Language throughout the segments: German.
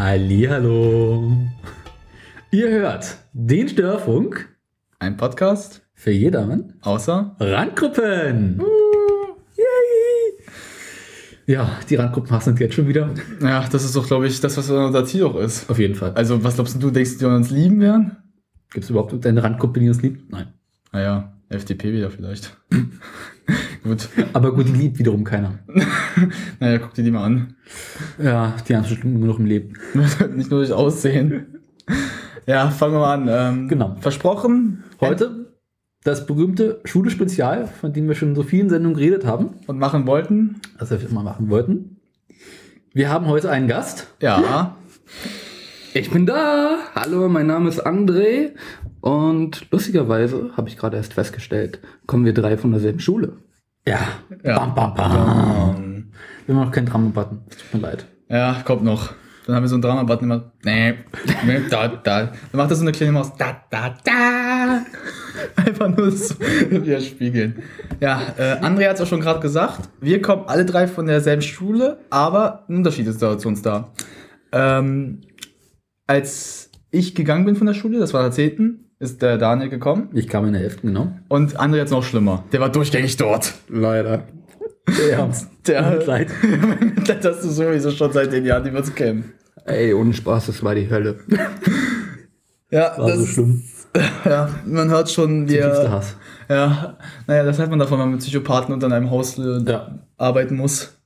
Hallihallo. Ihr hört den Störfunk. Ein Podcast Für jedermann. außer Randgruppen. Yay. Ja, die Randgruppen hassen uns jetzt schon wieder. Ja, das ist doch, glaube ich, das, was unser Ziel auch ist. Auf jeden Fall. Also, was glaubst du, denkst du, die uns lieben werden? Gibt es überhaupt eine Randgruppe, die uns liebt? Nein. Naja, FDP wieder vielleicht. Gut. Aber gut, die liebt wiederum keiner. Naja, guck dir die mal an. Ja, die haben schon nur noch im Leben. Nicht nur durch Aussehen. Ja, fangen wir mal an. Genau. Versprochen. Heute das berühmte Schule-Spezial, von dem wir schon in so vielen Sendungen geredet haben. Und machen wollten. Was wir mal machen wollten. Wir haben heute einen Gast. Ja. Ich bin da! Hallo, mein Name ist André und lustigerweise habe ich gerade erst festgestellt, kommen wir 3 von derselben Schule. Ja. Ja. Bam, bam, bam. Wir haben noch keinen Drama-Button. Tut mir leid. Ja, kommt noch. Dann haben wir so einen Drama-Button immer. Nee, da. Dann macht das so eine kleine Maus. Da. Einfach nur so widerspiegeln. Ja, André hat es auch schon gerade gesagt. Wir kommen alle 3 von derselben Schule, aber ein Unterschied ist da zu uns da. Als ich gegangen bin von der Schule, das war der 10., ist der Daniel gekommen. Ich kam in der 11., genau. Und André jetzt noch schlimmer. Der war durchgängig dort. Leider. Ja, Leid. Das hast du sowieso schon seit den Jahren, die wir uns kennen. Ey, ohne Spaß, das war die Hölle. Ja, war so schlimm. Ja, man hört schon, Tiefster Hass. Ja, naja, das hat man davon, wenn man mit Psychopathen unter einem Haus arbeiten muss.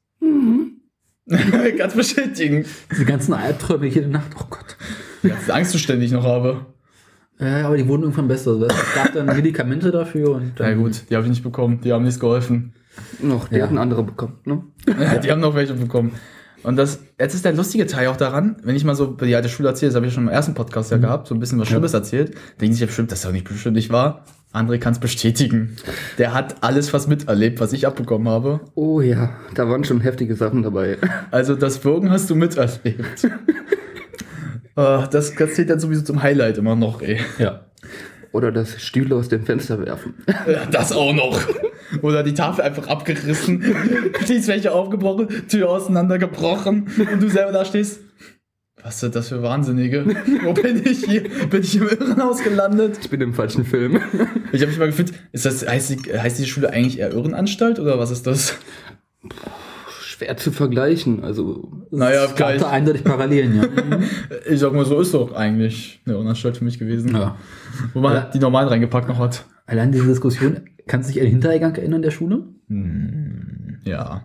Ganz bestätigen. Diese ganzen Albträume jede Nacht, oh Gott. Ja, diese Angst, die ständig noch habe. Ja, aber die wurden irgendwann besser. Es gab dann Medikamente dafür. Und dann Ja gut, die habe ich nicht bekommen, die haben nichts geholfen. Die hatten andere bekommen, ne? Ja, die haben noch welche bekommen. Und jetzt ist der lustige Teil auch daran, wenn ich mal so über die alte Schule erzähle, das habe ich schon im ersten Podcast ja gehabt, so ein bisschen was Schlimmes erzählt, denken sich ja bestimmt, das ist doch bestimmt nicht wahr. André kann es bestätigen. Der hat alles was miterlebt, was ich abbekommen habe. Oh ja, da waren schon heftige Sachen dabei. Also das Würgen hast du miterlebt. Das zählt dann sowieso zum Highlight immer noch, ey. Ja. Oder das Stühle aus dem Fenster werfen. Ja, das auch noch. Oder die Tafel einfach abgerissen, Schließfläche aufgebrochen, Tür auseinandergebrochen und du selber da stehst. Was sind das für Wahnsinnige? Wo bin ich hier? Bin ich im Irrenhaus gelandet? Ich bin im falschen Film. Ich habe mich mal gefühlt, heißt die Schule eigentlich eher Irrenanstalt oder was ist das? Schwer zu vergleichen, also... Naja, Es gab da eindeutig Parallelen, ja. Ich sag mal, so ist doch eigentlich eine Irrenanstalt für mich gewesen. Ja. Wo man die normalen reingepackt noch hat. Allein diese Diskussion, kannst du dich an den Hintereingang erinnern der Schule? Ja.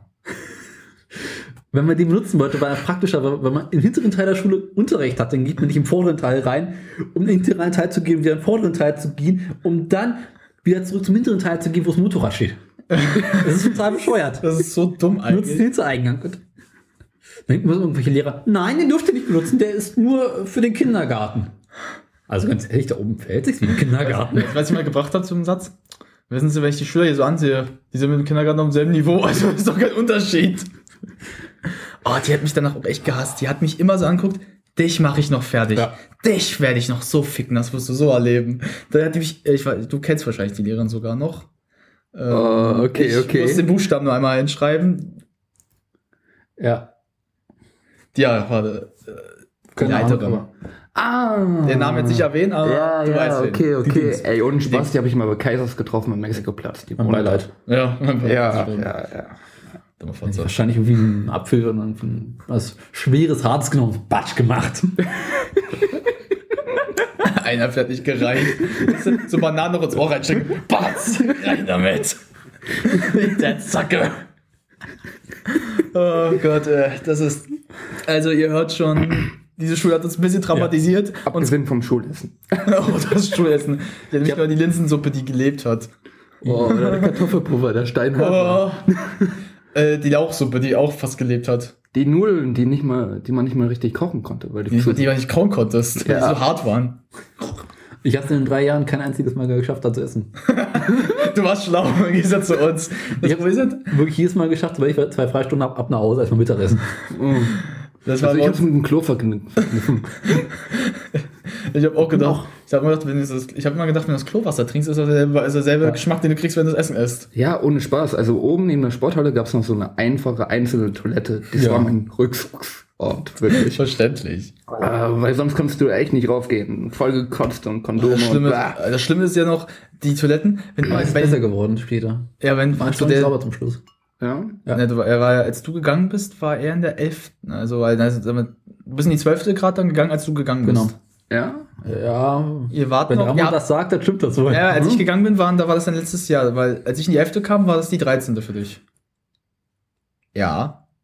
Wenn man den benutzen wollte, war es praktischer, weil man im hinteren Teil der Schule Unterricht hat, dann geht man nicht im vorderen Teil rein, um den hinteren Teil zu gehen, wieder in den vorderen Teil zu gehen, um dann wieder zurück zum hinteren Teil zu gehen, wo das Motorrad steht. Das ist total bescheuert. Das ist so dumm Nutzt eigentlich. den Hintereingang. Dann denken irgendwelche Lehrer, nein, den dürft ihr nicht benutzen, der ist nur für den Kindergarten. Also ganz ehrlich, da oben verhält sich wie ein Kindergarten. Was ich mal gebracht habe zum Satz. Wissen Sie, wenn ich die Schüler hier so ansehe, die sind mit dem Kindergarten auf demselben Niveau, also ist doch kein Unterschied. Oh, die hat mich danach auch echt gehasst. Die hat mich immer so angeguckt, dich mache ich noch fertig. Ja. Dich werde ich noch so ficken, das wirst du so erleben. Da hat die mich, du kennst wahrscheinlich die Lehrerin sogar noch. Okay. Ich muss den Buchstaben nur einmal hinschreiben. Ja. Ja, warte. Die Leiterin. Den Namen jetzt nicht erwähnen, aber du weißt wen. Okay. Ey, ohne Spaß, die habe ich mal bei Kaisers getroffen am Mexikoplatz. Mein Beileid. Ja. Wahrscheinlich irgendwie ein Apfel und dann was Schweres, Hartes genommen, Batsch gemacht. Ein Apfel hat nicht gereicht. So Bananen noch ins Ohr reinstecken. Batz, rein damit. Der Zacke. Oh Gott, das ist... Also ihr hört schon... Diese Schule hat uns ein bisschen traumatisiert. Ja. Abgesehen vom Schulessen. Oh, das Schulessen. Ich hatte nicht mal die Linsensuppe, die gelebt hat. Oh, oder der Kartoffelpuffer, der steinhart. Die Lauchsuppe, die auch fast gelebt hat. Die Nudeln, die man nicht mal richtig kochen konnte. Weil die man nicht kauen konntest, weil die so hart waren. Ich habe es in 3 Jahren kein einziges Mal geschafft, da zu essen. Du warst schlau im Gegensatz zu uns. Ich habe wirklich jedes Mal geschafft, weil ich 2 Freistunden ab nach Hause erstmal Mittagessen. Das war ich hab's mit dem Klo verkniffen. Ich habe auch gedacht, ich habe immer gedacht, wenn du das Klowasser trinkst, ist das derselbe Geschmack, den du kriegst, wenn du das Essen isst. Ja, ohne Spaß. Also oben neben der Sporthalle gab es noch so eine einfache einzelne Toilette. Das war mein Rückzugs. Ort, wirklich. Verständlich. Weil sonst kannst du echt nicht raufgehen. Voll gekotzt und Kondome. Das Schlimme ist ja noch, die Toiletten, wenn Aber es ist besser geworden später. Ja, wenn War schon sauber zum Schluss. Ja. Ja. Ne, er war, als du gegangen bist, war er in der 11. Also, du bist in die 12. Grad dann gegangen, als du gegangen bist. Genau. Ja? Ja, Ihr wart wenn noch, der Ramon das sagt, dann stimmt das so. ja, als ich gegangen bin, da war das dann letztes Jahr, weil als ich in die 11. kam, war das die 13. für dich. Ja.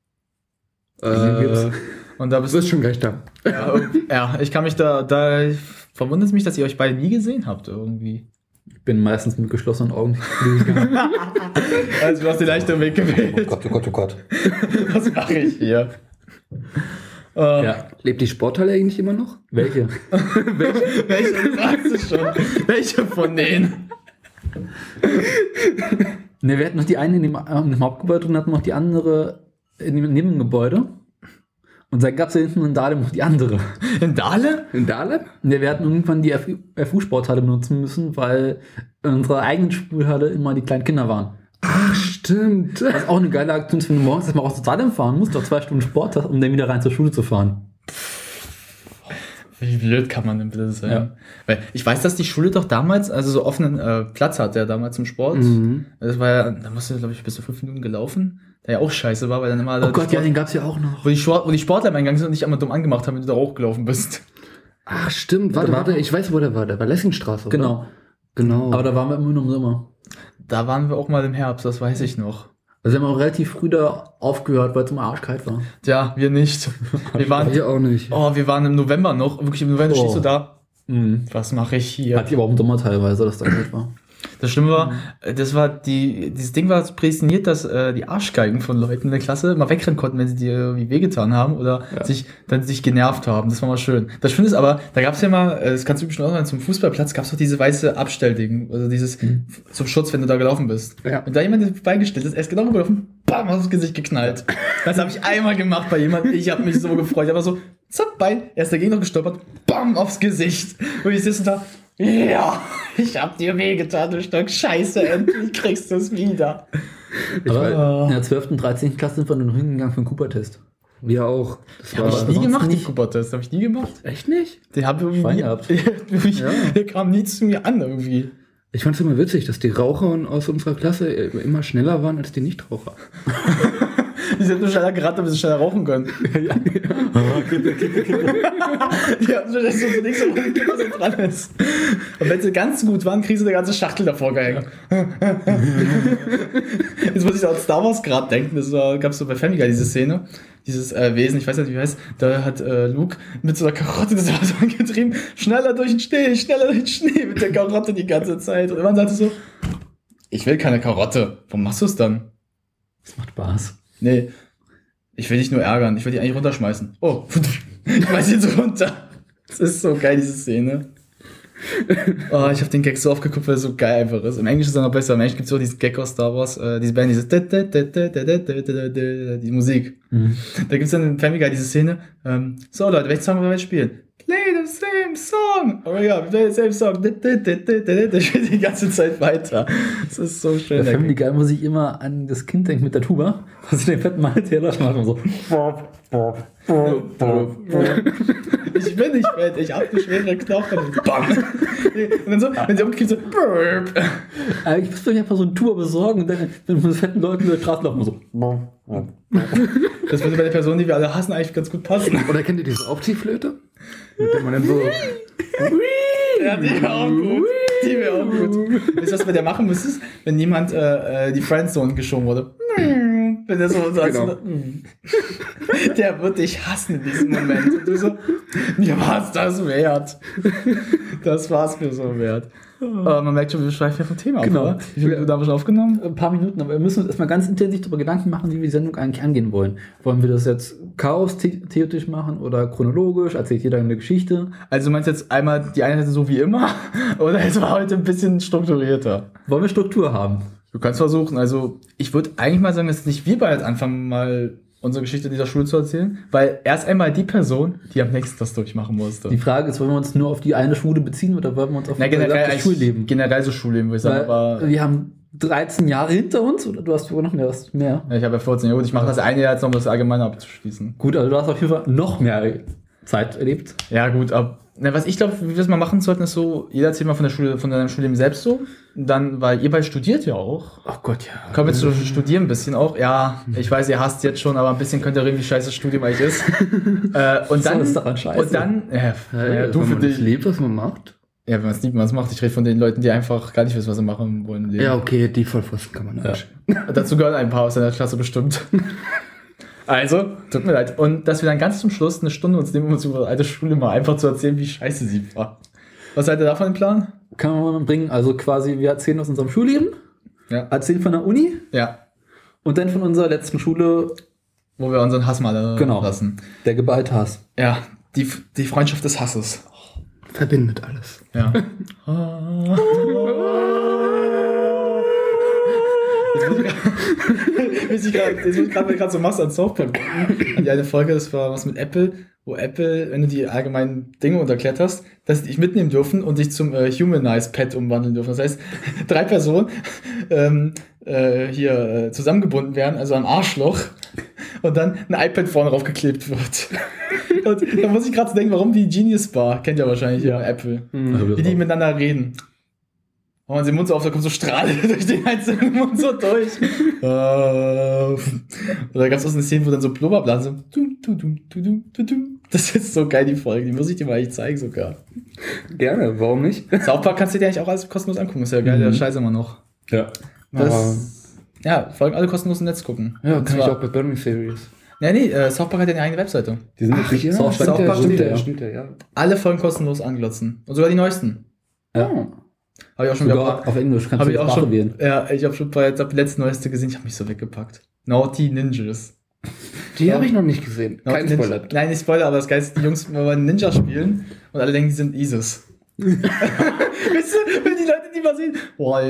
Und da bist Du bist schon gleich da. ja, ich kann mich da verwundert es mich, dass ihr euch beide nie gesehen habt, irgendwie. Ich bin meistens mit geschlossenen Augen gegangen. Also, du hast den leichteren Weg gewählt. Oh Gott, oh Gott. Was mache ich hier? Ja. Lebt die Sporthalle eigentlich immer noch? Welche? Welche fragst du schon? Welche von denen? Ne, wir hatten noch die eine in dem Hauptgebäude und hatten noch die andere in dem Nebengebäude. Und dann gab es ja hinten in Dahlem noch die andere. In Dahlem? In Dahlem? Ne, wir hatten irgendwann die FU-Sporthalle benutzen müssen, weil in unserer eigenen Spielhalle immer die kleinen Kinder waren. Ach, stimmt. Das ist auch eine geile Aktion, wenn du morgens erstmal aus Dahlem fahren musst, doch 2 Stunden Sport hast, um dann wieder rein zur Schule zu fahren. Wie blöd kann man denn bitte sein? Ja. Weil ich weiß, dass die Schule doch damals, also so offenen Platz hatte ja damals zum Sport. Mhm. Das war ja, da musst du, glaube ich, bis zu 5 Minuten gelaufen. Der ja auch scheiße war, weil dann immer Oh Gott, ja, den gab's ja auch noch. wo die Sportler im Eingang sind und dich einmal dumm angemacht haben, wenn du da hochgelaufen bist. Ach, stimmt. Warte. Ich weiß, wo der war. Der war Lessingstraße, oder? Genau. Genau. Aber da waren wir immer nur im Sommer. Da waren wir auch mal im Herbst, das weiß ich noch. Also wir haben auch relativ früh da aufgehört, weil es immer arschkalt war. Tja, wir nicht. Wir waren, ich auch nicht. wir waren im November noch. Wirklich im November stehst du da. Mhm. Was mache ich hier? Hatte ich aber auch im Sommer teilweise, dass da kalt war. Das Schlimme war, dieses Ding war prädestiniert, dass die Arschgeigen von Leuten in der Klasse mal wegrennen konnten, wenn sie dir irgendwie wehgetan haben oder sich genervt haben. Das war mal schön. Das Schöne ist aber, da gab es ja mal, das kannst du bestimmt auch sagen, zum Fußballplatz gab es doch diese weiße Abstellding, also dieses zum Schutz, wenn du da gelaufen bist. Ja. Wenn da jemand beigestellt ist, er ist genau gelaufen, bam, aufs Gesicht geknallt. Das habe ich einmal gemacht bei jemandem, ich habe mich so gefreut, aber so, zack, Bein, er ist dagegen noch gestolpert, bam, aufs Gesicht. Und ich sitze da, ja, ich hab dir wehgetan, du Stück Scheiße, endlich kriegst du es wieder. Aber in der 12. und 13. Klasse sind wir nur noch hingegangen für den Cooper-Test. Wir auch. Das Habe ich sonst nie gemacht, den nicht. Cooper-Test. Habe ich nie gemacht. Echt nicht? Den habe ich irgendwie Schwein nie gehabt. Der kam nie zu mir an irgendwie. Ich fand's immer witzig, dass die Raucher aus unserer Klasse immer schneller waren als die Nichtraucher. Die sind nur schneller gerannt, damit sie schneller rauchen können. Die haben schon so nichts, wo die Kippe so dran ist. Und wenn sie ganz gut waren, kriegst du eine ganze Schachtel davor gehängt. Jetzt muss ich an Star Wars gerade denken. Gab es so bei Family Guy diese Szene. Dieses Wesen, ich weiß nicht, wie heißt, da hat Luke mit so einer Karotte das Wasser angetrieben. Schneller durch den Schnee mit der Karotte die ganze Zeit. Und irgendwann sagte so, ich will keine Karotte. Warum machst du es dann? Das macht Spaß. Nee, ich will dich nur ärgern. Ich will dich eigentlich runterschmeißen. Oh, ich schmeiß ihn so runter. Das ist so geil, diese Szene. Oh, ich habe den Gag so oft geguckt, weil er so geil einfach ist. Im Englischen ist er noch besser. Im Englischen gibt es so diesen Gag aus Star Wars, diese Band, die Musik. Mhm. Da gibt es dann in Family Guy diese Szene. So Leute, welchen Song wollen wir jetzt spielen? Play the same song! Oh ja, we play the same song. Der spielt die ganze Zeit weiter. Das ist so schön. Bei Family Guy muss ich immer an das Kind denken mit der Tuba, was sie den fetten Mann Taylor macht und so. Ich bin nicht fett, ich hab eine schwere Knochen. Bam. Und dann so, wenn sie umkriegt, so burp. Ich muss mir einfach so eine Tuba besorgen und dann mit fetten Leuten über die Straße laufen und so. Das würde bei der Person, die wir alle hassen, eigentlich ganz gut passen. Oder kennt ihr diese Aufziehflöte? Mit der man dann so... Ja, die wäre auch gut. Die wäre auch gut. Weißt du, was du bei der machen müsstest? Wenn jemand die Friendzone geschoben wurde. Wenn der so Genau. Der wird dich hassen in diesem Moment. Und du so, mir war es das wert. Das war es mir so wert. Aber man merkt schon, wir schweifen ja vom Thema ab, Genau. oder? Wie viel haben wir schon aufgenommen? Ein paar Minuten, aber wir müssen uns erstmal ganz intensiv darüber Gedanken machen, wie wir die Sendung eigentlich angehen wollen. Wollen wir das jetzt chaos-theoretisch machen oder chronologisch? Erzählt jeder eine Geschichte? Also du meinst jetzt einmal die Einheit so wie immer? Oder jetzt war heute ein bisschen strukturierter? Wollen wir Struktur haben? Du kannst versuchen. Also ich würde eigentlich mal sagen, dass nicht wir beide anfangen, mal unsere Geschichte dieser Schule zu erzählen, weil erst einmal die Person, die am nächsten das durchmachen musste. Die Frage ist, wollen wir uns nur auf die eine Schule beziehen oder wollen wir uns auf Na, generell das Schulleben? Generell so Schulleben, würde ich sagen. Weil Aber wir haben 13 Jahre hinter uns oder du hast sogar noch mehr? Ja, ich habe ja 14 Jahre. Ich mache das eine Jahr jetzt noch, um das Allgemeine abzuschließen. Gut, also du hast auf jeden Fall noch mehr Zeit erlebt. Ja, gut, aber was ich glaube, wie wir es mal machen sollten, ist so, jeder erzählt mal von der Schule, von deinem Studium selbst so. Und dann, weil ihr beide studiert ja auch. Ach Gott, ja. Kommen wir zu studieren ein bisschen auch. Ja, ich weiß, ihr hasst jetzt schon, aber ein bisschen könnt ihr reden, wie scheiße das Studium eigentlich ist. Und dann, ist daran scheiße. Und dann, Du für dich liebt, was man macht. Ja, wenn man es liebt, man es macht. Ich rede von den Leuten, die einfach gar nicht wissen, was sie machen wollen im Leben. Ja, okay, die Vollpfosten kann man nicht. Dazu gehören ein paar aus deiner Klasse bestimmt. Also, tut mir leid. Und dass wir dann ganz zum Schluss eine Stunde uns nehmen, um uns über alte Schule mal einfach zu erzählen, wie scheiße sie war. Was seid ihr davon im Plan? Kann man mal bringen, also quasi wir erzählen aus unserem Schulleben, Ja. erzählen von der Uni Ja. und dann von unserer letzten Schule, Wo wir unseren Hass mal lassen. der geballte Hass. Ja, die Freundschaft des Hasses. Verbindet alles. Ja. Jetzt muss ich gerade so machst an South Park denken. An die eine Folge, das war was mit Apple, wo Apple, wenn du die allgemeinen Dinge unterklärt hast, dass sie dich mitnehmen dürfen und dich zum Humanized Pet umwandeln dürfen. Das heißt, 3 Personen zusammengebunden werden, also am Arschloch, und dann ein iPad vorne drauf geklebt wird. Und da muss ich gerade so denken, warum die Genius Bar, kennt ihr wahrscheinlich, ja. Apple, wie die miteinander reden. Und man den Mund so auf, da kommt so Strahle durch den einzelnen Mund so durch. Oder gab es auch so eine Szene, wo dann so Blubberblasen so. Das ist so geil, die Folge. Die muss ich dir mal eigentlich zeigen sogar. Gerne, warum nicht? South Park kannst du dir eigentlich auch alles kostenlos angucken. Ist ja geil, der Scheiß immer noch. Ja. Folgen alle kostenlos im Netz gucken. Ja, Und kann ich zwar- auch bei Burning Series. Nee, South Park hat ja eine eigene Webseite. Die sind nicht Ja, South Park. Park stimmt ja. Alle Folgen kostenlos anglotzen. Und sogar die neuesten. Ja. Habe ich auch schon Sogar auf Englisch kannst Habe du ich die auch Sprache schon. wählen. Ja, ich habe schon die letzte neueste gesehen. Ich habe mich so weggepackt. Naughty Ninjas. Die habe ich noch nicht gesehen. Kein Ninja- Spoiler. Nein, nicht Spoiler, aber das Geilste, die Jungs wollen Ninja spielen und alle denken, die sind ISIS. Weißt du, wenn die Leute die mal sehen, boah,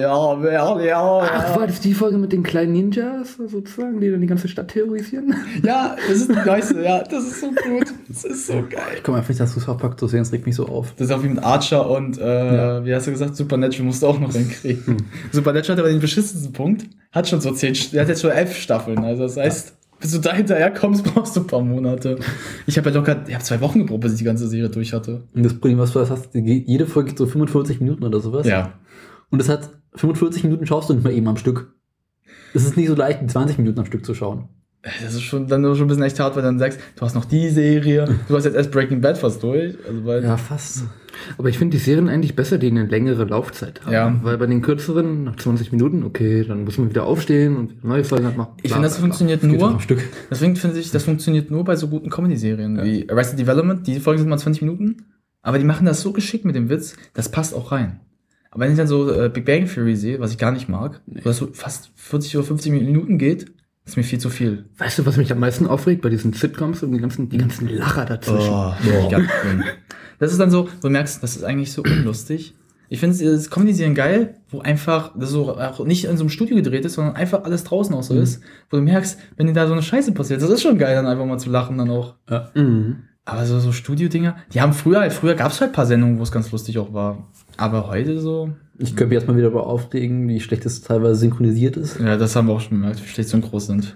Ach, war das die Folge mit den kleinen Ninjas sozusagen, die dann die ganze Stadt terrorisieren? Ja, das ist die neueste, ja, das ist so gut. Das ist so geil. Ich komme einfach nicht dazu, South Park zu sehen, das regt mich so auf. Das ist auch wie mit Archer und, wie hast du gesagt, Supernatural musst du auch noch hinkriegen. Supernatural hat aber den beschissensten Punkt, hat schon so 10, der hat jetzt schon 11 Staffeln, also das heißt, bis du da hinterher kommst, brauchst du ein paar Monate. Ich habe 2 Wochen gebraucht, bis ich die ganze Serie durch hatte. Und das Problem, was du hast, jede Folge geht so 45 Minuten oder sowas. Ja. Und das hat 45 Minuten schaust du nicht mal eben am Stück. Es ist nicht so leicht, 20 Minuten am Stück zu schauen. Das ist schon dann schon ein bisschen echt hart, weil dann sagst, du hast noch die Serie, du hast jetzt erst Breaking Bad fast durch. Also weil Ja, fast. Aber ich finde die Serien eigentlich besser, die eine längere Laufzeit haben. Ja. Weil bei den kürzeren, nach 20 Minuten, okay, dann muss man wieder aufstehen und wieder neue Folgen machen. ich finde, das funktioniert Geht schon nur. am Stück. Deswegen finde ich, das funktioniert nur bei so guten Comedy-Serien wie Arrested Development. Die Folgen sind mal 20 Minuten, aber die machen das so geschickt mit dem Witz, das passt auch rein. Aber wenn ich dann so Big Bang Theory sehe, was ich gar nicht mag, wo das so fast 40 oder 50 Minuten geht, ist mir viel zu viel. Weißt du, was mich am meisten aufregt bei diesen Sitcoms und die ganzen Lacher dazwischen? Ganz schlimm. Das ist dann so, wo du merkst, das ist eigentlich so unlustig. Ich finde das Comedy-Serien geil, wo einfach das so auch nicht in so einem Studio gedreht ist, sondern einfach alles draußen auch so ist, wo du merkst, wenn dir da so eine Scheiße passiert, das ist schon geil, dann einfach mal zu lachen dann auch. Ja. Aber so Studio-Dinger, die haben früher gab es halt ein paar Sendungen, wo es ganz lustig auch war. Aber heute so, Ich könnte mich erstmal wieder darüber aufregen, wie schlecht es teilweise synchronisiert ist. ja, das haben wir auch schon gemerkt, wie schlecht Synchros sind.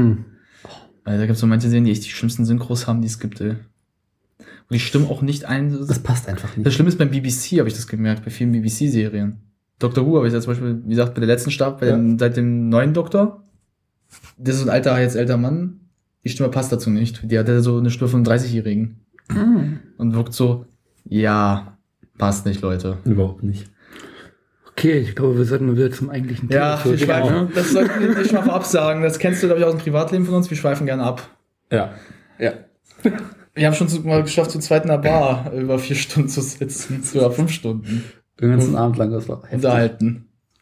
Da gibt es so manche Serien, die echt die schlimmsten Synchros haben, die es gibt, ey. Und die stimmen auch nicht ein. Das passt einfach nicht. Das Schlimme ist beim BBC, habe ich das gemerkt, bei vielen BBC-Serien. Doctor Who habe ich ja zum Beispiel, wie gesagt, bei der letzten Staffel, seit dem neuen Doktor. Das ist so ein älter Mann. Die Stimme passt dazu nicht. Die hat ja so eine Stimme von einem 30-Jährigen. Und wirkt so, ja, passt nicht, Leute. Überhaupt nicht. Okay, ich glaube, wir sollten mal wieder zum eigentlichen Thema Ja, wir zurückkehren, schweifen, das sollten wir nicht mal vorab sagen. Das kennst du, glaube ich, aus dem Privatleben von uns. Wir schweifen gerne ab. Ja. Ja. Wir haben schon mal geschafft, zu zweit in der Bar über 4 Stunden zu sitzen. Sogar 5 Stunden. Den ganzen Abend lang, das war heftig. Unterhalten.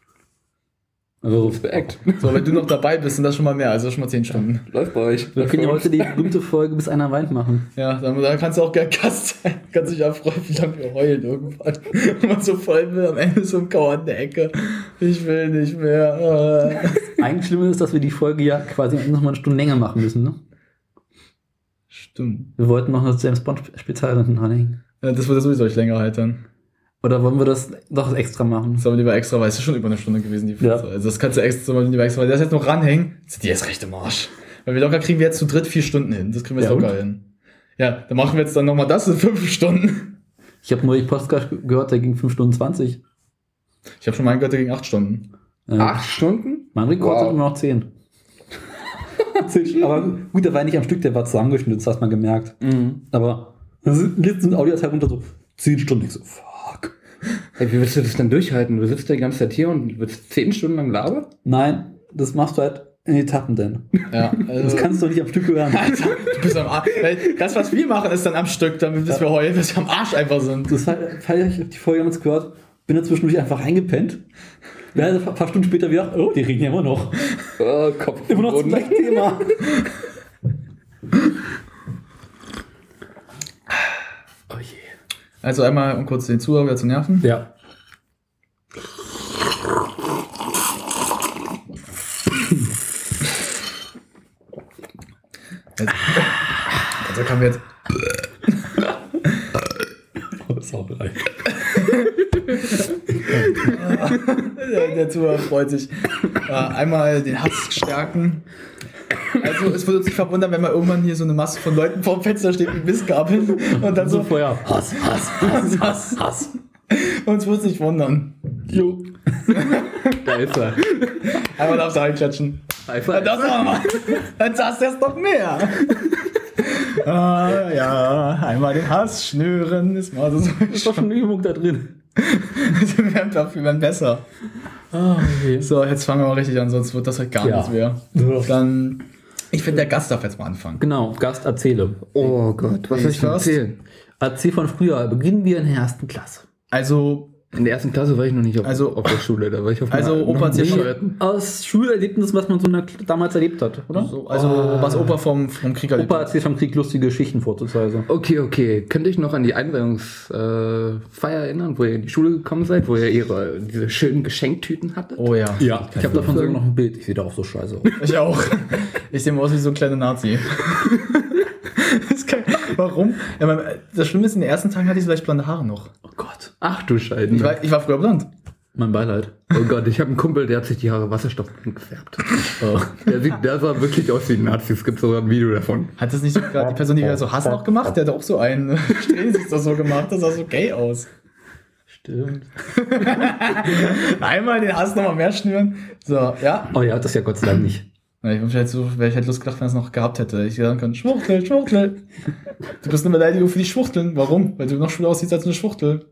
Also, Respekt. So, wenn du noch dabei bist, sind das schon mal mehr. Also schon mal 10 Stunden. Läuft bei euch. wir können ja heute die berühmte Folge bis einer weint machen. Ja, da kannst du auch gerne Gast sein. Kannst dich erfreuen, wie lange wir heulen irgendwann. Und man so voll will, am Ende so ein Kauer an der Ecke. Ich will nicht mehr. Eigentlich schlimm ist, dass wir die Folge ja quasi noch mal eine Stunde länger machen müssen, ne? Stimmt. Wir wollten noch eine James Bond Spezial hinten dranhängen. Ja, das würde sowieso nicht länger halten. Oder wollen wir das doch extra machen? Das ist aber lieber extra, weil es ist schon über eine Stunde gewesen, die Ja. Pizza. Also das kannst du extra, lieber extra, weil das jetzt noch ranhängen, die ist recht im Arsch. Weil wir locker kriegen wir jetzt zu dritt 4 Stunden hin. Das kriegen wir jetzt Ja, locker hin. Ja, dann machen wir jetzt dann nochmal das in 5 Stunden. Ich habe neulich Podcast gehört, der ging 5 Stunden 20. Ich habe schon mal einen gehört, der ging 8 Stunden. 8 Stunden? Mein Rekord Wow. hat immer noch 10. Aber gut, der war nicht am Stück, der war zusammengeschnitten, das hat man gemerkt. Aber jetzt sind Audiodatei runter so 10 Stunden. Ich so, fuck. Hey, wie willst du das denn durchhalten? Du sitzt ja die ganze Zeit hier und willst 10 Stunden lang labern? Nein, das machst du halt in Etappen denn. Ja, also, Das kannst du nicht am Stück hören. Alter, du bist am Arsch. Das, was wir machen, ist dann am Stück, damit wir heulen, dass wir am Arsch einfach sind. Das war, ich habe die Folge damals gehört, bin da zwischendurch einfach reingepennt. Ja, ein paar Stunden später wieder, oh, die reden ja immer noch. Oh, Kopf. Immer noch zum gleichen Thema. Oh je. Also einmal, um kurz den Zuhörer wieder zu nerven. Ja. Also kann wir jetzt. Sauberei. Der Zuhörer freut sich. Einmal den Hass stärken. Also es würde uns nicht verwundern, wenn mal irgendwann hier so eine Masse von Leuten vor dem Fenster steht mit Mistgabeln und dann so Feuer. Hass, Hass, Hass, Hass, Hass. uns würde es nicht wundern. Jo. Da ist er. Einmal darfst du reinklatschen. Einfach. Das auch mal. Dann sagst du erst noch mehr. Ja, einmal den Hass schnüren ist mal so. Ist doch schon eine Übung da drin. Wir werden besser. Oh, okay. So, jetzt fangen wir mal richtig an, sonst wird das halt gar Ja. nichts mehr. Ja. Dann, ich finde, der Gast darf jetzt mal anfangen. Genau, Gast erzähle. Oh Gott, was soll ich denn First? erzählen? Erzähl von früher. Beginnen wir in der ersten Klasse. Also, In der ersten Klasse war ich noch nicht auf, Also- auf der Schule, da war ich auf Also, einer- Opa noch hat sich schon- bescheuerten. Aus Schulerlebnissen, was man so damals erlebt hat, oder? was Opa vom Krieg erlebt Opa hat. erzählt vom Krieg lustige Geschichten vorzugsweise. Okay. Könnte ich noch an die Einweihungsfeier erinnern, wo ihr in die Schule gekommen seid, wo ihr diese schönen Geschenktüten hattet? Oh ja. Ja, ich habe davon sogar noch ein Bild. Ich sehe darauf so scheiße aus. Ich auch. Ich sehe mal aus wie so ein kleiner Nazi. Warum? Ja, das Schlimme ist, in den ersten Tagen hatte ich vielleicht blonde Haare noch. Oh Gott. Ach du Scheiden. Ich war früher blond. Mein Beileid. Oh Gott, ich habe einen Kumpel, der hat sich die Haare wasserstoffgrün gefärbt. Oh. Der sah wirklich aus wie ein Nazi. Es gibt sogar ein Video davon. Hat das nicht sogar die Person, die wir so hassen, auch gemacht? Der hat auch so einen Strähnen so gemacht. Das sah so gay aus. Stimmt. Einmal den Hass nochmal mehr schnüren. So, ja. Oh ja, das ja Gott sei Dank nicht. Na, ich hätte Lust gedacht, wenn er es noch gehabt hätte. Ich sagen können, Schwuchtel, Schwuchtel. Du bist eine Beleidigung für die Schwuchteln. Warum? Weil du noch schwuler aussiehst als eine Schwuchtel.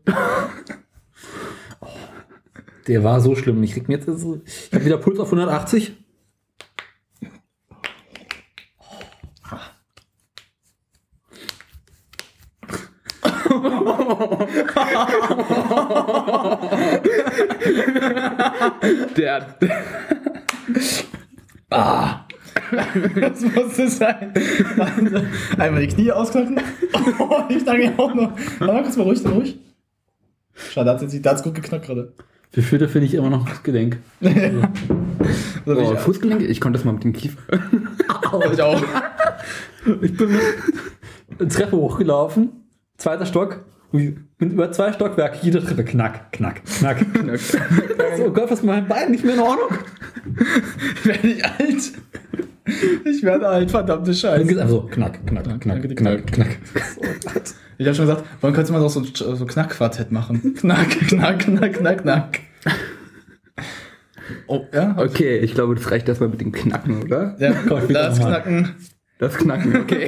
Der war so schlimm. Ich krieg mir jetzt so. Ich habe wieder Puls auf 180. Das muss es sein. Einmal die Knie ausknoten. Oh, ich danke auch noch. Aber kurz mal ruhig. Schade, da hat's gut geknackt gerade. Für Fütter finde ich immer noch das Gelenk. Also Oh, ich, Fußgelenk? Ich konnte das mal mit dem Kiefer. ich auch. Ich bin eine Treppe hochgelaufen. 2. Stock. Bin über 2 Stockwerke. Jede Treppe knack, knack, knack. Oh Gott, was ist mein Bein nicht mehr in Ordnung? Werde ich alt? Ich werde alt, verdammte Dann Scheiße. geht's einfach so knack, knack, knack, knack, knack. Ich habe schon gesagt, wann könntest du mal doch so Knackquartett machen? Knack, knack, knack, knack, knack. Oh, ja? Okay, ich glaube, das reicht erstmal mit dem Knacken, oder? Ja, Gott, bitte das nochmal. Knacken. Das Knacken, okay.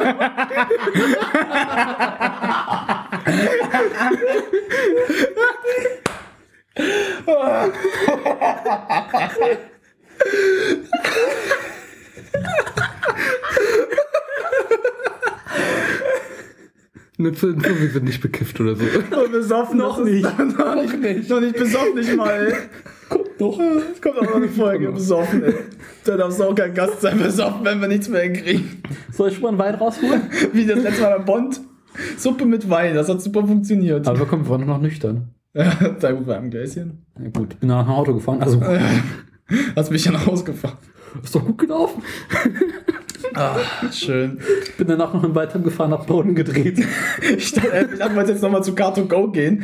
Nur wir sind nicht bekifft oder so. Und besoffen Noch nicht. Noch nicht besoffen, nicht mal. Doch. Es kommt auch noch eine Folge besoffen, ey. Da darfst du auch kein Gast sein, besoffen, wenn wir nichts mehr hinkriegen. Soll ich schon mal einen Wein rausholen? Wie das letzte Mal bei Bond. Suppe mit Wein, das hat super funktioniert. Aber komm, wir waren noch nüchtern. Ja, da gut bei einem Gläschen. Ja gut, ich bin nach dem Auto gefahren. Also, Hast mich ja nach Hause gefahren. ist doch gut gelaufen. Schön. Bin danach noch in Weiter gefahren, hab Boden gedreht. Ich dachte, wir jetzt nochmal zu Car2Go gehen.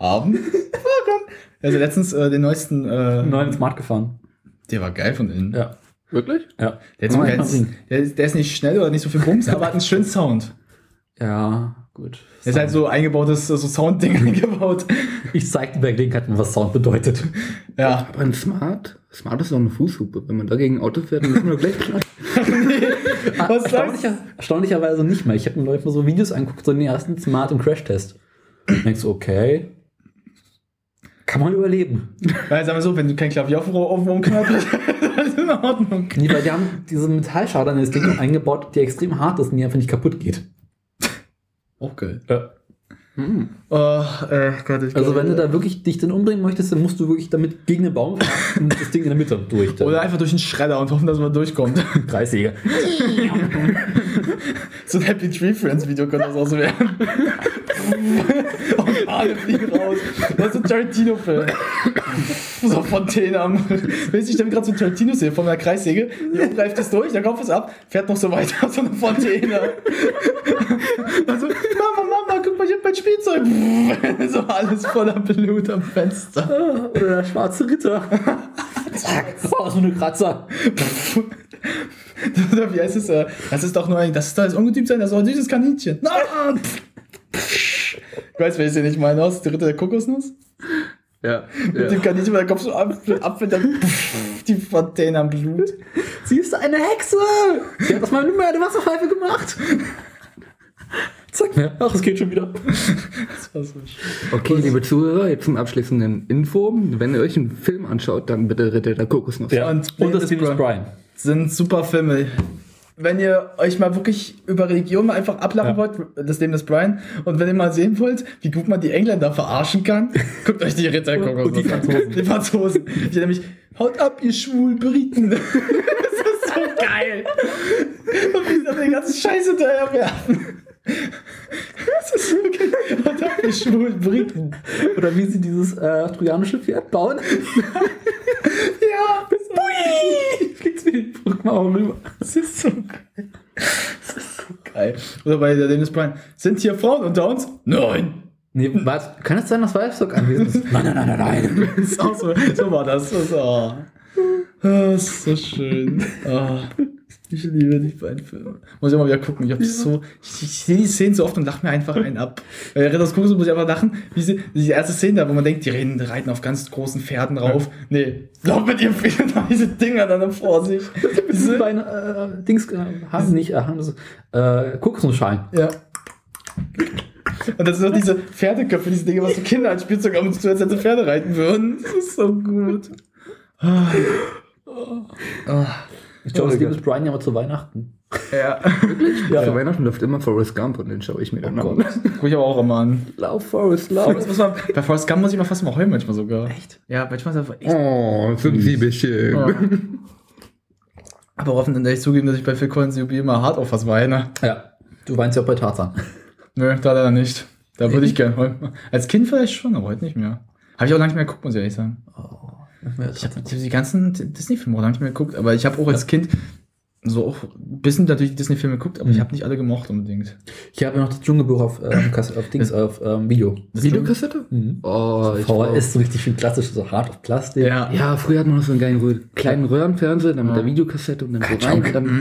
Also letztens den neuesten... Neuen Smart gefahren. Der war geil von innen. Ja. Wirklich? Ja. Der ist nicht schnell oder nicht so viel Bums, aber hat einen schönen Sound. Ja, gut. Der ist halt so eingebautes so Sound-Ding eingebaut. Ich zeig dir bei Gelegenheit mal, was Sound bedeutet. Ja. Aber ein Smart ist doch eine Fußhupe. Wenn man dagegen Auto fährt, dann ist man doch gleich platt. Erstaunlicherweise nicht mehr. Ich habe mir Leute mal so Videos angeguckt, so den ersten Smart- und Crash-Test. Und denkst, okay, kann man überleben. Weil, sagen wir so, wenn du kein Klavier auf dem Umknopf hast, dann ist in Ordnung. Nee, weil die haben diese Metallschale in das Ding eingebaut, die extrem hart ist und die einfach nicht kaputt geht. Auch geil. Ja. Gott, Also wenn du da wirklich dich dann umbringen möchtest, dann musst du wirklich damit gegen den Baum fahren und das Ding in der Mitte durch. Oder einfach durch den Schredder und hoffen, dass man durchkommt. Kreissäge. So ein Happy Tree Friends Video könnte das auch so werden. Und alle fliegen raus. Das ist ein Tarantino-Film. So Fontäne am... Wenn ich dann gerade so ein Tarantino sehe, von einer Kreissäge, die oben greift es durch, der Kopf ist ab, fährt noch so weiter, so eine Fontäne. Also, Mama, guck mal, ich hab mein Spielzeug. So alles voller Blut am Fenster. Oder der schwarze Ritter. Zack. Oh, so eine Kratzer. Wie heißt es? Das ist doch nur das ist doch das Ungetüm sein, das ist doch ein süßes Kaninchen. Nein! Ich weiß, welches ich nicht meine, aus der Ritter der Kokosnuss. Ja. Mit dem Kaninchen, weil der Kopf so ab wenn dann die Fontäne am Blut. Sie ist eine Hexe. Sie hat aus meinem Nummer eine Wasserpfeife gemacht. Zeig mir. Ach, es geht schon wieder. Das war so schön. Okay, liebe Zuhörer, jetzt zum abschließenden Info. Wenn ihr euch einen Film anschaut, dann bitte Ritter der Kokosnuss. Ja, Und das Venus Prime. Sind super Filme. Wenn ihr euch mal wirklich über Religion mal einfach ablachen wollt, das Leben des Brian, und wenn ihr mal sehen wollt, wie gut man die Engländer verarschen kann, guckt euch die Ritter Und die Franzosen. Die Franzosen. Ich nämlich, haut ab, ihr schwul Briten. Das ist so geil. Und wie sie dann den ganzen Scheiß hinterher werfen. Das ist so geil. Haut ab, ihr schwul Briten. Oder wie sie dieses trojanische Pferd bauen. Ja. Fliegt's wieder die Brückmauer rüber. Das ist so geil. Das ist so geil. Oder bei der Dennis Brian. Sind hier Frauen unter uns? Nein. Nee, warte, kann es sein, dass Weißstock anwesend ist? Nein. Das ist auch so, so war das. Das ist so schön. Oh, ich liebe die beiden Filme. Muss ich mal wieder gucken. Ich sehe die Szenen so oft und lache mir einfach einen ab. Bei Ritter des Kokosnuss muss ich einfach lachen, wie sie, die erste Szene da, wo man denkt, die reiten auf ganz großen Pferden rauf. Nee, lauf mit ihren Pferden diese Dinger dann vor sich. Diese beiden Dings haben das Kokosnussschalen. Ja. Und das sind doch diese Pferdeköpfe, diese Dinge, was so Kinder als Spielzeug haben, als hätte Pferde reiten würden. Das ist so gut. Ich glaube, das Leben des Brian ja mal zu Weihnachten. Ja. Ja. Zu Weihnachten läuft immer Forrest Gump und den schaue ich mir dann an. Guck ich aber auch immer an. Lauf, Forrest, lauf. Bei Forrest Gump muss ich mal fast mal heulen, manchmal sogar. Echt? Ja, manchmal ist einfach echt. Oh, sind Sie bisschen. Oh. Aber offen und ehrlich zugeben, dass ich bei Phil Collins Jubiläum immer hart auf was weine. Ja, du weinst ja auch bei Tarzan. Nö, da leider nicht. Da würde ich gerne heulen. Als Kind vielleicht schon, aber heute nicht mehr. Habe ich auch lange nicht mehr geguckt, muss ich ehrlich sagen. Oh, Ich habe die ganzen Disney-Filme auch lange nicht mehr geguckt, aber ich habe auch als Kind so auch ein bisschen natürlich Disney-Filme geguckt, aber ich habe nicht alle gemocht unbedingt. Ich habe noch das Dschungelbuch auf Video. Videokassette? Mhm. Oh, VHS, so richtig schön klassisch, so hart auf Plastik. Ja, früher hat man noch so einen geilen kleinen Röhrenfernseher, dann mit der Videokassette und dann so rein. Dann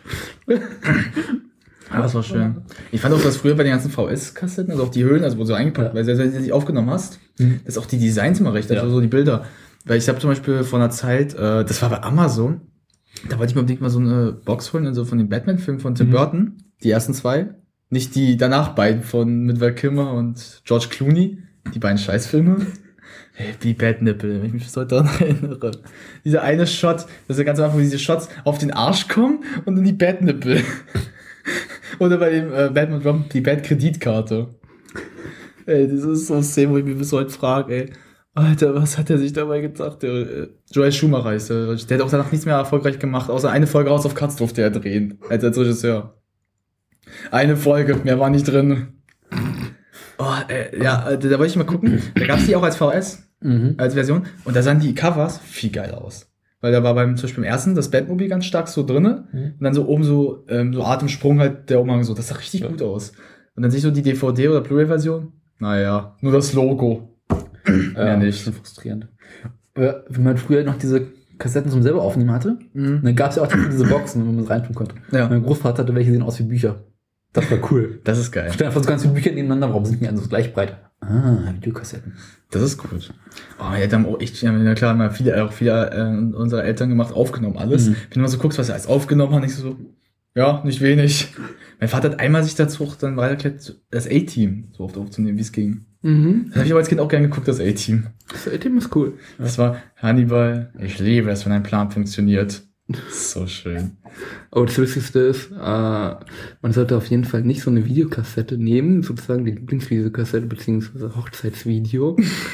Ja, das war schön. Ich fand auch, dass früher bei den ganzen VS-Kassetten, also auch die Höhlen, also wo du so eingepackt, weil selbst wenn du sie nicht aufgenommen hast, dass auch die Designs immer recht, also so die Bilder. Weil ich habe zum Beispiel vor einer Zeit, das war bei Amazon, da wollte ich mir unbedingt mal so eine Box holen, also von den Batman-Filmen von Tim Burton, die ersten zwei. Nicht die danach beiden mit Val Kilmer und George Clooney, die beiden Scheißfilme. Hey, wie Bad Nipple, wenn ich mich bis heute daran erinnere. Dieser eine Shot, das ist ja ganz am Anfang, wo diese Shots auf den Arsch kommen und dann die Bad Nipple. Oder bei dem Batman Robin die Bad Kreditkarte. Ey, das ist so eine Szene, wo ich mich bis heute frage, ey. Alter, was hat er sich dabei gedacht? Joel Schumacher ist der hat auch danach nichts mehr erfolgreich gemacht, außer eine Folge House of Cards durfte er drehen, als Regisseur. Eine Folge, mehr war nicht drin. Oh, ja, da wollte ich mal gucken. Da gab es die auch als VS, als Version. Und da sahen die Covers viel geil aus. weil da war zum Beispiel im ersten das Bandmobil ganz stark so drinne und dann so oben so Atemsprung halt der Umhang so. Das sah richtig gut aus. Und dann sehe ich so die DVD- oder Blu-ray-Version. Naja, nur das Logo. Ja, nicht. Das ist frustrierend. Wenn man früher noch diese Kassetten zum selber aufnehmen hatte, dann gab es ja auch diese Boxen, wo man es reintun konnte. Ja. Mein Großvater hatte welche, die sehen aus wie Bücher. Das war cool. Das ist geil. Stell dir vor, so ganz viele Bücher nebeneinander, warum sind die alle so gleich breit? Videokassetten. Das ist gut. Oh, meine Eltern haben auch echt, ja klar, mal viele unserer Eltern gemacht, aufgenommen, alles. Wenn du mal so guckst, was sie alles aufgenommen haben, ich so, ja, nicht wenig. Mein Vater hat einmal sich dazu auch dann weitergeklärt, das A-Team so oft aufzunehmen, wie es ging. Das habe ich aber als Kind auch gerne geguckt, das A-Team. Das A-Team ist cool. Das war Hannibal. Ich liebe es, wenn ein Plan funktioniert. So schön. Aber das Lustigste ist, man sollte auf jeden Fall nicht so eine Videokassette nehmen, sozusagen die Lieblingsvideokassette beziehungsweise Hochzeitsvideo.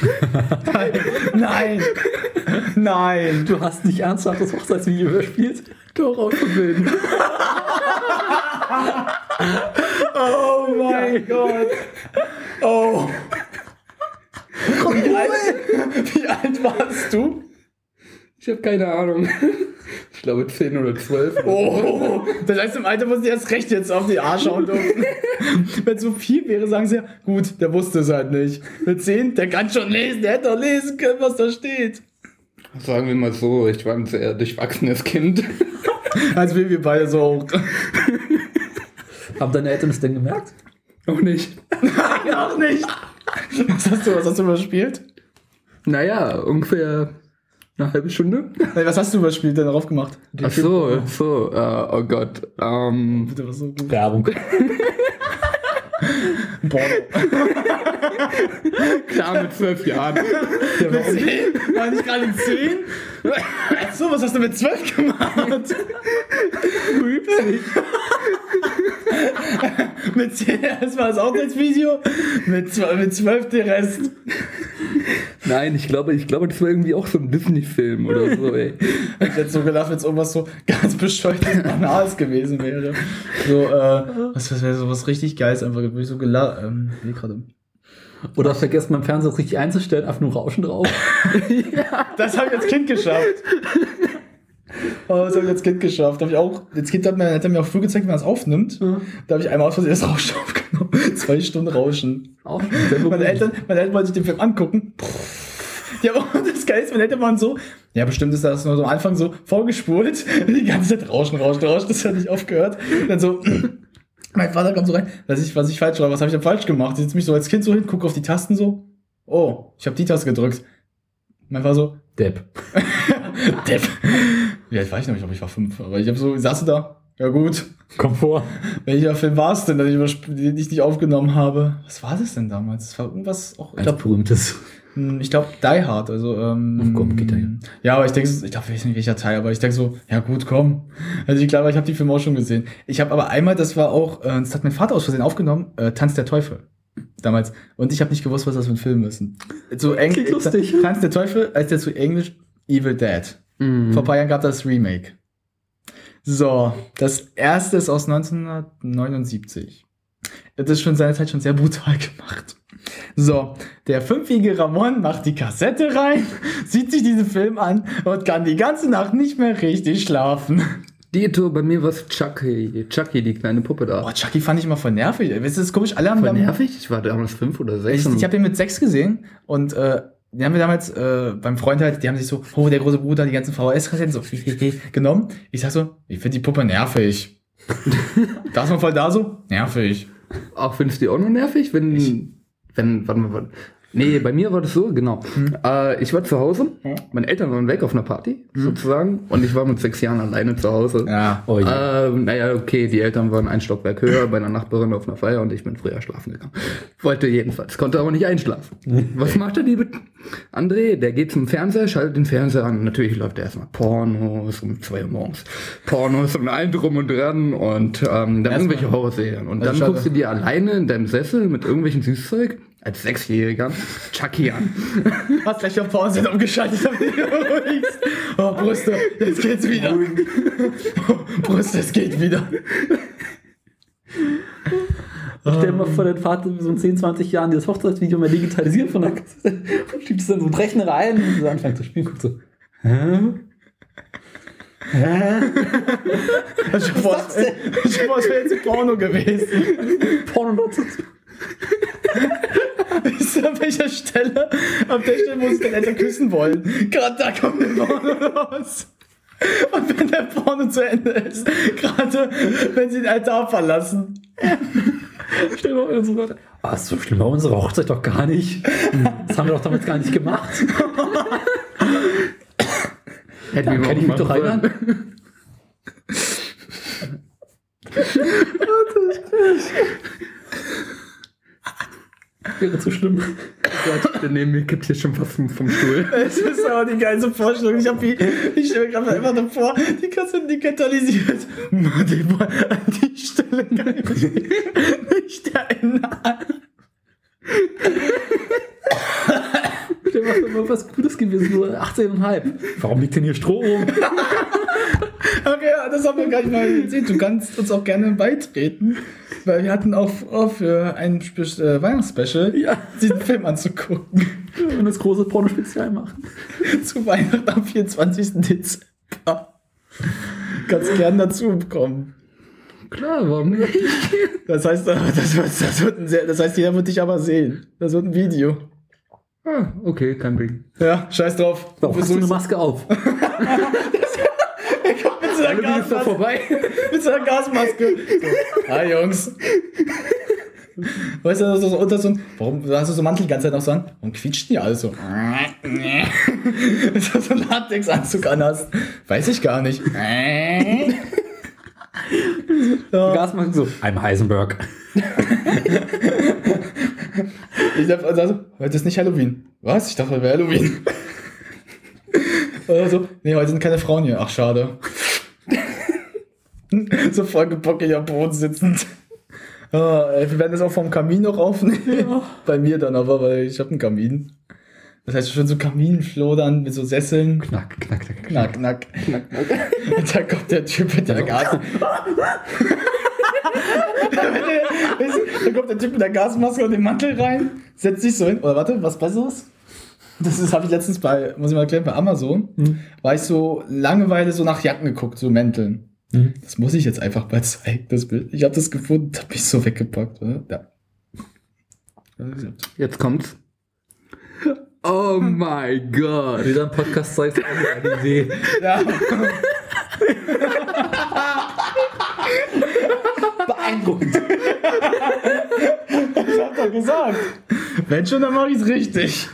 Nein! Nein! Du hast nicht ernsthaft das Hochzeitsvideo überspielt? Doch, auszubilden. Oh mein Gott! Oh! Wie alt warst du? Ich habe keine Ahnung. Ich glaube 10 oder 12. Oh! Das heißt, im Alter muss ich erst recht jetzt auf die A schauen dürfen. Wenn so viel wäre, sagen sie ja, gut, der wusste es halt nicht. Mit 10, der kann schon lesen, der hätte doch lesen können, was da steht. Sagen wir mal so, ich war ein sehr durchwachsenes Kind. Als wir beide so auch. Haben deine Eltern das denn gemerkt? Auch nicht. Nein, auch nicht. Was hast du überspielt? Naja, ungefähr eine halbe Stunde. Nein, was hast du überspielt denn darauf gemacht? Ach so, oh Gott. Bitte, was so gut. Werbung. Porno. Klar, mit 12 Jahren. Mit 10? War nicht gerade 10? Ach so, was hast du mit 12 gemacht? Du übst nicht. Mit 10 erstmal das Aufsatzvideo, mit 12 der Rest. Nein, ich glaube, das war irgendwie auch so ein Disney-Film oder so, ey. Ich hätte so gelacht, wenn es irgendwas so ganz bescheuertes Banales gewesen wäre. So, was wäre so was richtig Geiles einfach, würde ich so gelacht. Nee, gerade. Oder vergessen beim Fernseher das richtig einzustellen, einfach nur Rauschen drauf. Ja, das habe ich als Kind geschafft. Oh, das habe ich als Kind geschafft. Hab ich auch, als Kind hat mir auch früh gezeigt, wie man das aufnimmt. Da habe ich einmal aus Versehen das Rauschen aufgenommen. 2 Stunden Rauschen. Meine Eltern wollten sich den Film angucken. Ja, aber das Geilste, meine Eltern waren so, ja, bestimmt ist das nur so am Anfang so vorgespult. Die ganze Zeit Rauschen, das hat nicht aufgehört. Und dann so, mein Vater kommt so rein, was ich falsch war, was habe ich denn falsch gemacht? Ich setze mich so als Kind so hin, gucke auf die Tasten so, oh, ich habe die Taste gedrückt. Mein Vater so, Depp. Depp. Wie alt war ich noch? Ich glaube, ich war 5. Aber ich habe so, saß du da? Ja gut. Komm vor. Welcher Film war es denn, den ich nicht aufgenommen habe? Was war das denn damals? Das war irgendwas auch. Ein berühmtes. Ich glaube Die Hard. Also, komm, geht da hin. Ja, aber ich denke, ich glaube, ich weiß nicht welcher Teil, aber ich denke so, ja gut, komm. Also ich glaube, ich habe die Filme auch schon gesehen. Ich habe aber einmal, das war auch, das hat mein Vater aus Versehen aufgenommen, Tanz der Teufel. Damals. Und ich habe nicht gewusst, was das für ein Film ist. So Klingt lustig. Tanz der Teufel, als der zu Englisch Evil Dead. Vor ein paar Jahren gab das Remake. So, das erste ist aus 1979. Das ist schon seinerzeit schon sehr brutal gemacht. So, der 5-jährige Ramon macht die Kassette rein, sieht sich diesen Film an und kann die ganze Nacht nicht mehr richtig schlafen. Dito, bei mir war es Chucky. Chucky, die kleine Puppe da. Oh, Chucky fand ich immer voll nervig. Das ist komisch, alle haben Voll nervig? Ich war damals 5 oder 6. Ich habe ihn mit 6 gesehen und die haben wir damals beim Freund halt, die haben sich so, oh, der große Bruder, die ganzen VHS-Kassetten so genommen. Ich sag so, ich finde die Puppe nervig. Da ist man voll da so, nervig. Ach, findest du die auch noch nervig? Warte mal. Nee, bei mir war das so, genau. Ich war zu Hause, meine Eltern waren weg auf einer Party, sozusagen, und ich war mit 6 Jahren alleine zu Hause. Ja. Oh ja. Naja, okay, die Eltern waren ein Stockwerk höher bei einer Nachbarin auf einer Feier und ich bin früher schlafen gegangen. Wollte jedenfalls, konnte aber nicht einschlafen. Was macht der liebe André? Der geht zum Fernseher, schaltet den Fernseher an. Natürlich läuft erstmal Pornos um 2 Uhr morgens. Pornos und allen drum und dran und dann irgendwelche Horrorserien. Und dann guckst du dir alleine in deinem Sessel mit irgendwelchen Süßzeug als 6-Jähriger Chucky an. Hast gleich auf Pause umgeschaltet, damit du ruhigst. Oh, Brüste, jetzt geht's wieder. Oh, Brüste, es geht wieder. Stell dir mal vor, dein Vater mit so 10, 20 Jahren dieses Hochzeitsvideo mal digitalisieren von der Kassette und schiebt es dann so einen Rechner rein und so anfängt zu spielen, guckt so, hä? Ich war jetzt ein Porno gewesen. Porno-Nutzen. Wisst ihr, an welcher Stelle? Ab der Stelle, wo sie den Eltern küssen wollen. Gerade da kommt der Porno raus. Und wenn der Porno zu Ende ist, gerade wenn sie den Altar verlassen. Stell dir mal so, so schlimm war unsere Hochzeit doch gar nicht. Das haben wir doch damals gar nicht gemacht. Hätten wir Kann ich mich doch erinnern? Wäre zu schlimm. Der neben mir kippt hier schon fast vom Stuhl. Es ist aber die geilste Vorstellung. Ich stelle mir gerade einfach nur vor, die Kasse digitalisiert. Die wollen an die Stelle nicht erinnern. Der war immer was Gutes gewesen, nur 18,5. Warum liegt denn hier Stroh rum? Okay, das haben wir gar nicht mal gesehen. Du kannst uns auch gerne beitreten, weil wir hatten auch für ein Weihnachtsspecial diesen Film anzugucken. Und das große Porno-Spezial machen. Zu Weihnachten am 24. Dezember. Kannst gern dazu kommen. Klar, warum nicht? Das heißt, jeder wird dich aber sehen. Das wird ein Video. Ah, okay, kein Ding. Ja, scheiß drauf. Warum hast du eine Maske auf? Er kommt mit seiner Gasmaske. Vorbei. Mit seiner Gasmaske. So, hi Jungs. Weißt du, warum hast du so Mantel die ganze Zeit noch so an? Warum quietscht die alles so? Wenn du so einen Latexanzug an hast. Weiß ich gar nicht. Gasmaske so, I'm Heisenberg. Ich dachte, also, heute ist nicht Halloween. Was? Ich dachte, heute wäre Halloween. Oder so, nee, heute sind keine Frauen hier. Ach, schade. So voll gebockig am Boden sitzend. Wir werden das auch vom Kamin noch aufnehmen. Ja. Bei mir dann aber, weil ich habe einen Kamin. Das heißt schon so Kaminflodern mit so Sesseln. Knack, knack, knack, knack, knack. Knack, knack. Und da kommt der Typ mit der Gas. Da kommt der Typ mit der Gasmaske und dem Mantel rein, setzt sich so hin. Oder warte, was Besseres? Das habe ich letztens muss ich mal erklären, bei Amazon, war ich so Langeweile so nach Jacken geguckt, so Mänteln. Das muss ich jetzt einfach mal zeigen, das Bild. Ich habe das gefunden, hab mich so weggepackt, oder? Ja. Jetzt kommt's. Oh mein Gott. Dieser im Podcast zeigt auch eine Idee. Ja. Beeindruckend. Ich hab doch gesagt. Wenn schon, dann mach ich's richtig.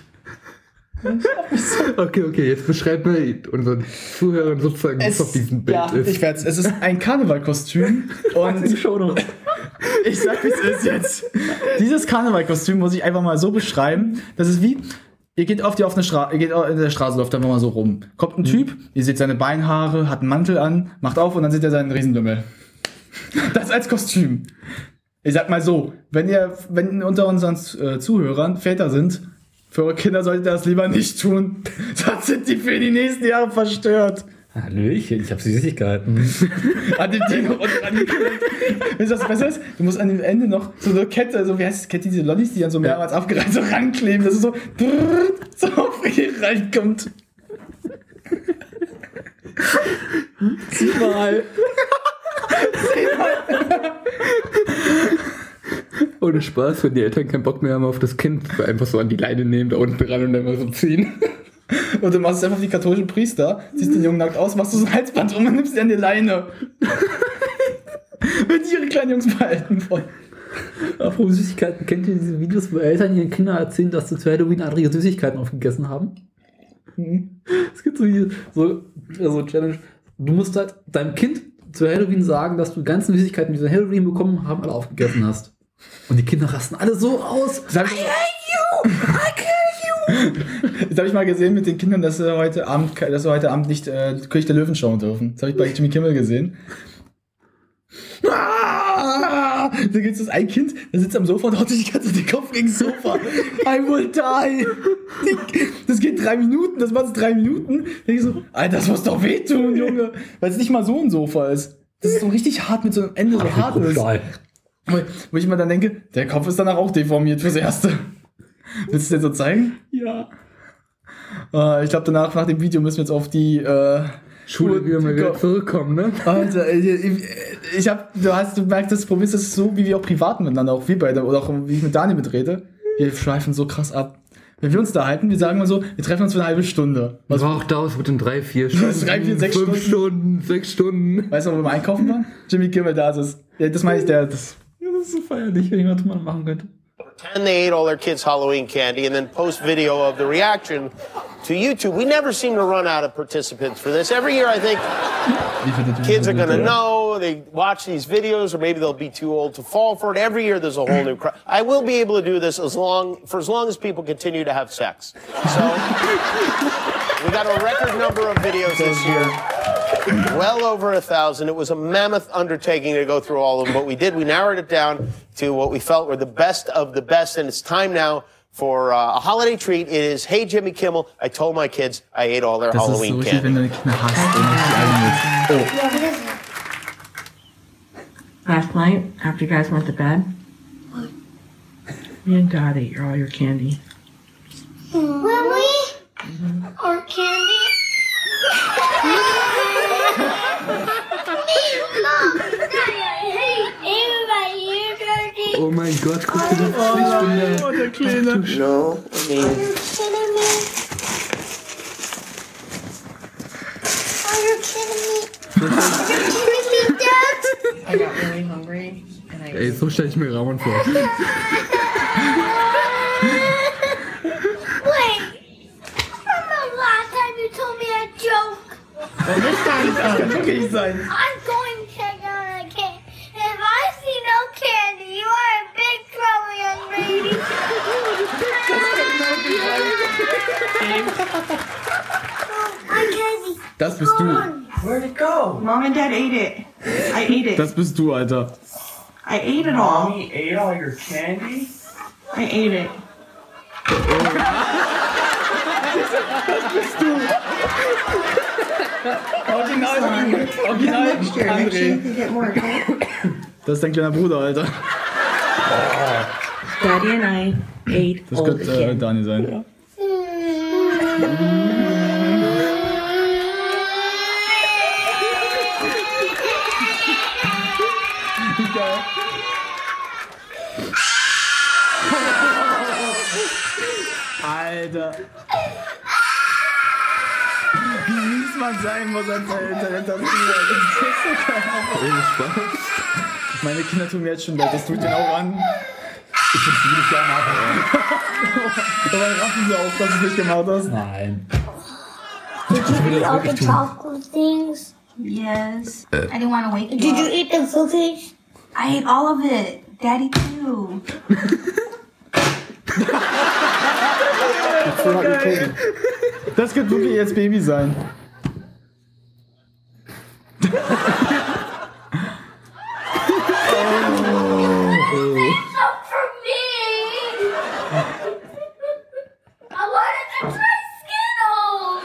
Okay, jetzt beschreib mal unseren Zuhörern sozusagen, was auf diesem Bild ist. Ich werd's. Es ist ein Karnevalkostüm und Die Show ich sag, wie es ist jetzt. Dieses Karnevalkostüm muss ich einfach mal so beschreiben. Das ist wie, ihr geht in der Straße, läuft einfach mal so rum. Kommt ein Typ, ihr seht seine Beinhaare, hat einen Mantel an, macht auf und dann seht ihr seinen Riesenlümmel. Das als Kostüm. Ich sag mal so, wenn unter unseren Zuhörern Väter sind, für eure Kinder solltet ihr das lieber nicht tun. Sonst sind die für die nächsten Jahre verstört. Hallöchen, ich hab Süßigkeiten. An dem Ding noch unten an die Kette. Weißt du, was besser ist? Du musst an dem Ende noch so eine Kette, so wie heißt es, Kette, diese Lollis, die dann so mehrmals abgereiht so rankleben, dass es so auf hier reinkommt. Sieh mal. Ohne Spaß, wenn die Eltern keinen Bock mehr haben auf das Kind, einfach so an die Leine nehmen, da unten ran und dann mal so ziehen. Und du machst einfach wie die katholischen Priester, ziehst den Jungen nackt aus, machst du so ein Halsband um und nimmst ihn an die Leine. Wenn die ihre kleinen Jungs behalten wollen. Apropos Süßigkeiten, kennt ihr diese Videos, wo Eltern ihren Kindern erzählen, dass sie zu Halloween andere Süßigkeiten aufgegessen haben? Es gibt so Challenge. Du musst halt deinem Kind zu Halloween sagen, dass du die ganzen Süßigkeiten, die sie Halloween bekommen haben, alle aufgegessen hast. Und die Kinder rasten alle so aus. I hate you! I kill you! Das habe ich mal gesehen mit den Kindern, dass sie heute Abend nicht König der Löwen schauen dürfen. Das habe ich bei Jimmy Kimmel gesehen. Da gibt es ein Kind, der sitzt am Sofa und haut sich die ganze Zeit den Kopf gegen das Sofa. I will die! Das geht 3 Minuten, das war 3 Minuten. Da denke ich so, Alter, das muss doch wehtun, Junge. Weil es nicht mal so ein Sofa ist. Das ist so richtig hart mit so einem Ende, so hart ist. Wo ich mir dann denke, der Kopf ist danach auch deformiert fürs Erste. Willst du es denn so zeigen? Ja. Ich glaube, nach dem Video müssen wir jetzt auf die Schule wieder mal wieder zurückkommen, ne? Alter, du merkst das Problem, ist, das ist so, wie wir auch privat miteinander, auch wir beide, oder auch wie ich mit Daniel mitrede. Wir schweifen so krass ab. Wenn wir uns da halten, wir sagen mal so, wir treffen uns für eine halbe Stunde. Was war auch da aus mit den 3, 4 Stunden? 3, 4, 6 5 Stunden, 6 Stunden. Weißt du, wo wir einkaufen waren? Jimmy Kimmel, da ist es. Ja, das meine ich, das ist so feierlich, wenn ich mal machen könnte. And they ate all their kids' Halloween candy and then post video of the reaction to YouTube. We never seem to run out of participants for this. Every year I think kids are going to know, they watch these videos, or maybe they'll be too old to fall for it. Every year there's a whole new crowd. I will be able to do this for as long as people continue to have sex. So we got a record number of videos this year. Well over 1,000. It was a mammoth undertaking to go through all of them, but we did. We narrowed it down to what we felt were the best of the best, and it's time now for a holiday treat. It is Hey Jimmy Kimmel. I told my kids I ate all their Halloween candy. Wenn du Kinder hast und nicht die eigenen. Last night, after you guys went to bed, me and Dad ate all your candy. Really? Our candy? Oh mein Gott, guck dir das Licht der Kleine. No, I mean... I got really hungry and I Ey, so stelle ich mir Ramon vor. Wait! From the last time you told me a joke. Das kann wirklich sein. I'm going to check out a candy. If I see no candy, you are in big trouble, young lady. My candy. Das bist du. Where'd it go? Mom and Dad ate it. I ate it. Das bist du, Alter. I ate it all. Mommy ate all your candy? I ate it. Original. André. Das ist dein kleiner Bruder, Alter. Daddy and I ate Das all the könnte candy. Daniel sein. Alter. Wie mies man sein muss als Eltern. Das ist so geil. Ohne Spaß. Meine Kinder tun mir jetzt schon leid, das tut denen auch an. Ich finde es jedes Jahr nach. Aber raffen sie auch, dass du es nicht gemacht hast. Nein. Did you eat all the chocolate things? Yes. I didn't want to wake you Did you up. eat the cookies? I ate all of it. Daddy too. Das könnte wirklich jetzt Baby sein. Not for me. I wanted to try Skittles.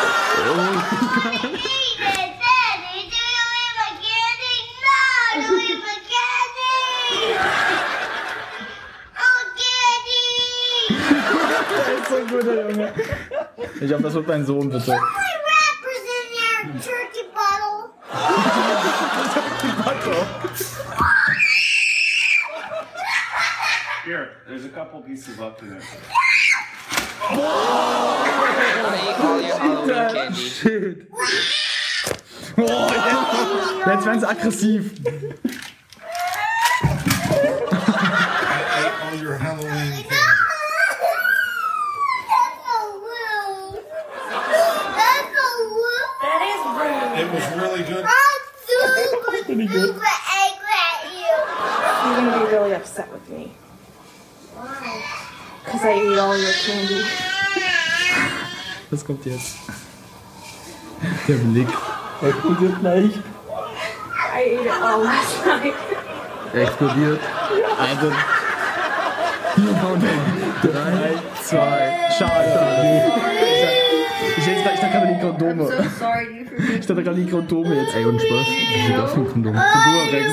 Daddy, do you eat my candy? No, you eat my candy. Oh, candy. Der ist so gut, der Junge. Ich hoffe, das wird mein Sohn, bitte. My wrappers in your turkey bottle. Here, there's a couple pieces left in there. Shit. Jetzt werden sie aggressiv. All your Halloween candy. That's so rude. That's so rude. It was really good. I'm super angry at you. You're gonna be really upset with me. Why? Because I ate all your candy. Was kommt jetzt? Der Blick. Er explodiert gleich. I ate it all last night. Er explodiert. Also. 3, 2, schade. Ich dachte gerade die Kondome. Sorry, dude, for Ich dachte gerade die Kondome jetzt. Ey, und Spaß. Wie das für ein Kondom? Durex.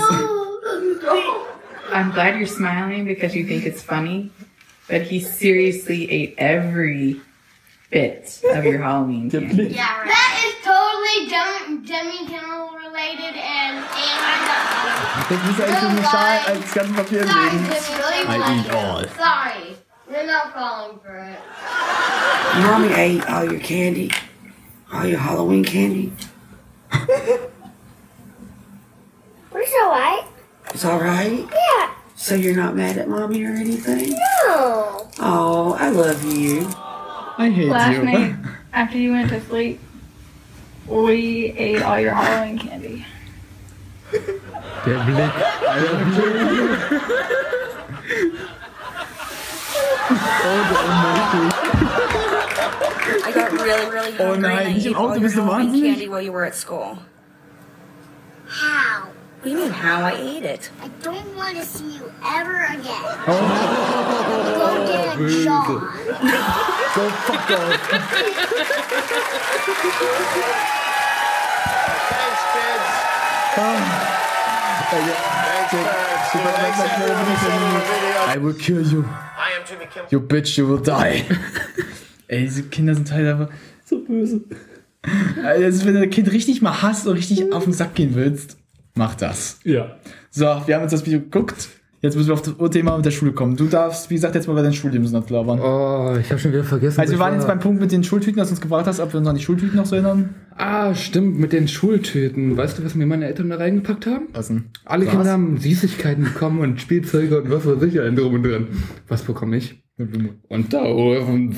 I'm glad you're smiling because you think it's funny, but he seriously ate every bit of your Halloween candy. Yeah, right. That is totally dumb Jimmy Kimmel related and Das muss eigentlich in den Schal als ganzen Papier legen. I eat all. Sorry, you're not falling for it. Mommy ate all your candy. All your Halloween candy. It's alright. It's alright? Yeah. So you're not mad at mommy or anything? No. Oh, I love you. I hate Last you. night, after you went to sleep, we ate all your Halloween candy. Der Blick. I got really Oh hungry nein, and I nicht im ate all Auto, your bist du Halloween wahnsinnig? candy while you were at school. How? What do you mean how I ate it? I don't want to see you ever again. Go get a job. Go fuck off. Thanks, kids. I will kill you. I am Jimmy Kimmel. You bitch, you will die. Ey, diese Kinder sind halt einfach so böse. Also, wenn du ein Kind richtig mal hasst und richtig auf den Sack gehen willst, mach das. Ja. So, wir haben uns das Video geguckt. Jetzt müssen wir auf das Urthema mit der Schule kommen. Du darfst, wie gesagt, jetzt mal bei deinen Schulleben labern. Oh, ich habe schon wieder vergessen. Also wir waren jetzt beim Punkt mit den Schultüten, das uns gebracht hast, ob wir uns an die Schultüten noch so erinnern. Ah, stimmt, mit den Schultüten. Weißt du, was mir meine Eltern da reingepackt haben? Was denn? Alle Was? Kinder haben Süßigkeiten bekommen und Spielzeuge und was weiß ich allen drum und dran. Was bekomme ich? Unterhosen.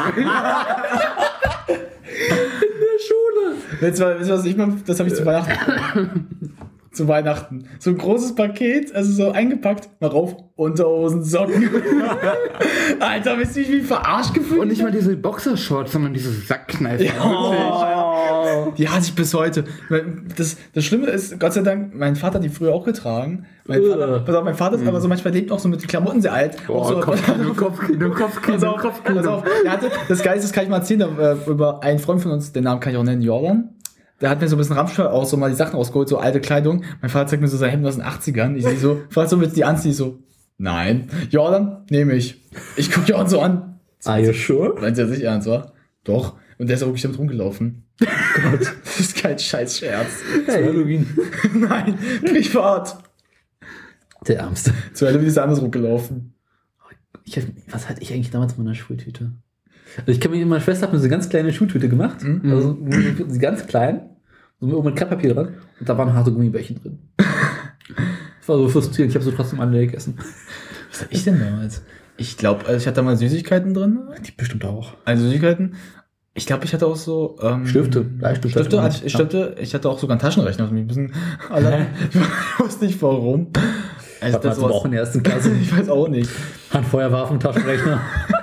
Jetzt war, was ich mal, das habe ich zu Weihnachten. Zu Weihnachten. So ein großes Paket, also so eingepackt, mal rauf, Unterhosen, Socken. Alter, bist du wie verarscht gefühlt? Und nicht mal diese Boxershorts, sondern diese Sackkneifer. Ja. Die hasse ich bis heute. Das Schlimme ist, Gott sei Dank, mein Vater hat die früher auch getragen. Mein Vater ist aber so manchmal lebt auch so mit den Klamotten sehr alt. Oh, auch so, Kopfkino. Pass auf, der hatte, das Geilste, das kann ich mal erzählen, über einen Freund von uns, den Namen kann ich auch nennen, Jordan. Der hat mir so ein bisschen Ramschall auch so mal die Sachen rausgeholt, so alte Kleidung. Mein Vater zeigt mir so sein Hemd aus den 80ern. Ich sehe so, fragt so, willst du die anziehen? Ich so, nein. Jordan, nehme ich. Ich gucke Jordan so an. Are you sure? Meinst du ja sicher ernst, war? Doch. Und der ist auch wirklich damit rumgelaufen. Gott, das ist kein scheiß Scherz. Hey. Halloween. Nein, privat. Der Ärmste. Zu Halloween ist er anders rumgelaufen. Was hatte ich eigentlich damals in meiner Schultüte? Also ich kann mich, meine Schwester hat mir so eine ganz kleine Schultüte gemacht. Also ganz klein. So mit Krepppapier dran. Und da waren harte Gummibärchen drin. Das war so frustrierend. Ich habe so trotzdem alle gegessen. Was hatte ich denn damals? Ich glaube, also ich hatte da mal Süßigkeiten drin. Die bestimmt auch. Also Süßigkeiten. Ich glaube, ich hatte auch so Stifte. Ich hatte auch sogar einen Taschenrechner. Also ein bisschen ich weiß nicht warum. Also das war auch in der ersten Klasse. Ich weiß auch nicht. Handfeuerwaffen, Taschenrechner.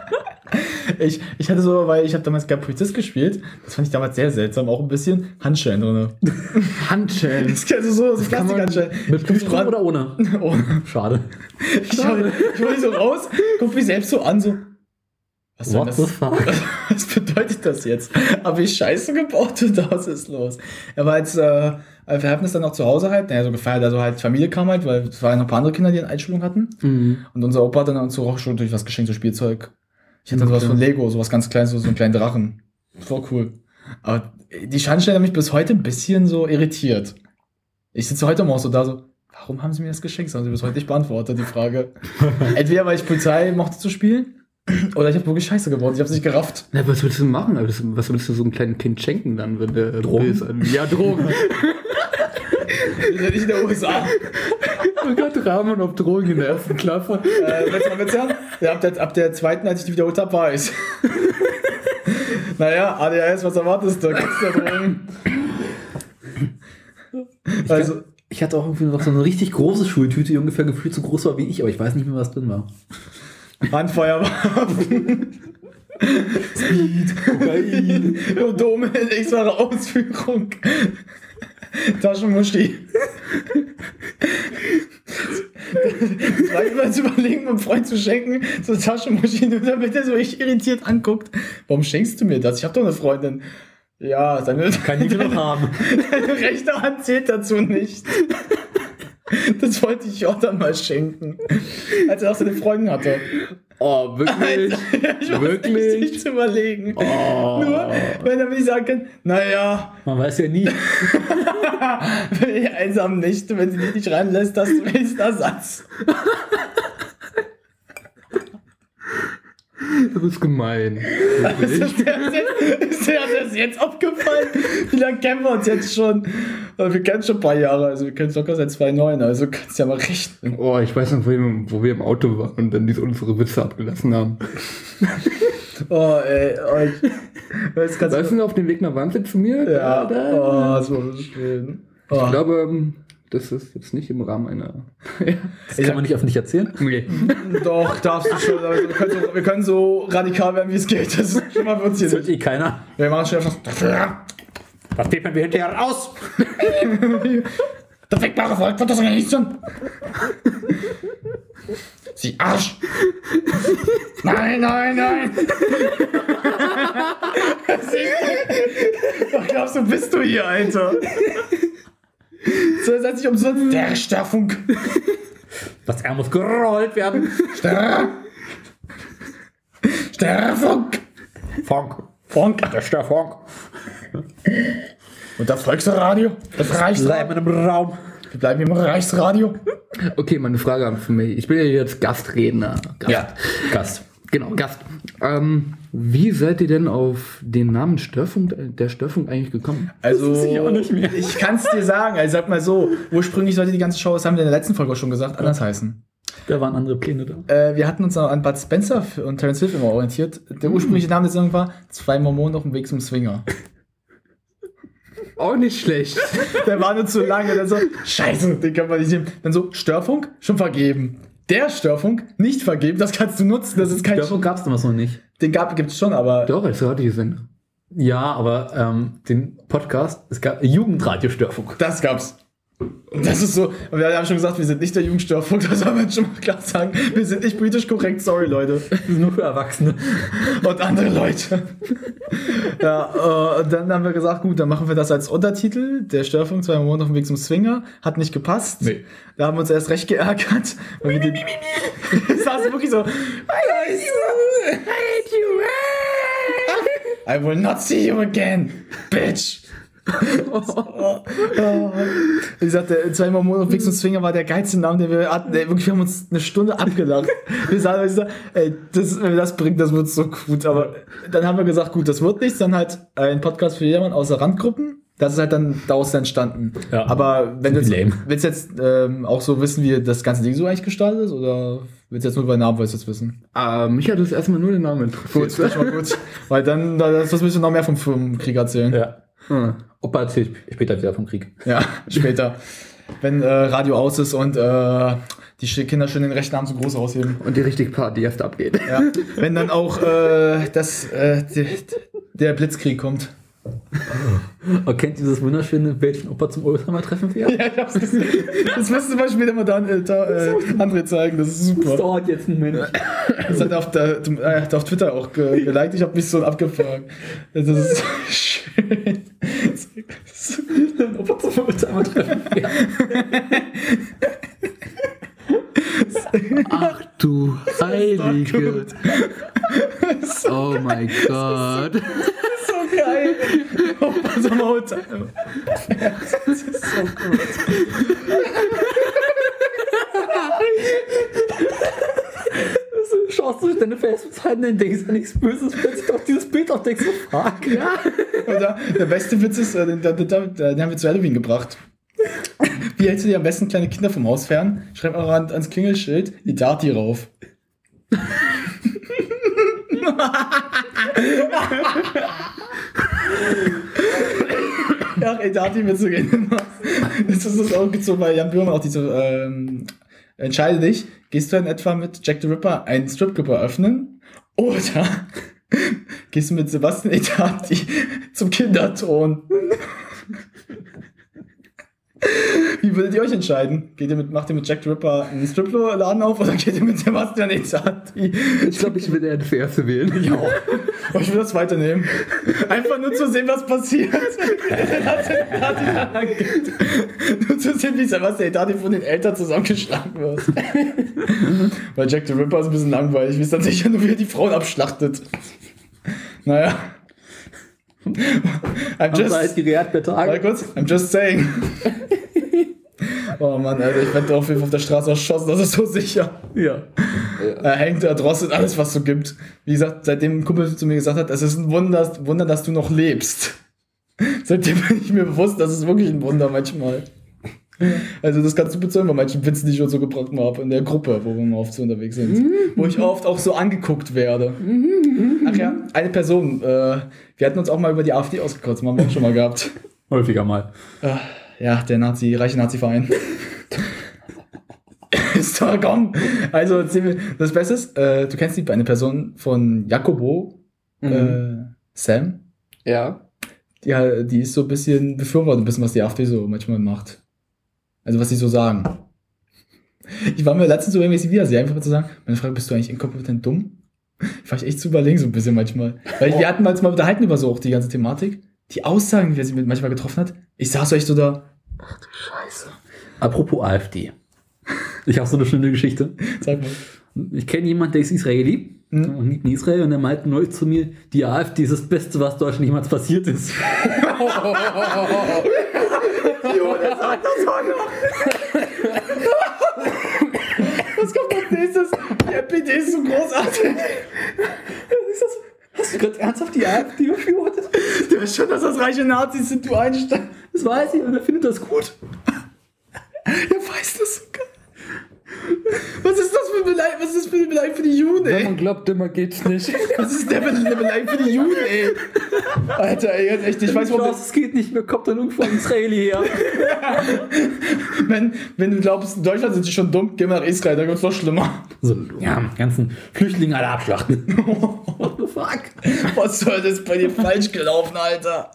Ich hatte so, weil ich habe damals gar Polizist gespielt. Das fand ich damals sehr seltsam. Auch ein bisschen Handschellen drin. Handschellen? Das kennst du so Plastikhandschellen. Mit Strom oder ohne? Ohne. Schade. Ich hole so raus, guck mich selbst so an, so. Was soll das? Was bedeutet das jetzt? Habe ich Scheiße gebaut oder was ist los? Aber als wir hatten das dann auch zu Hause halt, so gefeiert, also halt Familie kam halt, weil es waren noch ein paar andere Kinder, die eine Einschulung hatten. Und unser Opa hat dann uns so auch schon durch was geschenkt, so Spielzeug. Ich hatte sowas von Lego, sowas ganz Kleines, so einen kleinen Drachen. Voll cool. Aber die Schandstelle hat mich bis heute ein bisschen so irritiert. Ich sitze heute auch so da so, warum haben sie mir das geschenkt? Das haben sie bis heute nicht beantwortet, die Frage. Entweder weil ich Polizei mochte zu spielen, oder ich habe wirklich Scheiße gebaut, ich habe es nicht gerafft. Na, was würdest du machen? Was würdest du so einem kleinen Kind schenken dann, wenn der Drogen? Ja, Drogen. Wir sind nicht in der USA. Oh Gott, Rahmen auf Drogen in der ersten Klasse. Willst du hören? Ja, ab der zweiten, als ich die wiederholt habe, war ich's. Naja, ADHS, was erwartest du? Kriegst du ja Drogen. Also, ich hatte auch irgendwie noch so eine richtig große Schultüte, die ungefähr gefühlt so groß war wie ich, aber ich weiß nicht mehr, was drin war. Handfeuerwaffen. Speed, Kokain, Kondome in x-facher Ausführung. Taschenmuschi. Das war immer zu überlegen, meinem Freund zu schenken, so eine Taschenmuschi, nur damit er so echt irritiert anguckt. Warum schenkst du mir das? Ich hab doch eine Freundin. Ja, kann ich noch haben. Deine rechte Hand zählt dazu nicht. Das wollte ich Jordan mal schenken, als er auch seine Freundin hatte. Oh, wirklich? Ich weiß Wirklich? nicht zu überlegen. Oh. Nur, wenn er mir sagen kann, naja, Man weiß ja nie. wenn die einsamen Nächte, wenn sie dich nicht reinlässt, hast du wenigstens Ersatz. Das ist gemein. Ist dir das jetzt aufgefallen? Wie lange kennen wir uns jetzt schon? Wir kennen schon ein paar Jahre, also wir kennen es locker seit 2009, also kannst du ja mal rechnen. Oh, ich weiß noch, wo wir im Auto waren und dann unsere Witze abgelassen haben. Oh, ey. Weißt du noch auf dem Weg nach Wahnsinn zu mir? Ja. Oh, das war so schön. Oh. Ich glaube, das ist jetzt nicht im Rahmen einer... Das kann man nicht öffentlich erzählen. Nee. Doch, darfst du schon. Also wir können so radikal werden, wie es geht. Das ist schon mal wird's hier Das hört nicht. keiner. Wir machen schon einfach... Das piepen wir hinterher raus. Das wegbare Volk wird das ja nicht tun. Sie Arsch. Nein. Was glaubst du, bist du hier, Alter? So, das heißt nicht umsonst der Störfunk. Das R muss gerollt werden. Störfunk. Funk. Der Störfunk. Und das Volksradio? Das Reichsradio? Bleiben im Raum. Wir bleiben im Reichsradio. Okay, meine Frage an für mich. Ich bin ja jetzt Gastredner. Gast. Genau, Gast. Wie seid ihr denn auf den Namen der Störfunk eigentlich gekommen? Also, Das weiß ich auch nicht mehr. ich kann es dir sagen. Also, sag mal so, ursprünglich sollte die ganze Show, das haben wir in der letzten Folge auch schon gesagt, anders heißen. Da waren andere Pläne da. Wir hatten uns noch an Bud Spencer und Terence Hill immer orientiert. Der ursprüngliche Name der Sendung war 2 Mormonen auf dem Weg zum Swinger. Auch nicht schlecht. Der war nur zu lange. Dann so, scheiße, den kann man nicht nehmen. Dann so, Störfunk, schon vergeben. Der Störfunk, nicht vergeben, das kannst du nutzen. Das ist kein Störfunk gab es damals noch nicht. Den gibt's schon, aber... Doch, als Radiosender. Ja, aber den Podcast, es gab Jugendradio-Störfunk. Das gab's. Und das ist so, und wir haben schon gesagt, wir sind nicht der Jugendstörfunk, das soll man schon mal klar sagen. Wir sind nicht politisch korrekt, sorry Leute. Das ist nur für Erwachsene. Und andere Leute. Ja, und dann haben wir gesagt, gut, dann machen wir das als Untertitel. Der Störfunk, 2 Monate auf dem Weg zum Swinger, hat nicht gepasst. Nee. Da haben wir uns erst recht geärgert. Weil wir das saß wirklich so, I will not see you again, bitch. Wie gesagt, der 2 Mormonen auf Weg zum Swinger war der geilste Name, den wir hatten. Ey, wirklich, wir haben uns eine Stunde abgelacht. Wir sagen, ey, wenn wir das bringt, das wird so gut. Aber dann haben wir gesagt, gut, das wird nichts. Dann halt ein Podcast für jedermann außer Randgruppen. Das ist halt dann daraus entstanden. Ja, aber wenn lame. willst du jetzt auch so wissen, wie das ganze Ding so eigentlich gestartet ist? Oder willst du jetzt nur bei Namen wissen? Mich hat das erstmal nur der Name interessiert. Gut, das ist schon mal gut. Weil dann, das müssen wir noch mehr vom Krieg erzählen. Ja. Hm. Opa erzählt später wieder vom Krieg. Ja, später. Wenn Radio aus ist und die Kinder schön den rechten Arm so groß ausheben. Und die richtige Party erst abgeht. Ja. Wenn dann auch der Blitzkrieg kommt. Und kennt dieses wunderschöne Bild von Opa zum Oldtimer-Treffen wieder? Ja, ich hab's gesehen. Das wirst du mal später mal André zeigen, das ist super. Das dauert jetzt einen Moment. Das hat er auf Twitter auch geliked, ich hab mich so abgefragt. Das ist schön. Opa zum Oldtimer-Treffen. Ja. Ach du Heilige. Oh mein Gott. So geil. Opa zum Oldtimer. Das ist so gut. Du schaust durch deine Facebook-Seiten und denkst an nichts Böses, plötzlich auf dieses Bild auf denkst, so fuck. Ja. Oder der beste Witz ist, den haben wir zu Halloween gebracht. Wie hältst du dir am besten kleine Kinder vom Haus fern? Schreib mal ans Klingelschild Idati rauf. Ja, Idati wird so gerne. Das ist das auch gezogen bei Jan Böhmer auch diese entscheide dich, gehst du in etwa mit Jack the Ripper einen Stripclub eröffnen oder gehst du mit Sebastian Idati zum Kinderton? Wie würdet ihr euch entscheiden? Macht ihr mit Jack the Ripper einen Stripclub-Laden auf oder geht ihr mit Sebastian Idati? Ich glaube, ich würde eher das erste wählen. Ja. Oh, ich will das weiternehmen. Einfach nur zu sehen, was passiert. Nur zu sehen, wie Sebastian von den Eltern zusammengeschlagen wird. Weil Jack the Ripper ist ein bisschen langweilig. Wie es dann sicher nur wieder die Frauen abschlachtet. Naja. I'm just saying. Oh Mann, Alter, ich werde auf jeden Fall auf der Straße erschossen, das ist so sicher. Ja. Er hängt, er drosselt, alles, was es so gibt. Wie gesagt, seitdem ein Kumpel zu mir gesagt hat, es ist ein Wunder, dass du noch lebst. Seitdem bin ich mir bewusst, das ist wirklich ein Wunder manchmal. Also das kannst du bezeugen bei manchen Witzen, die ich schon so gebracht habe in der Gruppe, wo wir mal oft so unterwegs sind. Wo ich oft auch so angeguckt werde. Ach ja, eine Person, wir hatten uns auch mal über die AfD ausgekotzt, haben wir auch schon mal gehabt. Häufiger mal. Ja, der reiche Nazi-Verein. Ist doch, komm. Also, das Beste ist, du kennst eine Person von Jakobo, Sam? Ja. Ja, die ist so ein bisschen befürwortet, was die AfD so manchmal macht. Also, was sie so sagen. Ich war mir letztens so irgendwie wiedersehen, einfach mal zu sagen, meine Frage, bist du eigentlich inkompetent dumm? Ich war echt zu überlegen so ein bisschen manchmal. Weil wir hatten uns mal unterhalten über so auch die ganze Thematik. Die Aussagen, die er sie manchmal getroffen hat. Ich saß euch so da. Ach du Scheiße. Apropos AfD. Ich habe so eine schöne Geschichte. Sag mal. Ich kenne jemanden, der ist Israeli und lebt in Israel und der meinte neulich zu mir, die AfD ist das Beste, was Deutschland jemals passiert ist. Jo, der sagt das auch noch. Was kommt als nächstes? Die NPD ist so großartig. Hast du gerade ernsthaft die AfD befürwortet? Du weißt schon, dass das reiche Nazis sind, du Einstein. Das weiß ich und er findet das gut. Er weiß das sogar. Was ist das für ein Beleidigung für die Juden, ey? Wenn man glaubt, immer geht's nicht. Was ist der Beleidigung für die Juden, ey? Alter, ey, jetzt echt, ich weiß, warum es geht nicht mehr, kommt dann irgendwo ein Israeli her. wenn du glaubst, in Deutschland sind sie schon dumm, geh mal nach Israel, da wird's noch schlimmer. So, ja, ganzen Flüchtlinge alle abschlachten. What the fuck? Was soll das bei dir falsch gelaufen, Alter?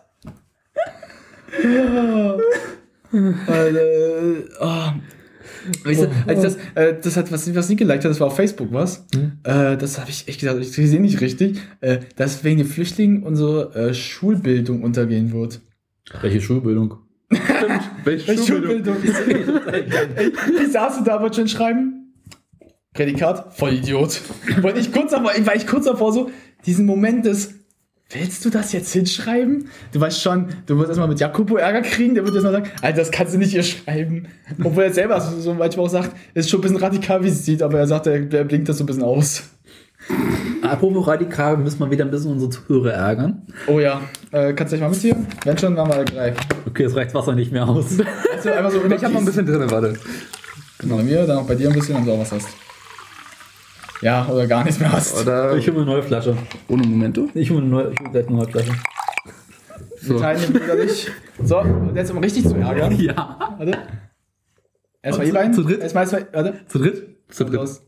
Alter, oh. Weißt du, als das hat, was sie geliked hat, das war auf Facebook, was? Das habe ich echt gesagt, ich sehe nicht richtig, dass wegen den Flüchtlingen unsere Schulbildung untergehen wird. Welche Schulbildung? Welche Schulbildung? Ich saß da, wollte schon schreiben. Prädikat, Vollidiot. War ich kurz davor so, diesen Moment des, willst du das jetzt hinschreiben? Du weißt schon, du wirst erstmal mit Jakobo Ärger kriegen, der wird jetzt mal sagen, Alter, das kannst du nicht hier schreiben. Obwohl er selber so manchmal auch sagt, ist schon ein bisschen radikal, wie es sieht, aber er sagt, er blinkt das so ein bisschen aus. Apropos radikal, müssen wir wieder ein bisschen unsere Zuhörer ärgern. Oh ja, kannst du dich mal mit hier? Wenn schon, machen wir alle gleich. Okay, jetzt reicht Wasser nicht mehr aus. Also einfach so Ich hab noch ein bisschen drin, warte. Genau, bei mir, dann auch bei dir ein bisschen, wenn du auch was hast. Ja, oder gar nichts mehr hast. Oder Ich hole mir eine neue Flasche. ohne Momento? Ich hole gleich eine neue Flasche. Wir teilen den Bruder nicht. So, und jetzt um richtig zu ärgern. Ja. Warte. Erstmal ihr beiden. Zu dritt? Warte. Zu dritt? Zu dritt. Los.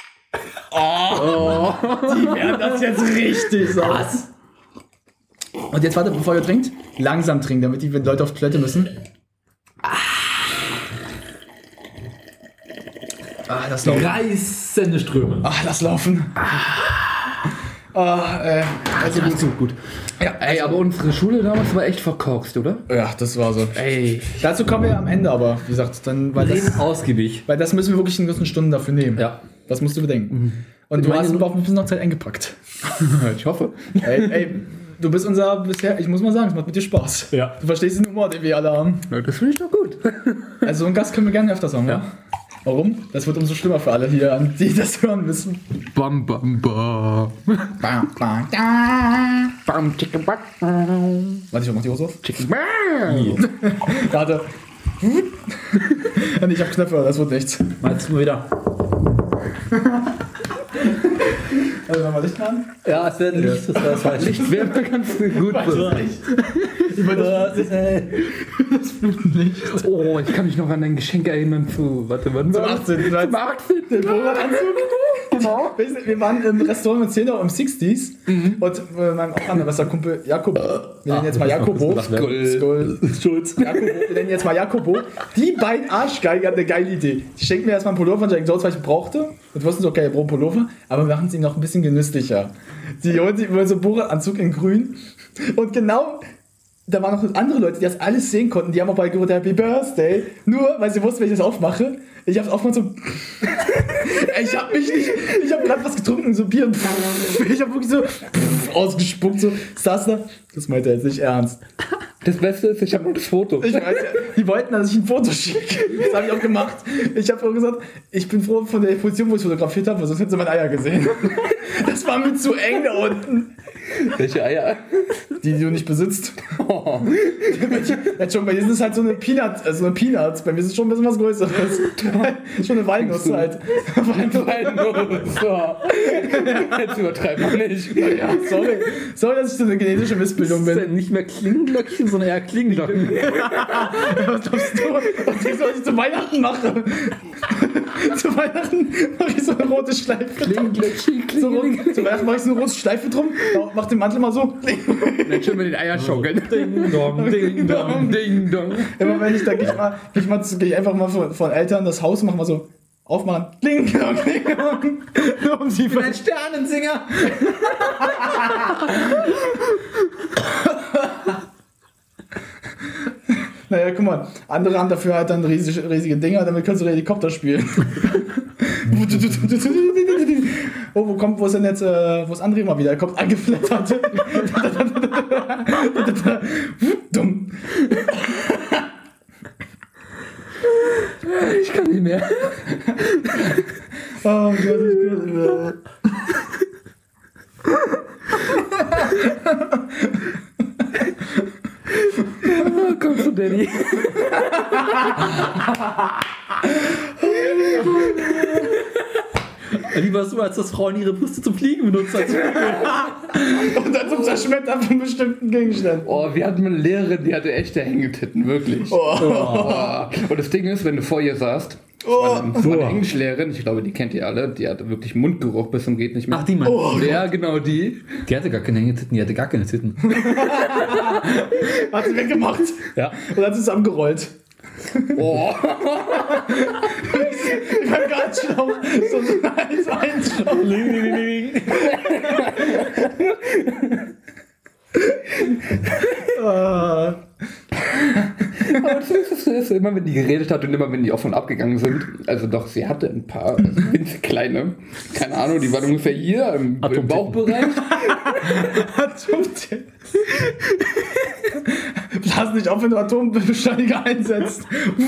Oh, die werden das jetzt richtig so. Was? Und jetzt warte, bevor ihr trinkt, langsam trinken, damit die Leute auf Toilette müssen. Das laufen. Reißende Ströme. Lass laufen. Also gut. Ja, ey, aber unsere Schule damals war echt verkorkst, oder? Ja, das war so. Ey. Dazu kommen wir am Ende, aber wie gesagt, dann Ausgiebig. weil das müssen wir wirklich in kurzen Stunden dafür nehmen. Ja. Das musst du bedenken. Und Ich du meine, hast überhaupt ein bisschen noch Zeit eingepackt. Ich hoffe. Ey, du bist unser bisher, ich muss mal sagen, es macht mit dir Spaß. Ja. Du verstehst den Humor, den wir alle haben. Ja, das finde ich doch gut. Also so einen Gast können wir gerne öfters haben, ja? Warum? Das wird umso schlimmer für alle hier, die das hören müssen. Bam, bam, bam. Bam, bam. Bam, chicken, bam. Warte, ich mach die Hose auf. Chicken, bam. Warte. Ich hab Knöpfe, das wird nichts. Meinst du wieder? Also nochmal Licht an? Ja, es wäre Licht. Das wäre falsch. Licht wäre ganz gut. Ich wollte das Blutlicht. Oh, ich kann mich noch an dein Geschenk erinnern zu. Warte, wann Zum war 18. Zum 18. Den Vorratanzug. Genau. Wir waren im Restaurant mit Zehner im 60s und mein auch anderer Kumpel Jakob, wir nennen jetzt mal Jakobo. Schulz. Jakobo, wir nennen jetzt mal Jakobo. Die beiden Arschgeiger hatten eine geile Idee. Die schenken mir erstmal einen Pullover von Jack Jones, weil ich brauchte. Und wussten so, okay, er braucht Pullover, aber wir machen es ihm noch ein bisschen genüsslicher. Die holen sich so einen Borat-Anzug in grün und genau. Da waren noch andere Leute, die das alles sehen konnten. Die haben auch bei gerufen, Happy Birthday. Nur, weil sie wussten, wenn ich das aufmache. Ich hab's aufgemacht so... ich hab gerade was getrunken, so Bier. Ich hab wirklich so ausgespuckt, so. Saß da. Das meinte er jetzt nicht ernst. Das Beste ist, ich habe nur das Foto. Ich weiß, die wollten, dass ich ein Foto schicke. Das habe ich auch gemacht. Ich habe auch gesagt, ich bin froh von der Position, wo ich fotografiert habe, weil sonst hätten sie meine Eier gesehen. Das war mir zu eng da unten. Welche Eier? Die du nicht besitzt. Oh. Schon, bei dir ist es halt so eine Peanut. Bei mir ist es schon ein bisschen was Größeres. Schon eine Walnuss halt. Walnuss. Jetzt übertreibt man nicht. Ja, sorry, dass ich so eine genetische Missbildung bin. Das ist ja nicht mehr Klingenglöckchen, sondern eher Klingenglocken. Was glaubst du? Was soll ich zu Weihnachten machen? Zu Weihnachten mache ich so eine rote Schleife. Klingenglöckchen, zu Weihnachten mache ich so eine rote Schleife drum. Mach den Mantel mal so. Dann schön mit den Eiern schaukeln. Ding dong, ding dong, ding dong. Immer wenn ich da gehe ich einfach mal von Eltern das Haus und mach mal so aufmachen. Ding dong, ding dong. Nur um sie ein Sternensinger. Naja, guck mal, andere haben dafür halt dann riesige Dinger, damit kannst du Helikopter spielen. Oh, wo ist denn jetzt, wo ist André mal wieder? Er kommt angeflattert. Dumm. Ich kann nicht mehr. Oh Gott. Kommst du, Danny? Wie war es so, als das Frauen ihre Brüste zum Fliegen benutzt hat? Und dann zum Zerschmettern von bestimmten Gegenständen. Oh, wir hatten eine Lehrerin, die hatte echte Hängetitten, wirklich. Oh. Und das Ding ist, wenn du vor ihr saßt, war eine Englischlehrerin, ich glaube, die kennt ihr alle, die hatte wirklich Mundgeruch bis zum geht nicht mehr. Ach, die Mann. Ja, genau die. Die hatte gar keine Hängetitten, die hatte gar keine Titten. Hat sie weggemacht. Ja. Und hat sie zusammengerollt. Oh. Ich war ganz schlau. So ein Schlau. Aber das ist immer, wenn die geredet hat und immer, wenn die auf und abgegangen sind. Also doch, sie hatte ein paar winzig kleine. Keine Ahnung, die waren ungefähr hier im Bauchbereich. Atomtitten. Blass nicht auf, wenn du Atombeschleuniger einsetzt.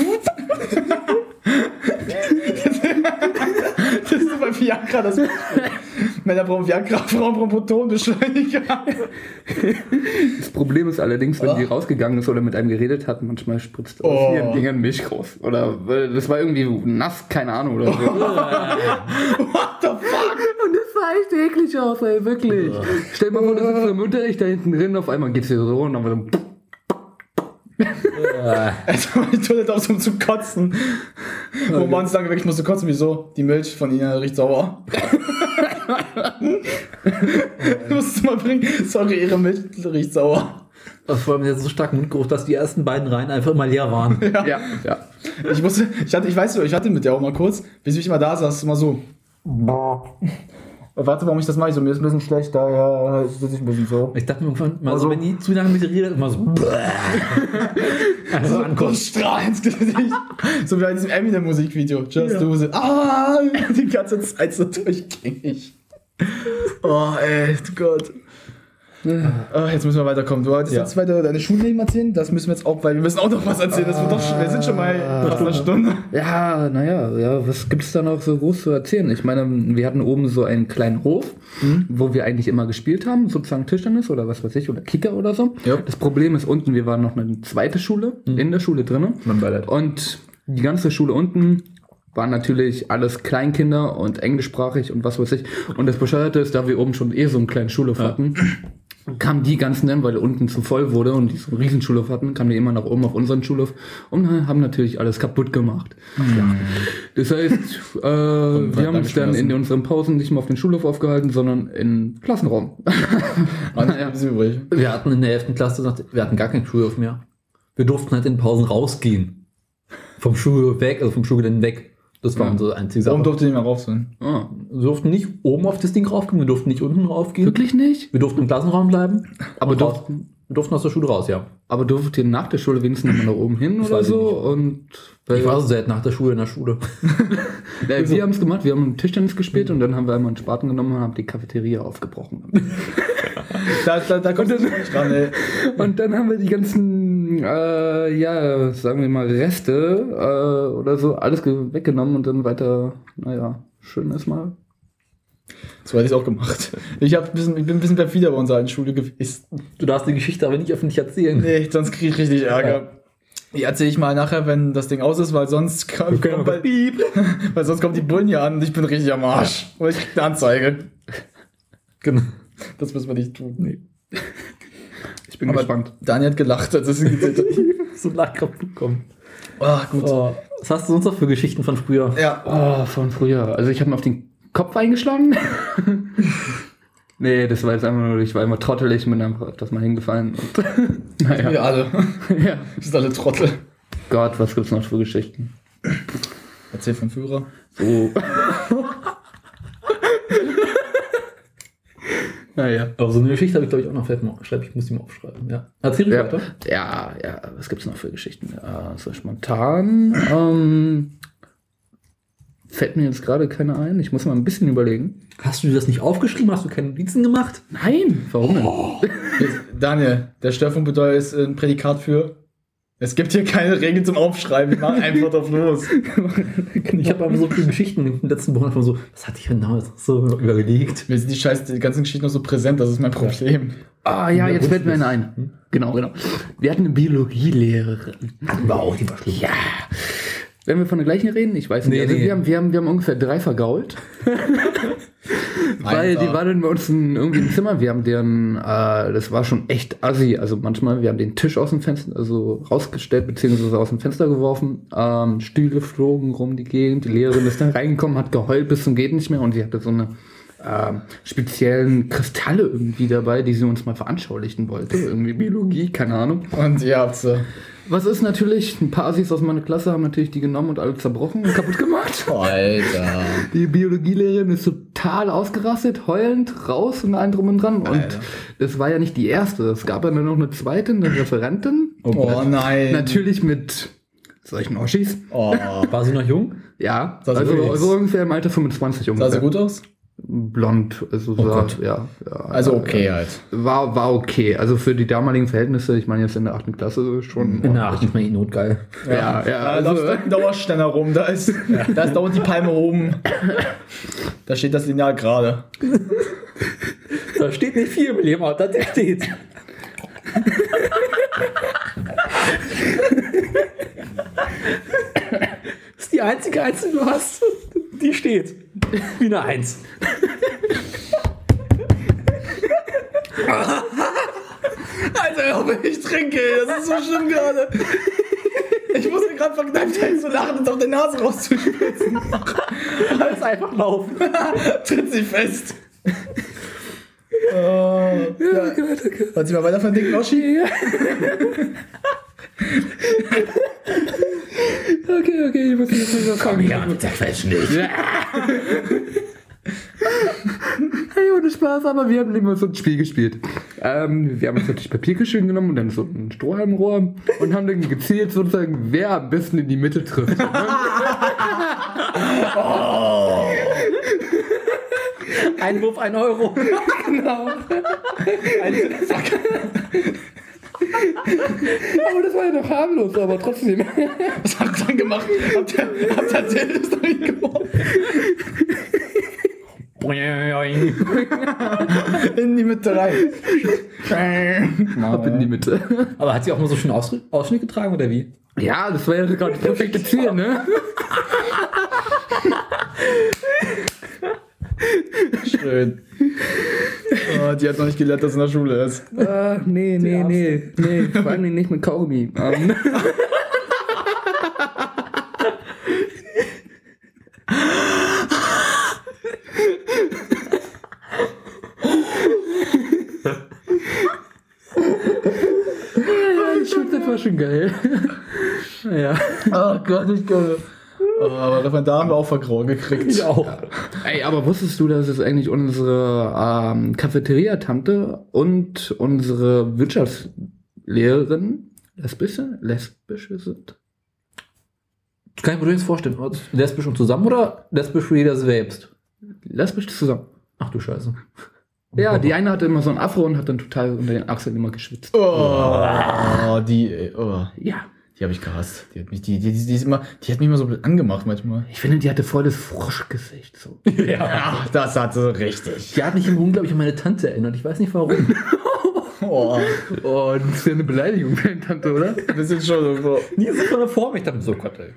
Das ist bei Viagra das Beispiel. Männer brauchen Viagra, Frauen brauchen Protonbeschleuniger. Das Problem ist allerdings, wenn die rausgegangen ist oder mit einem geredet hat, manchmal spritzt aus ihren Dingern Milch raus. Oder das war irgendwie nass, keine Ahnung oder so. What the fuck? Und das sah echt eklig aus, ey, wirklich. Stell dir mal vor, das ist so im Unterricht da hinten drin, auf einmal geht's hier so und dann so. Also die Toilette aus, um zu kotzen. Wo man uns sagen, ich musste kotzen, wieso? Die Milch von ihnen riecht sauer. Du musst es mal bringen. Sorry, ihre Milch riecht sauer. Vor allem jetzt so stark Mundgeruch, dass die ersten beiden Reihen einfach immer leer waren. Ja. Ich hatte mit der auch mal kurz, bis ich immer da saß, immer so. Warte, warum ich das mache? Mir ist ein bisschen schlecht, daher sitze ich ein bisschen so. Ich dachte mir irgendwann mal so, wenn die zu lange mit dir redet, immer so. Also ein Strahl ins Gesicht. So wie bei diesem Eminem-Musikvideo. Just do it. Die ganze Zeit so durchgängig. Oh, ey, Gott. Jetzt müssen wir weiterkommen. Du wolltest jetzt weiter deine Schulleben erzählen? Das müssen wir jetzt auch, weil wir müssen auch noch was erzählen. Wir sind schon mal fast eine Stunde. Ja, naja, was gibt's da noch so groß zu erzählen? Ich meine, wir hatten oben so einen kleinen Hof, wo wir eigentlich immer gespielt haben, sozusagen Tischtennis oder was weiß ich, oder Kicker oder so. Ja. Das Problem ist unten, wir waren noch eine zweite Schule, in der Schule drinnen. Und die ganze Schule unten waren natürlich alles Kleinkinder und englischsprachig und was weiß ich. Und das Bescheuerte ist, da wir oben schon so einen kleinen Schulhof hatten, kamen die ganzen dann, weil unten zu voll wurde und die so einen riesen Schulhof hatten, kamen die immer nach oben auf unseren Schulhof und haben natürlich alles kaputt gemacht. Ja. Das heißt, wir haben uns dann in unseren Pausen nicht mehr auf den Schulhof aufgehalten, sondern im Klassenraum. Naja. Übrig. Wir hatten in der 11. Klasse, wir hatten gar keinen Schulhof mehr. Wir durften halt in den Pausen rausgehen. Vom Schulhof weg, also vom Schulgelände weg. Das war unsere einzige Sache. Warum durfte ich nicht mehr rauf sein? Ah. Wir durften nicht oben auf das Ding raufgehen, wir durften nicht unten raufgehen. Wirklich nicht? Wir durften im Klassenraum bleiben. Aber wir durften aus der Schule raus, ja. Aber durftet ihr nach der Schule wenigstens noch mal nach oben hin Das oder weiß ich so? nicht. Und Ich war so selten nach der Schule in der Schule. ja, wir haben es gemacht, wir haben Tischtennis gespielt und dann haben wir einmal einen Spaten genommen und haben die Cafeteria aufgebrochen. Da kommt das nicht ran, ey. Und dann haben wir die ganzen, sagen wir mal, Reste oder so, alles weggenommen und dann weiter, schön erstmal. So hätte ich es auch gemacht. Ich bin ein bisschen perfider bei unserer alten Schule gewesen. Du darfst die Geschichte aber nicht öffentlich erzählen. Nee, sonst kriege ich richtig Ärger. Ja. Die erzähle ich mal nachher, wenn das Ding aus ist, weil sonst kommt die Bullen hier an und ich bin richtig am Arsch. Weil ich krieg eine Anzeige. Genau. Das müssen wir nicht tun. Nee. Ich bin gespannt. Daniel hat gelacht, als es gezählt hat. So Lachkraft bekommen. Gut. Oh, was hast du sonst noch für Geschichten von früher? Ja. Von früher. Also ich habe mir auf den Kopf eingeschlagen. Nee, das war jetzt einfach nur, ich war immer trottelig, bin einfach öfters mal hingefallen. Und, naja. Wir alle. Ja. Wir sind alle Trottel. Gott, was gibt's noch für Geschichten? Erzähl vom Führer. So. Naja. Aber so eine Geschichte habe ich, glaube ich, auch noch. Ich muss die mal aufschreiben. Ja. Erzähl Ja, weiter. ja, was gibt's noch für Geschichten? So spontan. Fällt mir jetzt gerade keine ein. Ich muss mal ein bisschen überlegen. Hast du das nicht aufgeschrieben? Hast du keine Notizen gemacht? Nein, warum denn? Daniel, der Störfunkbedeuter ist ein Prädikat für: Es gibt hier keine Regeln zum Aufschreiben. Ich mach einfach drauf los. Ich habe aber so viele Geschichten in den letzten Wochen von so, was hatte ich denn damals so überlegt? Mir sind die ganzen Geschichten noch so präsent, das ist mein Problem. Ja, jetzt fällt mir eine ein. Genau. Wir hatten eine Biologielehrerin. War auch nicht schlimm. Ja. Wenn wir von der gleichen reden, ich weiß nicht. Nee. Wir haben ungefähr 3 vergault. Weil die war dann bei uns irgendwie im Zimmer. Wir haben deren, das war schon echt assi. Also manchmal, wir haben den Tisch aus dem Fenster, also rausgestellt, beziehungsweise aus dem Fenster geworfen. Stühle flogen rum die Gegend. Die Lehrerin ist dann reingekommen, hat geheult bis zum geht nicht mehr und sie hatte so eine speziellen Kristalle irgendwie dabei, die sie uns mal veranschaulichen wollte. Irgendwie Biologie, keine Ahnung. Und ihr habt sie. Was ist natürlich, ein paar Assis aus meiner Klasse haben natürlich die genommen und alle zerbrochen und kaputt gemacht. Alter. Die Biologielehrerin ist total ausgerastet, heulend, raus und allen drum und dran. Und das war ja nicht die erste. Es gab ja nur noch eine zweite, eine Referentin. Oh nein. Natürlich mit solchen Oschis. Oh. War sie noch jung? Ja, Sah sie also gut aus? ungefähr im Alter 25 ungefähr. Sah sie gut aus? Blond, also Gott. ja. Also okay halt. War okay. Also für die damaligen Verhältnisse, ich meine jetzt in der 8. Klasse schon. In der 8. ist meine Not geil. Ja. Da läuft ein Dauerständer rum, da ist dauernd die Palme oben. Da steht das Lineal gerade. Da steht nicht 4 mm, da steht. Das ist die einzige Eins, die du hast. Die steht. Wie eine 1. Alter, ich trinke, das ist so schlimm gerade. Ich muss mir gerade verkneift halten zu lachen und auf der Nase rauszuschwitzen. Alles einfach laufen. Tritt sie fest. Wollen Sie mal weiter von Dick Oschi? Okay, ich muss jetzt mal kommen. Ja, zerquetsch nicht. Hey, ohne Spaß, aber wir haben immer so ein Spiel gespielt. Wir haben uns natürlich Papierkücheln genommen und dann so ein Strohhalmrohr und haben dann gezielt sozusagen, wer am besten in die Mitte trifft. Einwurf 1 Euro. Genau. Aber das war ja noch harmlos, aber trotzdem. Was habt ihr dann gemacht? Habt ihr erzählt, das doch nicht geworfen? In die Mitte rein. Ab in die Mitte. Aber hat sie auch mal so schön Ausschnitt getragen oder wie? Ja, das war ja gerade das perfekte Ziel, ne? Schön. Oh, die hat noch nicht gelernt, dass in der Schule ist. Nee. Vor allem nicht mit Kaugummi. Geil. Ja. Oh Gott, ich glaube. Oh, aber Referendar haben wir auch vergrauen gekriegt. Ich auch. Ey, aber wusstest du, dass es eigentlich unsere Cafeteria-Tante und unsere Wirtschaftslehrerin lesbisch sind? Das kann ich mir übrigens vorstellen. Lesbisch und zusammen oder lesbisch für jeder selbst? Lesbisch zusammen. Ach du Scheiße. Ja, die eine hatte immer so ein Afro und hat dann total unter den Achseln immer geschwitzt. Oh, die Ja. Die habe ich gehasst. Die hat mich immer so blöd angemacht manchmal. Ich finde, die hatte voll das Froschgesicht. So. Ja, das hat sie richtig. Die hat mich im unglaublich an meine Tante erinnert. Ich weiß nicht warum. Oh, Oh, das ist ja eine Beleidigung für eine Tante, oder? das ist schon so. Nie so von der Form. Ich dachte so, Gott, ey.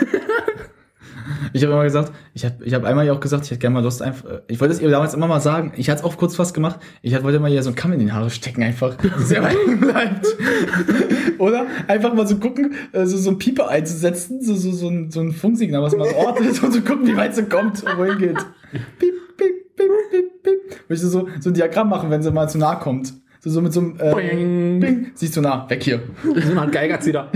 Ich habe immer gesagt, ich hab einmal ja auch gesagt, ich hätte gerne mal Lust einfach. Ich wollte es ihr damals immer mal sagen. Ich hatte es auch kurz fast gemacht. Wollte mal hier so einen Kamm in die Haare stecken, einfach. Dass er hängen bleibt. Oder einfach mal so gucken, so ein Pieper einzusetzen, so ein Funksignal, was man ortet und so gucken, wie weit sie kommt und wohin geht. Piep, piep, piep, piep, piep. Möchte so ein Diagramm machen, wenn sie mal zu nah kommt. So mit so einem Bing. Sie ist zu nah, weg hier. So eine Art Geigerzieher.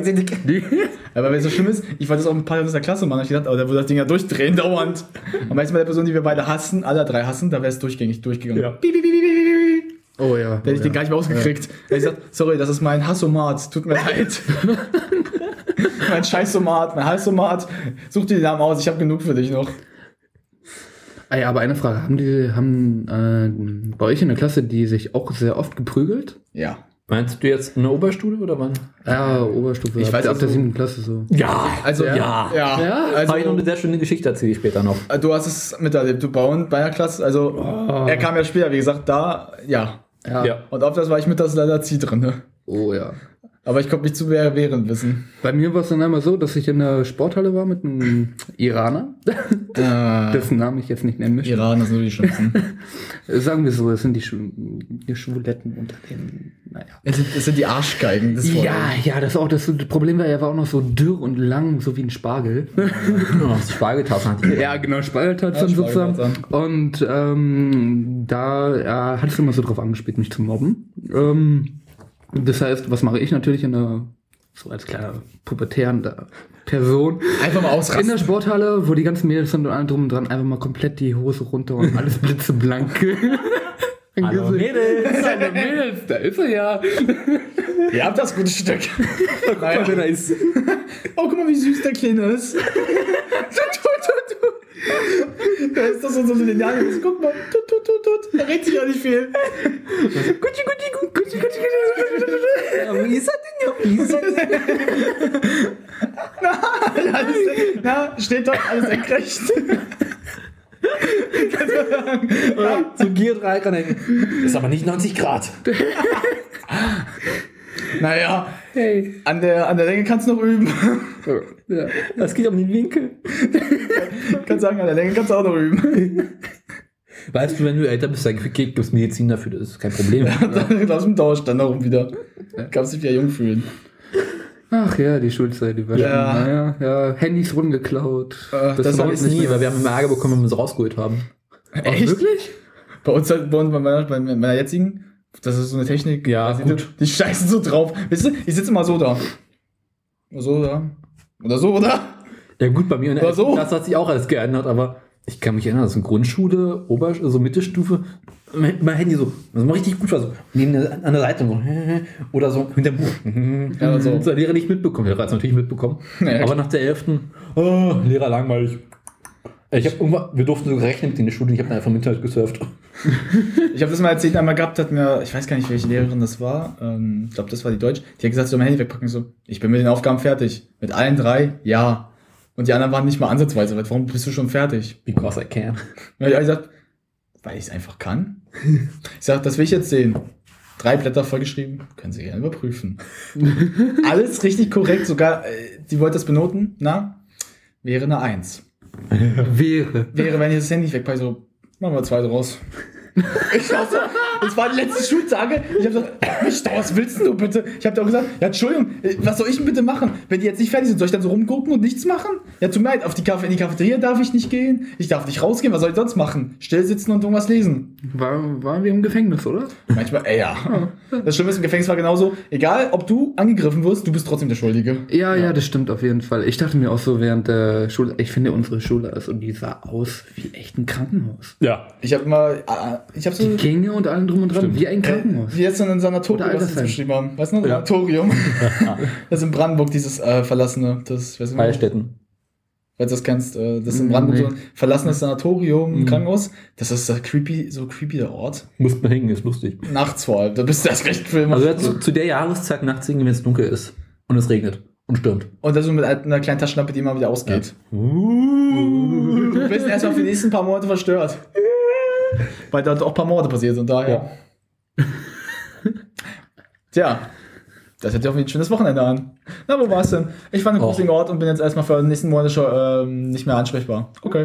Aber wenn es so schlimm ist, ich wollte das auch ein paar aus der Klasse machen, hab ich gedacht, aber da würde das Ding ja durchdrehen dauernd. Und meistens bei der Person, die wir beide hassen, alle drei hassen, da wäre es durchgängig durchgegangen. Ja. Piep, piep, piep, piep, piep. Oh ja. Da hätte ich den gar nicht mehr ausgekriegt. Da hätte ich gesagt, sorry, das ist mein Hassomat, tut mir leid. Mein Scheißsomat, mein Halssomat. Such dir den Namen aus, ich habe genug für dich noch. Ey, aber eine Frage, haben bei euch in der Klasse die sich auch sehr oft geprügelt? Ja. Meinst du jetzt eine Oberstufe oder wann? Ja, Oberstufe. Ich weiß ab der also- 7. Klasse so. Ja, Also, ja. Also, Habe ich noch eine sehr schöne Geschichte, erzähle ich später noch. du hast es miterlebt, du bauen bei der Klasse, also er kam ja später, wie gesagt, da, ja. Ja. Und auf das war ich mit das leider Zieh drin, ne? Oh ja. Aber ich konnte mich zu wehren wissen. Bei mir war es dann einmal so, dass ich in der Sporthalle war mit einem Iraner, dessen Namen ich jetzt nicht nennen möchte. Iran ist nur die Schlimmsten. Sagen wir so, es sind die Schwuletten unter den, naja. Es sind die Arschgeigen. Das Ja, das auch. Das Problem war, er war auch noch so dürr und lang, so wie ein Spargel. Spargeltassen hatte ich. Ja, genau, Spargeltatzen sozusagen. Und da hattest du immer so drauf angespielt, mich zu mobben. Das heißt, was mache ich natürlich so als kleiner pubertärender Person? Einfach mal ausrasten. In der Sporthalle, wo die ganzen Mädels sind und alle drum und dran, einfach mal komplett die Hose runter und alles blitzeblank. Hallo Mädels! Hallo Mädels, da ist er ja. Ihr habt das gute Stück. Nein. Wenn er ist. Oh, guck mal, wie süß der Kleine ist. Du. Da ist doch so lineal. Guck mal. Tut. Er redet sich auch nicht viel. Gucci. Ja, wie ist er denn ja? Wie ist er denn? Na, steht doch alles senkrecht. So Gier 3 kann er. Ist aber nicht 90 Grad. Naja, Hey. an der Länge kannst du noch üben. Ja. Das geht um den Winkel. Kannst sagen, an der Länge kannst du auch noch üben. Weißt du, wenn du älter bist, dann gibt es Medizin dafür, das ist kein Problem. Dann lass dem Dauerstand darum wieder. Kannst dich wieder jung fühlen. Ach ja, die Schulzeit, die war schon, Ja. naja, ja, Handys wurden geklaut. das war war uns nie, weil wir haben immer Ärger bekommen, wenn wir es rausgeholt haben. Echt? Wirklich? Bei uns bei meiner jetzigen, das ist so eine Technik. Ja, gut. Die scheißen so drauf. Weißt du, ich sitze immer so da. Oder so, da. Oder so, oder? Ja gut, bei mir in der Oder so. Das hat sich auch alles geändert, aber ich kann mich erinnern, dass in Grundschule, so Mittelstufe, mein Handy so, das war richtig gut war, so an der Seite so, oder so hinterm Buch. Ja, so. Das hat der Lehrer nicht mitbekommen, der Lehrer hat es natürlich mitbekommen. Ja, aber nach der 11. Lehrer langweilig. Wir durften so rechnen mit in der Schule, ich habe dann einfach im Internet gesurft. Ich habe das mal erzählt, einmal gehabt, hat mir, ich weiß gar nicht, welche Lehrerin das war, ich glaube, das war die Deutsch, die hat gesagt, so mein Handy wegpacken, so, ich bin mit den Aufgaben fertig. Mit allen 3, ja. Und die anderen waren nicht mal ansatzweise, warum bist du schon fertig? Because I can. Ja, ich gesagt, weil ich es einfach kann. Ich sag, das will ich jetzt sehen. 3 Blätter vollgeschrieben, können Sie gerne überprüfen. Alles richtig korrekt, sogar, die wollte das benoten, wäre eine 1. Wäre, wenn ich das Handy nicht wegpacke, so, machen wir 2 draus. Ich sag so, Es waren die letzten Schultage. Ich habe gesagt, was willst du bitte? Ich habe auch gesagt, ja, Entschuldigung, was soll ich denn bitte machen? Wenn die jetzt nicht fertig sind, soll ich dann so rumgucken und nichts machen? Ja, tut mir leid, in die Cafeteria darf ich nicht gehen. Ich darf nicht rausgehen, was soll ich sonst machen? Still sitzen und irgendwas lesen. Waren wir im Gefängnis, oder? Manchmal, ja. Das Schlimme ist, im Gefängnis war genauso, egal ob du angegriffen wirst, du bist trotzdem der Schuldige. Ja, das stimmt auf jeden Fall. Ich dachte mir auch so während der Schule, ich finde unsere Schule, also die sah aus wie echt ein Krankenhaus. Ja. Ich habe so... Die Gänge und allem drum und dran, wie ein Krankenhaus. Wie jetzt so ein Sanatorium, Oder was sie beschrieben haben. Weißt du noch? Sanatorium. Das ist in Brandenburg, dieses verlassene, das, weiß ich nicht. Heilstätten. Falls du das kennst, das ist in Brandenburg so ein verlassenes Sanatorium, ein Krankenhaus. Das ist so creepy der Ort. Muss man hängen, ist lustig. Nachts vor allem, da bist du erst recht Film. Also zu der Jahreszeit nachts hängen, wenn es dunkel ist und es regnet und stürmt. Und das so mit einer kleinen Taschenlampe, die immer wieder ausgeht. Ja. Du bist erstmal für die nächsten paar Monate verstört. Weil da auch ein paar Morde passiert und daher. Ja. Tja, das hört ja auch wie ein schönes Wochenende an. Na, wo war's denn? Ich fand einen großen Ort und bin jetzt erstmal für die nächsten Monate schon nicht mehr ansprechbar. Okay.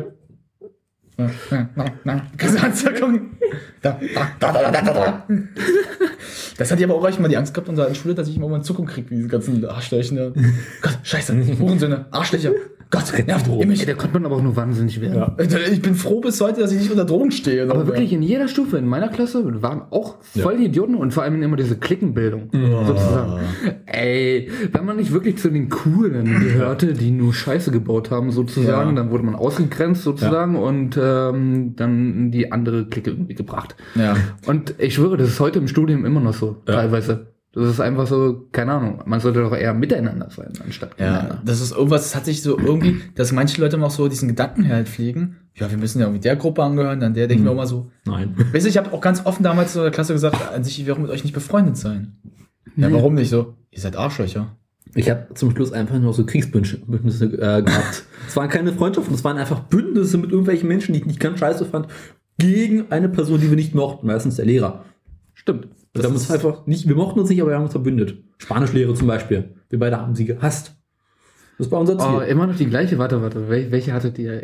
Das hat ja aber auch euch mal die Angst gehabt in der Schule, dass ich immer mal in Zukunft kriege, wie diese ganzen Arschlöcher. Gott, scheiße, Hurensöhne, Arschlöcher. Gott, nervt mich. Da konnte man aber auch nur wahnsinnig werden. Ja. Ich bin froh bis heute, dass ich nicht unter Drogen stehe. Aber wirklich in jeder Stufe, in meiner Klasse, waren auch voll die Idioten und vor allem immer diese Klickenbildung, sozusagen. Ey, wenn man nicht wirklich zu den Coolen gehörte, die nur Scheiße gebaut haben, sozusagen, dann wurde man ausgegrenzt, sozusagen, und dann die andere Clique irgendwie gebracht. Ja. Und ich schwöre, das ist heute im Studium immer noch so, teilweise. Das ist einfach so, keine Ahnung, man sollte doch eher miteinander sein, anstatt gegeneinander. Ja, das ist irgendwas, das hat sich so irgendwie, dass manche Leute noch so diesen Gedanken halt pflegen, ja, wir müssen ja irgendwie der Gruppe angehören, dann der, denke ich mir auch mal so. Nein. Weißt du, ich habe auch ganz offen damals in der Klasse gesagt, an sich, ich will auch mit euch nicht befreundet sein. Ja, warum nicht so? Ihr seid Arschlöcher. Ich habe zum Schluss einfach nur so Kriegsbündnisse gehabt. Es waren keine Freundschaften, es waren einfach Bündnisse mit irgendwelchen Menschen, die ich nicht ganz scheiße fand, gegen eine Person, die wir nicht mochten, meistens der Lehrer. Stimmt. Wir haben uns einfach nicht, wir mochten uns nicht, aber wir haben uns verbündet. Spanischlehre zum Beispiel. Wir beide haben sie gehasst. Das war unser Ziel. Oh, immer noch die gleiche, warte. Welche hattet ihr?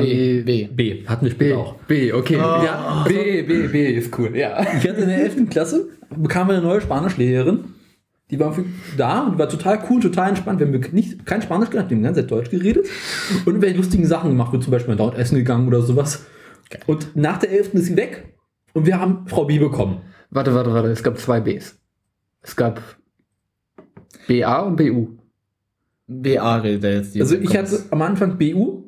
B. Hatten wir später auch. B, okay. Oh. Ja, B ist cool, ja. Ich hatte in der 11. Klasse, bekam eine neue Spanischlehrerin. Die war da und die war total cool, total entspannt. Wir haben kein Spanisch gelernt, wir haben die ganze Zeit Deutsch geredet. Und irgendwelche lustigen Sachen gemacht, wie zum Beispiel dort essen gegangen oder sowas. Okay. Und nach der 11. ist sie weg und wir haben Frau B bekommen. Warte. Es gab 2 Bs. Es gab BA und BU. BA redet er jetzt. Also ich hatte am Anfang BU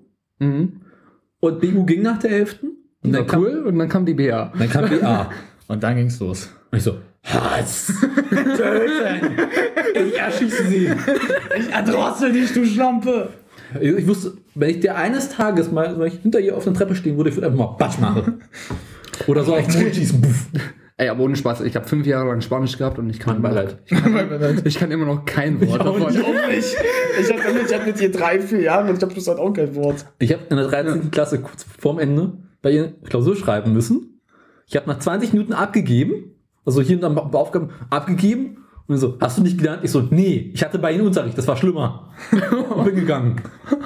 und BU ging nach der 11. Und dann und dann kam die BA. Dann kam BA. Und dann ging's los. Und ich so, Hass! Töten! Ich erschieße sie! Ich erdrossel dich, du Schlampe! Ich wusste, wenn ich dir eines Tages mal hinter ihr auf der Treppe stehen würde, ich würde einfach mal Batsch machen. Oder so auf den Mund schießen. Ey, aber ohne Spaß, ich habe 5 Jahre lang Spanisch gehabt und ich kann immer noch kein Wort davon. Ich auch nicht. Ich hab mit dir 3-4 Jahre und ich habe bis heute auch kein Wort. Ich habe in der 13. Klasse kurz vorm Ende bei ihr Klausur schreiben müssen. Ich habe nach 20 Minuten abgegeben, also hier und dann bei Aufgaben abgegeben und so, hast du nicht gelernt? Ich so, nee, ich hatte bei ihnen Unterricht, das war schlimmer. Und bin gegangen.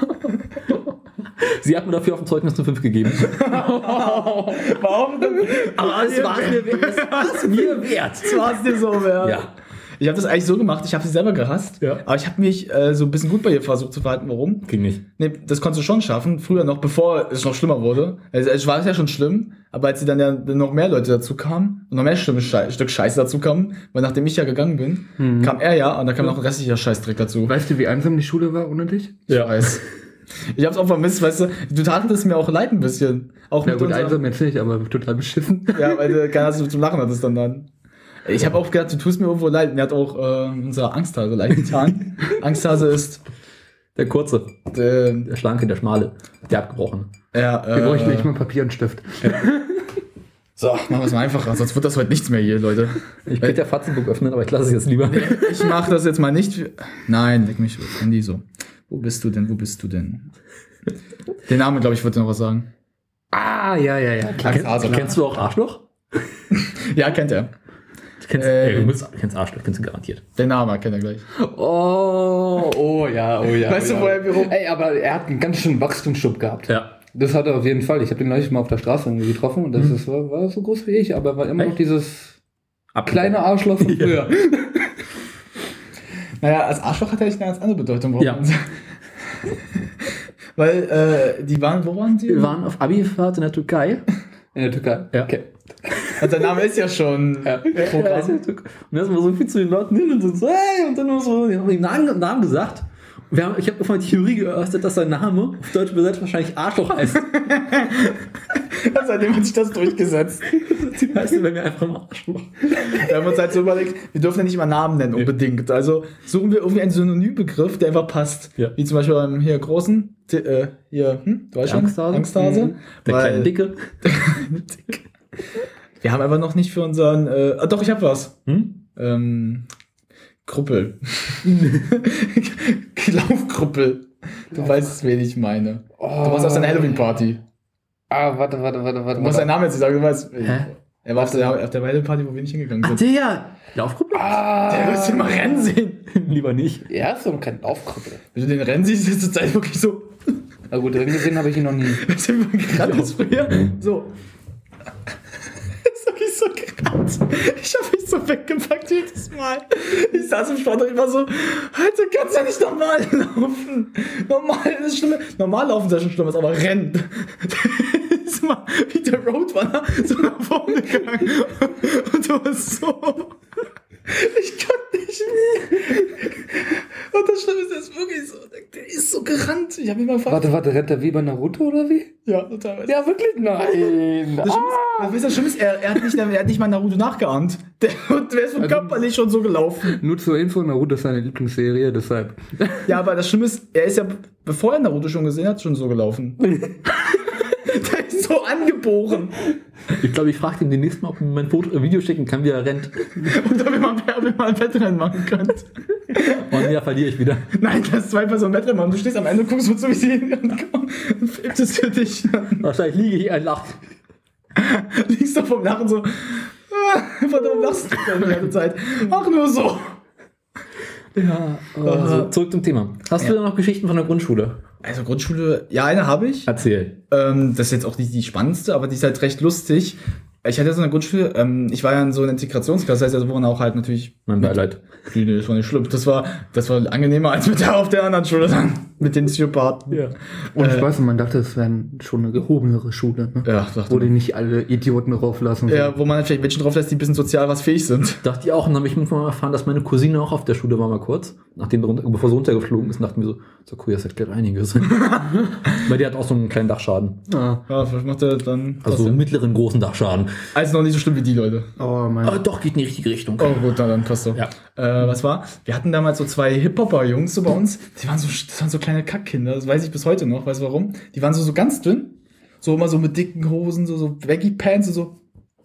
Sie hat mir dafür auf dem Zeugnis eine 5 gegeben. Warum denn? Aber es war mir wert. Es war es dir so wert. Ja. Ich habe das eigentlich so gemacht, ich habe sie selber gehasst, aber ich habe mich so ein bisschen gut bei ihr versucht zu verhalten. Warum? Ging nicht. Nee, das konntest du schon schaffen, früher noch, bevor es noch schlimmer wurde. Also es war ja schon schlimm, aber als sie dann ja noch mehr Leute dazu kamen und noch mehr Stück Scheiße dazu kamen, weil nachdem ich ja gegangen bin, kam er ja und dann kam noch ein restlicher Scheißdreck dazu. Weißt du, wie einsam die Schule war ohne dich? Ja. Ich weiß. Ich hab's auch vermisst, weißt du tatest mir auch leid ein bisschen. Auch ja gut, einsam jetzt nicht, aber total beschissen. Ja, weil du keine Ahnung zum Lachen hattest dann. Ich habe auch gedacht, du tust mir irgendwo leid. Mir hat auch unser Angsthase leid getan. Angsthase ist der Kurze, der Schlanke, der Schmale, der Abgebrochene. Ja, wir bräuchten nicht mal Papier und Stift. Ja. So, machen wir es mal einfacher, sonst wird das heute nichts mehr hier, Leute. Ich könnte ja Fatzenbuch öffnen, aber ich lasse es jetzt lieber. Ich mache das jetzt mal nicht. Nein, leg mich Handy so. Wo bist du denn? Den Namen, glaube ich, wollte noch was sagen. Ah, ja. Kennst du auch Arschloch? Ja, kennt er. Du kennst Arschloch, kennst du garantiert. Den Namen kennt er gleich. Oh ja. Weißt du, wo er Ey, aber er hat einen ganz schönen Wachstumsschub gehabt. Ja. Das hat er auf jeden Fall. Ich habe den neulich mal auf der Straße irgendwie getroffen und das war so groß wie ich, aber war immer noch dieses kleine Arschloch von früher. Naja, als Arschloch hat er echt eine ganz andere Bedeutung. Ja. Weil, die waren, wo waren die? Wir waren auf Abi-Fahrt in der Türkei. In der Türkei? Ja. Okay. Also der Name ist ja schon Programm. Und dann sind wir so viel zu den Leuten hin und sind so, hey, und dann haben wir so, die haben ihm Namen gesagt. Ich habe davon die Theorie geäußert, dass sein Name auf Deutsch übersetzt wahrscheinlich Arschloch heißt. Seitdem hat sich das durchgesetzt. Die heißt bei mir einfach mal Arschloch. Wir haben uns halt so überlegt, wir dürfen ja nicht mal Namen nennen unbedingt. Also suchen wir irgendwie einen Synonymbegriff, der einfach passt. Ja. Wie zum Beispiel beim hier großen, du weißt schon? Angsthase. Mhm. Der kleine Dicke. Wir haben aber noch nicht für unseren, doch, ich habe was. Krüppel. Laufkrüppel. Du weißt, wen ich meine. Du warst auf seiner Halloween-Party. Warte. Du musst seinen Namen jetzt nicht sagen, du weißt. Er war auf der Halloween-Party, wo wir nicht hingegangen sind. Der Laufgruppe? Der wirst du mal rennen sehen. Lieber nicht. Er ist doch kein Laufkrüppel. Wenn du den rennen siehst, ist es halt wirklich so. Na gut, rennen gesehen habe ich ihn noch nie. Weißt du, wie man gerannt ist früher? So. Das ist wirklich so gerannt. Ich habe mich so weggepackt jedes Mal. Ich saß im Sport und ich war so, Alter, kannst ja nicht normal laufen. Normal laufen ist ja schon schlimm, aber rennen. Das ist mal wie der Roadrunner so nach vorne gegangen. Und du warst so... Ich konnte nicht mehr. Und das Schlimme ist, der ist wirklich so, der ist so gerannt. Ich habe mich mal gefragt. Warte, rennt er wie bei Naruto oder wie? Ja, total. Ja, wirklich? Nein. Das Schlimme ist, er hat nicht mal Naruto nachgeahmt. Der ist vom körperlich schon so gelaufen. Nur zur Info, Naruto ist seine Lieblingsserie, deshalb. Ja, aber das Schlimme ist, er ist ja, bevor er Naruto schon gesehen hat, schon so gelaufen. Der ist so angeboren. Ich glaube, ich frage ihn demnächst mal, ob er mir mein Video schicken kann, wie er rennt. Und ob ihr mal ein Wettrennen machen könnt. Und ja, verliere ich wieder. Nein, das ist 2 Personen Wettrennen machen. Du stehst am Ende, guckst so, wie sie hinkommen und filmst es für dich. Wahrscheinlich liege ich ein Lacht. Liegst du vom Lachen so. Verdammt, lachst du die ganze Zeit. Ach, nur so. Ja, also zurück zum Thema. Hast du da noch Geschichten von der Grundschule? Also Grundschule, ja, eine habe ich. Erzähl. Das ist jetzt auch nicht die spannendste, aber die ist halt recht lustig. Ich hatte so eine Grundschule, ich war ja in so einer Integrationsklasse, das heißt, also, wo man auch halt natürlich... Mein Beileid. Nee, das war nicht schlimm. Das war angenehmer als mit der auf der anderen Schule dann. Mit den Psychopathen. Ja. Und Spaß, man dachte, es wäre schon eine gehobenere Schule, ne? Ja, dachte wo die nicht alle Idioten rauflassen. Ja, wo man halt vielleicht Menschen drauflässt, die ein bisschen sozial was fähig sind. Dachte ich auch, und dann habe ich mal erfahren, dass meine Cousine auch auf der Schule war, mal kurz. Bevor sie runtergeflogen ist, dachten wir so cool, das erklärt einiges. Weil die hat auch so einen kleinen Dachschaden. Ja, was macht der dann? Also einen mittleren, großen Dachschaden. Also noch nicht so schlimm wie die Leute. Oh mein Aber doch, geht in die richtige Richtung. Oh gut, dann passt doch. Ja. Was war? Wir hatten damals so 2 Hip-Hopper-Jungs so bei uns. Das waren so kleine Kackkinder. Das weiß ich bis heute noch. Weißt du warum? Die waren so ganz dünn. So immer so mit dicken Hosen, so Baggy-Pants und so.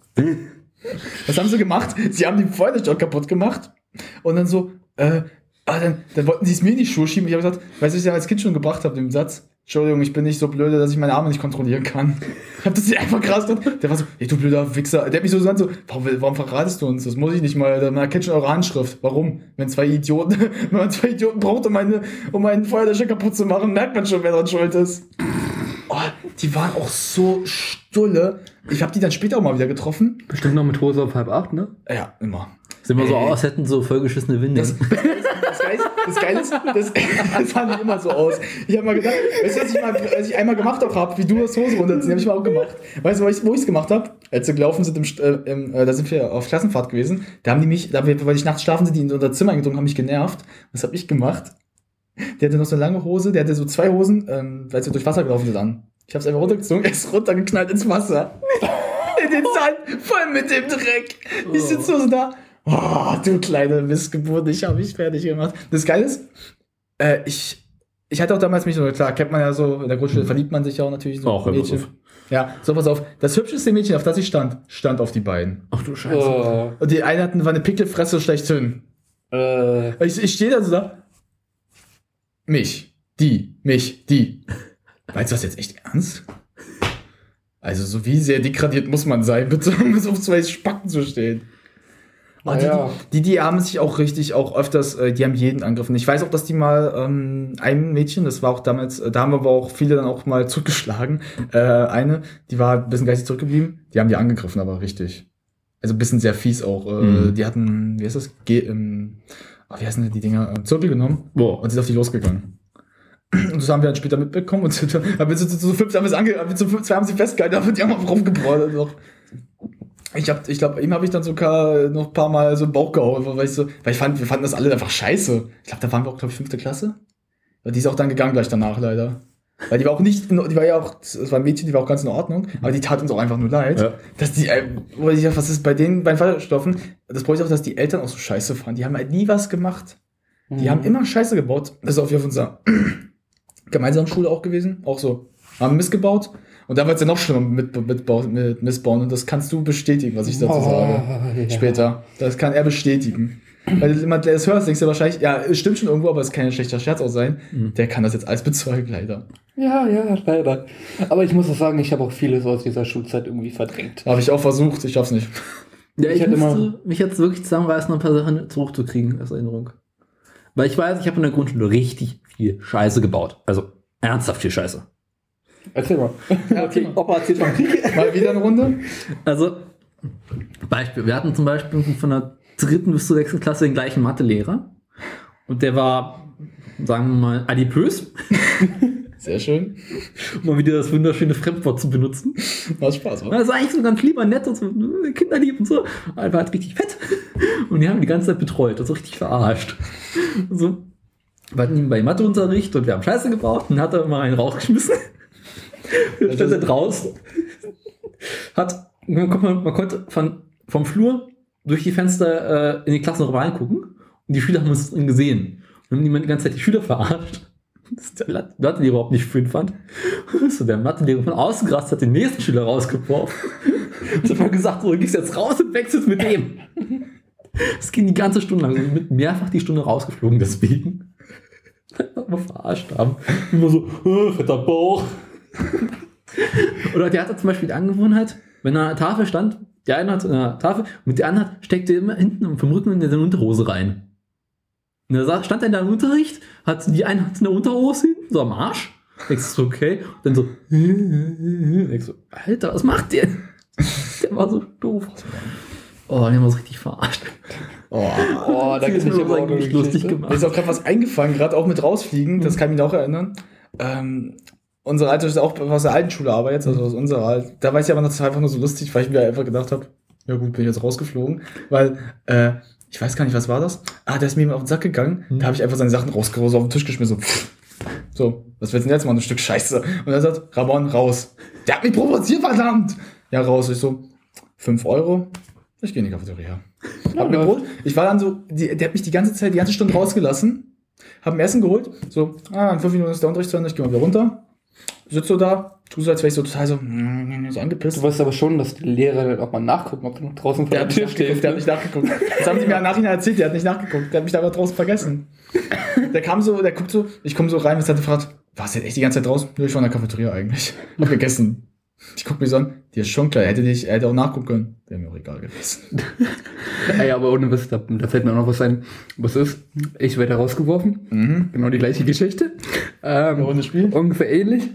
Was haben sie gemacht? Sie haben die Feuerjob kaputt gemacht. Und dann so, dann wollten sie es mir in die Schuhe schieben. Ich habe gesagt, weißt du, was ich ja als Kind schon gebracht habe, den Satz? Entschuldigung, ich bin nicht so blöde, dass ich meine Arme nicht kontrollieren kann. Ich hab das nicht einfach krass gemacht. Der war so, ey, du blöder Wichser. Der hat mich so gesagt, so, warum verratest du uns? Das muss ich nicht mal. Man erkennt schon eure Handschrift. Warum? Wenn man 2 Idioten braucht, um einen Feuerlöscher kaputt zu machen, merkt man schon, wer dran schuld ist. Oh, die waren auch so stulle. Ich habe die dann später auch mal wieder getroffen. Bestimmt noch mit Hose auf 7:30, ne? Ja, immer. Sehen wir so aus, hätten so vollgeschissene Winde. Das Geile ist, das sahen die immer so aus. Ich habe mal gedacht, weißt du, was ich einmal gemacht habe, wie du das Hose runterziehen, habe ich mal auch gemacht. Weißt du, wo ich es gemacht habe? Als wir gelaufen sind, da sind wir auf Klassenfahrt gewesen, da haben die mich, weil ich nachts schlafen sind, die in unser Zimmer eingedrungen, haben mich genervt. Was habe ich gemacht? Der hatte noch so eine lange Hose, der hatte so 2 Hosen, weil sie durch Wasser gelaufen sind an. Ich habe es einfach runtergezogen, er ist runtergeknallt ins Wasser. In den Sand, voll mit dem Dreck. Ich sitze so da. Oh, du kleine Missgeburt, ich habe mich fertig gemacht. Das Geile ist, ich hatte auch damals mich so, klar, kennt man ja so, in der Grundschule verliebt man sich ja auch natürlich so. Auch Mädchen. Ja, so pass auf. Das hübscheste Mädchen, auf das ich stand auf die beiden. Ach du Scheiße. Und die eine war eine Pickelfresse schlechthin. Ich stehe da so da. Mich. Die. Meinst du das jetzt echt ernst? Also, so wie sehr degradiert muss man sein, bitte, um auf 2 Spacken zu stehen. Oh, die haben sich auch richtig auch öfters, die haben jeden angegriffen. Ich weiß auch, dass die mal ein Mädchen, das war auch damals, da haben aber auch viele dann auch mal zurückgeschlagen. Eine, die war ein bisschen geistig zurückgeblieben, die haben die angegriffen, aber richtig. Also ein bisschen sehr fies auch. Die hatten, wie heißt das? Wie heißen die Dinger? Zirkel genommen und sind auf die losgegangen. Und das haben wir dann später mitbekommen und zu fünf haben sie festgehalten, da wird die haben auf rumgebraut. Ich glaube, ihm habe ich dann sogar noch ein paar Mal so im Bauch gehauen, weil wir fanden das alle einfach scheiße. Ich glaube, da waren wir auch, 5. Klasse. Die ist auch dann gegangen gleich danach, leider. Weil die war auch nicht, die war ja auch, es war ein Mädchen, die war auch ganz in Ordnung, aber die tat uns auch einfach nur leid. Ja. Dass die, was ist bei denen, bei den Fallstoffen, das brauche ich auch, dass die Eltern auch so scheiße fahren. Die haben halt nie was gemacht. Die haben immer Scheiße gebaut. Das ist auf unserer gemeinsamen Schule auch gewesen. Auch so. Haben Mist gebaut. Und da wird es ja noch schlimmer mit Missbauen. Und das kannst du bestätigen, was ich dazu sage. Ja. Später. Das kann er bestätigen. Weil jemand, der es hört, denkst du wahrscheinlich, ja, es stimmt schon irgendwo, aber es kann ein schlechter Scherz auch sein. Der kann das jetzt alles bezeugen, leider. Ja, leider. Aber ich muss auch sagen, ich habe auch vieles aus dieser Schulzeit irgendwie verdrängt. Habe ich auch versucht, ich schaff's nicht. Ja, ich musste mich jetzt wirklich zusammenreißen, ein paar Sachen zurückzukriegen als Erinnerung. Weil ich weiß, ich habe in der Grundschule richtig viel Scheiße gebaut. Also ernsthaft viel Scheiße. Erzähl mal. Ja, okay, Opa erzählt mal. Mal wieder eine Runde. Also, Beispiel. Wir hatten zum Beispiel von der 3. bis zur 6. Klasse den gleichen Mathelehrer. Und der war, sagen wir mal, adipös. Sehr schön. Um mal wieder das wunderschöne Fremdwort zu benutzen. Macht Spaß, oder? Das ist eigentlich so ganz lieber, nett und so, kinderlieb und so. Aber er war halt richtig fett. Und die haben ihn die ganze Zeit betreut, also richtig verarscht. So. Wir hatten ihn bei Matheunterricht und wir haben Scheiße gebaut und hat er immer einen rausgeschmissen. Stand er draußen. Man konnte vom Flur durch die Fenster in die Klassen reingucken und die Schüler haben uns drin gesehen. Und haben die ganze Zeit die Schüler verarscht. Das der Mathelehrer überhaupt nicht schön fand. So, der Mathelehrer von außen gerastet hat den nächsten Schüler rausgeworfen. Und hat mal gesagt, so, du gehst jetzt raus und wechselst mit dem. Das ging die ganze Stunde lang. Mit mehrfach die Stunde rausgeflogen deswegen. Wir verarscht haben. Immer so, fetter Bauch. Oder der hatte zum Beispiel die Angewohnheit, wenn er an der Tafel stand, der eine hat eine Tafel und mit der anderen steckte er immer hinten vom Rücken in seine Unterhose rein. Und da stand er in deinem Unterricht, hat die eine Hand in der Unterhose hinten, so am Arsch. Denkst du, okay. Und dann so, denkst du, Alter, was macht der? Der war so doof. Oh, den haben wir so richtig verarscht. Da gibt es aber eigentlich lustig gemacht. Mir ist auch gerade was eingefallen, gerade auch mit rausfliegen, das kann ich mich auch erinnern. Unsere alte ist auch aus der alten Schule, aber jetzt, also aus unserer, da weiß ich aber noch, das war einfach nur so lustig, weil ich mir einfach gedacht habe, ja gut, bin ich jetzt rausgeflogen, weil, ich weiß gar nicht, was war das? Da ist mir jemand auf den Sack gegangen, da habe ich einfach seine Sachen rausgeholt, auf den Tisch geschmissen, so, was willst du denn jetzt mal, ein Stück Scheiße? Und er sagt, Ramon, raus. Der hat mich provoziert, verdammt! Ja, raus. Ich so, 5 €? Ich gehe in die Cafeteria. Ich war dann so, der hat mich die ganze Stunde rausgelassen, hab ein Essen geholt, so, in 5 Minuten ist der Unterricht zu Ende, ich gehe mal wieder runter, sitze so da, tu so, als wäre ich so total so angepisst. Du weißt aber schon, dass die Lehrer dann auch mal nachgucken, ob du noch draußen vor der Tür stehst. Der hat nicht nachgeguckt. Das haben sie mir nachher erzählt, der hat nicht nachgeguckt, der hat mich da aber draußen vergessen. Der guckt so, ich komme so rein, was hat gefragt, warst du jetzt echt die ganze Zeit draußen? Nö, ich war in der Cafeteria eigentlich. Hab gegessen. Ich guck mich so an, dir ist schon klar, er hätte auch nachgucken können. Wäre mir auch egal gewesen. Ey, aber ohne Witz, da fällt mir auch noch was ein. Was ist? Ich werde rausgeworfen. Genau die gleiche Geschichte. Ohne Spiel? Ungefähr ähnlich.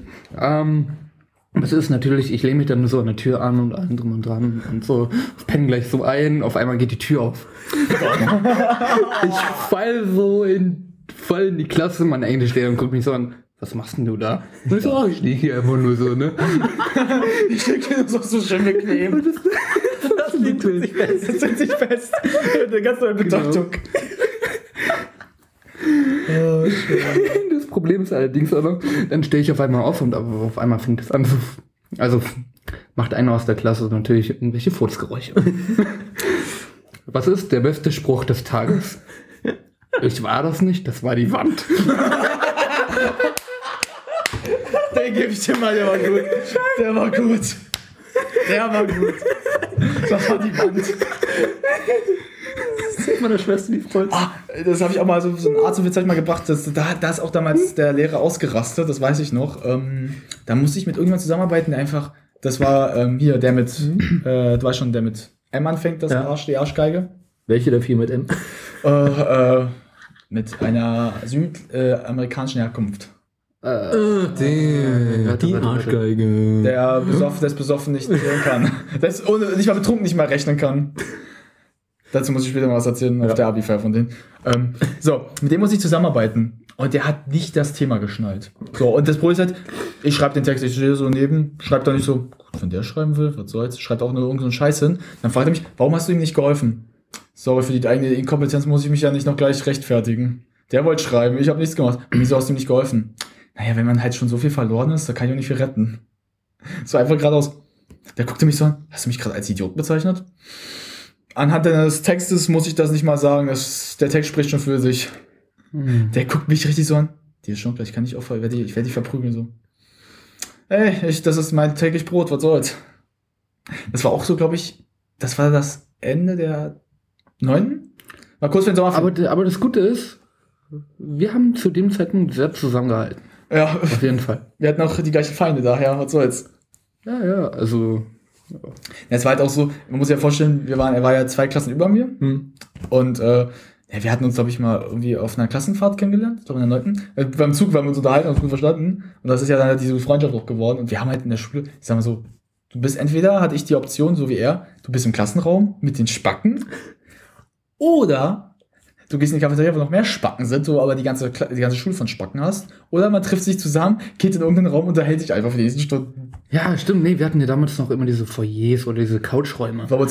Was ist natürlich, ich lehne mich dann so an der Tür an und allem drum und dran und so, penne gleich so ein, auf einmal geht die Tür auf. Ich fall voll in die Klasse, mein Englischlehrer guckt mich so an, was machst denn du da? Und ich so, ich liege hier einfach nur so, ne? Ich stecke hier so schön bequem. Das liegt sich fest. Das setzt sich fest. Eine ganz neue Bedeutung. Oh, das Problem ist allerdings auch noch, dann stehe ich auf einmal auf und auf einmal fängt es an zu, also macht einer aus der Klasse natürlich irgendwelche Furzgeräusche. Was ist der beste Spruch des Tages? Ich war das nicht, das war die Wand. Den gebe ich dir mal, der war gut. Der war gut. Das war die Wand. Das ist meine Schwester, die freut sich. Das habe ich auch mal so einen Arztwitz mal gebracht. Da ist auch damals der Lehrer ausgerastet, das weiß ich noch. Da musste ich mit irgendjemandem zusammenarbeiten, einfach, das war hier der mit, du weißt schon, der mit M anfängt, die Arschgeige. Welche der 4 mit M? Mit einer südamerikanischen Herkunft. Die Arschgeige. Der besoffen nicht rechnen kann. Nicht mal betrunken nicht mal rechnen kann. Dazu muss ich später mal was erzählen auf der Abi-Feier von denen. So, mit dem muss ich zusammenarbeiten. Und der hat nicht das Thema geschnallt. So, und das Problem ist halt, ich schreibe den Text, ich stehe so neben, schreibe da nicht so, gut, wenn der schreiben will, was soll's, schreibt auch nur irgendeinen Scheiß hin. Dann fragt er mich, warum hast du ihm nicht geholfen? Sorry, für die eigene Inkompetenz muss ich mich ja nicht noch gleich rechtfertigen. Der wollte schreiben, ich habe nichts gemacht. Wieso hast du ihm nicht geholfen? Naja, wenn man halt schon so viel verloren ist, da kann ich auch nicht viel retten. So einfach geradeaus. Der guckte mich so an, hast du mich gerade als Idiot bezeichnet? Anhand deines Textes muss ich das nicht mal sagen, der Text spricht schon für sich. Der guckt mich richtig so an. Die ist schon gleich, kann ich aufhören, ich werde dich verprügeln so. Ey, das ist mein täglich Brot, was soll's. Das war auch so, glaube ich, das war das Ende der 9. Mal kurz für den Sommer. Aber das Gute ist, wir haben zu dem Zeitpunkt sehr zusammengehalten. Ja. Auf jeden Fall. Wir hatten auch die gleichen Feinde daher, was soll's. Ja, also... Es war halt auch so, man muss sich ja vorstellen, er war ja 2 Klassen über mir. Und wir hatten uns, glaube ich, mal irgendwie auf einer Klassenfahrt kennengelernt, ich glaube in der 9. Beim Zug haben wir uns unterhalten und uns gut verstanden. Und das ist ja dann halt diese Freundschaft auch geworden. Und wir haben halt in der Schule, ich sag mal so, du bist entweder, hatte ich die Option, so wie er, du bist im Klassenraum mit den Spacken, oder du gehst in die Cafeteria, wo noch mehr Spacken sind, so aber die ganze Schule von Spacken hast. Oder man trifft sich zusammen, geht in irgendeinen Raum und unterhält sich einfach für die nächsten Stunden. Ja, stimmt. Nee, wir hatten ja damals noch immer diese Foyers oder diese Couchräume. War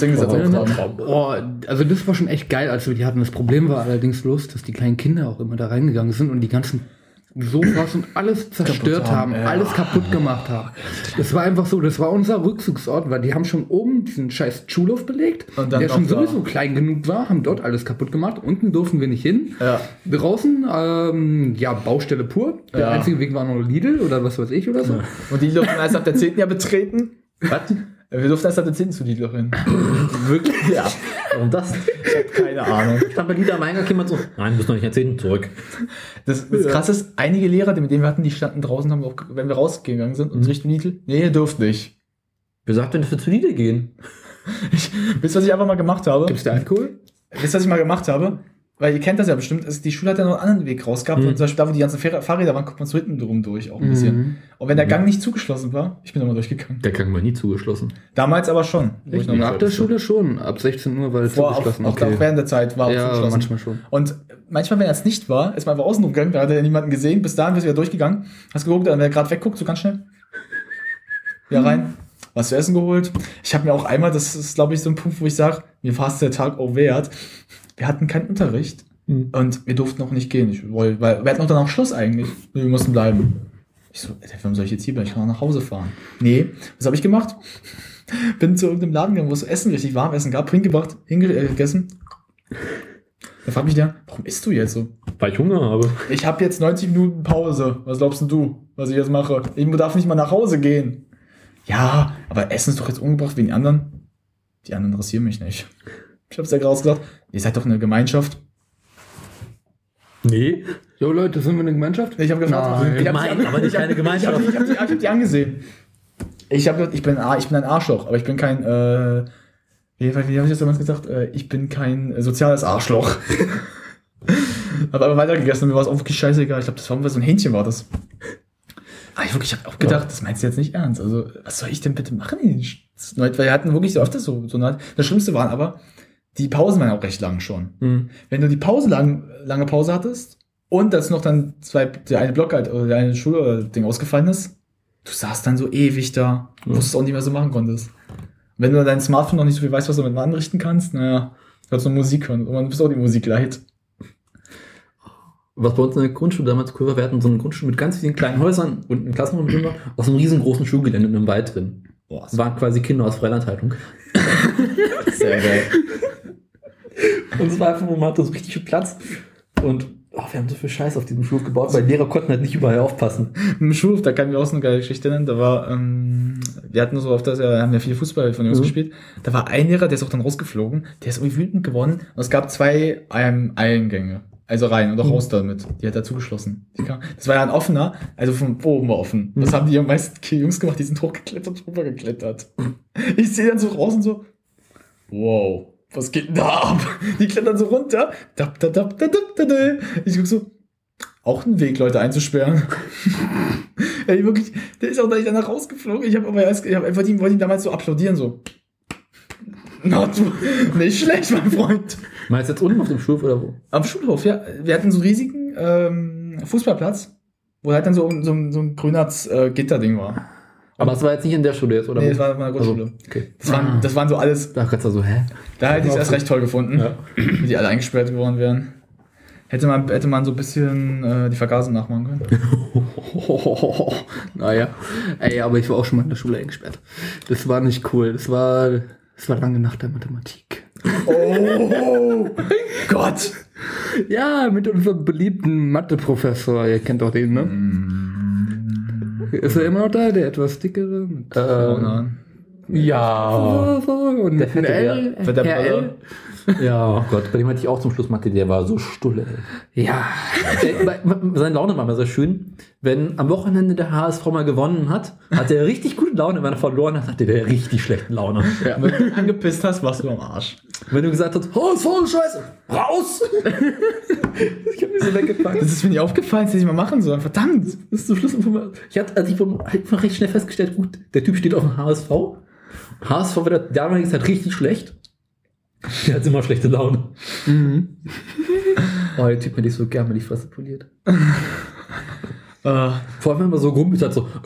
also das war schon echt geil, als wir die hatten. Das Problem war allerdings bloß, dass die kleinen Kinder auch immer da reingegangen sind und die ganzen Sofas und alles zerstört haben, alles kaputt gemacht haben. Das war einfach so, das war unser Rückzugsort, weil die haben schon oben diesen scheiß Schulhof belegt, der schon sowieso klein genug war, haben dort alles kaputt gemacht. Unten durften wir nicht hin. Ja. Draußen, Baustelle pur. Der einzige Weg war noch Lidl oder was weiß ich oder so. Ja. Und die durften erst ab der 10. Jahr betreten. Was? Wir durften erst ab der 10. zu Lidl hin. Wirklich? Ja. Warum das? Ich habe keine Ahnung. Stand bei Lidl am Eingang jemand so, nein, du bist noch nicht erzählen, zurück. Das Krasse ist, einige Lehrer, mit denen wir hatten, die standen draußen, haben auch, wenn wir rausgegangen sind und Richtung Lidl, nee, ihr dürft nicht. Wer sagt denn, dass wir zu Lidl gehen? Wisst ihr, was ich einfach mal gemacht habe? Gibt's da Alkohol? Wisst ihr, was ich mal gemacht habe? Weil ihr kennt das ja bestimmt, die Schule hat ja noch einen anderen Weg rausgehabt. Und zum Beispiel da, wo die ganzen Fahrräder waren, guckt man so hinten drum durch auch ein bisschen. Und wenn der Gang nicht zugeschlossen war, ich bin immer durchgegangen. Der Gang war nie zugeschlossen. Damals aber schon. Nach der Schule schon, ab 16 Uhr war es zugeschlossen. Auch während der Zeit war es zugeschlossen. Manchmal schon. Und manchmal, wenn er es nicht war, ist man einfach außen rumgegangen, da hat er niemanden gesehen, bis dahin bist du wieder durchgegangen, hast geguckt, wenn er gerade wegguckt, so ganz schnell. Wieder rein. Was zu essen geholt. Ich habe mir auch einmal, das ist glaube ich so ein Punkt, wo ich sage, mir war es der Tag auch wert. Wir hatten keinen Unterricht. Und wir durften auch nicht gehen. Weil wir hatten auch dann auch Schluss eigentlich. Wir mussten bleiben. Ich so, warum soll ich jetzt hier bleiben? Ich kann auch nach Hause fahren. Nee, was habe ich gemacht? Bin zu irgendeinem Laden gegangen, wo es Essen, richtig warm Essen gab, hingebracht, gegessen. Da fragt mich der, warum isst du jetzt so? Weil ich Hunger habe. Ich habe jetzt 90 Minuten Pause. Was glaubst du, was ich jetzt mache? Ich darf nicht mal nach Hause gehen. Ja, aber Essen ist doch jetzt umgebracht wegen anderen. Die anderen interessieren mich nicht. Ich hab's ja gerade gesagt, ihr seid doch eine Gemeinschaft. Nee. Jo Leute, sind wir eine Gemeinschaft? Ich habe gefragt. Aber nicht eine Gemeinschaft. Ich hab die angesehen. Ich bin ein Arschloch, aber ich bin kein, wie habe ich das damals gesagt? Ich bin kein soziales Arschloch. Hab aber weitergegessen und mir war es auch wirklich scheißegal. Ich glaube, das war so ein Hähnchen war das. Aber ich habe auch gedacht, das meinst du jetzt nicht ernst. Also, was soll ich denn bitte machen? Weil wir hatten wirklich so öfter so das Schlimmste waren aber, die Pausen waren auch recht lang schon. Wenn du die Pause lange Pause hattest und dass noch dann der eine Block halt oder der eine Schule oder Ding ausgefallen ist, du saßt dann so ewig da, wusstest auch nicht mehr so machen konntest. Wenn du dein Smartphone noch nicht so viel weißt, was du damit anrichten kannst, naja, kannst du nur Musik hören und man bist auch die Musik leid. Was bei uns in der Grundschule damals cool war, wir hatten so eine Grundschule mit ganz vielen kleinen Häusern und ein Klassenraum drin war, aus einem riesengroßen Schulgelände in einem Wald drin. Boah, das waren quasi Kinder aus Freilandhaltung. Sehr geil. Und es war einfach, man hatte so richtig viel Platz. Und wir haben so viel Scheiß auf diesem Schulhof gebaut, weil Lehrer konnten halt nicht überall aufpassen. Im Schulhof, da kann ich mir auch so eine geile Geschichte nennen. Da war, wir hatten so oft, haben ja viel Fußball von uns gespielt. Da war ein Lehrer, der ist auch dann rausgeflogen, der ist irgendwie wütend geworden. Und es gab 2 Eingänge. Also rein und auch raus damit. Die hat dazu geschlossen. Das war ja ein offener, also von oben war offen. Das haben die meisten Jungs gemacht, die sind hochgeklettert und rübergeklettert. Ich sehe dann so raus und so, wow, was geht denn da ab? Die klettern so runter. Ich guck so, auch ein Weg, Leute einzusperren. Ey, wirklich, der ist auch da nicht danach rausgeflogen. Ich wollte ihm damals so applaudieren, so. Na, du, nicht schlecht, mein Freund. Meinst du jetzt unten auf dem Schulhof oder wo? Am Schulhof, ja. Wir hatten so einen riesigen Fußballplatz, wo halt dann so ein grüner Gitterding war. Aber das war jetzt nicht in der Schule jetzt, oder? Nee, das war in meiner Grundschule. Also, okay. Das waren so alles. Da kannst du so, hä? Da hätte ich es erst recht toll gefunden, wie die alle eingesperrt geworden wären. Hätte man so ein bisschen die Vergasung nachmachen können. Naja. Ey, aber ich war auch schon mal in der Schule eingesperrt. Das war nicht cool. Das war lange Nacht der Mathematik. Oh Gott! Ja, mit unserem beliebten Mathe-Professor. Ihr kennt doch den, ne? Ist er immer noch da, der etwas dickere? Ja. Und der fette L. Herr L. Ja, oh Gott, bei dem hatte ich auch zum Schluss Mathe, der war so stulle. Ja. Seine Laune war immer sehr schön. Wenn am Wochenende der HSV mal gewonnen hat, hatte er richtig gute Laune. Wenn er verloren hat, hatte der richtig schlechte Laune. Ja. Wenn du angepisst hast, warst du am Arsch. Wenn du gesagt hast, HSV ist scheiße, raus! Ich hab mich so weggepackt. Das ist mir nicht aufgefallen, das hätte ich mal machen sollen. Verdammt! Das ist zum Schluss ich habe recht schnell festgestellt, gut, der Typ steht auf dem HSV. HSV war der damalige Zeit richtig schlecht. Der hat immer schlechte Laune. Mhm. Oh, der Typ, mir die so gern die Fresse poliert. Vor allem, wenn man so rumpelt hat, so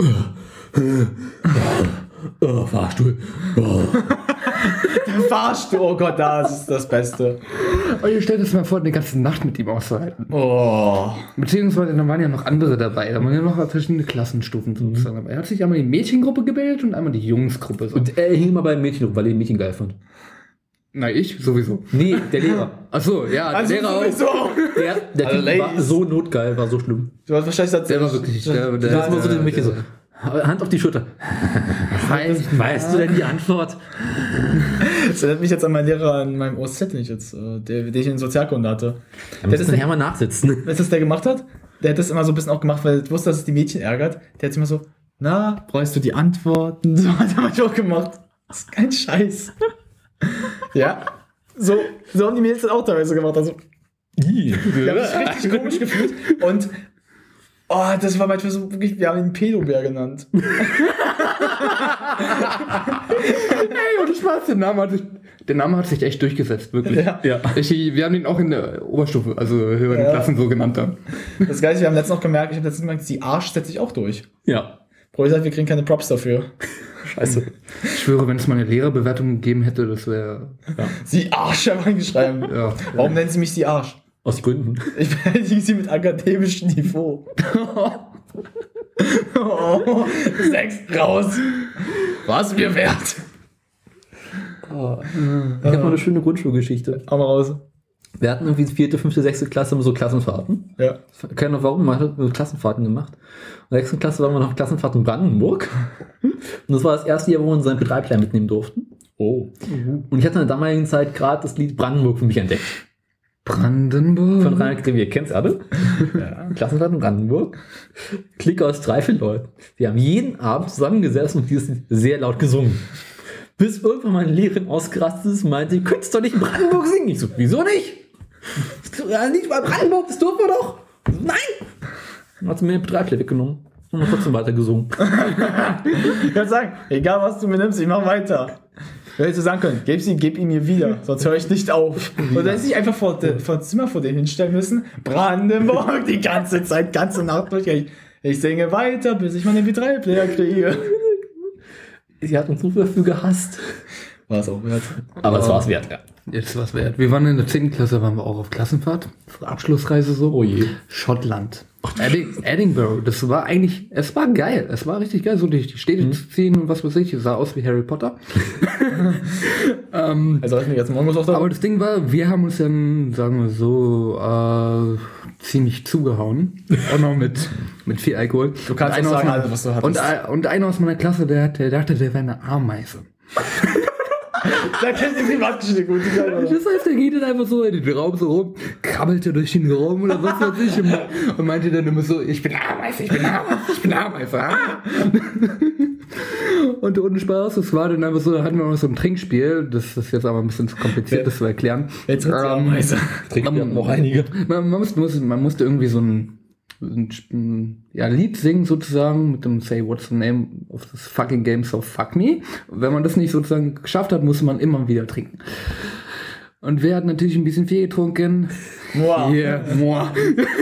Fahrstuhl. Der Fahrstuhl, oh Gott, das ist das Beste. Und ihr stellt euch mal vor, eine ganze Nacht mit ihm auszuhalten. Oh. Beziehungsweise, dann waren ja noch andere dabei. Da waren ja noch verschiedene Klassenstufen sozusagen dabei. Er hat sich einmal die Mädchengruppe gebildet und einmal die Jungsgruppe. So. Und er hing immer bei den Mädchen, weil er die Mädchen geil fand. Na, ich sowieso. Nee, der Lehrer. Achso, ja, also der Lehrer sowieso. auch. Der Typ war so notgeil, war so schlimm. Du hast wahrscheinlich das Der war wirklich. Der ist immer so die Mädchen so. Hand auf die Schulter. Weißt du denn die Antwort? Das erinnert mich jetzt an meinen Lehrer in meinem OSZ, den ich in Sozialkunde hatte. Da müssen wir nachher mal nachsitzen. Weißt du, was der gemacht hat? Der hat das immer so ein bisschen auch gemacht, weil er wusste, dass es die Mädchen ärgert. Der hat immer so, na, brauchst du die Antworten? So hat er manchmal auch gemacht. Das ist kein Scheiß. Ja, so haben die Mädels das auch teilweise gemacht. Also, ich habe mich richtig komisch gefühlt. Und das war manchmal so wirklich, wir haben ihn Pedobär genannt. Ey, und Spaß, der Name hat sich echt durchgesetzt, wirklich. Ja. Wir haben ihn auch in der Oberstufe, also höheren Klassen so genannt dann. Das Geilste, wir haben letztens noch gemerkt, die Arsch setzt sich auch durch. Ja. Bro, ich sag, wir kriegen keine Props dafür. Scheiße. Ich schwöre, wenn es mal eine Lehrerbewertung gegeben hätte, das wäre... Ja. Sie Arsch einfach hingeschreiben. Ja. Warum nennen Sie mich Sie Arsch? Aus Gründen. Ich beleidige Sie mit akademischem Niveau. 6 raus. Was mir wert. Ich habe mal eine schöne Grundschulgeschichte. Hau mal raus. Wir hatten irgendwie 4., 5., 6. Klasse immer so Klassenfahrten. Ja. Keine Ahnung warum, man hat so Klassenfahrten gemacht. In der 6. Klasse waren wir noch Klassenfahrt in Brandenburg. Und das war das erste Jahr, wo wir unseren MP3-Player mitnehmen durften. Oh. Und ich hatte in der damaligen Zeit gerade das Lied Brandenburg für mich entdeckt. Brandenburg? Von Rainer Krevier. Kennst du alle? Ja. Klassenfahrt in Brandenburg. Klick aus 3, 4 Leuten. Wir haben jeden Abend zusammengesessen und dieses Lied sehr laut gesungen. Bis irgendwann meine Lehrerin ausgerastet ist und meinte, ihr könnt es doch nicht in Brandenburg singen. Ich so, wieso nicht? Nicht bei Brandenburg, das dürfen wir doch. So, nein! Dann hat sie mir den MP3-Player weggenommen und dann trotzdem weiter gesungen. Ich kann sagen, egal was du mir nimmst, ich mach weiter. Du hättest sagen können, gib ihn mir wieder, sonst höre ich nicht auf. Und dann hätte ich einfach vor das Zimmer vor dir hinstellen müssen. Brandenburg, die ganze Zeit, ganze Nacht durch. Ich singe weiter, bis ich meinen MP3-Player kriege. Sie hat uns so dafür gehasst. War es auch wert. Aber es war es wert, ja. Jetzt war es wert. Wir waren in der 10. Klasse, waren wir auch auf Klassenfahrt. Abschlussreise so. Oh je. Schottland. Edinburgh. Das war eigentlich, es war geil. Es war richtig geil. So die Städte zu ziehen und was weiß ich. Es sah aus wie Harry Potter. Also ist mir jetzt morgen auch da. Aber das Ding war, wir haben uns dann, sagen wir so, ziemlich zugehauen. Auch noch mit viel Alkohol. Du kannst auch sagen, alles, was du hattest. Und einer aus meiner Klasse, der dachte, der wäre eine Ameise. Da kennt die Privatgeschichte gut. Das heißt, der geht dann einfach so in den Raum so rum, krabbelte durch den Raum oder was weiß ich und meinte dann immer so, ich bin Ameise. Und ohne Spaß, es war dann einfach so, hatten wir noch so ein Trinkspiel, das ist jetzt aber ein bisschen zu kompliziert, das zu erklären. Jetzt wird's ja Ameise. Trinkspiel haben auch einige. Man musste irgendwie so ein Lied singen sozusagen mit dem Say What's the Name of this fucking game, so fuck me. Und wenn man das nicht sozusagen geschafft hat, musste man immer wieder trinken. Und wer hat natürlich ein bisschen viel getrunken? Moa. Yeah, moa.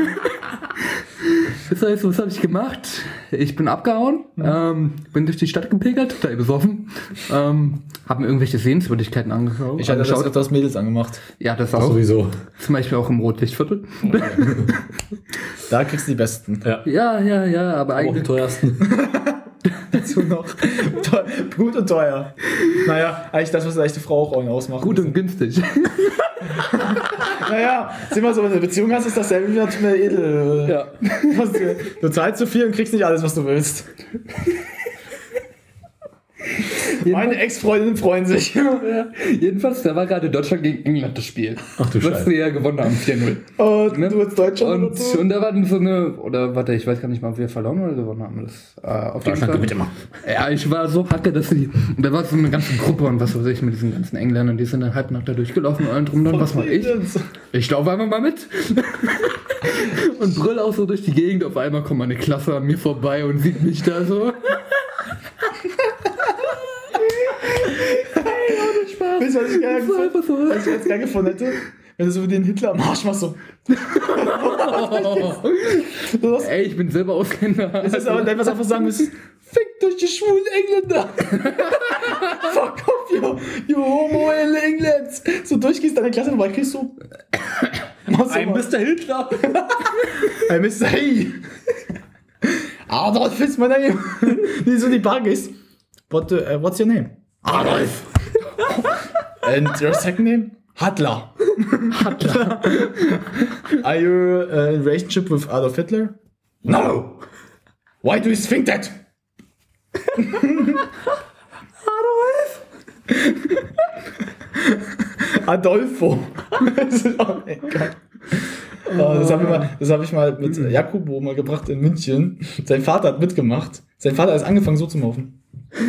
Das heißt, was habe ich gemacht? Ich bin abgehauen, bin durch die Stadt gepilgert, total besoffen, habe mir irgendwelche Sehenswürdigkeiten angeschaut. Ich hatte das öfters Mädels angemacht. Ja, das auch. Sowieso. Zum Beispiel auch im Rotlichtviertel. Da kriegst du die Besten. Ja, aber Auch eigentlich... die teuersten. Dazu noch. Gut und teuer. Naja, eigentlich das, was eine echte Frau auch ausmacht. Gut und günstig. Naja, sieh mal so, wenn du eine Beziehung hast, ist dasselbe wie eine edel. Ja. Du zahlst zu viel und kriegst nicht alles, was du willst. Meine Ex-Freundinnen freuen sich. Jedenfalls, da war gerade Deutschland gegen England das Spiel. Ach du Was Scheiße. wir ja gewonnen haben, 4-0. Und Ne? du als Deutschland Und da war dann so eine, oder warte, ich weiß gar nicht mal, ob wir verloren oder gewonnen haben. Das, auf jeden Deutschland Fall. gewinnt immer. Ja, ich war so hacke, dass und da war so eine ganze Gruppe und was weiß ich mit diesen ganzen Engländern, die sind dann halb nach da durchgelaufen und allem drum dann, was mach ich? Ich laufe einfach mal mit und brüll auch so durch die Gegend. Auf einmal kommt meine Klasse an mir vorbei und sieht mich da so. Weißt du, was ich geil gefunden, was ich jetzt geil gefunden hätte? Wenn du so den Hitler am Arsch machst, so. Ey, ich bin selber Ausländer. Das ist aber etwas einfach sagen müssen. Fickt durch die schwulen Engländer. Fuck off, you homo in England. So durchgehst deine Klasse vorbei, kriegst du. Ein Mr. Hitler. Ein Mr. Hey. Adolf ist mein Name. Wie so die Bar gehst. What's your name? Adolf. And your second name? Hitler. Hitler. Are you in relationship with Adolf Hitler? No. Why do you think that? Adolfo. Das ist auch egal. Das habe ich mal mit Jakobo mal gebracht in München. Sein Vater hat mitgemacht. Sein Vater hat angefangen so zu laufen.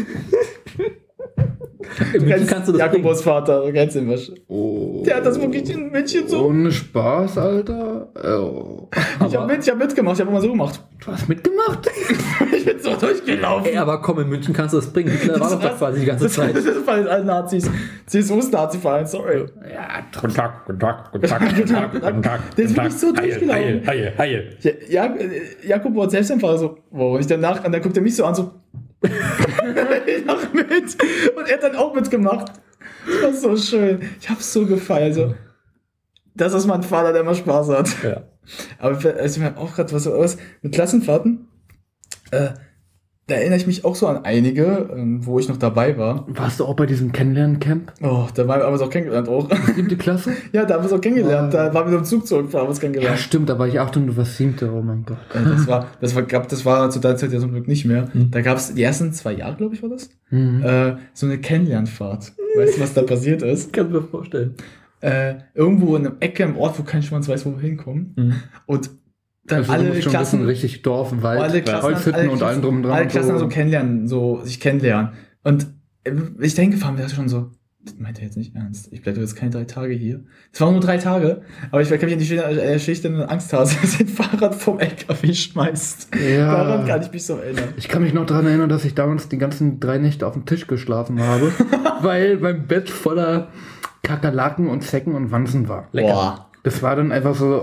In München kannst du das Jakobos Vater, du kennst ihn was. Oh. Der hat das wirklich in München so. Ohne Spaß, Alter. Oh. Ich hab mitgemacht, ich habe immer so gemacht. Du hast mitgemacht? Ich bin so durchgelaufen. Ey, aber komm, in München kannst du das bringen. Hitler war doch da quasi die ganze Zeit. Das ist bei allen Nazis. CSU-Nazi-Verein, sorry. Ja, Guten Tag. Der ist wirklich so durchgelaufen. Heil. Jakobo hat selbst den Vater so, wow, und dann guckt er mich so an, so. Ich mach mit. Und er hat dann auch mitgemacht. Das war so schön. Ich hab's so gefeiert. Also, das ist mein Vater, der immer Spaß hat. Ja. Aber also, ich habe auch gerade was mit Klassenfahrten. Da erinnere ich mich auch so an einige, wo ich noch dabei war. Warst du auch bei diesem Kennenlernen-Camp? Oh, da haben wir es auch kennengelernt auch. 7. Klasse? Ja, da haben wir es auch kennengelernt. Da waren wir im Zug zurück, haben wir es Ja, kennengelernt. stimmt, da war ich 8 und du warst 7. Oh mein Gott. Das war zu der Zeit ja zum Glück nicht mehr. Da gab es die ersten 2 Jahre, glaube ich, war das. So eine Kennenlernfahrt. Weißt du, was da passiert ist? Kann ich mir vorstellen. Irgendwo in einer Ecke im Ort, wo kein Schwanz weiß, wo wir hinkommen. Und dann Also, alle schon Klassen, wissen, richtig Dorf, Wald, alle Klassen, Holzhütten und allem drum und dran. alle Klassen so kennenlernen, sich kennenlernen. Und ich da hingefahren bin, dachte schon so, das meint er jetzt nicht ernst. Ich bleibe jetzt keine 3 Tage hier. Es waren nur 3 Tage, aber ich kann mich an die schüchterne Angsthase, dass sein Fahrrad vom LKW schmeißt. Ja. Daran kann ich mich so erinnern. Ich kann mich noch daran erinnern, dass ich damals die ganzen 3 Nächte auf dem Tisch geschlafen habe, weil mein Bett voller Kakerlaken und Zecken und Wanzen war. Boah. Das war dann einfach so.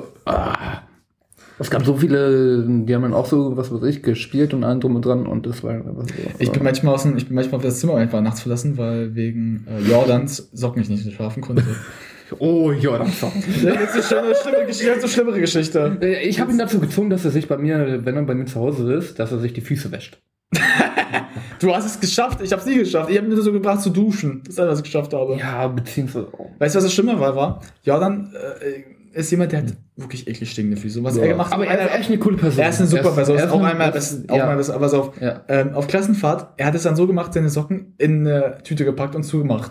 Es gab so viele, die haben dann auch so, was weiß ich, gespielt und allem drum und dran und das war einfach so. Ich bin manchmal auf das Zimmer einfach nachts verlassen, weil wegen Jordans Socken ich nicht schlafen konnte. Oh, Jordans Socken. Das ist eine schlimmere Geschichte. Ich habe ihn dazu gezwungen, dass er sich bei mir, wenn er bei mir zu Hause ist, dass er sich die Füße wäscht. Du hast es geschafft, ich habe es nie geschafft. Ich habe mir so gebracht zu duschen. Das ist alles, was ich geschafft habe. Ja, beziehungsweise. Weißt du, was das Schlimme war? Jordan ist jemand, der hat wirklich eklig stinkende Füße. Was er gemacht hat. Aber er ist echt eine coole Person. Er ist eine super Person. Er ist auch eine- einmal, aber so auf Klassenfahrt, er hat es dann so gemacht, seine Socken in eine Tüte gepackt und zugemacht.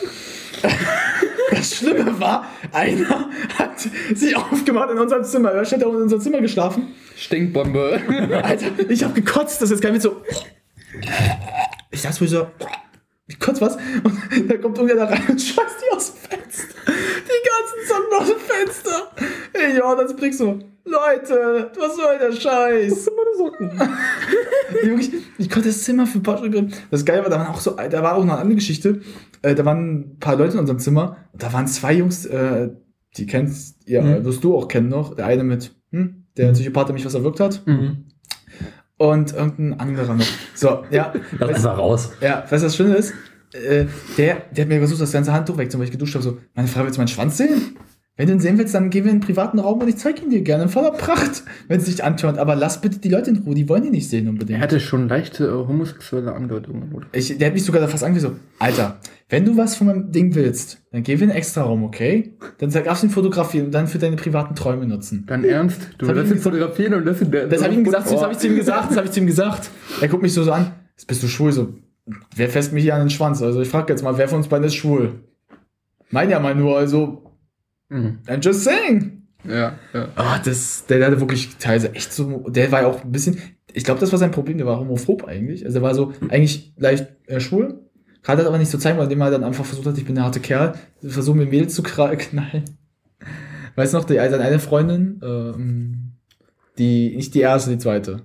Das Schlimme war, einer hat sich aufgemacht in unserem Zimmer. Er hat in unserem Zimmer geschlafen. Stinkbombe. Alter, ich hab gekotzt, das ist kein Witz so. ich dachte mir so, kurz was, und da kommt irgendwer da rein und schmeißt die aus dem Fenster. Die ganzen Socken aus dem Fenster. Ey, ja, dann bringst so, Leute, was soll der Scheiß? Was sind meine Socken? Ich konnte das Zimmer für Portugal. Das Geile war, da war auch noch eine andere Geschichte. Da waren ein paar Leute in unserem Zimmer und da waren 2 Jungs, die kennst, wirst du auch kennen noch. Der eine mit, der Psychopath, der mich was erwürgt hat. Und irgendein anderer noch. So, ja. Das ist raus. Ja, weißt du, was Schöne ist? Der hat mir versucht, das ganze Handtuch wegzunehmen, weil ich geduscht habe. So, meine Frau, willst du meinen Schwanz sehen? Wenn du ihn sehen willst, dann gehen wir in einen privaten Raum und ich zeige ihn dir gerne in voller Pracht, wenn es dich antört. Aber lass bitte die Leute in Ruhe, die wollen ihn nicht sehen unbedingt. Er hatte schon leichte homosexuelle Andeutungen, oder? Der hat mich sogar da fast angesagt, so, Alter, wenn du was von meinem Ding willst, dann geh wir in einen extra Raum, okay? Dann darfst du ihn fotografieren und dann für deine privaten Träume nutzen. Dein Ernst? Du lässt ihn fotografieren und lässt ihn... Das habe ich zu ihm gesagt. Er guckt mich so an, bist du schwul? So, wer fässt mich hier an den Schwanz? Also ich frage jetzt mal, wer von uns beiden ist schwul? Mein ja mal nur, also... I'm just saying. Ja. Der hatte wirklich teilweise echt so, der war ja auch ein bisschen, ich glaube, das war sein Problem, der war homophob eigentlich. Also er war so eigentlich leicht schwul, hat das aber nicht so zeigen, weil indem er dann einfach versucht hat, ich bin der harte Kerl, versuchen mit Mädels zu knallen. Weißt du noch, seine eine Freundin, die, nicht die erste, die zweite.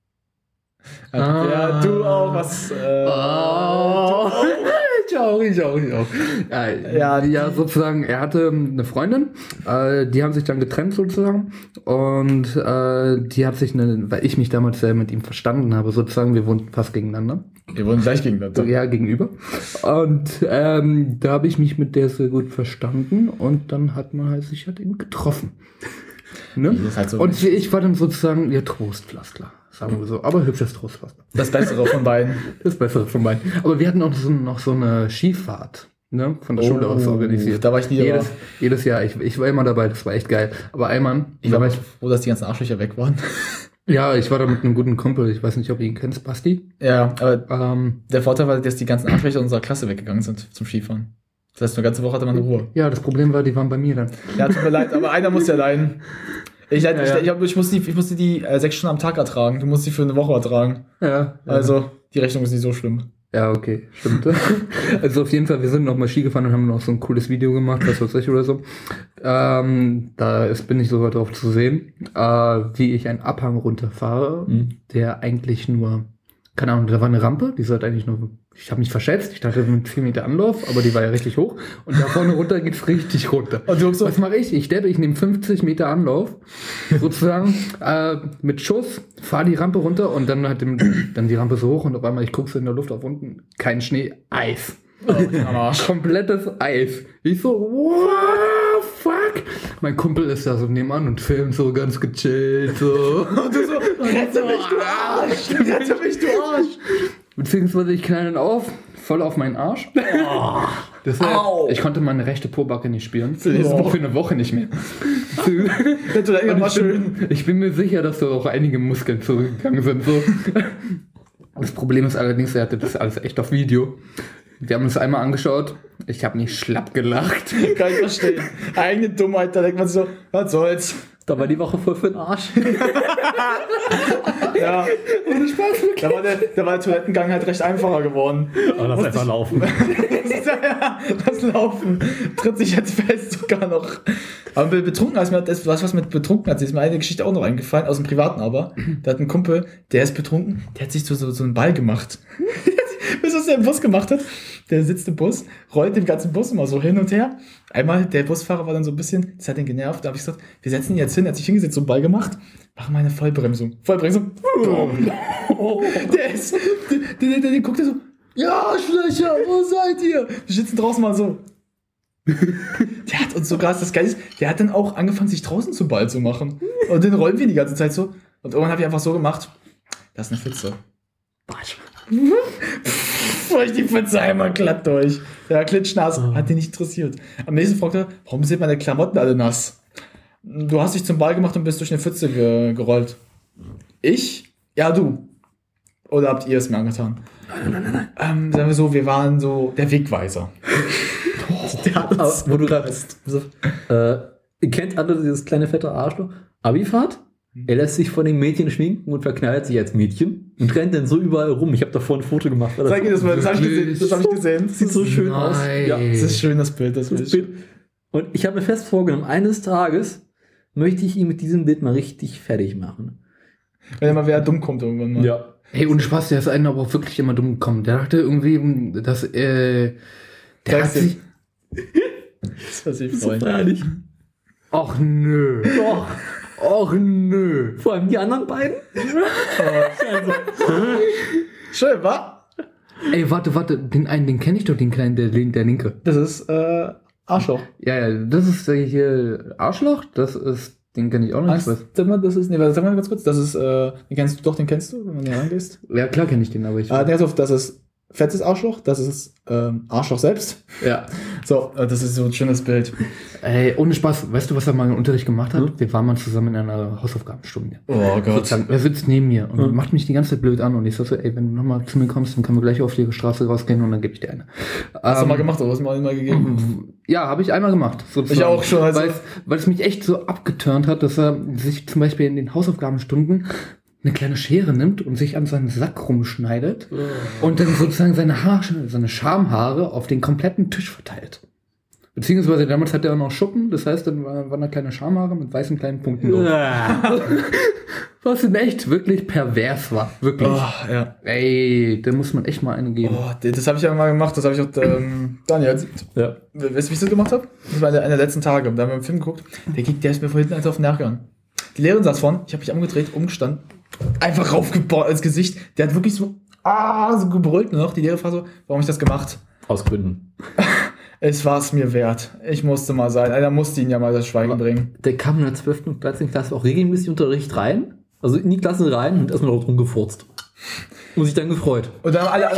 Ja, du auch, was, Ich auch. Ja, sozusagen, er hatte eine Freundin, die haben sich dann getrennt sozusagen und die hat sich, weil ich mich damals sehr mit ihm verstanden habe, sozusagen, wir wohnten fast gegeneinander. Wir wohnen gleich gegeneinander. Ja, gegenüber. Und da habe ich mich mit der sehr gut verstanden und dann hat man sich eben getroffen. Ne? Halt so und ich war dann sozusagen ihr Trostpflaster, sagen wir so, aber hübsches Trostpflaster. Das Bessere von beiden. Aber wir hatten auch noch so eine Skifahrt, ne, von der Schule aus organisiert. Da war ich nie dabei. Jedes Jahr, ich war immer dabei, das war echt geil. Aber einmal... Ich war froh, dass die ganzen Arschlöcher weg waren. Ja, ich war da mit einem guten Kumpel, ich weiß nicht, ob ihr ihn kennst, Basti. Ja, aber der Vorteil war, dass die ganzen Arschlöcher unserer Klasse weggegangen sind zum Skifahren. Das heißt, eine ganze Woche hatte man Ruhe. Ja, das Problem war, die waren bei mir dann. Ja, tut mir leid, aber einer muss ja leiden. Ich musste die 6 Stunden am Tag ertragen. Du musst die für eine Woche ertragen. Ja. Also, die Rechnung ist nicht so schlimm. Ja, okay, stimmt. Also auf jeden Fall, wir sind noch mal Ski gefahren und haben noch so ein cooles Video gemacht, was weiß ich oder so. Bin ich sogar drauf zu sehen, wie ich einen Abhang runterfahre, der eigentlich nur, keine Ahnung, da war eine Rampe, die sollte eigentlich nur, ich habe mich verschätzt, ich dachte mit 4 Meter Anlauf, aber die war ja richtig hoch und da vorne runter geht's richtig runter. Und du so, was mache ich? Ich nehme 50 Meter Anlauf, sozusagen, mit Schuss, fahre die Rampe runter und dann dann die Rampe so hoch und auf einmal, ich gucke so in der Luft auf unten, kein Schnee, Eis. Komplettes Eis. Ich so, wow, fuck. Mein Kumpel ist da so nebenan und filmt so ganz gechillt. So. Und du so, rette mich, du Arsch. Beziehungsweise ich knall dann voll auf meinen Arsch. Ich konnte meine rechte Pobacke nicht spüren. Für eine Woche nicht mehr. Ich bin mir sicher, dass da auch einige Muskeln zurückgegangen sind. So. Das Problem ist allerdings, er hatte das alles echt auf Video. Wir haben uns einmal angeschaut. Ich habe nicht schlapp gelacht. Kann ich verstehen. Eigene Dummheit, da denkt man so, was soll's. Da war die Woche voll für den Arsch. Ja, ohne Spaß. Da war der Toilettengang halt recht einfacher geworden. Aber lass einfach laufen. Das Laufen tritt sich jetzt fest sogar noch. Aber mit Betrunkenheit, was mit Betrunkenheit, ist mir eine Geschichte auch noch eingefallen, aus dem Privaten aber. Da hat ein Kumpel, der ist betrunken, der hat sich so einen Ball gemacht. Weißt du, was der im Bus gemacht hat? Der sitzt im Bus, rollt den ganzen Bus immer so hin und her. Einmal, der Busfahrer war dann so ein bisschen, das hat ihn genervt, da habe ich gesagt, wir setzen ihn jetzt hin, er hat sich hingesetzt, so einen Ball gemacht, machen wir eine Vollbremsung. Der guckt so, ja, Arschlöcher, wo seid ihr? Wir sitzen draußen mal so. Der hat uns sogar, das Geile ist, der hat dann auch angefangen, sich draußen zum Ball zu machen. Und den rollen wir die ganze Zeit so. Und irgendwann habe ich einfach so gemacht, das ist eine Pfütze. Fuhr ich die Pfütze einmal glatt durch. Ja, klitschnass. Hat den nicht interessiert. Am nächsten fragte er, warum sind meine Klamotten alle nass? Du hast dich zum Ball gemacht und bist durch eine Pfütze gerollt. Ich? Ja, du. Oder habt ihr es mir angetan? Nein. Sagen wir so, wir waren so der Wegweiser. Der hat uns, wo du gerade bist. Ihr kennt alle dieses kleine fette Arschloch? Abifahrt? Er lässt sich von den Mädchen schminken und verknallt sich als Mädchen und rennt dann so überall rum. Ich habe davor ein Foto gemacht. Zeig mir das mal, das habe ich gesehen. Das habe ich gesehen. Sieht so schön aus. Ja. Das ist schön, das Bild. Das Bild. Und ich habe mir fest vorgenommen, eines Tages möchte ich ihn mit diesem Bild mal richtig fertig machen. Wenn er mal wer dumm kommt irgendwann mal. Ja. Hey, ohne Spaß, der ist einen aber auch wirklich immer dumm gekommen. Der dachte irgendwie, dass der hat sich... Das war sich So freuen. feierlich. Ach nö. Doch. Ach nö. Vor allem die anderen beiden. Schön, wa? Ey, warte, den einen, den kenne ich doch, den kleinen, der Linke. Das ist Arschloch. Ja, das ist hier Arschloch, das ist, den kenne ich auch noch nicht. Sag mal, das ist, nee, sag mal ganz kurz, das ist, den kennst du, wenn man hier reingehst? Ja, klar kenne ich den, aber ich... Das ist fettes Arschloch, das ist Arschloch selbst. Ja. So, das ist so ein schönes Bild. Ey, ohne Spaß, weißt du, was er mal im Unterricht gemacht hat? Wir waren mal zusammen in einer Hausaufgabenstunde. Oh Gott. Sozusagen, er sitzt neben mir und macht mich die ganze Zeit blöd an und ich sag so, ey, wenn du nochmal zu mir kommst, dann können wir gleich auf die Straße rausgehen und dann gebe ich dir eine. Hast du mal gemacht oder hast du mir mal gegeben? Ja, habe ich einmal gemacht. Sozusagen. Ich auch schon. Also Weil es mich echt so abgeturnt hat, dass er sich zum Beispiel in den Hausaufgabenstunden eine kleine Schere nimmt und sich an seinen Sack rumschneidet und dann sozusagen seine Schamhaare auf den kompletten Tisch verteilt. Beziehungsweise damals hat er auch noch Schuppen, das heißt, dann waren da kleine Schamhaare mit weißen kleinen Punkten drauf. Was in echt wirklich pervers war. Wirklich. Oh, ja. Ey, da muss man echt mal eine geben. Oh, das habe ich ja mal gemacht, das habe ich auch Daniel erzählt. Ja. Weißt du, wie ich das gemacht habe? Das war einer der letzten Tage, da haben wir einen Film geguckt. Der ist mir von hinten auf den Nerv gegangen. Die Lehrerin saß vorne, ich habe mich umgedreht, umgestanden, einfach raufgebaut ins Gesicht. Der hat wirklich so gebrüllt noch. Die Lehrerin fragte so, warum ich das gemacht? Aus Gründen. Es war es mir wert. Ich musste mal sein. Einer musste ihn ja mal das Schweigen bringen. Der kam in der 12. und 13. Klasse auch regelmäßig in den Unterricht rein. Also in die Klasse rein und erstmal dort rumgefurzt. Und sich dann gefreut. Und dann haben alle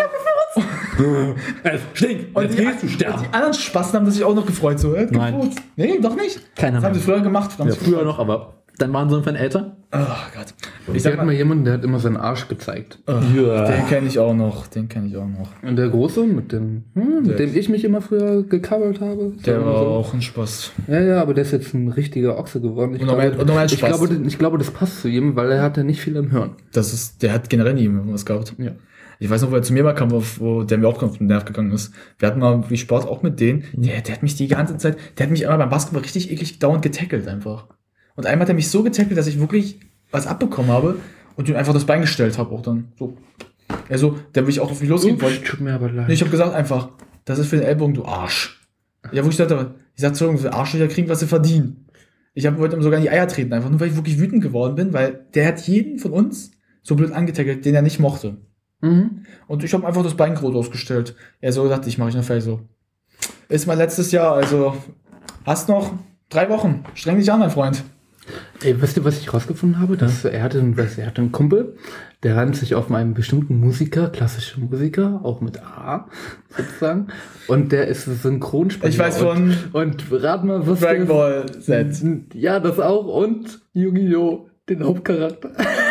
Stink! Und die anderen Spasten haben sich auch noch gefreut. So, Nein. Gefurzt. Nee, doch nicht. Keiner Das haben mehr. sie früher gemacht. Ja, früher noch, aber dann waren sie irgendwann älter. Oh Gott. Ich sag mal jemanden, der hat immer seinen Arsch gezeigt. Den kenne ich auch noch. Und der Große, mit dem ich mich immer früher gecovert habe. Der war auch ein Spaß. Ja, aber der ist jetzt ein richtiger Ochse geworden. Ich glaube, das passt zu ihm, weil er hat ja nicht viel im Hirn. Der hat generell nie was gehabt. Ja. Ich weiß noch, wo er zu mir mal kam, wo der mir auch auf den Nerv gegangen ist. Wir hatten mal wie Sport auch mit denen. Der hat mich die ganze Zeit, der hat mich einmal beim Basketball richtig eklig dauernd getackelt einfach. Und einmal hat er mich so getackelt, dass ich wirklich was abbekommen habe und ihm einfach das Bein gestellt habe auch dann. So. Also, der will ich auch auf mich losgehen wollte. Tut mir aber leid. Nee, ich habe gesagt einfach, das ist für den Ellbogen, du Arsch. Ja, wo ich sagte, Entschuldigung, Arschlöcher kriegen, was sie verdienen. Wollte ihm sogar in die Eier treten, einfach nur, weil ich wirklich wütend geworden bin, weil der hat jeden von uns so blöd angetackelt, den er nicht mochte. Und ich habe einfach das Bein groß ausgestellt. Er so gesagt, ich mache ich noch fertig so. Ist mein letztes Jahr, also hast noch 3 Wochen. Streng dich an, mein Freund. Ey, weißt du, was ich rausgefunden habe? Er hatte einen Kumpel, der reimt sich auf einen bestimmten Musiker, klassische Musiker, auch mit A, sozusagen. Und der ist Synchronsprecher. Ich weiß von... Und rat mal, was Dragon Ball Z. Ja, das auch. Und Yu-Gi-Oh! Den Hauptcharakter.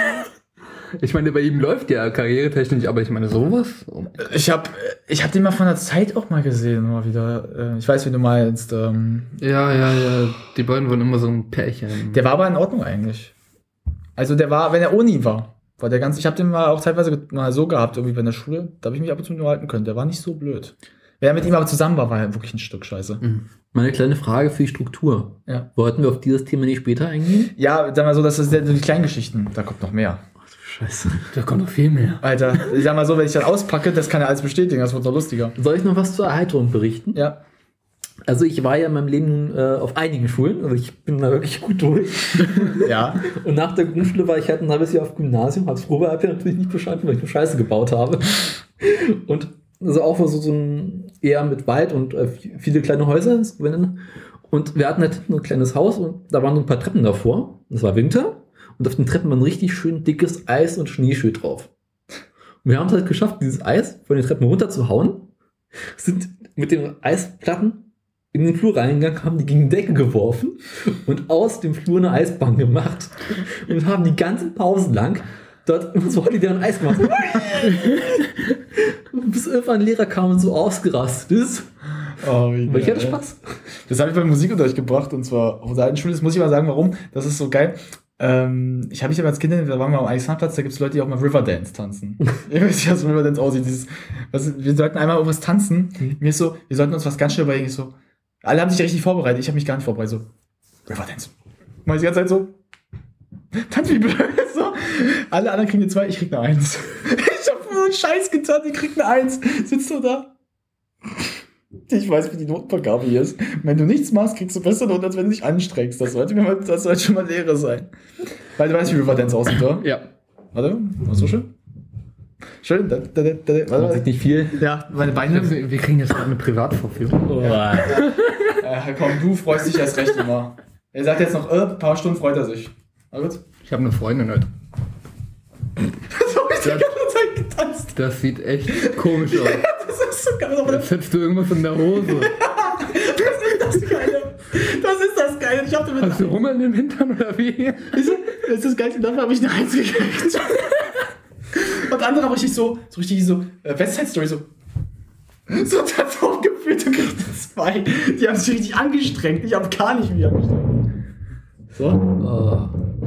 Ich meine, bei ihm läuft ja karrieretechnisch, aber ich meine sowas. Oh ich hab den mal von der Zeit auch mal gesehen, mal wieder. Ich weiß, wie du meinst. Ja. Die beiden waren immer so ein Pärchen. Der war aber in Ordnung eigentlich. Also der war, wenn er ohne ihn war der ganz. Ich habe den mal auch teilweise mal so gehabt, irgendwie bei der Schule. Da habe ich mich ab und zu unterhalten können. Der war nicht so blöd. Wenn er mit ihm aber zusammen war er wirklich ein Stück Scheiße. Meine kleine Frage für die Struktur. Ja. Wollten wir auf dieses Thema nicht später eingehen? Ja, sag mal so, das sind die kleinen Geschichten. Da kommt noch mehr. Scheiße. Da kommt noch viel mehr. Alter, ich sag mal so, wenn ich das auspacke, das kann ja alles bestätigen, das wird doch lustiger. Soll ich noch was zur Erheiterung berichten? Ja. Also ich war ja in meinem Leben nun auf einigen Schulen, also ich bin da wirklich gut durch. Ja. Und nach der Grundschule war ich halt ein halbes Jahr auf Gymnasium, habe das Probehalbjahr natürlich nicht bestanden, weil ich nur Scheiße gebaut habe. Und also auch so ein eher mit Wald und viele kleine Häuser. Und wir hatten halt hinten ein kleines Haus und da waren so ein paar Treppen davor. Es war Winter. Und auf den Treppen war ein richtig schön dickes Eis- und Schneeschild drauf. Und wir haben es halt geschafft, dieses Eis von den Treppen runterzuhauen, sind mit den Eisplatten in den Flur reingegangen, haben die gegen die Decke geworfen und aus dem Flur eine Eisbahn gemacht und haben die ganzen Pausen lang dort so Holiday und Eis gemacht. Bis irgendwann ein Lehrer kam und so ausgerastet ist. Weil ich hatte Spaß. Das habe ich beim Musikunterricht gebracht und zwar auf der alten Schule. Das muss ich mal sagen, warum. Das ist so geil. Ich habe mich aber als Kind, da waren wir am Alexanderplatz, da gibt es Leute, die auch mal Riverdance tanzen. Ich weiß nicht, was Riverdance aussieht. Wir sollten einmal irgendwas tanzen. Mir ist so, wir sollten uns was ganz schnell überlegen. Ich so, alle haben sich richtig vorbereitet, ich habe mich gar nicht vorbereitet. So, Riverdance. Mach ich die ganze Zeit so, tanz wie blöd. So. Alle anderen kriegen eine 2, ich krieg eine 1. Ich hab nur einen Scheiß getan, ich krieg eine 1. Sitzt du da? Ich weiß, wie die Notenvergabe hier ist. Wenn du nichts machst, kriegst du bessere Noten, als wenn du dich anstrengst. Das sollte schon mal Lehre sein. Weil du weißt, wie Riverdance aussieht, oder? Ja. Warte, war so schön? Schön. Man sieht nicht viel. Ja, meine Beine. Wir kriegen jetzt gerade eine Privatvorführung. Komm, du freust dich erst recht immer. Er sagt jetzt noch, ein paar Stunden freut er sich. Na gut. Ich habe eine Freundin heute. So hab ich die ganze Zeit getanzt. Das sieht echt komisch aus. Das ist so geil. Jetzt hättest du irgendwas in der Hose. Das ist das Geile. Das ist das Geile. Ich hab damit. Hast du Hummeln im Hintern oder wie? Das ist das Geilste. Dafür habe ich eine 1 gekriegt. Und andere haben richtig so West Side Story so das aufgeführt und kriegt 2. Die haben sich richtig angestrengt. Ich habe gar nicht mehr angestrengt. So. Oh.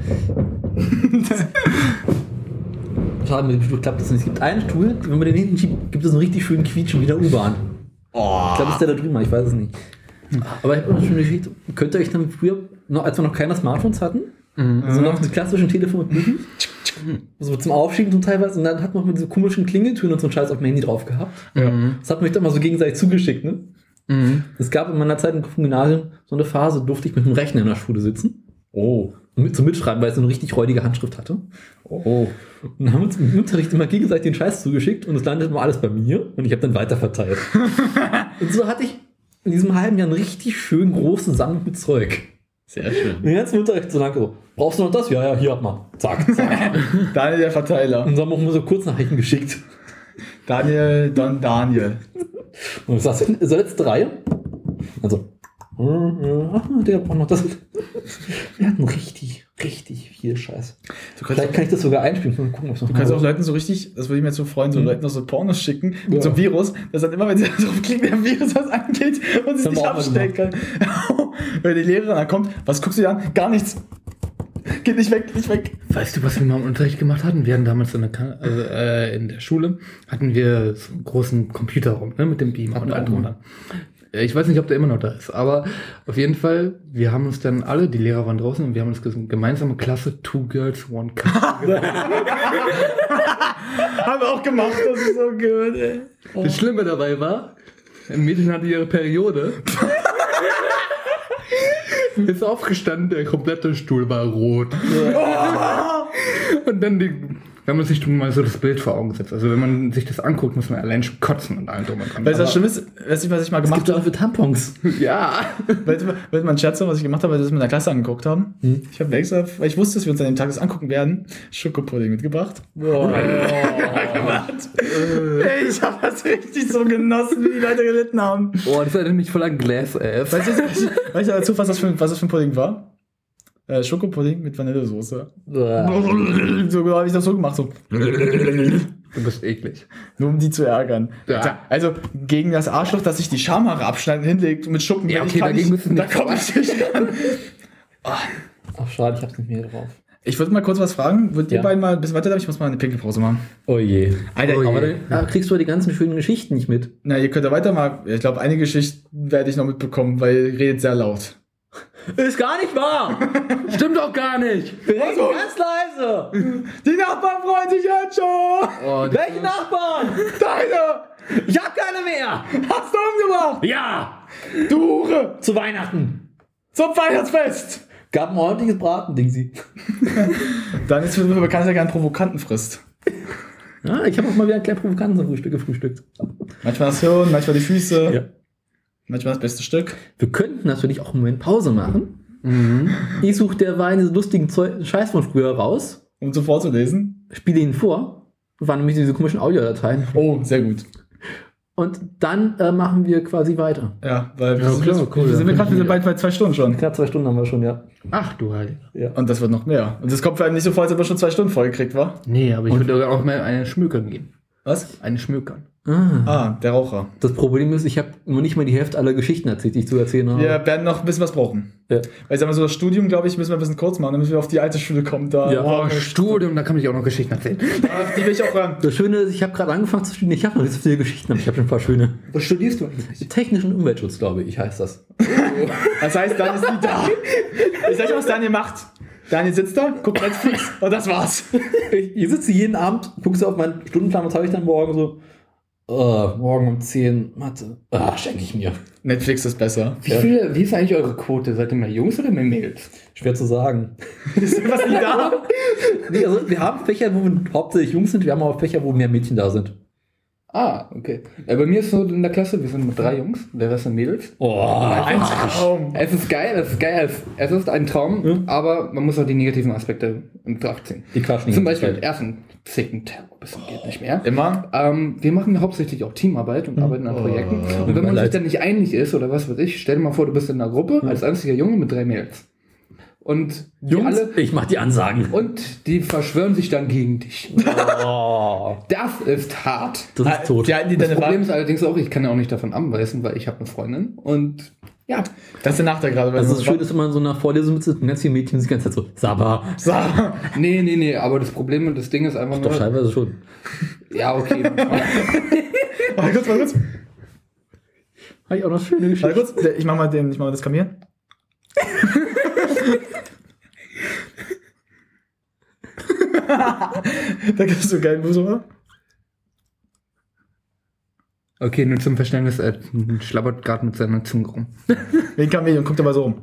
Schade, mit dem Stuhl klappt das nicht. Es gibt einen Stuhl, wenn man den hinten schiebt, gibt es einen richtig schönen Quietschen wie der U-Bahn. Oh. Ich glaube, das ist der da drüben, ich weiß es nicht. Aber ich habe noch eine schöne Geschichte. Könnt ihr euch dann früher, als wir noch keine Smartphones hatten, so noch die klassischen Telefone mit Bluetooth, so zum Aufschieben zum teilweise, und dann hat man mit so komischen Klingeltönen und so einen Scheiß auf dem Handy drauf gehabt. Ja. Das hat mich dann mal so gegenseitig zugeschickt, ne? Es gab in meiner Zeit im Gymnasium so eine Phase, durfte ich mit einem Rechner in der Schule sitzen. Oh. Und zum Mitschreiben, weil es so eine richtig räudige Handschrift hatte. Oh. Und dann haben wir uns im Unterricht immer gegenseitig den Scheiß zugeschickt und es landete immer alles bei mir und ich habe dann weiterverteilt. Und so hatte ich in diesem halben Jahr einen richtig schön großen Sammlung mit Zeug. Sehr schön. Den ganzen Unterricht so lange so, brauchst du noch das? Ja, hier, hab mal. Zack, zack. Daniel, der Verteiler. Und dann haben wir so Kurznachrichten geschickt. Daniel, dann Daniel. Und ich saß in der letzten Reihe. Also, der braucht noch das. Wir hatten richtig viel Scheiß. Vielleicht kann ich das sogar einspielen. Mal gucken, du kannst auch Leuten so richtig, das würde ich mir jetzt so freuen, so Leuten noch so Pornos schicken mit so einem Virus, dass dann immer, wenn sie drauf klicken, der Virus was angeht und sie es nicht abstellen kann. Wenn die Lehrerin dann kommt, was guckst du dir an? Gar nichts. Geht nicht weg, nicht weg. Weißt du, was wir mal im Unterricht gemacht hatten? Wir hatten damals in der Schule, hatten wir so einen großen Computerraum, ne, mit dem Beamer und allem dran. Ich weiß nicht, ob der immer noch da ist, aber auf jeden Fall, wir haben uns dann alle, die Lehrer waren draußen und wir haben uns gemeinsame Klasse 2 Girls, 1 Cup. Haben wir auch gemacht, das ist so gut, ey. Das Schlimme dabei war, ein Mädchen hatte ihre Periode. Ist aufgestanden, der komplette Stuhl war rot. Und dann wenn man sich mal so das Bild vor Augen setzt, also wenn man sich das anguckt, muss man allein schon kotzen und allem drum und dran. Weißt du, was Schlimmes, was ich mal gemacht habe? Für Tampons. Ja. Weißt du mal ein Scherz, was ich gemacht habe, weil wir das mit der Klasse angeguckt haben? Ich habe extra, weil ich wusste, dass wir uns an dem Tag das angucken werden, Schokopudding mitgebracht. Boah. Ey, ich habe das richtig so genossen, wie die Leute gelitten haben. Boah, das erinnert mich voll an Glass F. Weißt du dazu, was das für ein Pudding war? Schokopudding mit Vanillesoße. So habe ich das so gemacht. So. Du bist eklig. Nur um die zu ärgern. Ja. Also gegen das Arschloch, das sich die Schamhaare abschneiden hinlegt mit Schuppen. Ja, okay, dagegen müssen wir da komme ich nicht ran. Ach, schade, ich hab's nicht mehr drauf. Ich wollte mal kurz was fragen. Würdet ihr beiden mal ein bisschen weiter? Ich muss mal eine Pinkelpause machen. Oh je. Alter, aber dann kriegst du die ganzen schönen Geschichten nicht mit. Na, ihr könnt ja weitermachen. Ich glaube, einige Geschichten werde ich noch mitbekommen, weil ihr redet sehr laut. Ist gar nicht wahr! Stimmt doch gar nicht! Wir reden ganz leise! Die Nachbarn freuen sich jetzt schon! Oh, welche Nachbarn? Deine! Ich hab keine mehr! Hast du umgebracht? Ja! Du Hure! Zu Weihnachten! Zum Weihnachtsfest! Gab ein ordentliches Bratending, sie. Dann ist für bekannt, dass er gerne Provokanten frisst. Ja, ich habe auch mal wieder ein kleines Provokanten gefrühstückt. Manchmal das Hirn, manchmal die Füße. Ja. Manchmal das beste Stück. Wir könnten natürlich auch einen Moment Pause machen. Ich suche derweil diese lustigen Scheiß von früher raus. Um so vorzulesen. Spiele ihn vor. Das waren nämlich diese komischen Audiodateien. Oh, sehr gut. Und dann machen wir quasi weiter. Ja, weil wir sind bald bei 2 Stunden schon. Knapp 2 Stunden haben wir schon, ja. Ach du Heiliger. Ja. Und das wird noch mehr. Und das kommt für einen nicht so vor, als ob er schon 2 Stunden vollgekriegt war. Nee, aber ich würde auch mal einen schmökern gehen. Was? Eine Schmökern. Der Raucher. Das Problem ist, ich habe nur nicht mal die Hälfte aller Geschichten erzählt, die ich zu erzählen habe. Wir werden noch ein bisschen was brauchen. Ja. Weil ich sag mal so, das Studium, glaube ich, müssen wir ein bisschen kurz machen, damit wir auf die alte Schule kommen. Da Ja. Studium, da kann ich auch noch Geschichten erzählen. Die will ich auch hören. Das Schöne ist, ich habe gerade angefangen zu studieren. Ich habe noch nicht so viele Geschichten, aber ich habe schon ein paar schöne. Was studierst du eigentlich? Technischen Umweltschutz, glaube ich, heißt das. Das heißt, Daniel ist nie da. Ich sag dir, was Daniel macht. Daniel sitzt da, guckt Netflix und das war's. Ich sitze jeden Abend, gucke so auf meinen Stundenplan, was habe ich dann morgen so? Morgen um 10 Mathe. Schenke ich mir. Netflix ist besser. Wie ist eigentlich eure Quote? Seid ihr mehr Jungs oder mehr Mädels? Schwer zu sagen. Ist was nicht da? Nee, also wir haben Fächer, wo wir hauptsächlich Jungs sind, wir haben aber Fächer, wo mehr Mädchen da sind. Okay. Bei mir ist so in der Klasse, wir sind mit 3 Jungs, der Rest sind Mädels. Ein Traum. Es ist geil, es ist ein Traum, aber man muss auch die negativen Aspekte in Betracht ziehen. Die quatschen. Zum Beispiel ersten Terror, bis geht nicht mehr. Immer? Wir machen hauptsächlich auch Teamarbeit und arbeiten an Projekten. Und wenn man sich dann nicht einig ist oder was weiß ich, stell dir mal vor, du bist in einer Gruppe als einziger Junge mit 3 Mädels. Und die Jungs, alle, ich mach die Ansagen. und die verschwören sich dann gegen dich. Das ist hart. Das ist tot. Die halten die Das deine Problem Wahl. ist allerdings auch, ich kann ja auch nicht davon abweisen, weil ich habe eine Freundin und ja. Das ist der Nachteil gerade. Weil Also sonst- das Schöne ist, wenn man so nach Vorlesung sitzt und ganz viele Mädchen die ganze Zeit so, Saba. Nee, aber das Problem und das Ding ist einfach Doch, nur... teilweise schon. Ja, okay. Warte kurz. Habe ich auch noch schöne Geschichten. Warte kurz. Ich mach mal das Kamier. Da gibt es so geil Moves, oder? Okay, nur zum Verständnis, er schlabbert gerade mit seiner Zunge rum. Wegen Kamel und guckt dabei so rum.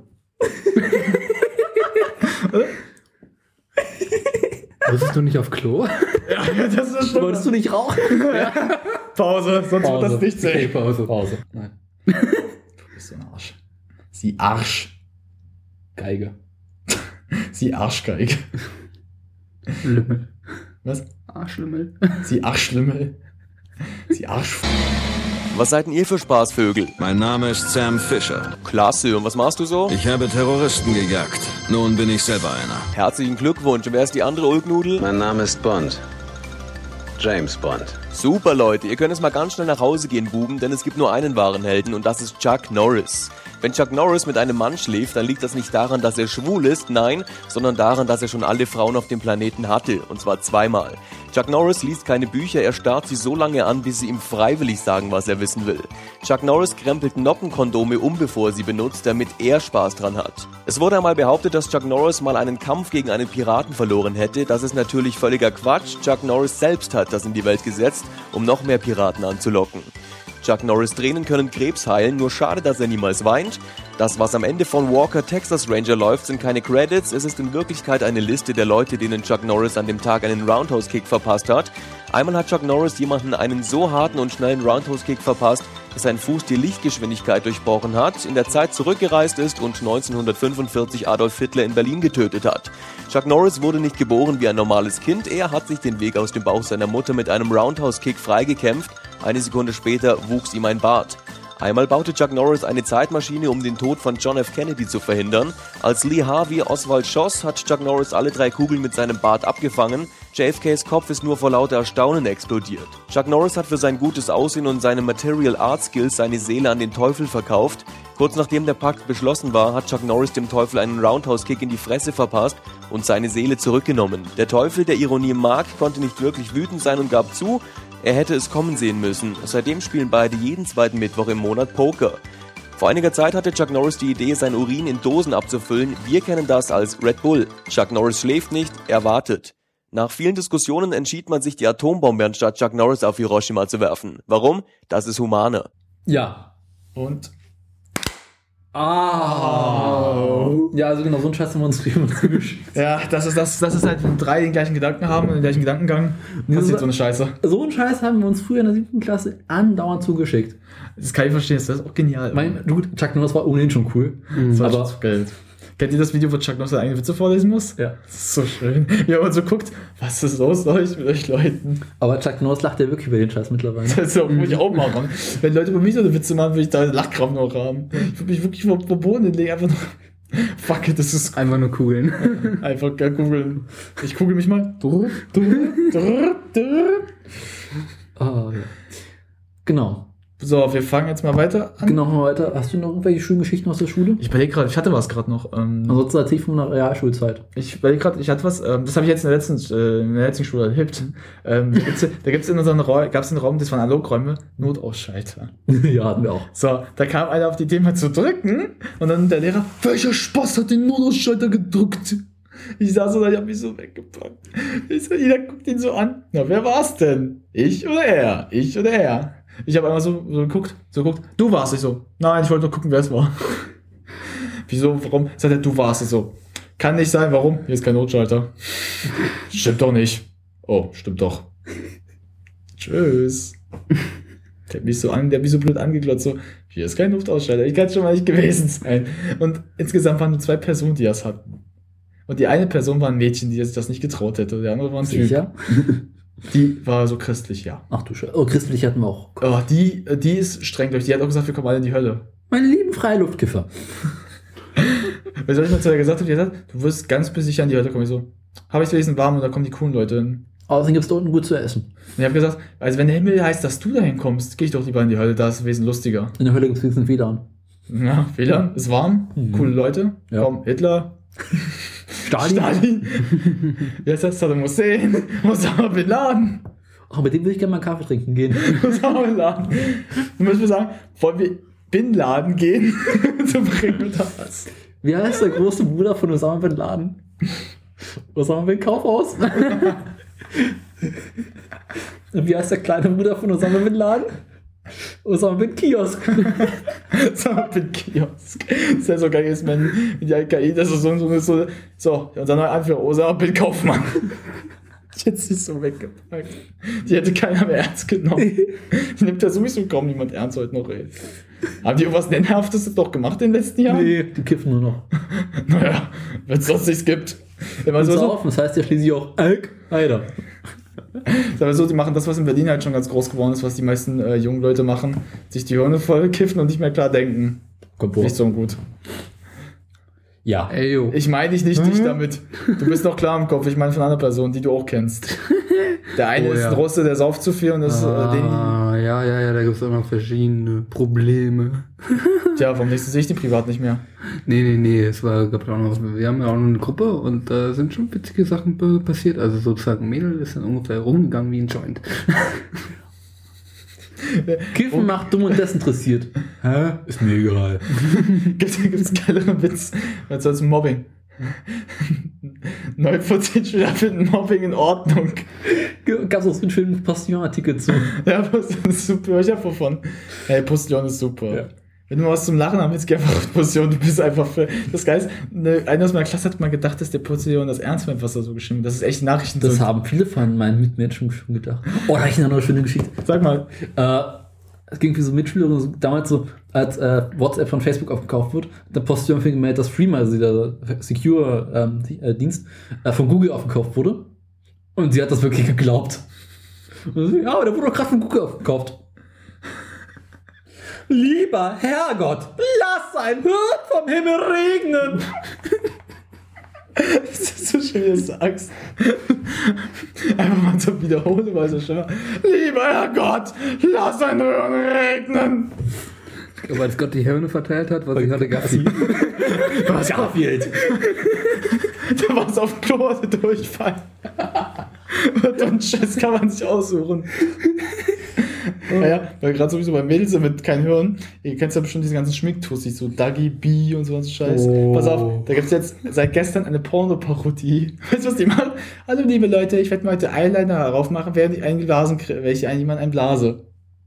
Wusstest du nicht auf Klo? Ja, das ist schon. Wolltest du nicht rauchen? Pause, sonst wird das nicht Okay, zählen. Pause. Nein. Du bist so ein Arsch. Sie Arsch. Geige. Sie Arschgeige. Lümmel. Was? Arschlümmel. Sie Arschlümmel. Sie Arsch. Was seid denn ihr für Spaßvögel? Mein Name ist Sam Fisher. Klasse, und was machst du so? Ich habe Terroristen gejagt. Nun bin ich selber einer. Herzlichen Glückwunsch. Und wer ist die andere Ulknudel? Mein Name ist Bond. James Bond. Super, Leute. Ihr könnt jetzt mal ganz schnell nach Hause gehen, Buben, denn es gibt nur einen wahren Helden und das ist Chuck Norris. Wenn Chuck Norris mit einem Mann schläft, dann liegt das nicht daran, dass er schwul ist, nein, sondern daran, dass er schon alle Frauen auf dem Planeten hatte, und zwar 2-mal. Chuck Norris liest keine Bücher, er starrt sie so lange an, bis sie ihm freiwillig sagen, was er wissen will. Chuck Norris krempelt Noppenkondome bevor er sie benutzt, damit er Spaß dran hat. Es wurde einmal behauptet, dass Chuck Norris mal einen Kampf gegen einen Piraten verloren hätte. Das ist natürlich völliger Quatsch. Chuck Norris selbst hat das in die Welt gesetzt, um noch mehr Piraten anzulocken. Chuck Norris Tränen können Krebs heilen, nur schade, dass er niemals weint. Das, was am Ende von Walker Texas Ranger läuft, sind keine Credits, es ist in Wirklichkeit eine Liste der Leute, denen Chuck Norris an dem Tag einen Roundhouse-Kick verpasst hat. Einmal hat Chuck Norris jemanden einen so harten und schnellen Roundhouse-Kick verpasst, dass sein Fuß die Lichtgeschwindigkeit durchbrochen hat, in der Zeit zurückgereist ist und 1945 Adolf Hitler in Berlin getötet hat. Chuck Norris wurde nicht geboren wie ein normales Kind, er hat sich den Weg aus dem Bauch seiner Mutter mit einem Roundhouse-Kick freigekämpft, eine Sekunde später wuchs ihm ein Bart. Einmal baute Chuck Norris eine Zeitmaschine, um den Tod von John F. Kennedy zu verhindern. Als Lee Harvey Oswald schoss, hat Chuck Norris alle 3 Kugeln mit seinem Bart abgefangen. JFKs Kopf ist nur vor lauter Erstaunen explodiert. Chuck Norris hat für sein gutes Aussehen und seine Material Art Skills seine Seele an den Teufel verkauft. Kurz nachdem der Pakt beschlossen war, hat Chuck Norris dem Teufel einen Roundhouse-Kick in die Fresse verpasst und seine Seele zurückgenommen. Der Teufel, der Ironie mag, konnte nicht wirklich wütend sein und gab zu, er hätte es kommen sehen müssen. Seitdem spielen beide jeden 2. Mittwoch im Monat Poker. Vor einiger Zeit hatte Chuck Norris die Idee, sein Urin in Dosen abzufüllen. Wir kennen das als Red Bull. Chuck Norris schläft nicht, er wartet. Nach vielen Diskussionen entschied man sich, die Atombombe anstatt Chuck Norris auf Hiroshima zu werfen. Warum? Das ist humaner. Ja. Und? Ja, also genau, so einen Scheiß haben wir uns zugeschickt. Ja, das ist halt, wenn 3 den gleichen Gedanken haben und den gleichen Gedankengang, passiert so eine Scheiße. So einen Scheiß haben wir uns früher in der 7. Klasse andauernd zugeschickt. Das kann ich verstehen, das ist auch genial. Chuck Norris war ohnehin schon cool. Das war aber schon geil. Kennt ihr das Video, wo Chuck Norris seine eigenen Witze vorlesen muss? Ja. Das ist so schön. Wie man so guckt, was ist los mit euch Leuten? Aber Chuck Norris lacht ja wirklich über den Scheiß mittlerweile. Das ist auch, muss ich auch machen. Wenn Leute über mich so eine Witze machen, würde ich da Lachkraft noch haben. Ich würde mich wirklich verboten legen, einfach noch. Fuck it, das ist. Einfach nur kugeln. Einfach gar googeln. Ich kugel mich mal. Ah, ja. Genau. So, wir fangen jetzt mal weiter an. Genau, mal weiter. Hast du noch irgendwelche schönen Geschichten aus der Schule? Ich überlege gerade, ich hatte was gerade noch. Ansonsten erzähl ich von der Realschulzeit. Ich überlege gerade, ich hatte was, das habe ich jetzt in der letzten Schule erlebt. Da gibt's in unserem Raum, gab's einen Raum, das waren Analogräume, Notausschalter. Ja, hatten wir auch. So, da kam einer auf die Idee mal zu drücken und dann der Lehrer, welcher Spaß hat den Notausschalter gedrückt? Ich saß so da, ich hab mich so weggepackt. Jeder guckt ihn so an. Na, wer war's denn? Ich oder er? Ich oder er? Ich habe einmal so geguckt, du warst. Ich so, nein, ich wollte nur gucken, wer es war. Wieso, warum? Sagt er, du warst. Ich so, kann nicht sein, warum? Hier ist kein Notschalter. Stimmt doch nicht. Oh, stimmt doch. Tschüss. Der hat mich so blöd angeglotzt, so, hier ist kein Luftausschalter, ich kann schon mal nicht gewesen sein. Und insgesamt waren nur 2 Personen, die das hatten. Und die eine Person war ein Mädchen, die sich das nicht getraut hätte. Und der andere war ein Typ. Sicher? Die war so christlich, ja. Ach du Scheiße. Oh, christlich hatten wir auch. Oh, die ist streng durch. Die hat auch gesagt, wir kommen alle in die Hölle. Meine lieben Freiluftkiffer. Weißt du, was ich mal zu der gesagt habe? Die hat gesagt, du wirst ganz bis sicher in die Hölle kommen. Ich so, habe ich gelesen, warm und da kommen die coolen Leute hin. Außerdem gibt es da unten gut zu essen. Und ich habe gesagt, also wenn der Himmel heißt, dass du dahin kommst, gehe ich doch lieber in die Hölle, da ist es wesentlich lustiger. In der Hölle gibt es wenigstens WLAN. Ja, WLAN, ist warm, coole Leute. Ja. Komm, Hitler. Stalin. Wie heißt das? Saddam Hussein. Osama Bin Laden. Oh, mit dem würde ich gerne mal einen Kaffee trinken gehen. Osama Bin Laden. Du musst mir sagen, wollen wir Bin Laden gehen? Zu bringen oder was? Wie heißt der große Bruder von Osama Bin Laden? Osama Bin Kaufhaus. Und wie heißt der kleine Bruder von Osama Bin Laden? Osama Bin Kiosk. Osama Bin Kiosk. Das ist ja so geil, ist wenn die KI, das ist so, unser neuer Anführer, Osama Bin Kaufmann. Ich hätte sie so weggepackt. Die hätte keiner mehr ernst genommen. Die nimmt ja sowieso kaum niemand ernst heute noch, ey. Haben die irgendwas Nennhaftes doch gemacht in den letzten Jahren? Nee, die kiffen nur noch. Naja, wenn es sonst nichts gibt. Immer so offen, das heißt ja schließlich auch Alter. Sag mal so, die machen das, was in Berlin halt schon ganz groß geworden ist, was die meisten jungen Leute machen, sich die Hirne voll kiffen und nicht mehr klar denken. Kommt nicht so gut. Ja. Ey, ich meine dich nicht damit. Du bist noch klar im Kopf. Ich meine von einer Person, die du auch kennst. Der eine ist ein Russe, der sauft zu viel und das ja, da gibt es auch noch verschiedene Probleme. Tja, warum sehe ich die privat nicht mehr? Nee, wir haben ja auch noch eine Gruppe und da sind schon witzige Sachen passiert. Also sozusagen Mädel ist dann ungefähr rumgegangen wie ein Joint. Kiffen macht dumm und desinteressiert. Hä? Ist mir egal. Gibt's einen geileren Witz als Mobbing. Neuputz-Schüler finden Mobbing in Ordnung. Gab's auch so einen schönen Postillon-Artikel zu. Ja, Postillon ist super. Ich hab wovon. Hey, Postillon ist super. Ja. Wenn du mal was zum Lachen haben willst, geh einfach auf Postillon. Du bist einfach für. Das Geist, einer aus meiner Klasse hat mal gedacht, dass der Postillon das ernst meint, was er so geschrieben hat. Das ist echt Nachrichten. Das haben viele von meinen Mitmenschen schon gedacht. Oh, da habe ich noch eine schöne Geschichte. Sag mal. Es ging für so Mitschüler damals so, als WhatsApp von Facebook aufgekauft wird, der Postillon gemeldet, dass Freema, also der Secure-Dienst, von Google aufgekauft wurde. Und sie hat das wirklich geglaubt. Und so, ja, aber der wurde doch gerade von Google aufgekauft. Lieber Herrgott, lass ein Hirn vom Himmel regnen. Das ist so schön, wie du sagst. Einfach mal so wiederholen, weil so schön. Lieber Herrgott, lass ein Hirn regnen. Aber als Gott die Hirne verteilt hat, war sie gerade Gassi. Was Garfield. Da war es auf dem Klo, hatte Durchfall. Und Scheiß kann man sich aussuchen. Naja, weil gerade sowieso bei Mädels mit kein Hirn, ihr kennt ja bestimmt diese ganzen Schminktussis, so Dagi B und so was Scheiß. Oh. Pass auf, da gibt es jetzt seit gestern eine Porno-Parodie. Weißt du, was die machen? Hallo liebe Leute, ich werde mir heute Eyeliner darauf machen, während ich jemand einblase.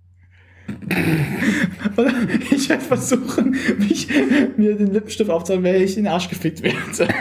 Und ich werde versuchen, mir den Lippenstift aufzuhaben, während ich in den Arsch gefickt werde.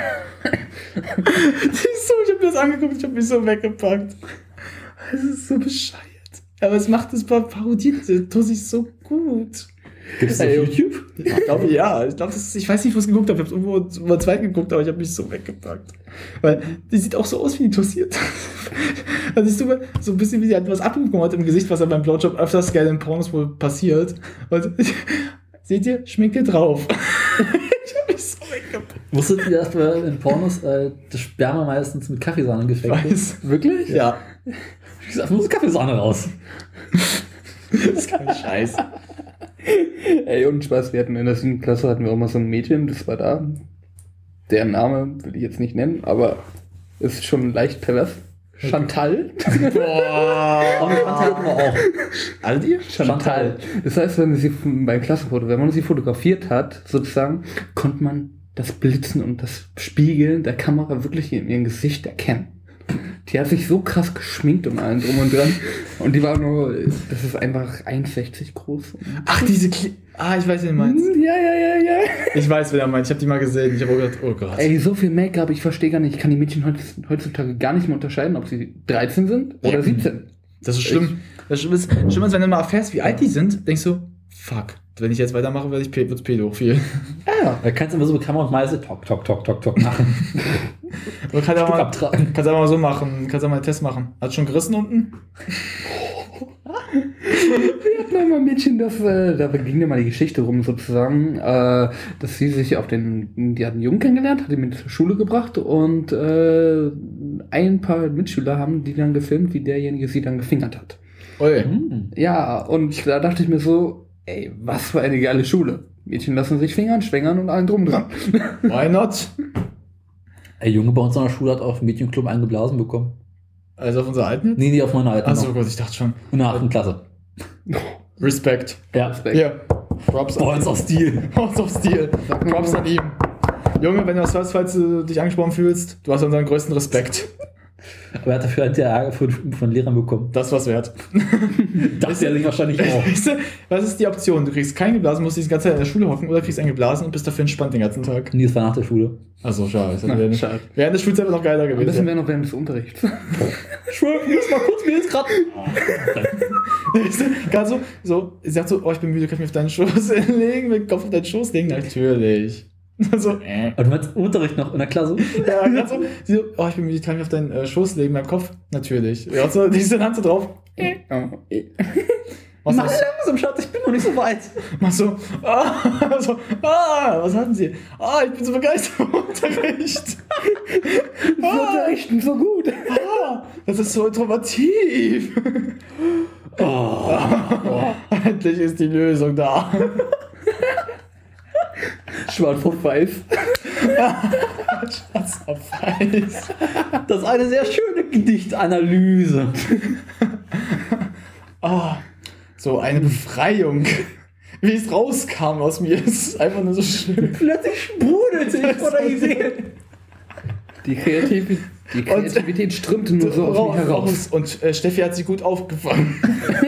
Ich habe mir das angeguckt, ich habe mich so weggepackt. Das ist so bescheuert. Aber es macht das Parodien, das tut sich so gut. Gibt es auf YouTube? Ich glaube, ja. Ich weiß nicht, wo ich es geguckt habe. Ich habe es irgendwo zweit geguckt, aber ich habe mich so weggepackt. Weil die sieht auch so aus, wie die tossiert. Also ich tue so ein bisschen, wie sie halt was abbekommen hat im Gesicht, was ja beim Blowjob öfters gerne in Pornos wohl passiert. Und seht ihr, schminkt ihr drauf. Ich habe mich so weggepackt. Wusstet ihr, dass in Pornos das Sperma meistens mit Kaffeesahne gefleckt ist? Wirklich? Ja. Ich sag, muss Kaffeesahne raus. Das ist kein Scheiß. Ey, und Spaß, wir hatten in der 7. Klasse hatten wir auch mal so ein Mädchen, das war da. Deren Name will ich jetzt nicht nennen, aber ist schon leicht pervers. Chantal. Boah. Und Chantal hatten wir auch. Alle die? Chantal. Das heißt, wenn man sie fotografiert hat, sozusagen, konnte man das Blitzen und das Spiegeln der Kamera wirklich in ihrem Gesicht erkennen. Die hat sich so krass geschminkt und allem drum und dran. Und die war nur, das ist einfach 1,60 groß. Ach, diese ich weiß, wen du meinst. Ja. Ich weiß, wer er meint. Ich habe die mal gesehen. Ich habe auch gedacht, oh Gott. Ey, so viel Make-up, ich verstehe gar nicht. Ich kann die Mädchen heutzutage gar nicht mehr unterscheiden, ob sie 13 sind oder 17. Das ist schlimm. Das ist schlimm, wenn du mal erfährst, wie alt die sind, denkst du, fuck, wenn ich jetzt weitermache, wird's pädophil. Ja. Da kannst du immer so mit Kamera und Meise tok machen. Man kann ja mal, kannst einfach mal so machen. Kannst ja mal einen Test machen. Hat schon gerissen unten? Wir hatten einmal ein Mädchen, da ging ja mal die Geschichte rum sozusagen, dass sie sich die hat einen Jungen kennengelernt, hat ihn mit zur Schule gebracht und ein paar Mitschüler haben die dann gefilmt, wie derjenige sie dann gefingert hat. Oi. Ja, und da dachte ich mir so, ey, was für eine geile Schule. Mädchen lassen sich fingern, schwängern und allen drum dran. Why not? Ein Junge bei uns in der Schule hat auf dem Mädchenclub eingeblasen bekommen. Also auf unserer alten? Nee, auf meiner alten. Achso, Gott, ich dachte schon. In der 8. Klasse. Respekt. Ja. Respekt. Ja. Props an Boys of Steel. Boys of Steel. Props an ihm. Junge, wenn du was hörst, falls du dich angesprochen fühlst, du hast unseren größten Respekt. Aber er hat dafür halt Ärger von Lehrern bekommen. Das war's wert. Das er sich wahrscheinlich auch. Weißt du, was ist die Option? Du kriegst keinen geblasen, musst dich die ganze Zeit in der Schule hocken oder kriegst einen geblasen und bist dafür entspannt den ganzen Tag. Nee, das war nach der Schule. Achso, schade. Schade. Während der Schulzeit wäre noch geiler gewesen. Das wäre noch während des Unterrichts. Schwör, muss mal kurz mir jetzt gerade. Gerade so, sie sagt so, oh, ich bin müde, kann ich mich auf deinen Schoß legen, mit dem Kopf auf deinen Schoß legen? Natürlich. So, Aber du meinst Unterricht noch in der Klasse? Ja, gerade so, sie so, oh, ich bin müde, kann ich mich auf deinen Schoß legen, meinem Kopf? Natürlich. Ja, so, die Hand so drauf. Mach langsam, Schatz, ich bin noch nicht so weit. Mach so, was hatten sie? Ich bin so begeistert vom Unterricht. Sie unterrichten so gut. Das ist so informativ. Endlich ist die Lösung da. Schwarz auf weiß. Schwarz auf weiß. Das ist eine sehr schöne Gedichtanalyse. So eine Befreiung. Wie es rauskam aus mir, ist einfach nur so schön. Plötzlich sprudelte ich vor der Idee. Die Kreativität strömte nur so aus mir heraus. Und Steffi hat sie gut aufgefangen.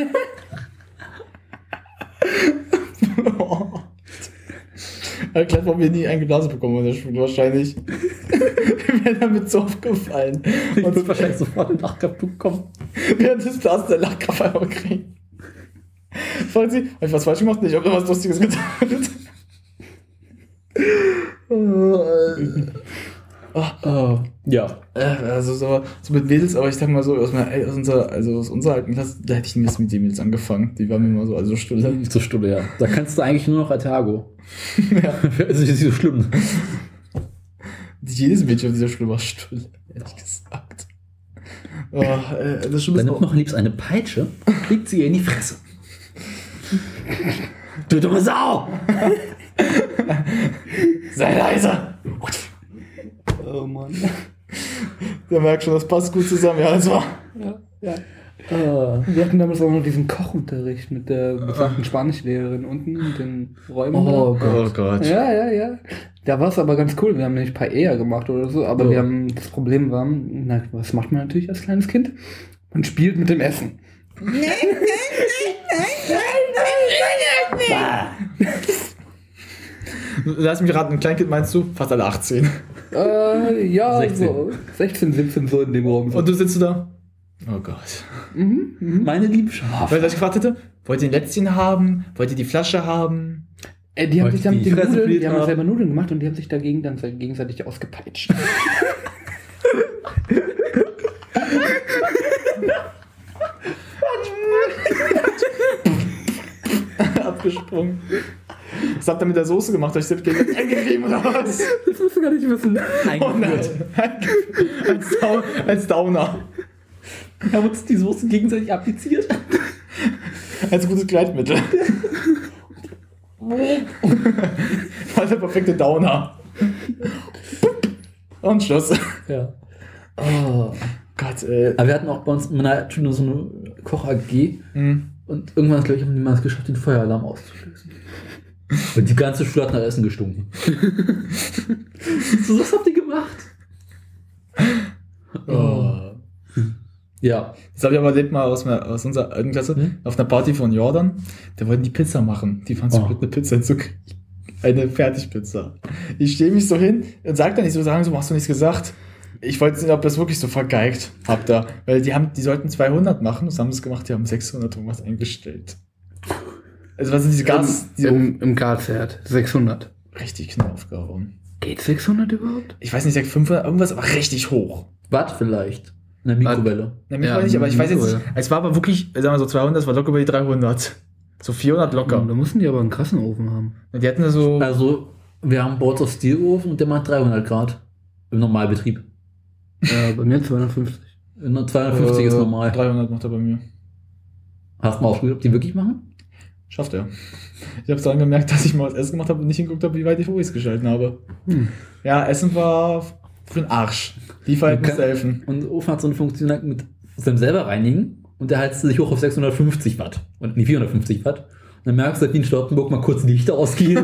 Erklärt, warum wir nie eingeblasen bekommen in der Schule wahrscheinlich. Wir wären damit so aufgefallen. Ich würde wahrscheinlich sofort einen Lachkraft bekommen. Während des Blasens der Lachkraft einfach kriegen. Fragt sie, habe ich was falsch gemacht? Nicht, ob was Lustiges getan Ja. Also so mit Mädels, aber ich sag mal so, aus unserer alten Klasse, da hätte ich nicht mit den Mädels angefangen. Die waren mir immer so, also Stulle. So Stulle, ja. Da kannst du eigentlich nur noch Altergo. Ja. Das ist nicht so schlimm. Jedes Mädchen auf dieser Schule war Stulle, ehrlich gesagt. Das Dann nimmt noch liebst eine Peitsche, legt sie ihr in die Fresse. Du dumme Sau! Sei leise! Oh Mann. Der merkt schon, das passt gut zusammen. Ja, das war. Ja. Wir hatten damals auch noch diesen Kochunterricht mit der besagten Spanischlehrerin unten in den Räumen. Oh Gott. Ja. Da war es aber ganz cool. Wir haben nicht Paella gemacht oder so, aber das Problem war, was macht man natürlich als kleines Kind? Man spielt mit dem Essen. Nein. Lass mich raten, ein Kleinkind meinst du? Fast alle 18. Ja, 16. so 16, 17 so in dem Raum. Und du sitzt da? Oh Gott. Meine lieben Schafe. Weil ich gefragt hätte, wollt ihr ein Lätzchen haben? Wollt ihr die Flasche haben? Die haben sich dann mit den Fresse Nudeln, die haben haben. selber Nudeln gemacht und die haben sich dagegen dann gegenseitig ausgepeitscht. Abgesprungen. Was habt ihr mit der Soße gemacht? Habt ihr selbst gegen eingegeben oder was? Das musst du gar nicht wissen. Als Downer. Wir haben uns die Soße gegenseitig appliziert. Als gutes Gleitmittel. War der perfekte Downer. Und Schluss. Ja. Oh Gott, ey. Aber wir hatten auch bei uns in meiner Schule so eine Koch-AG und irgendwann, glaube ich, haben die mal es geschafft, den Feueralarm auszulösen. Und die ganze Schule hat nach Essen gestunken. So, was habt ihr gemacht? Oh. Ja. Das habe ich aber erlebt mal aus unserer alten Klasse, auf einer Party von Jordan. Da wollten die Pizza machen. Die fanden so blöd, eine Pizza zu kriegen. Eine Fertigpizza. Ich stehe mich so hin und sag dann nicht so, sagen so, hast du nichts gesagt? Ich wollte sehen, ob das wirklich so vergeigt habt da. Weil die sollten 200 machen, das haben sie gemacht, die haben 600 irgendwas eingestellt. Also was sind diese Gas... Im Gasherd, 600. Richtig Knopfgehauen. Geht 600 überhaupt? Ich weiß nicht, ich sag 500, irgendwas, aber richtig hoch. Watt vielleicht. Eine Mikrowelle. Ne, Mikrowelle nicht, aber ich weiß jetzt nicht. Es war aber wirklich, sagen wir so 200, es war locker über die 300. So 400 locker. Da mussten die aber einen krassen Ofen haben. Die hatten da so... Also, wir haben bei uns auf Stilofen und der macht 300 Grad. Im Normalbetrieb. Ja, bei mir 250. 250 ist normal. 300 macht er bei mir. Hast du mal ausprobiert, ob die wirklich machen? Schafft er. Ich habe daran gemerkt, dass ich mal was Essen gemacht habe und nicht hingeguckt habe, wie weit ich Voice geschalten habe. Ja, Essen war für den Arsch. Die Verhalten muss helfen. Und der Ofen hat so eine Funktion mit seinem selber reinigen und der heizt sich hoch auf 650 Watt. Und nicht 450 Watt. Und dann merkst du, wie in Stoltenburg mal kurz Lichter ausgehen.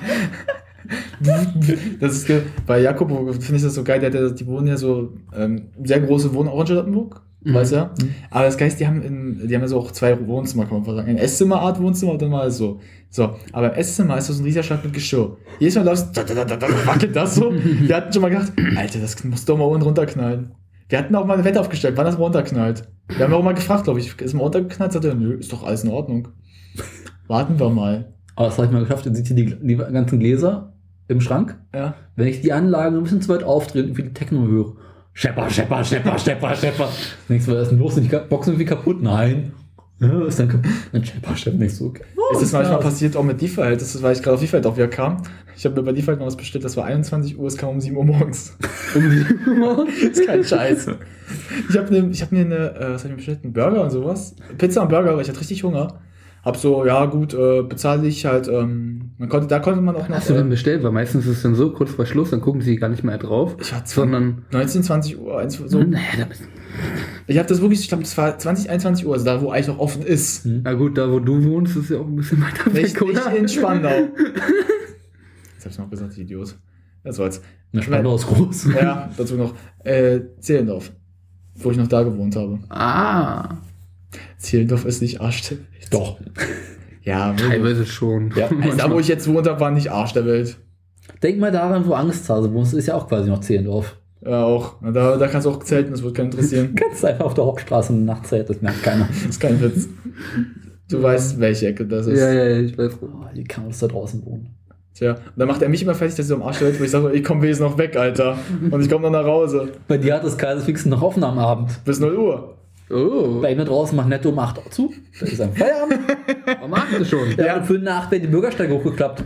Das ist bei Jakob, finde ich das so geil, die wohnen ja so sehr große Wohnungen auch in Charlottenburg, weißt du ja. Aber das Geist, die haben ja so auch 2 Wohnzimmer, kann man mal sagen. Ein Esszimmerart Wohnzimmer und dann mal so. So, aber im Esszimmer ist so ein riesiger Schrank mit Geschirr. Jedes Mal läufst du, wackelt das so. Wir hatten schon mal gedacht, Alter, das musst du doch mal unten runterknallen. Wir hatten auch mal eine Wette aufgestellt, wann das mal runterknallt. Wir haben auch mal gefragt, glaube ich, ist mal runtergeknallt? Sagt er, nö, ist doch alles in Ordnung. Warten wir mal. Aber das habe ich mal geschafft, dann seht ihr die ganzen Gläser im Schrank. Ja. Wenn ich die Anlage ein bisschen zu weit aufdrehe und die Techno höre, Schepper. Dann denkst du, was ist denn los? Sind die Boxen irgendwie kaputt? Nein. Ja, ist dann kaputt. Dann Schepper. Nicht so. Oh, ist das manchmal passiert auch mit Default? Das ist, weil ich gerade auf Default auch wieder kam. Ich habe mir bei Default noch was bestellt, das war 21 Uhr, es kam um 7 Uhr morgens. Um 7 Uhr morgens? Das ist kein Scheiß. Ich hab mir was hab ich mir bestellt? Einen Burger und sowas. Pizza und Burger, weil ich hatte richtig Hunger. Hab so, ja gut, bezahle ich halt, da konnte man auch noch... Hast du denn bestellt? Weil meistens ist es dann so, kurz vor Schluss, dann gucken sie gar nicht mehr drauf. Ich hatte sondern 19, 20 Uhr, so. Ich habe das wirklich, ich glaube, das war 20, 21 Uhr, also da, wo eigentlich noch offen ist. Na gut, da wo du wohnst, ist ja auch ein bisschen weiter weg, oder? Nicht in Spandau. Jetzt hab ich noch gesagt, Idiot. Das soll's. Na, Spandau ist groß. Ja, dazu noch. Zehlendorf, wo ich noch da gewohnt habe. Ah. Zehlendorf ist nicht Arsch der Welt. Doch. Ja, teilweise schon. Ja, also da, wo ich jetzt wohnt habe, war nicht Arsch der Welt. Denk mal daran, wo Angsthase wohnst, ist ja auch quasi noch Zehlendorf. Ja, auch. Da kannst du auch zelten, das wird keinen interessieren. Ganz einfach auf der Hauptstraße eine Nachtzelt, das merkt keiner. Das ist kein Witz. Du weißt, welche Ecke das ist. Ja, ich weiß. Oh, wie kann man das da draußen wohnen? Tja, und dann macht er mich immer fertig, dass ich so am Arsch der Welt, wo ich sage, ich komme wenigstens noch weg, Alter. Und ich komme noch nach Hause. Bei dir hat das Kaiserfix noch offen am Abend. Bis 0 Uhr. Oh. Bei ihm da draußen macht Netto um 8 Uhr zu. Das ist ein Feierabend. Warum macht das schon? Ja, und für eine Nacht werden die Bürgersteige hochgeklappt.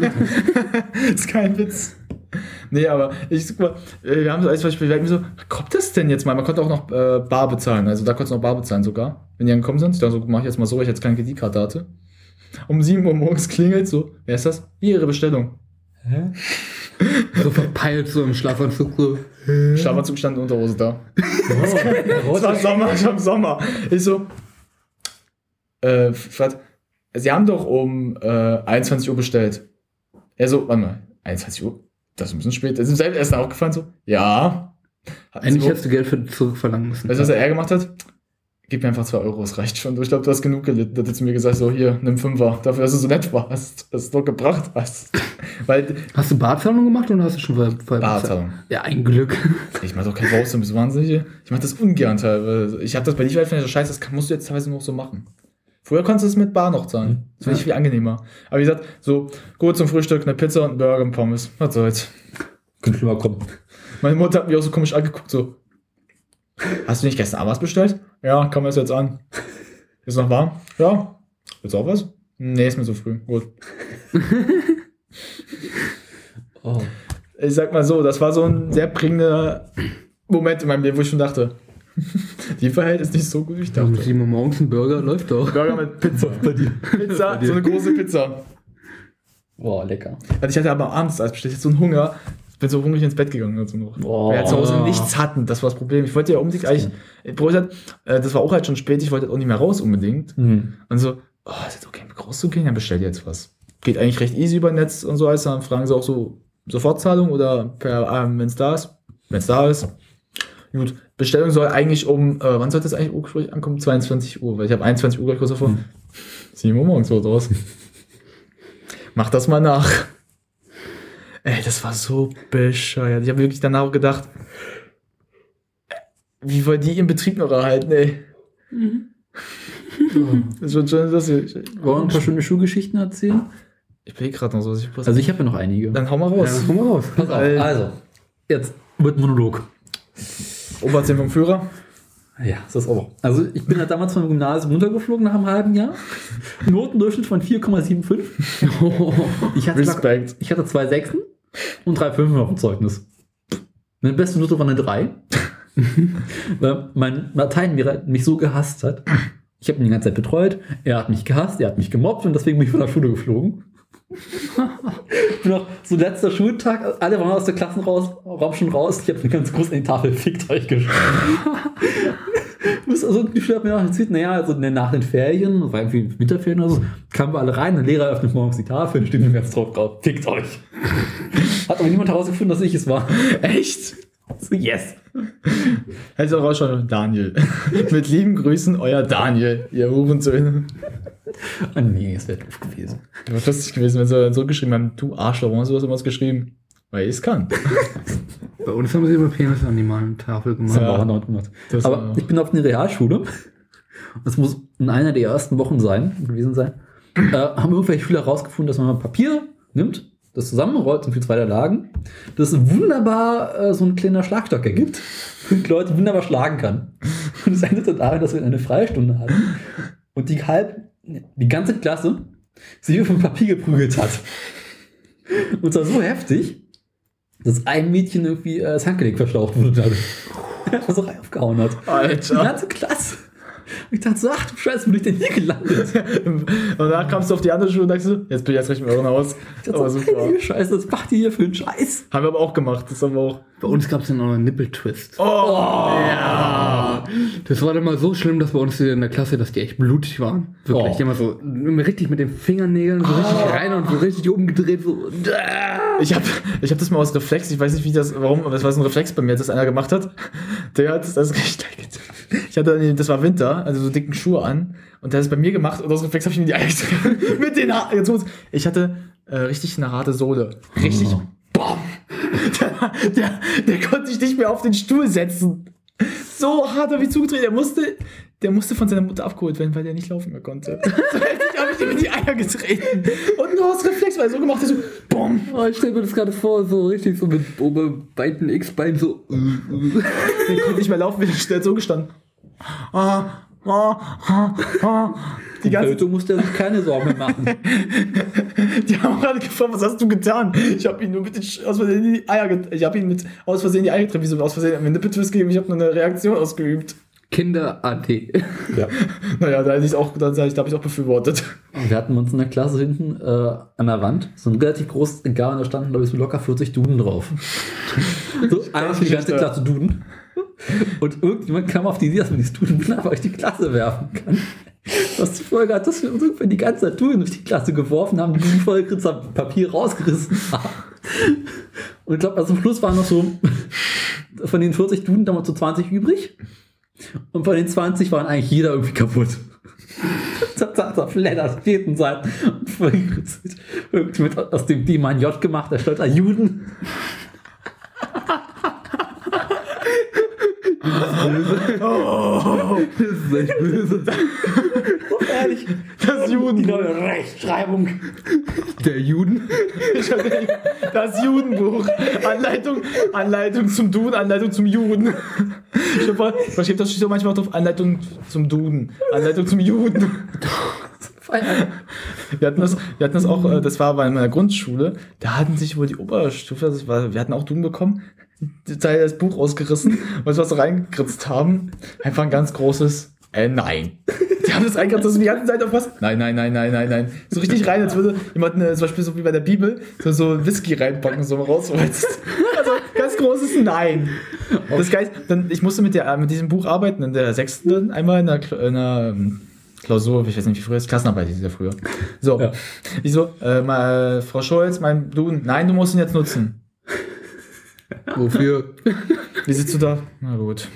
Das ist kein Witz. Nee, aber wir haben so als Beispiel, wir so, kommt das denn jetzt mal? Man konnte auch noch bar bezahlen, also da konntest du noch bar bezahlen sogar, wenn die angekommen sind. Ich dachte so, mach ich jetzt mal so, weil ich jetzt keine Kreditkarte hatte. Um 7 Uhr morgens klingelt so, wer ist das? Wie Ihre Bestellung? Hä? So verpeilt so im Schlafanzug so. Schlafanzug stand in Unterhose da. Es war Sommer, ich war im Sommer. Ich so, Sie haben doch um 21 Uhr bestellt. Er so, warte mal, 21 Uhr? Das ist ein bisschen spät. Das ist ihm selbst erst aufgefallen, so, ja. Eigentlich hättest du Geld für zurückverlangen müssen. Weißt du, was er gemacht hat? Gib mir einfach 2 Euro, es reicht schon. Ich glaube, du hast genug gelitten. Da hat er zu mir gesagt, so, hier, nimm 5er. Dafür, dass du so nett warst, dass du doch gebracht hast. Weil, hast du Barzahlung gemacht oder hast du schon vorher Barzahlung? Ja, ein Glück. Ich mach doch kein Raus, du bist wahnsinnig. Ich mach das ungern teilweise. Ich hab das bei dir, finde ich so scheiße, das musst du jetzt teilweise noch so machen. Früher konntest du es mit Bar noch zahlen. Das finde ich viel angenehmer. Aber wie gesagt, so, gut zum Frühstück, eine Pizza und ein Burger und Pommes. Was soll's. Könnte schon mal kommen. Meine Mutter hat mich auch so komisch angeguckt, so. Hast du nicht gestern Abend was bestellt? Ja, komm erst jetzt an. Ist noch warm? Ja. Willst du auch was? Nee, ist mir so früh. Gut. Ich sag mal so, das war so ein sehr prägender Moment in meinem Leben, wo ich schon dachte, Die Verhält ist nicht so gut, wie ich dachte. Um 7 Uhr morgens ein Burger läuft doch. Burger mit Pizza. Bei dir. Pizza, so eine große Pizza. Boah, lecker. Also ich hatte aber abends, als bestellt, so einen Hunger. Ich bin so hungrig ins Bett gegangen. Also noch. Boah. Weil wir zu Hause nichts hatten, das war das Problem. Ich wollte ja unbedingt eigentlich, das war auch halt schon spät, ich wollte auch nicht mehr raus unbedingt. Und so, ist jetzt okay, rauszugehen, dann bestell dir jetzt was. Geht eigentlich recht easy über Netz und so alles, dann fragen sie auch so Sofortzahlung oder per, wenn es da ist. Wenn es da ist. Gut, Bestellung soll eigentlich wann sollte das eigentlich ursprünglich ankommen? 22 Uhr, weil ich habe 21 Uhr gleich kurz davor. 7 Uhr morgens oder sowas. Mach das mal nach. Ey, das war so bescheuert. Ich habe wirklich danach auch gedacht, wie wollen die ihren Betrieb noch erhalten, ey? Das ist schon das hier. Wollen wir ein paar schöne Schulgeschichten erzählen? Ich bin gerade noch so. Also ich habe ja noch einige. Dann hau mal raus. Ja, hau mal raus. Pass auf. Also, jetzt wird Monolog. Oberzehn vom Führer. Ja, ist das auch. Also ich bin halt damals vom Gymnasium runtergeflogen nach einem halben Jahr. Notendurchschnitt von 4,75. Ich hatte 2 Sechsen und 3 Fünfen auf dem Zeugnis. Meine beste Note war eine 3. Weil mein Lateinlehrer mich so gehasst hat. Ich habe ihn die ganze Zeit betreut. Er hat mich gehasst, er hat mich gemobbt und deswegen bin ich von der Schule geflogen. Ich bin noch so letzter Schultag, alle waren aus der Klassenraum schon raus. Ich habe eine ganz groß an die Tafel fickt euch geschrieben. Also die Schule hat mir auch erzählt, also nach den Ferien, das war irgendwie Winterferien oder so, kamen wir alle rein, der Lehrer öffnet morgens die Tafel und steht mir ganz drauf, fickt euch. Hat aber niemand herausgefunden, dass ich es war. Echt? So, yes. Hättest du auch rausschauen, Daniel. Mit lieben Grüßen, euer Daniel, ihr Hurensöhne. Oh nee, es wäre doof gewesen. Wäre lustig gewesen, wenn sie zurückgeschrieben haben, du Arschloch, warum hast du was immer geschrieben? Weil ich es kann. Bei uns haben sie immer Penis an die Tafel gemacht. Das haben wir auch noch gemacht. Aber ich bin auf eine Realschule. Das muss in einer der ersten Wochen gewesen sein. Haben irgendwelche Schüler herausgefunden, dass man mal Papier nimmt, das zusammenrollt und für 2 Lagen, das wunderbar so ein kleiner Schlagstock ergibt und Leute wunderbar schlagen kann. Und es endete darin, dass wir eine Freistunde hatten und die ganze Klasse sich auf dem Papier geprügelt hat. Und zwar so heftig, dass ein Mädchen irgendwie das Handgelenk verstaucht wurde. Er so aufgehauen hat. Alter. Die ganze Klasse. Und ich dachte so, ach du Scheiße, wo bin ich denn hier gelandet? Und danach kamst du auf die andere Schule und dachtest so, jetzt bin ich erst recht im Irrenhaus. Aber so, super. Scheiße, was macht ihr hier für einen Scheiß? Haben wir aber auch gemacht. Das haben wir auch. Bei uns gab es dann auch einen Nippeltwist. Oh! Ja! Das war dann mal so schlimm, dass bei uns in der Klasse, dass die echt blutig waren. Wirklich. Die immer so richtig mit den Fingernägeln so richtig rein und so richtig umgedreht. So. Ich hab das mal aus Reflex, ich weiß nicht warum, aber es war so ein Reflex bei mir, das einer gemacht hat. Der hat das richtig. Das war Winter, also so dicken Schuhe an. Und der hat es bei mir gemacht und aus Reflex habe ich ihm die Eier gezogen. Mit den Haaren. Ich hatte richtig eine harte Sohle. Richtig. Bam! Der konnte sich nicht mehr auf den Stuhl setzen. So hart habe ich zugedreht. Der musste von seiner Mutter abgeholt werden, weil der nicht laufen mehr konnte. So heftig habe ich ihm in die Eier getreten. Und nur aus Reflex, weil er so gemacht hat, so BOM! Oh, ich stelle mir das gerade vor, so richtig so mit oberweiten X-Bein so. Der konnte nicht mehr laufen, der hat so gestanden. Die ganze Zeit musste er sich keine Sorgen mehr machen. Die haben gerade gefragt, was hast du getan? Ich habe ihn nur aus Versehen die Eier getreten, wie so aus Versehen einen Nippeltwist gegeben, ich habe nur eine Reaktion ausgeübt. Kinder-AT. Ja. Naja, da habe ich auch befürwortet. Wir hatten uns in der Klasse hinten an der Wand so ein relativ großes Regal und da standen, glaube ich, so locker 40 Duden drauf. So einmal für die ganze Klasse Duden. Und irgendjemand kam auf die Idee, dass man die Duden wunderbar durch die Klasse werfen kann. Was zur Folge hat, dass wir uns irgendwann die ganze Zeit Duden durch die Klasse geworfen haben, die Duden vollgerissen haben, Papier rausgerissen haben. Und ich glaube, also zum Schluss waren noch so von den 40 Duden damals so 20 übrig. Und von den 20 waren eigentlich jeder irgendwie kaputt. Zerfleddert, jeden Seiten. Und vollgerissen. Irgendjemand aus dem D mein J gemacht, der stolzer Juden. Oh, das ist echt böse. Ehrlich, das Juden. Die neue Rechtschreibung. Der Juden. Das Judenbuch. Anleitung zum Duden, Anleitung zum Juden. Was steht das so manchmal drauf? Anleitung zum Duden. Anleitung zum Juden. Wir hatten das auch, das war bei meiner Grundschule, da hatten sich wohl die Oberstufe, wir hatten auch Duden bekommen, Teil das Buch ausgerissen, weil wir was reingekritzt haben. Einfach ein ganz großes nein. Die haben das reingekritzt, dass du die ganze Zeit auf was? Nein. So richtig rein, als würde jemand zum Beispiel so wie bei der Bibel so Whisky reinpacken, so rausholst. Also ganz großes Nein. Das Geist, dann ich musste mit diesem Buch arbeiten, in der 6. einmal in einer Klausur, ich weiß nicht wie früher ist, Klassenarbeit ist ja früher. So, ja. Ich so, Frau Scholz, nein, du musst ihn jetzt nutzen. Wofür? Wie sitzt du da? Na gut.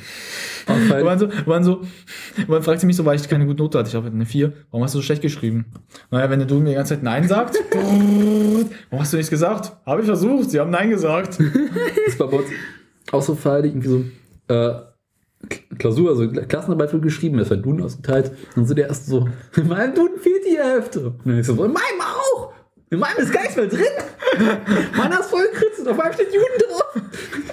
Man fragt sie mich so, weil ich keine gute Note hatte. Ich habe eine 4. Warum hast du so schlecht geschrieben? Naja, wenn du mir die ganze Zeit Nein sagst, warum hast du nichts gesagt? Habe ich versucht, sie haben Nein gesagt. Das war bei uns auch so Fall, irgendwie so Klausur, also Klassenarbeit wird geschrieben, es wird Duden ausgeteilt. Dann sind die erst so, in meinem Duden fehlt die Hälfte. Und dann ich so, in meinem auch! In meinem ist gar nichts mehr drin! Meiner ist voll gekritzt, auf meinem steht Juden drauf!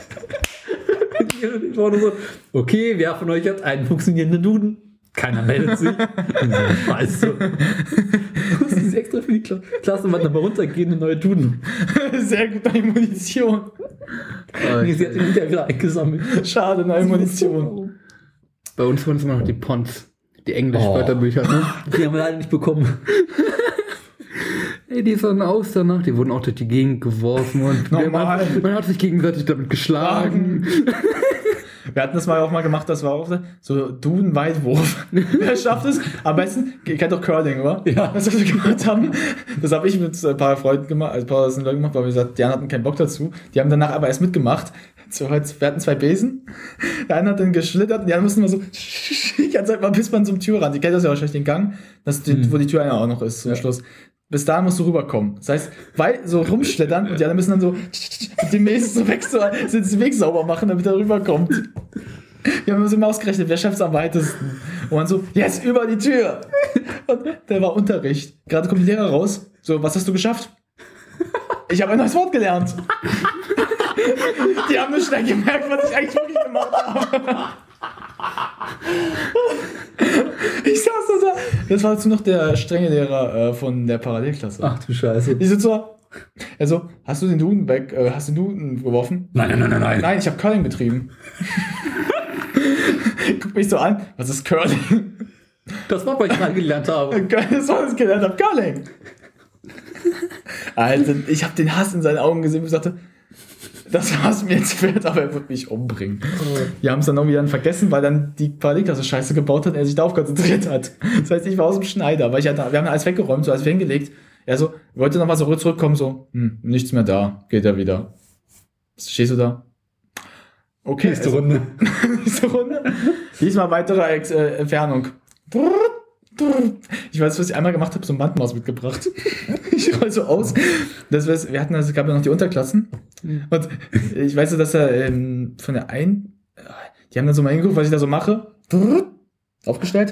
Ich war nur so, okay, wer von euch hat einen funktionierenden Duden? Keiner meldet sich. Scheiße. Mussten sie extra für die Klassenarbeit nochmal runtergehen, eine neue Duden. Sehr gut, neue Munition. Sie hat den wieder eingesammelt. Schade, neue Munition. Bei uns waren es immer noch die Pons, die Englisch-Wörterbücher. Ne? Die haben wir leider nicht bekommen. Ey, die sahen aus danach, die wurden auch durch die Gegend geworfen und man hat sich gegenseitig damit geschlagen. Wir hatten das auch mal gemacht, das war auch so Duden-Weitwurf. Wer schafft es? Am besten, ihr kennt doch Curling, oder? Ja. Was wir gemacht haben, das habe ich mit ein paar Freunden gemacht, also ein paar Leuten gemacht, weil wir gesagt, die anderen hatten keinen Bock dazu. Die haben danach aber erst mitgemacht. So, wir hatten 2 Besen. Der eine hat dann geschlittert und die anderen mussten mal so die ganze Zeit mal bis man zum Türrand. Die kennt das ja wahrscheinlich den Gang, wo die Tür auch noch ist zum Schluss. Bis da musst du rüberkommen. Das heißt, weil so rumschlittern und die anderen müssen dann so mit dem Mäßig so weg, so den Weg sauber machen, damit er rüberkommt. Wir haben uns immer ausgerechnet, wer schafft es am weitesten. Und man so, jetzt über die Tür. Und der war Unterricht. Gerade kommt die Lehrer raus. So, was hast du geschafft? Ich habe ein neues Wort gelernt. Die haben nur schnell gemerkt, was ich eigentlich wirklich gemacht habe. Ich saß da. Das war dazu noch der strenge Lehrer von der Parallelklasse. Ach du Scheiße. Ich sitze so. Also, hast du den Duden geworfen? Nein. Nein, ich habe Curling betrieben. Guck mich so an. Was ist Curling? Das war, weil ich mal gelernt habe. Das war, was ich gelernt habe. Curling. Alter, ich habe den Hass in seinen Augen gesehen und sagte, das war's mir jetzt wert, aber er wird mich umbringen. Wir haben es dann auch wieder vergessen, weil dann die Parallelklasse Scheiße gebaut hat und er sich darauf konzentriert hat. Das heißt, ich war aus dem Schneider, aber wir haben alles weggeräumt, so alles hingelegt. Er so, wollte nochmal so zurückkommen, so, nichts mehr da, geht er wieder. Stehst du da? Okay. Nächste Runde. Diesmal weitere Entfernung. Ich weiß, was ich einmal gemacht habe, so ein Bandmaus mitgebracht. Ich roll so aus. Es gab ja noch die Unterklassen. Und ich weiß so, dass er von der die haben dann so mal hingeguckt, was ich da so mache. Aufgestellt.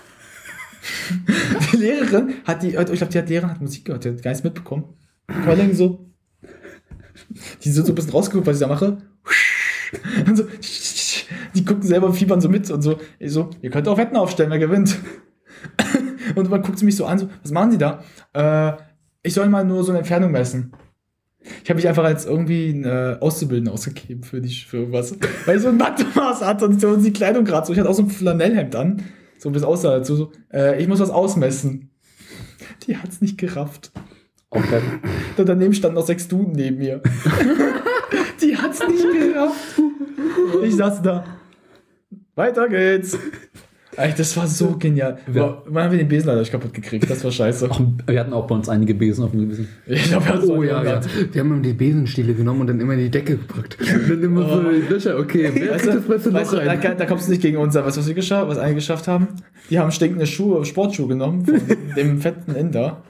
Die Lehrerin hat hat Musik gehört, die hat gar nichts mitbekommen. Curling so. Die sind so ein bisschen rausgeguckt, was ich da mache. Und so, die gucken selber, fiebern so mit und so. Ich so, ihr könnt auch Wetten aufstellen, wer gewinnt. Und man guckt sie mich so an, so, was machen Sie da? Ich soll mal nur so eine Entfernung messen. Ich habe mich einfach als irgendwie ein Auszubildender ausgegeben für irgendwas. Weil ich so ein Bandmaß hatte und so die Kleidung gerade so. Ich hatte auch so ein Flanellhemd an. So ein bisschen aussah dazu. So, ich muss was ausmessen. Die hat's nicht gerafft. Okay. Und daneben standen noch 6 Duden neben mir. Die hat's nicht gerafft. Ich saß da. Weiter geht's. Ey, das war so genial. Wann haben wir den Besen leider kaputt gekriegt? Das war scheiße. Ach, wir hatten auch bei uns einige Besen auf dem Gewissen. Ich glaub, wir haben immer die Besenstiele genommen und dann immer in die Decke gepackt. Und dann immer so die Löcher. Okay, wer kriegt das Beste noch rein? Da kommst du nicht gegen uns. Was einige geschafft haben? Die haben stinkende Sportschuhe genommen von dem fetten Inder.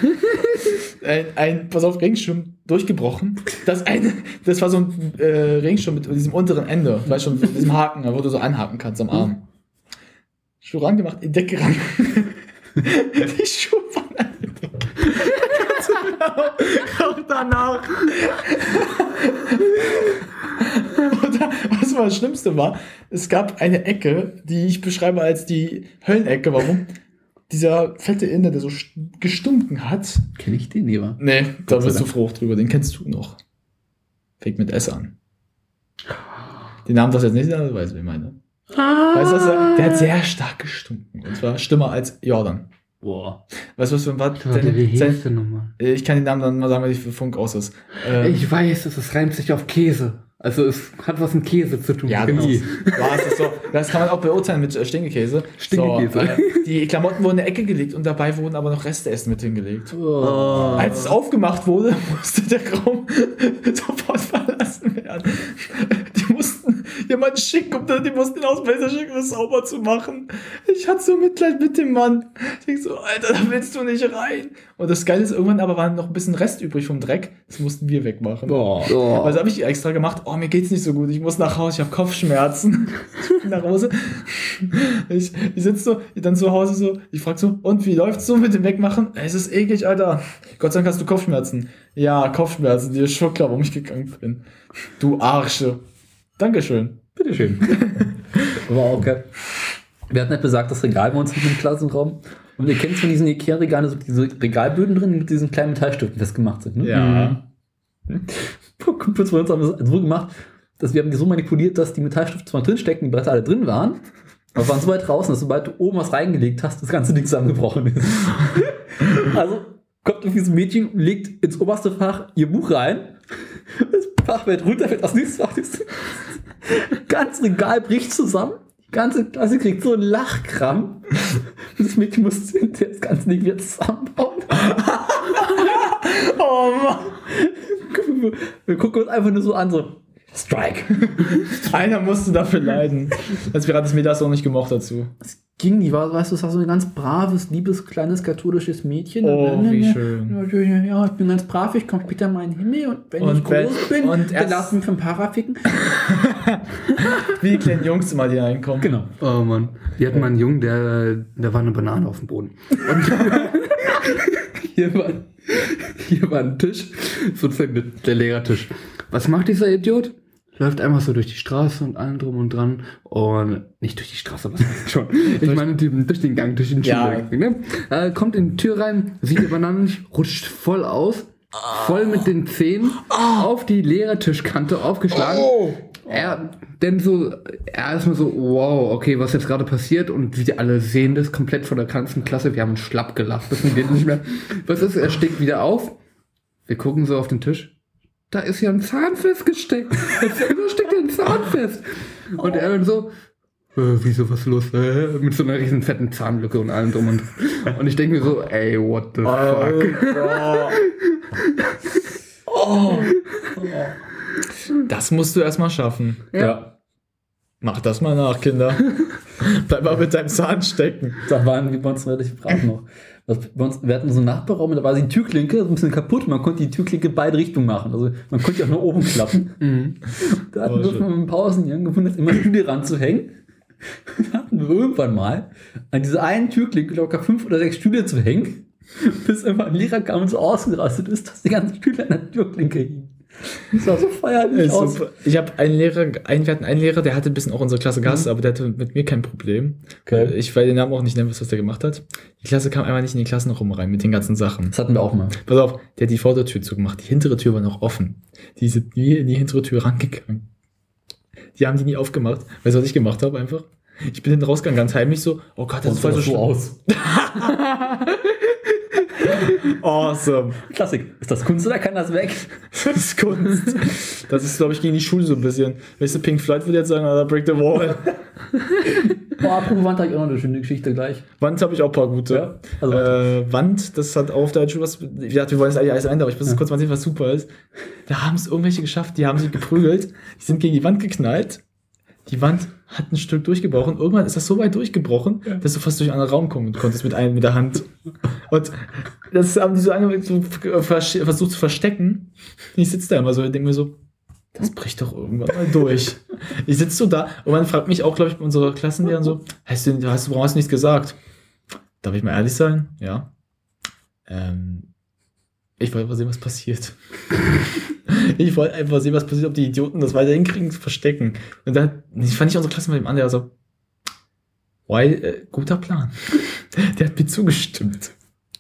Pass auf, Regenschirm durchgebrochen. Das war so ein Regenschirm mit diesem unteren Ende. Weißt schon, mit diesem Haken, wo du so anhaken kannst am Arm. Schuhe rangemacht, in die Decke ran. Die Schuhe waren an der Decke. Auch danach. Und was das Schlimmste war, es gab eine Ecke, die ich beschreibe als die Höllenecke. Warum? Dieser fette Inder, der so gestunken hat. Kenn ich den, lieber? Nee, da bist du froh drüber. Den kennst du noch. Fängt mit S an. Den Namen darfst du jetzt nicht sagen, du weißt, wie ich meine. Weißt du, der hat sehr stark gestunken. Und zwar schlimmer als Jordan. Boah. Weißt du, was für ein Wie hieß der nochmal? Ich kann den Namen dann mal sagen, wenn ich für Funk aus ist. Ich weiß, es reimt sich auf Käse. Also es hat was mit Käse zu tun. Ja, genau. Das kann man auch beurteilen mit Stinkekäse. Stinkekäse. So, die Klamotten wurden in eine Ecke gelegt und dabei wurden aber noch Resteessen mit hingelegt. Oh. Als es aufgemacht wurde, musste der Raum sofort verlassen werden. Die mussten jemanden schicken, die mussten den Ausbläser schicken, um es sauber zu machen. Ich hatte so Mitleid mit dem Mann. Ich denke so, Alter, da willst du nicht rein. Und das Geile ist, irgendwann aber war noch ein bisschen Rest übrig vom Dreck. Das mussten wir wegmachen. Also habe ich extra gemacht, mir geht's nicht so gut, ich muss nach Hause, ich habe Kopfschmerzen. Ich bin nach Hause. Ich sitze so, dann zu Hause so, ich frage so, und wie läuft's so mit dem Wegmachen? Es ist eklig, Alter. Gott sei Dank hast du Kopfschmerzen. Ja, Kopfschmerzen, die ist schon klar, warum ich gegangen bin. Du Arsche. Dankeschön. Bitteschön. War okay. Wir hatten halt besagt, das Regal bei uns in dem Klassenraum. Und ihr kennt von diesen Ikea-Regalen so diese Regalböden drin, die mit diesen kleinen Metallstiften festgemacht sind, ne? Ja. Kumpels von uns haben das so gemacht, dass wir haben die so manipuliert, dass die Metallstifte zwar drin stecken, die Bretter alle drin waren, aber waren so weit draußen, dass sobald du oben was reingelegt hast, das ganze Ding zusammengebrochen ist. Also kommt irgendwie so ein Mädchen, legt ins oberste Fach ihr Buch rein, das Fach fällt runter, fällt aus nächstes Fach. Das ganze Regal bricht zusammen, die ganze Klasse kriegt so einen Lachkrampf. Und das Mädchen muss das ganze Ding wieder zusammenbauen. Oh Mann. Wir gucken uns einfach nur so an, so Strike. Einer musste dafür leiden. Das wäre das mir das auch nicht gemocht dazu. Es ging nicht, weißt du, es war so ein ganz braves, liebes, kleines katholisches Mädchen. Oh, wie schön. Ja, ich bin ganz brav, ich komme später mal in den Himmel und wenn ich groß bin, dann lass mich vom Para ficken. Wie die kleinen Jungs immer, die reinkommen. Genau. Oh Mann. Wir hatten mal einen Jungen, der war eine Banane auf dem Boden. Und hier war ein Tisch, sozusagen der Lehrertisch. Was macht dieser Idiot? Läuft einfach so durch die Straße und allem drum und dran. Und nicht durch die Straße, aber schon. Ich meine durch den Gang, durch den Schulweg. Ne? Kommt in die Tür rein, sieht die Banane nicht, rutscht voll aus, voll mit den Zähnen auf die Lehrertischkante aufgeschlagen. Er ist mal so, wow, okay, was jetzt gerade passiert? Und wir alle sehen das komplett von der ganzen Klasse. Wir haben uns schlapp gelacht. Das geht nicht mehr. Was ist? Er steht wieder auf. Wir gucken so auf den Tisch. Da ist ja ein Zahn festgesteckt. Da steckt ja ein Zahn fest. Und er dann so, wieso, was ist los? Mit so einer riesen fetten Zahnlücke und allem drum und dran. Und ich denke mir so, ey, what the fuck? Das musst du erstmal schaffen. Ja. Mach das mal nach, Kinder. Bleib mal mit deinem Zahn stecken. Da waren wir bei uns relativ brav noch. Wir hatten so einen Nachbarraum, da war die Türklinke so ein bisschen kaputt. Man konnte die Türklinke in beide Richtungen machen. Also man konnte die auch nach oben klappen. Da hatten wir mit dem Pausen angefunden, immer Stühle ranzuhängen. Da hatten wir irgendwann mal an diese einen Türklinke locker 5 oder 6 Stühle zu hängen, bis einfach ein Lehrer kam und so ausgerastet ist, dass die ganzen Stühle an der Türklinke hingen. Das sah so feierlich aus. Wir hatten einen Lehrer, der hatte ein bisschen auch unsere Klasse gehasst, aber der hatte mit mir kein Problem. Okay. Ich will den Namen auch nicht nennen, was der gemacht hat. Die Klasse kam einfach nicht in den Klassenraum rein mit den ganzen Sachen. Das hatten wir auch mal. Pass auf, der hat die Vordertür zugemacht. Die hintere Tür war noch offen. Die sind nie in die hintere Tür rangegangen. Die haben die nie aufgemacht. Weißt du, was ich gemacht habe einfach? Ich bin hinten rausgegangen, ganz heimlich so, oh Gott, das ist voll so schlimm. Aus. Awesome. Klassik. Ist das Kunst oder kann das weg? Das ist Kunst. Das ist, glaube ich, gegen die Schule so ein bisschen. Weißt du, Pink Floyd würde jetzt sagen, oder Break the Wall. Apropos Wand habe ich auch noch eine schöne Geschichte gleich. Wand habe ich auch ein paar gute. Ja, also Wand, das hat auch auf der Schule was. Wir wollen das eigentlich alles ein, aber ich muss kurz mal sehen, was super ist. Da haben es irgendwelche geschafft, die haben sich geprügelt, die sind gegen die Wand geknallt. Die Wand hat ein Stück durchgebrochen. Irgendwann ist das so weit durchgebrochen, dass du fast durch einen anderen Raum kommen konntest mit der Hand. Und das haben die so angefangen versucht zu verstecken. Ich sitze da immer so und denke mir so, das bricht doch irgendwann mal durch. Ich sitze so da und man fragt mich auch, glaube ich, bei unserer Klassenlehrerin so, warum hast du nichts gesagt? Darf ich mal ehrlich sein? Ja. Ich wollte mal sehen, was passiert. Ich wollte einfach sehen, was passiert, ob die Idioten das weiter hinkriegen zu verstecken. Und dann fand ich unsere Klasse mit dem an, der so, guter Plan. Der hat mir zugestimmt.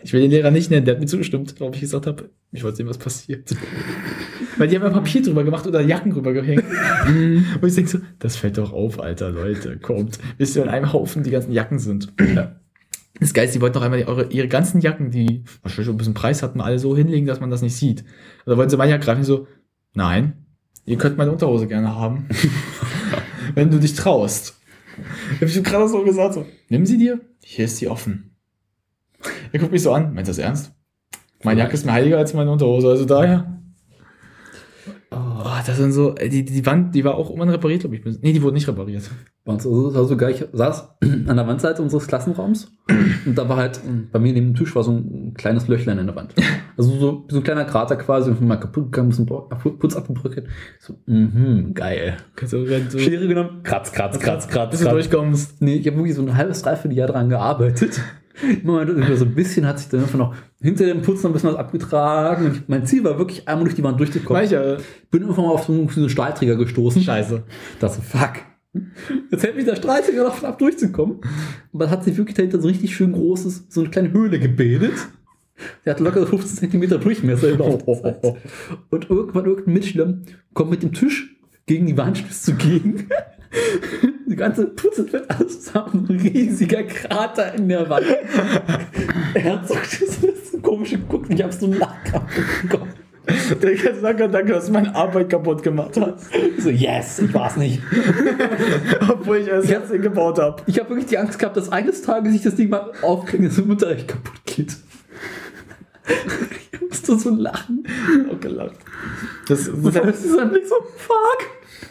Ich will den Lehrer nicht nennen, der hat mir zugestimmt, warum ich gesagt habe, ich wollte sehen, was passiert. Weil die haben ja Papier drüber gemacht oder Jacken drüber gehängt. Und ich denke so, das fällt doch auf, Alter, Leute, kommt. Wisst ihr, in einem Haufen die ganzen Jacken sind. Das Geist, die wollten noch einmal ihre ganzen Jacken, die wahrscheinlich schon ein bisschen Preis hatten, alle so hinlegen, dass man das nicht sieht. Und da wollten sie meine Jacke greifen, so, nein, ihr könnt meine Unterhose gerne haben. Wenn du dich traust. Da hab ich gerade so gesagt, so, nimm sie dir, hier ist sie offen. Er guckt mich so an, meinst du das ernst? Meine Jacke ist mir heiliger als meine Unterhose, also daher. Oh, das sind so, die Wand, die war auch irgendwann repariert, glaube ich. Nee, die wurde nicht repariert. Bei uns war sogar, ich saß an der Wandseite unseres Klassenraums und da war halt, bei mir neben dem Tisch war so ein kleines Löchlein in der Wand. Also so ein kleiner Krater quasi und mal kaputt gegangen, ein bisschen Putz abgebröckelt. So, geil. Schere genommen, kratz. Bis du durchkommst. Nee, ich habe wirklich so ein halbes, dreiviertel Jahr dran gearbeitet. Immer so ein bisschen hat sich dann einfach noch hinter dem Putz noch ein bisschen was abgetragen. Und mein Ziel war wirklich, einmal durch die Wand durchzukommen. Ich bin irgendwann mal auf so einen Stahlträger gestoßen. Scheiße. Das so, fuck. Jetzt hält mich der Stahlträger davon ab, durchzukommen. Und man hat sich wirklich dahinter so richtig schön großes, so eine kleine Höhle gebildet. Der hat locker 15 cm Durchmesser überhaupt. Und irgendein Mitschüler kommt mit dem Tisch gegen die Wand, stößt zugegen. Die ganze Putze wird alles zusammen. Ein riesiger Krater in der Wand. Er hat so komisch geguckt und ich hab so einen Lachkrampf bekommen. Der kann sagen, danke, dass du meine Arbeit kaputt gemacht hast. So, yes, ich war's nicht. Obwohl ich erst das Ding gebaut habe. Ich habe wirklich die Angst gehabt, dass eines Tages ich das Ding mal aufkriege, dass es im Unterricht kaputt geht. Ich musste so lachen. Auch gelacht. Das ist ein Blick so, fuck.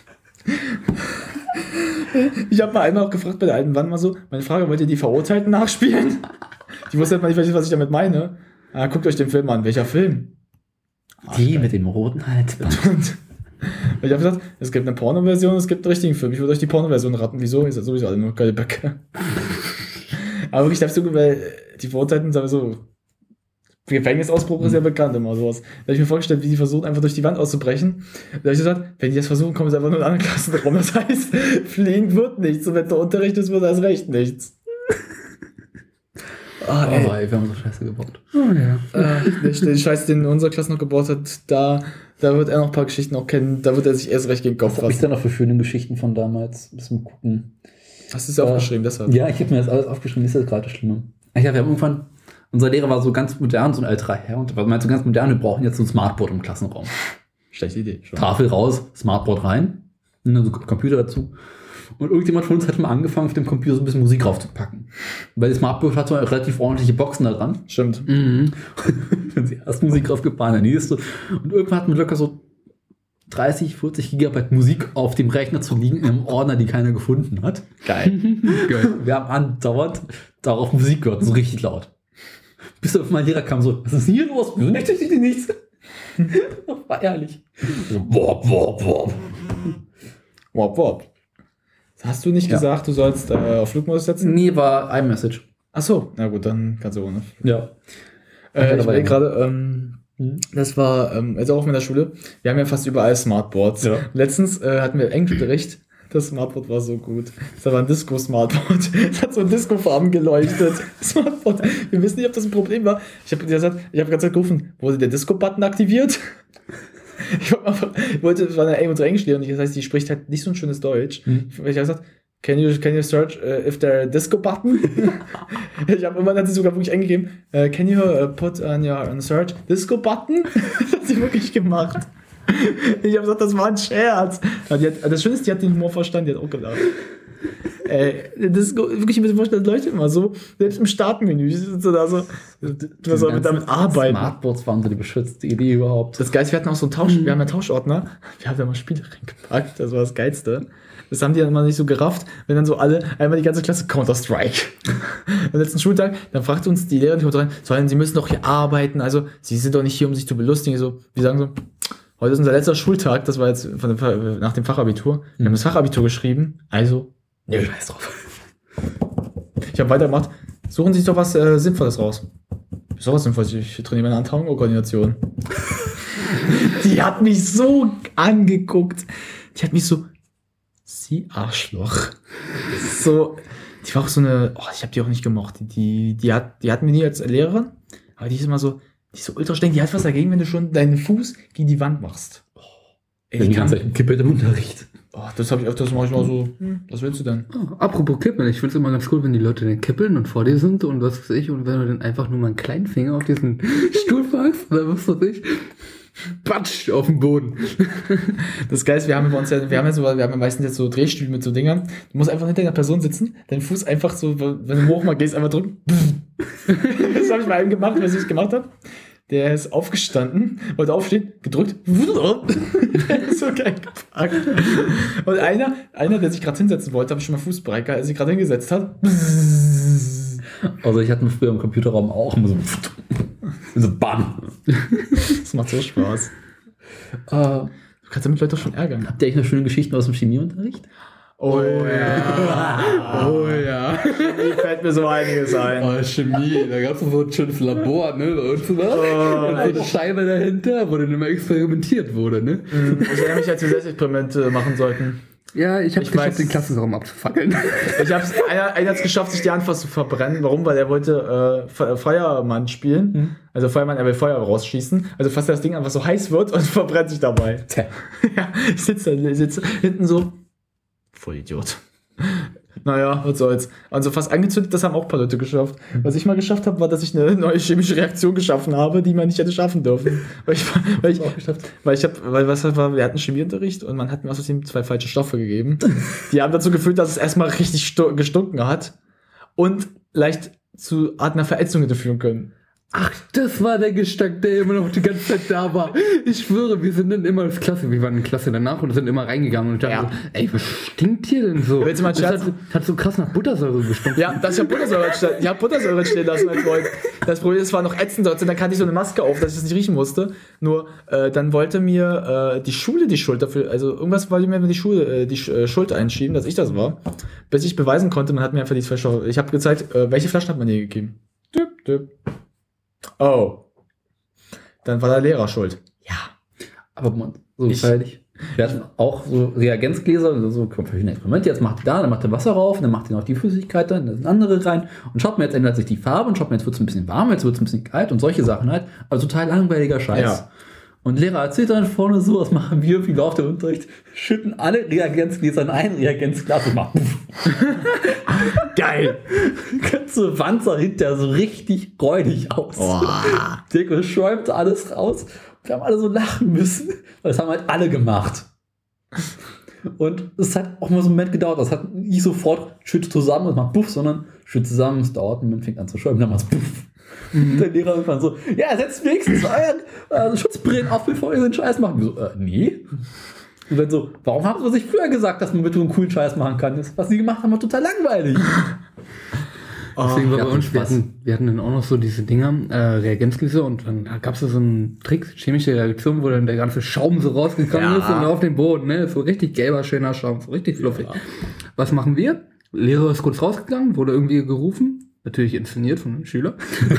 Ich habe mal einmal auch gefragt bei der alten Wand mal so, meine Frage, wollt ihr die Verurteilten nachspielen? Die wusste halt mal nicht, was ich damit meine. Guckt euch den Film an. Welcher Film? Die mit dem roten Halsband. Ich habe gesagt, es gibt eine Porno-Version, es gibt einen richtigen Film. Ich würde euch die Porno-Version raten. Wieso? Ihr seid sowieso alle nur geile Böcke. Aber wirklich, darfst du, weil die Verurteilten sowieso Gefängnisausbruch ist ja bekannt, immer sowas. Da habe ich mir vorgestellt, wie die versuchen, einfach durch die Wand auszubrechen. Da habe ich gesagt, wenn die das versuchen, kommen sie einfach nur in andere Klassen rum. Das heißt, fliehen wird nichts. Und wenn der Unterricht ist, wird erst recht nichts. Ey, wir haben so Scheiße gebaut. Den Scheiß, den unsere Klasse noch gebaut hat, da wird er noch ein paar Geschichten auch kennen. Da wird er sich erst recht gegen den Kopf fassen. Was habe ich da noch für schöne Geschichten von damals? Müssen wir gucken. Hast du es aufgeschrieben, deshalb? Ja, ich habe mir das alles aufgeschrieben. Das ist gerade das Schlimme. Wir haben irgendwann... Unser Lehrer war so ganz modern, so ein älterer Herr. Und er meinte so ganz modern, wir brauchen jetzt so ein Smartboard im Klassenraum. Schlechte Idee. Schon. Tafel raus, Smartboard rein, und dann so Computer dazu. Und irgendjemand von uns hat mal angefangen, auf dem Computer so ein bisschen Musik raufzupacken. Weil das Smartboard hat so relativ ordentliche Boxen da dran. Stimmt. Wenn sie erst Musik draufgepackt, dann nächste. Und irgendwann hatten wir locker so 30, 40 Gigabyte Musik auf dem Rechner zu liegen, in einem Ordner, die keiner gefunden hat. Geil. Wir haben andauernd darauf Musik gehört, so richtig laut. Bis auf mein Lehrer kam so, was ist hier los? Nichts. Das war ehrlich. So, Wop. Hast du nicht gesagt, du sollst auf Flugmodus setzen? Nee, war iMessage. Achso, na gut, dann kannst du ohne. Ja. Ich war gerade, das war, also auch in der Schule, wir haben ja fast überall Smartboards. Ja. Letztens hatten wir Englischunterricht. Das Smartboard war so gut. Das war ein Disco-Smartboard. Es hat so in Disco-Farben geleuchtet. Smartboard. Wir wissen nicht, ob das ein Problem war. Ich habe die ganze Zeit gerufen, wurde der Disco-Button aktiviert? Ich wollte, das war eine unsere Englischlehrerin, das heißt, die spricht halt nicht so ein schönes Deutsch. Ich habe gesagt, can you search if there Disco-Button? Ich habe irgendwann, hat sie sogar wirklich eingegeben, can you put on your search Disco-Button? Das hat sie wirklich gemacht. Ich habe gesagt, das war ein Scherz. Das Schöne ist, die hat den Humor verstanden, die hat auch gelacht. Das ist wirklich ein bisschen vorstellen, das leuchtet immer so. Selbst im Startmenü sind so da so, du soll damit arbeiten. Smartboards waren so die beschützte Idee überhaupt. Das Geilste, wir hatten auch so einen Tausch, wir haben einen Tauschordner, wir haben da mal Spiele reingepackt, das war das Geilste. Das haben die dann immer nicht so gerafft, wenn dann so einmal die ganze Klasse Counter-Strike. Am letzten Schultag, dann fragte uns die Lehrerin, die kommt rein, sie müssen doch hier arbeiten, also sie sind doch nicht hier, um sich zu belustigen. So, wir sagen so, heute ist unser letzter Schultag, das war jetzt nach dem Fachabitur. Wir haben das Fachabitur geschrieben, also nee, scheiß drauf. Ich habe weitergemacht. Suchen Sie sich doch was Sinnvolles raus. Ist doch was Sinnvolles. Ich trainiere meine Hand-Augen-Koordination. Die hat mich so angeguckt. Die hat mich so, Sie Arschloch. So, Die war auch so eine, ich habe die auch nicht gemocht. Die hatten wir nie als Lehrerin, aber die ist immer so, die ist so ultra streng. Die hat was dagegen, wenn du schon deinen Fuß gegen die Wand machst. Ey, die ganze Zeit kippelt im Unterricht. Das habe ich öfters manchmal so, was willst du denn? Apropos Kippeln, ich finde es immer ganz cool, wenn die Leute dann kippeln und vor dir sind und was weiß ich, und wenn du dann einfach nur mal einen kleinen Finger auf diesen Stuhl packst oder was weiß ich, patsch auf den Boden. Das Geile ist, wir haben ja meistens jetzt so Drehstühle mit so Dingern. Du musst einfach hinter einer Person sitzen, deinen Fuß einfach so, wenn du hoch mal gehst, einfach drücken. Das habe ich bei einem gemacht, was ich gemacht habe. Der ist aufgestanden, wollte aufstehen, gedrückt. Der ist so geil gepackt. Und einer, der sich gerade hinsetzen wollte, habe ich schon mal Fußbereich, als sich gerade hingesetzt hat. Also ich hatte früher im Computerraum auch immer so BAM. Das macht so Spaß. Du kannst damit Leute schon ärgern. Habt ihr eigentlich noch schöne Geschichten aus dem Chemieunterricht? Oh ja. Oh ja. Chemie fällt mir so einiges ein. Oh, Chemie, da gab es so ein schönes Labor, ne? Bei uns war. Und so eine Scheibe dahinter, wo dann immer experimentiert wurde, ne? Ich erinnere mich, als wir Selbstexperimente machen sollten. Ja, ich habe geschafft, den Klassenraum abzufackeln. Einer hat es geschafft, sich die Hand fast zu verbrennen. Warum? Weil er wollte Feuermann spielen. Also Feuermann, er will Feuer rausschießen. Also fast das Ding einfach so heiß wird und verbrennt sich dabei. Ja, ich sitze hinten so. Vollidiot. Naja, was soll's. Also fast angezündet, das haben auch ein paar Leute geschafft. Was ich mal geschafft habe, war, dass ich eine neue chemische Reaktion geschaffen habe, die man nicht hätte schaffen dürfen. Wir hatten Chemieunterricht und man hat mir aus Versehen 2 falsche Stoffe gegeben. Die haben dazu geführt, dass es erstmal richtig gestunken hat und leicht zu Art einer Verätzung hätte führen können. Ach, das war der Gestank, der immer noch die ganze Zeit da war. Ich schwöre, wir sind dann immer als Klasse, wir waren in Klasse danach und sind immer reingegangen und dachten so, ey, was stinkt hier denn so? Willst du mal das hat so krass nach Buttersäure gestunken. Ja, ich habe Buttersäure stehen lassen als Freund. Das Problem ist, war noch ätzend, dann hatte ich so eine Maske auf, dass ich das nicht riechen musste. Nur, dann wollte mir die Schule die Schuld dafür, also irgendwas wollte mir die Schuld einschieben, dass ich das war. Bis ich beweisen konnte, man hat mir einfach die 2 Stoffe. Ich habe gezeigt, welche Flaschen hat man hier gegeben. Oh. Dann war der Lehrer schuld. Ja. Aber man, so gefährlich. Wir hatten auch so Reagenzgläser, so verschiedene Experimente. Jetzt macht ihr da, dann macht ihr Wasser rauf, dann macht ihr noch die Flüssigkeit dann sind andere rein. Und schaut mal, jetzt ändert sich die Farbe und schaut mal, jetzt wird es ein bisschen warm, jetzt wird es ein bisschen kalt und solche Sachen halt. Also total langweiliger Scheiß. Ja. Und Lehrer erzählt dann vorne so, was machen wir, wie läuft der Unterricht? Schütten alle Reagenzgläser in ein Reagenzglas und machen. Geil! Ganze Wand sah hinterher so richtig räudig aus. Deko schäumte alles raus. Wir haben alle so lachen müssen. Das haben halt alle gemacht. Und es hat auch mal so einen Moment gedauert. Das hat nicht sofort schüttet zusammen und macht puff, sondern schüttet zusammen, es dauert und man fängt an zu schäumen, dann macht es puff. Der Lehrer irgendwann so, ja, setzt wenigstens euren Schutzbrillen auf, bevor ihr den Scheiß macht. Und so, nee. Und dann so, warum haben sie sich früher gesagt, dass man mit so einen coolen Scheiß machen kann? Das, was sie gemacht haben, war total langweilig. Deswegen war bei uns, wir hatten dann auch noch so diese Dinger, Reagenzgläser, und dann gab es so einen Trick, chemische Reaktion, wo dann der ganze Schaum so rausgekommen ist und auf den Boden, ne? So richtig gelber, schöner Schaum, so richtig fluffig. Ja. Was machen wir? Lehrer ist kurz rausgegangen, wurde irgendwie gerufen. Natürlich inszeniert von einem Schüler.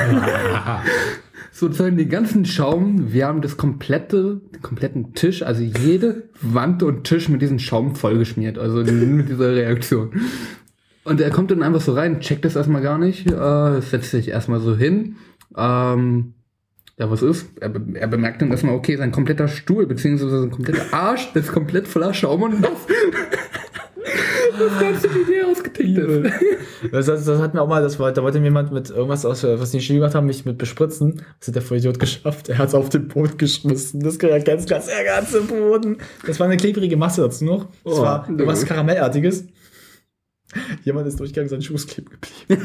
Sozusagen den ganzen Schaum, wir haben den kompletten Tisch, also jede Wand und Tisch mit diesem Schaum vollgeschmiert, also mit dieser Reaktion. Und er kommt dann einfach so rein, checkt das erstmal gar nicht, setzt sich erstmal so hin. Ja, was ist? Er bemerkt dann erstmal, okay, sein kompletter Stuhl, beziehungsweise sein kompletter Arsch ist komplett voller Schaum und nass. Das ganze Idee ausgetickt ist. Das hat mir auch mal, da wollte mir jemand mit irgendwas was die Schüler gemacht haben, mich mit bespritzen. Das hat der Vollidiot geschafft. Er hat es auf den Boden geschmissen. Das gehört ganz krass, der ganze Boden. Das war eine klebrige Masse dazu noch. Das war was Karamellartiges. Jemand ist durchgegangen, sein Schuh ist kleben geblieben.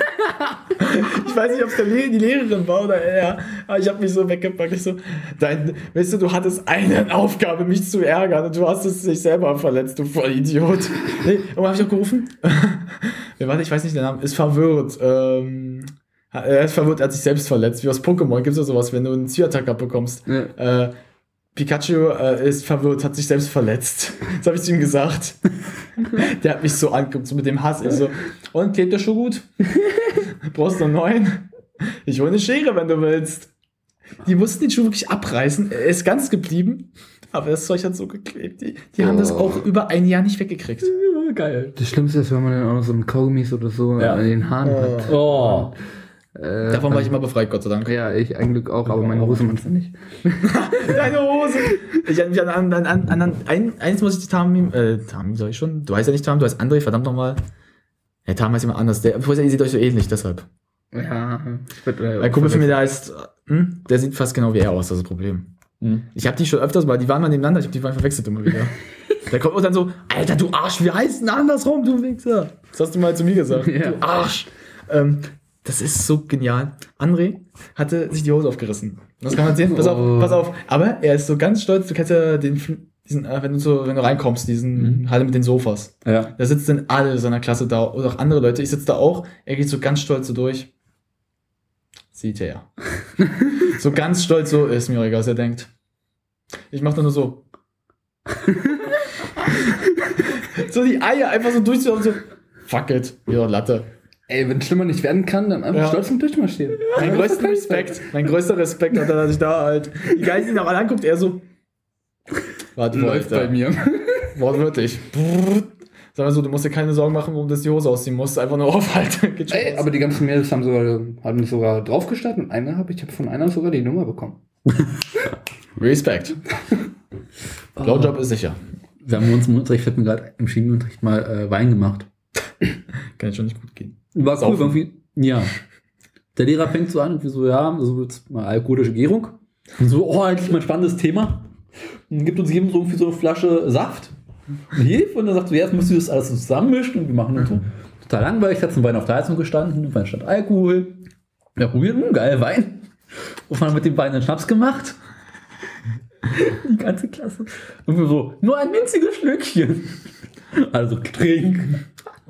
Ich weiß nicht, ob es die Lehrerin war oder er, aber ich habe mich so weggepackt. Ich so, weißt du hattest eine Aufgabe, mich zu ärgern und du hast es dich selber verletzt, du Vollidiot. Nee, und habe ich auch gerufen? Warte, ich weiß nicht, der Name ist verwirrt. Er ist verwirrt, er hat sich selbst verletzt. Wie aus Pokémon gibt es ja sowas, wenn du einen Zyattack abbekommst. Ja. Pikachu ist verwirrt, hat sich selbst verletzt. Das habe ich zu ihm gesagt. Der hat mich so angeguckt, so mit dem Hass. Ich so, und klebt der Schuh gut? Brauchst du einen neuen? Ich hole eine Schere, wenn du willst. Die mussten den Schuh wirklich abreißen. Er ist ganz geblieben, aber das Zeug hat so geklebt. Die haben das auch über ein Jahr nicht weggekriegt. Ja, Geil. Das Schlimmste ist, wenn man dann auch noch so einen Kaugummis oder so in den Haaren hat. Oh. Davon war ich immer befreit, Gott sei Dank. Ja, ich eigentlich auch, aber meine Hose manchmal nicht. Deine Hose! Ich habe mich eins muss ich die Tami sag ich schon? Du heißt ja nicht Tami, du heißt André, verdammt nochmal. Ja, Tami heißt immer anders. Ihr seht euch so ähnlich, deshalb. Ja. Ein Kumpel von mir, der heißt, der sieht fast genau wie er aus, das ist das Problem. Ich habe die schon öfters mal, die waren mal nebeneinander, ich habe die verwechselt immer wieder. Der kommt und dann so, Alter, du Arsch, wie heißt denn andersrum, du Wichser? Das hast du mal zu mir gesagt. Ja. Du Arsch. Das ist so genial. André hatte sich die Hose aufgerissen. Das kann man sehen. Pass auf. Aber er ist so ganz stolz. Du kennst ja diesen, wenn du reinkommst, diesen Halle mit den Sofas. Ja. Da sitzen alle seiner Klasse da oder auch andere Leute. Ich sitze da auch. Er geht so ganz stolz so durch. Sieht er. So ganz stolz so, ist mir egal, was er denkt. Ich mach dann nur so. So die Eier einfach so durchzuhauen, so. Fuck it. Ja, Latte. Ey, wenn es schlimmer nicht werden kann, dann einfach stolz im Tisch marschieren. Mein größter Respekt hat er, dass ich da halt die Geiseln ihn auch alle anguckt, er so. Warte, läuft bei mir. Wortwörtlich. Sag mal so, du musst dir keine Sorgen machen, warum das die Hose ausziehen musst, einfach nur aufhalten. Ey, aber die ganzen Mädels haben mich sogar draufgestattet und ich habe von einer sogar die Nummer bekommen. Respekt. Blowjob ist sicher. Wir haben uns im Unterricht, fällt mir gerade im Chemieunterricht mal Wein gemacht. Kann jetzt schon nicht gut gehen. War cool, irgendwie. Ja. Der Lehrer fängt so an, irgendwie so, ja, so jetzt mal alkoholische Gärung. Und so, oh, eigentlich mal ein spannendes Thema. Und gibt uns jedem so irgendwie so eine Flasche Saft. Hefe. Und dann sagt so, ja, jetzt müsst ihr das alles so zusammenmischen und wir machen und so. Total langweilig, hat ein Wein auf der Heizung gestanden, im Wein stand Alkohol. Ja, probiert, geil, Wein. Und man hat mit dem Wein einen Schnaps gemacht. Die ganze Klasse. Und wir so, nur ein winziges Schlückchen. Also trinken.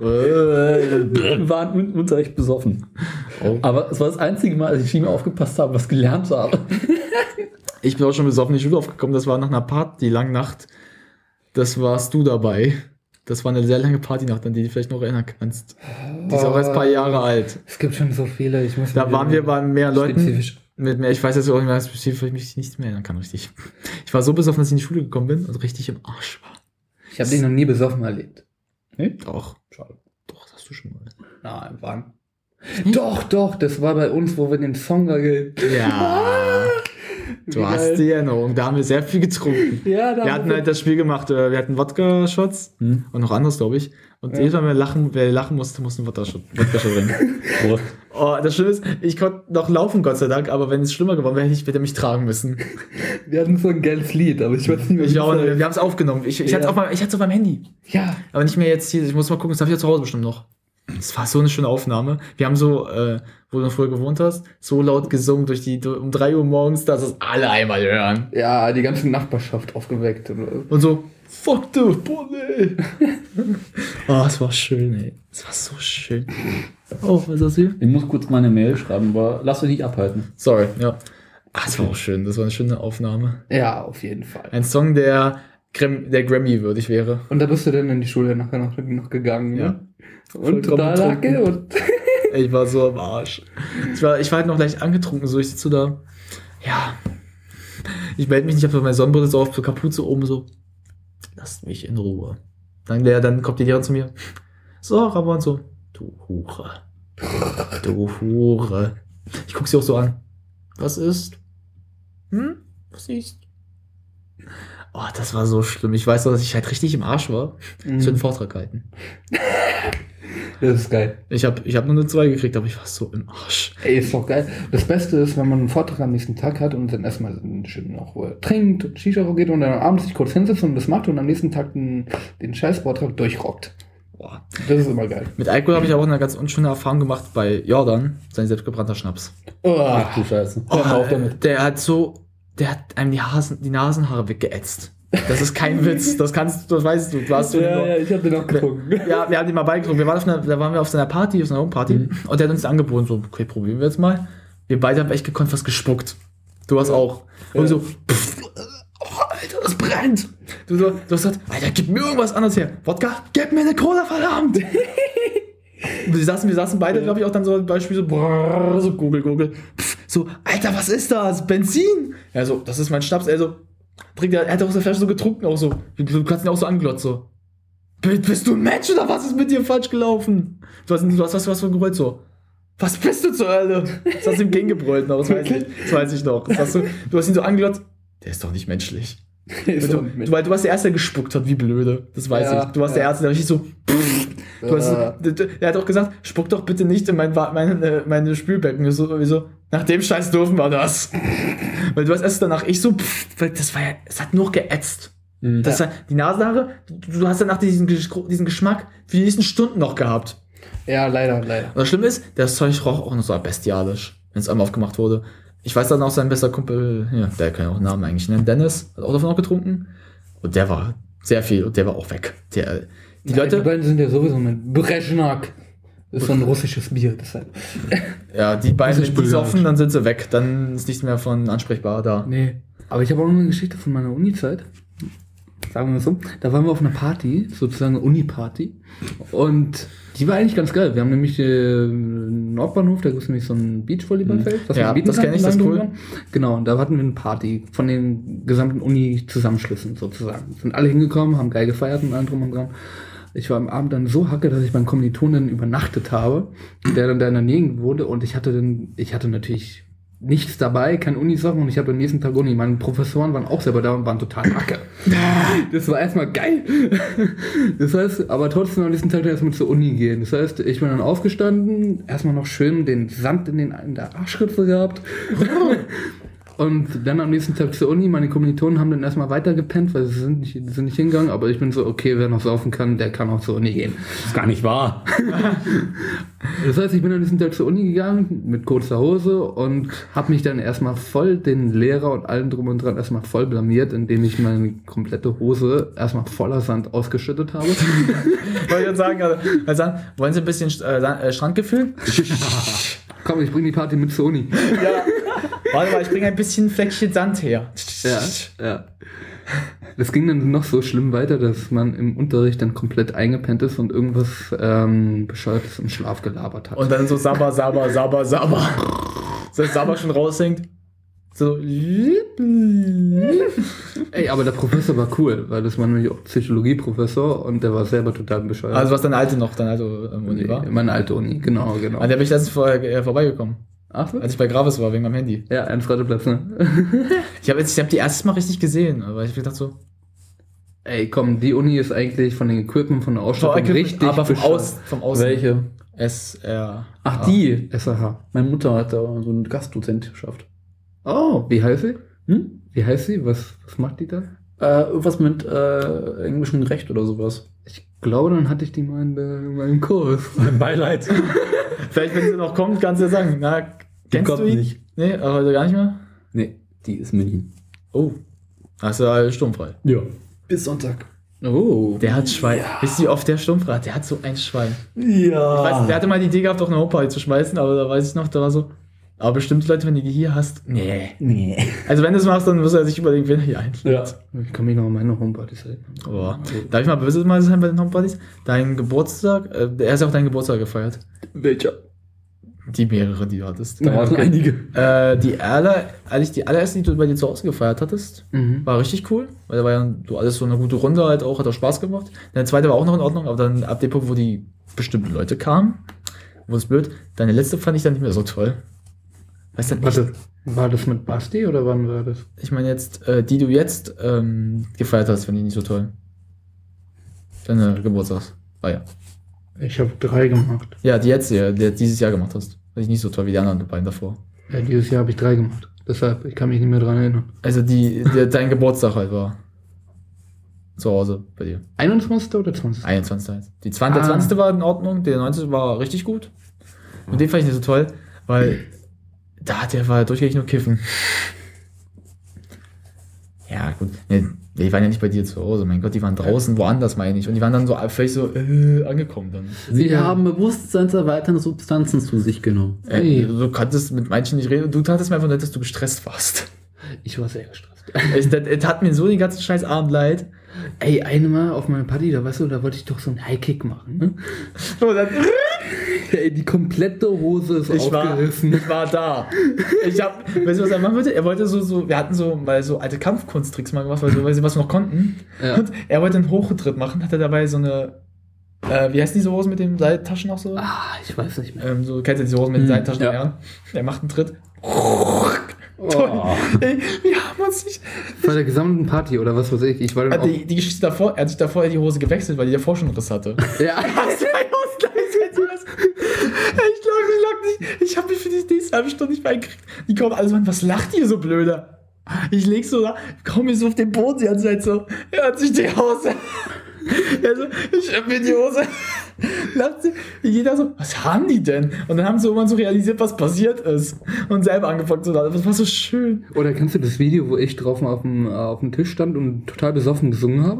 Wir waren im Unterricht besoffen. Oh. Aber es war das einzige Mal, als ich Chemie aufgepasst habe, was gelernt habe. Ich bin auch schon besoffen in die Schule aufgekommen. Das war nach einer Party, langen Nacht. Das warst du dabei. Das war eine sehr lange Partynacht, an die du vielleicht noch erinnern kannst. Die ist auch erst ein paar Jahre alt. Es gibt schon so viele. Da waren wir bei mehr Leuten. Mit mehr, ich weiß jetzt auch nicht mehr spezifisch, weil ich mich nicht mehr erinnern kann, richtig. Ich war so besoffen, dass ich in die Schule gekommen bin und richtig im Arsch war. Ich habe dich noch nie besoffen erlebt. Nee? Doch. Schade. Doch, das hast du schon mal. Nein, wann? Doch, das war bei uns, wo wir den Song da Ja. Du hast die Erinnerung, da haben wir sehr viel getrunken. Ja, wir hatten halt das Spiel gemacht, wir hatten Wodka-Shots und noch anderes, glaube ich. Und jedes Mal, wer lachen musste einen Wodka-Shot trinken. Oh, das Schlimme ist, ich konnte noch laufen, Gott sei Dank, aber wenn es schlimmer geworden wäre, hätte er mich tragen müssen. Wir hatten so ein geiles Lied, aber ich weiß nicht mehr. Wir haben es aufgenommen. Ich hatte es auf meinem Handy. Ja. Aber nicht mehr jetzt hier. Ich muss mal gucken, das habe ich ja zu Hause bestimmt noch. Das war so eine schöne Aufnahme. Wir haben so, wo du noch früher gewohnt hast, so laut gesungen um 3 Uhr morgens, dass es alle einmal hören. Ja, die ganze Nachbarschaft aufgeweckt. Und so, fuck the bully. Oh, es war schön, ey. Es war so schön. Oh, was ist das hier? Ich muss kurz mal eine Mail schreiben, aber lass dich nicht abhalten. Sorry, ja. Es war auch schön. Das war eine schöne Aufnahme. Ja, auf jeden Fall. Ein Song, der Grammy würdig wäre. Und da bist du dann in die Schule nachher noch gegangen, ja. Ne? Und total Lacke und ich war so am Arsch. Ich war halt noch leicht angetrunken, so ich sitze da. Ja. Ich melde mich nicht, ich habe meine Sonnenbrille so auf, so Kapuze oben, so. Lasst mich in Ruhe. Dann kommt die Lehrerin zu mir. So, Ramon, so. Du Hure. Du Hure. Ich guck sie auch so an. Was ist? Was ist? Oh, das war so schlimm. Ich weiß doch, dass ich halt richtig im Arsch war. Ich will einen Vortrag halten. Das ist geil. Ich hab nur eine 2 gekriegt, aber ich war so im Arsch. Ey, ist doch geil. Das Beste ist, wenn man einen Vortrag am nächsten Tag hat und dann erstmal schön noch trinkt und Shisha geht und dann abends sich kurz hinsetzt und das macht und am nächsten Tag den Scheiß-Vortrag durchrockt. Boah. Das ist immer geil. Mit Alkohol habe ich auch eine ganz unschöne Erfahrung gemacht bei Jordan, sein selbstgebrannter Schnaps. Ach du Scheiße. Der hat einem die Nasenhaare weggeätzt. Das ist kein Witz. Das weißt du. Ja, ich hab den auch getrunken. Ja, wir haben den mal beigetrunken. Da waren wir auf seiner Party, auf seiner Homeparty. Und der hat uns angeboten, so, okay, probieren wir jetzt mal. Wir beide haben echt gekonnt was gespuckt. Du hast auch. Und so, Alter, das brennt. Du hast gesagt, Alter, gib mir irgendwas anderes her. Wodka, gib mir eine Cola, verdammt. Wir saßen beide, glaube ich, auch dann so Beispiel so Gurgel. So, Alter, was ist das? Benzin? Ja, so, das ist mein Schnaps. Er hat aus der Flasche so getrunken, auch so. Du kannst ihn auch so anglotzen. So. Bist du ein Mensch oder was ist mit dir falsch gelaufen? Du hast was gebrüllt so. Was bist du zur Hölle? Das hast du ihm gegengebrüllt, das weiß ich noch. Du hast ihn so angeglotzt, der ist doch nicht menschlich. Weil du warst der Erste, der gespuckt hat, wie blöde. Das weiß ich. Du warst der Erste, der richtig so. Er hat auch gesagt, spuck doch bitte nicht in meine Spülbecken. Wieso? Nach dem Scheiß dürfen wir das. Weil du hast erst danach, weil es hat nur geätzt. Das war, die Nasenhaare, du hast danach diesen Geschmack für die nächsten Stunden noch gehabt. Ja, leider. Und das Schlimme ist, das Zeug roch auch noch so bestialisch, wenn es einmal aufgemacht wurde. Ich weiß dann auch, sein bester Kumpel, der kann ja auch einen Namen eigentlich nennen, Dennis, hat auch davon noch getrunken. Und der war sehr viel und der war auch weg. Die beiden sind ja sowieso mit Brezhnak. Das ist so ein russisches Bier, deshalb. Ja, die beiden, wenn die saufen, dann sind sie weg. Dann ist nichts mehr von ansprechbar da. Nee. Aber ich habe auch noch eine Geschichte von meiner Uni-Zeit. Sagen wir so. Da waren wir auf einer Party, sozusagen eine Uni-Party. Und die war eigentlich ganz geil. Wir haben nämlich Nordbahnhof, da gibt es nämlich so ein Beachvolleyballfeld. Das kenne ich, das ist cool. Genau, und da hatten wir eine Party von den gesamten Uni-Zusammenschlüssen sozusagen. Sind alle hingekommen, haben geil gefeiert und allem drum und dran. Ich war am Abend dann so hacke, dass ich beim Kommilitonen übernachtet habe, der dann da in der Nähe wohnte und ich hatte natürlich nichts dabei, kein Unisachen und ich habe am nächsten Tag Uni. Meine Professoren waren auch selber da und waren total hacke. Das war erstmal geil. Das heißt, aber trotzdem am nächsten Tag erstmal zur Uni gehen. Das heißt, ich bin dann aufgestanden, erstmal noch schön den Sand in der Arschritze gehabt. Und dann am nächsten Tag zur Uni, meine Kommilitonen haben dann erstmal weitergepennt, weil sie sind nicht hingegangen, aber ich bin so, okay, wer noch saufen kann, der kann auch zur Uni gehen. Das ist gar nicht wahr. Das heißt, ich bin am nächsten Tag zur Uni gegangen, mit kurzer Hose und habe mich dann erstmal voll den Lehrer und allem drum und dran erstmal voll blamiert, indem ich meine komplette Hose erstmal voller Sand ausgeschüttet habe. Wollte ich sagen, wollen Sie ein bisschen Strandgefühl? Komm, ich bring die Party mit zur Uni. Ja. Warte mal, ich bringe ein bisschen Fleckchen Sand her. Ja. Das ging dann noch so schlimm weiter, dass man im Unterricht dann komplett eingepennt ist und irgendwas Bescheuertes im Schlaf gelabert hat. Und dann so Sabber. So, dass Sabber schon raushängt. So. Ey, aber der Professor war cool, weil das war nämlich auch Psychologieprofessor und der war selber total bescheuert. Also was deine alte Uni war? Meine alte Uni, genau. An der bin ich letztens vorbeigekommen. Ach so? Als ich bei Gravis war, wegen meinem Handy. Ja, Ernst-Rateplatz, ne? Ich hab die erstes Mal richtig gesehen, aber ich hab gedacht so... Ey, komm, die Uni ist eigentlich von den Equipment, von der Ausstattung richtig aber vom Außen. Welche? SR. Ach, die? SRH. Meine Mutter hat da so eine Gastdozentenschaft. Oh, wie heißt sie? Wie heißt sie? Was macht die da? Irgendwas mit englischem Recht oder sowas. Ich glaube, dann hatte ich die mal in meinem Kurs. Mein Beileid. Vielleicht, wenn sie noch kommt, kannst du ja sagen, na, kennst du ihn? Nicht. Nee, aber heute gar nicht mehr? Nee, die ist München. Oh. Hast du halt sturmfrei? Ja. Bis Sonntag. Oh. Der hat Schwein. Ja. Wisst ihr, wie oft der sturmfrei hat? Der hat so ein Schwein. Ja. Ich weiß, der hatte mal die Idee gehabt, auf eine Homeparty zu schmeißen, aber da weiß ich noch, da war so... Aber bestimmt Leute, wenn du die hier hast, nee. Also wenn du es machst, dann wirst du sich überlegen, wen er hier einlädt. Ja. Ich kann mich noch an meine Homepartys erinnern. Oh. Darf ich mal böse mal sein bei den Homepartys? Dein Geburtstag, er ist ja auch deinen Geburtstag gefeiert. Welcher? Die mehrere, die du hattest. Da waren einige. Die allererste, die du bei dir zu Hause gefeiert hattest, war richtig cool. Weil da war ja alles so eine gute Runde halt auch, hat auch Spaß gemacht. Der zweite war auch noch in Ordnung, aber dann ab dem Punkt, wo die bestimmten Leute kamen, wurde es blöd. Deine letzte fand ich dann nicht mehr so toll. Weißt du, war das mit Basti oder wann war das? Ich meine jetzt, die du jetzt gefeiert hast, fand ich nicht so toll. Deine Geburtstagsfeier. Ich habe 3 gemacht. Ja, die dieses Jahr gemacht hast. Fand ich nicht so toll wie die anderen beiden davor. Ja, dieses Jahr habe ich 3 gemacht. Deshalb, ich kann mich nicht mehr dran erinnern. Also dein Geburtstag halt war zu Hause bei dir. 21. oder 20. 21. Der 20. war in Ordnung, der 19. war richtig gut. Und den fand ich nicht so toll, weil der war durchgängig nur kiffen. Ja, gut. Nee, die waren ja nicht bei dir zu Hause. Mein Gott, die waren draußen, woanders, meine ich. Und die waren dann so völlig so angekommen dann. Sie haben bewusstseinserweiternde Substanzen zu sich genommen. Du konntest mit manchen nicht reden. Du tatest mir einfach nicht, dass du gestresst warst. Ich war sehr gestresst. Es tat mir so den ganzen scheiß Abend leid. Ey, einmal auf meiner Party, da weißt du, da wollte ich doch so einen High-Kick machen. Ne? Ey, die komplette Hose ist aufgerissen. Ich war da. Weißt du, was er machen wollte? Er wollte wir hatten so mal so alte Kampfkunsttricks mal gemacht, weil sie was noch konnten. Ja. Und er wollte einen Hochtritt machen, hatte dabei so eine, wie heißt diese Hose mit den Seitentaschen auch so? Ich weiß nicht mehr. So, kennst du diese Hose mit den Seitentaschen? Ja. Er macht einen Tritt. Ey, wir haben uns nicht... Bei der gesamten Party oder was weiß ich. Ich war dann die Geschichte davor, er hat sich davor die Hose gewechselt, weil die davor schon einen Riss hatte. Ja. Ich hab mich für die nächste halbe Stunde nicht mehr eingekriegt. Die kommen alle so, was lacht ihr so blöder? Ich leg so da, komm mir so auf den Boden, die ganze Zeit so, er hat sich die Hose. Also, ich hab mir die Hose. Jeder so, was haben die denn? Und dann haben sie irgendwann so realisiert, was passiert ist. Und selber angefangen zu lachen. Das war so schön. Oder kennst du das Video, wo ich drauf auf dem Tisch stand und total besoffen gesungen habe?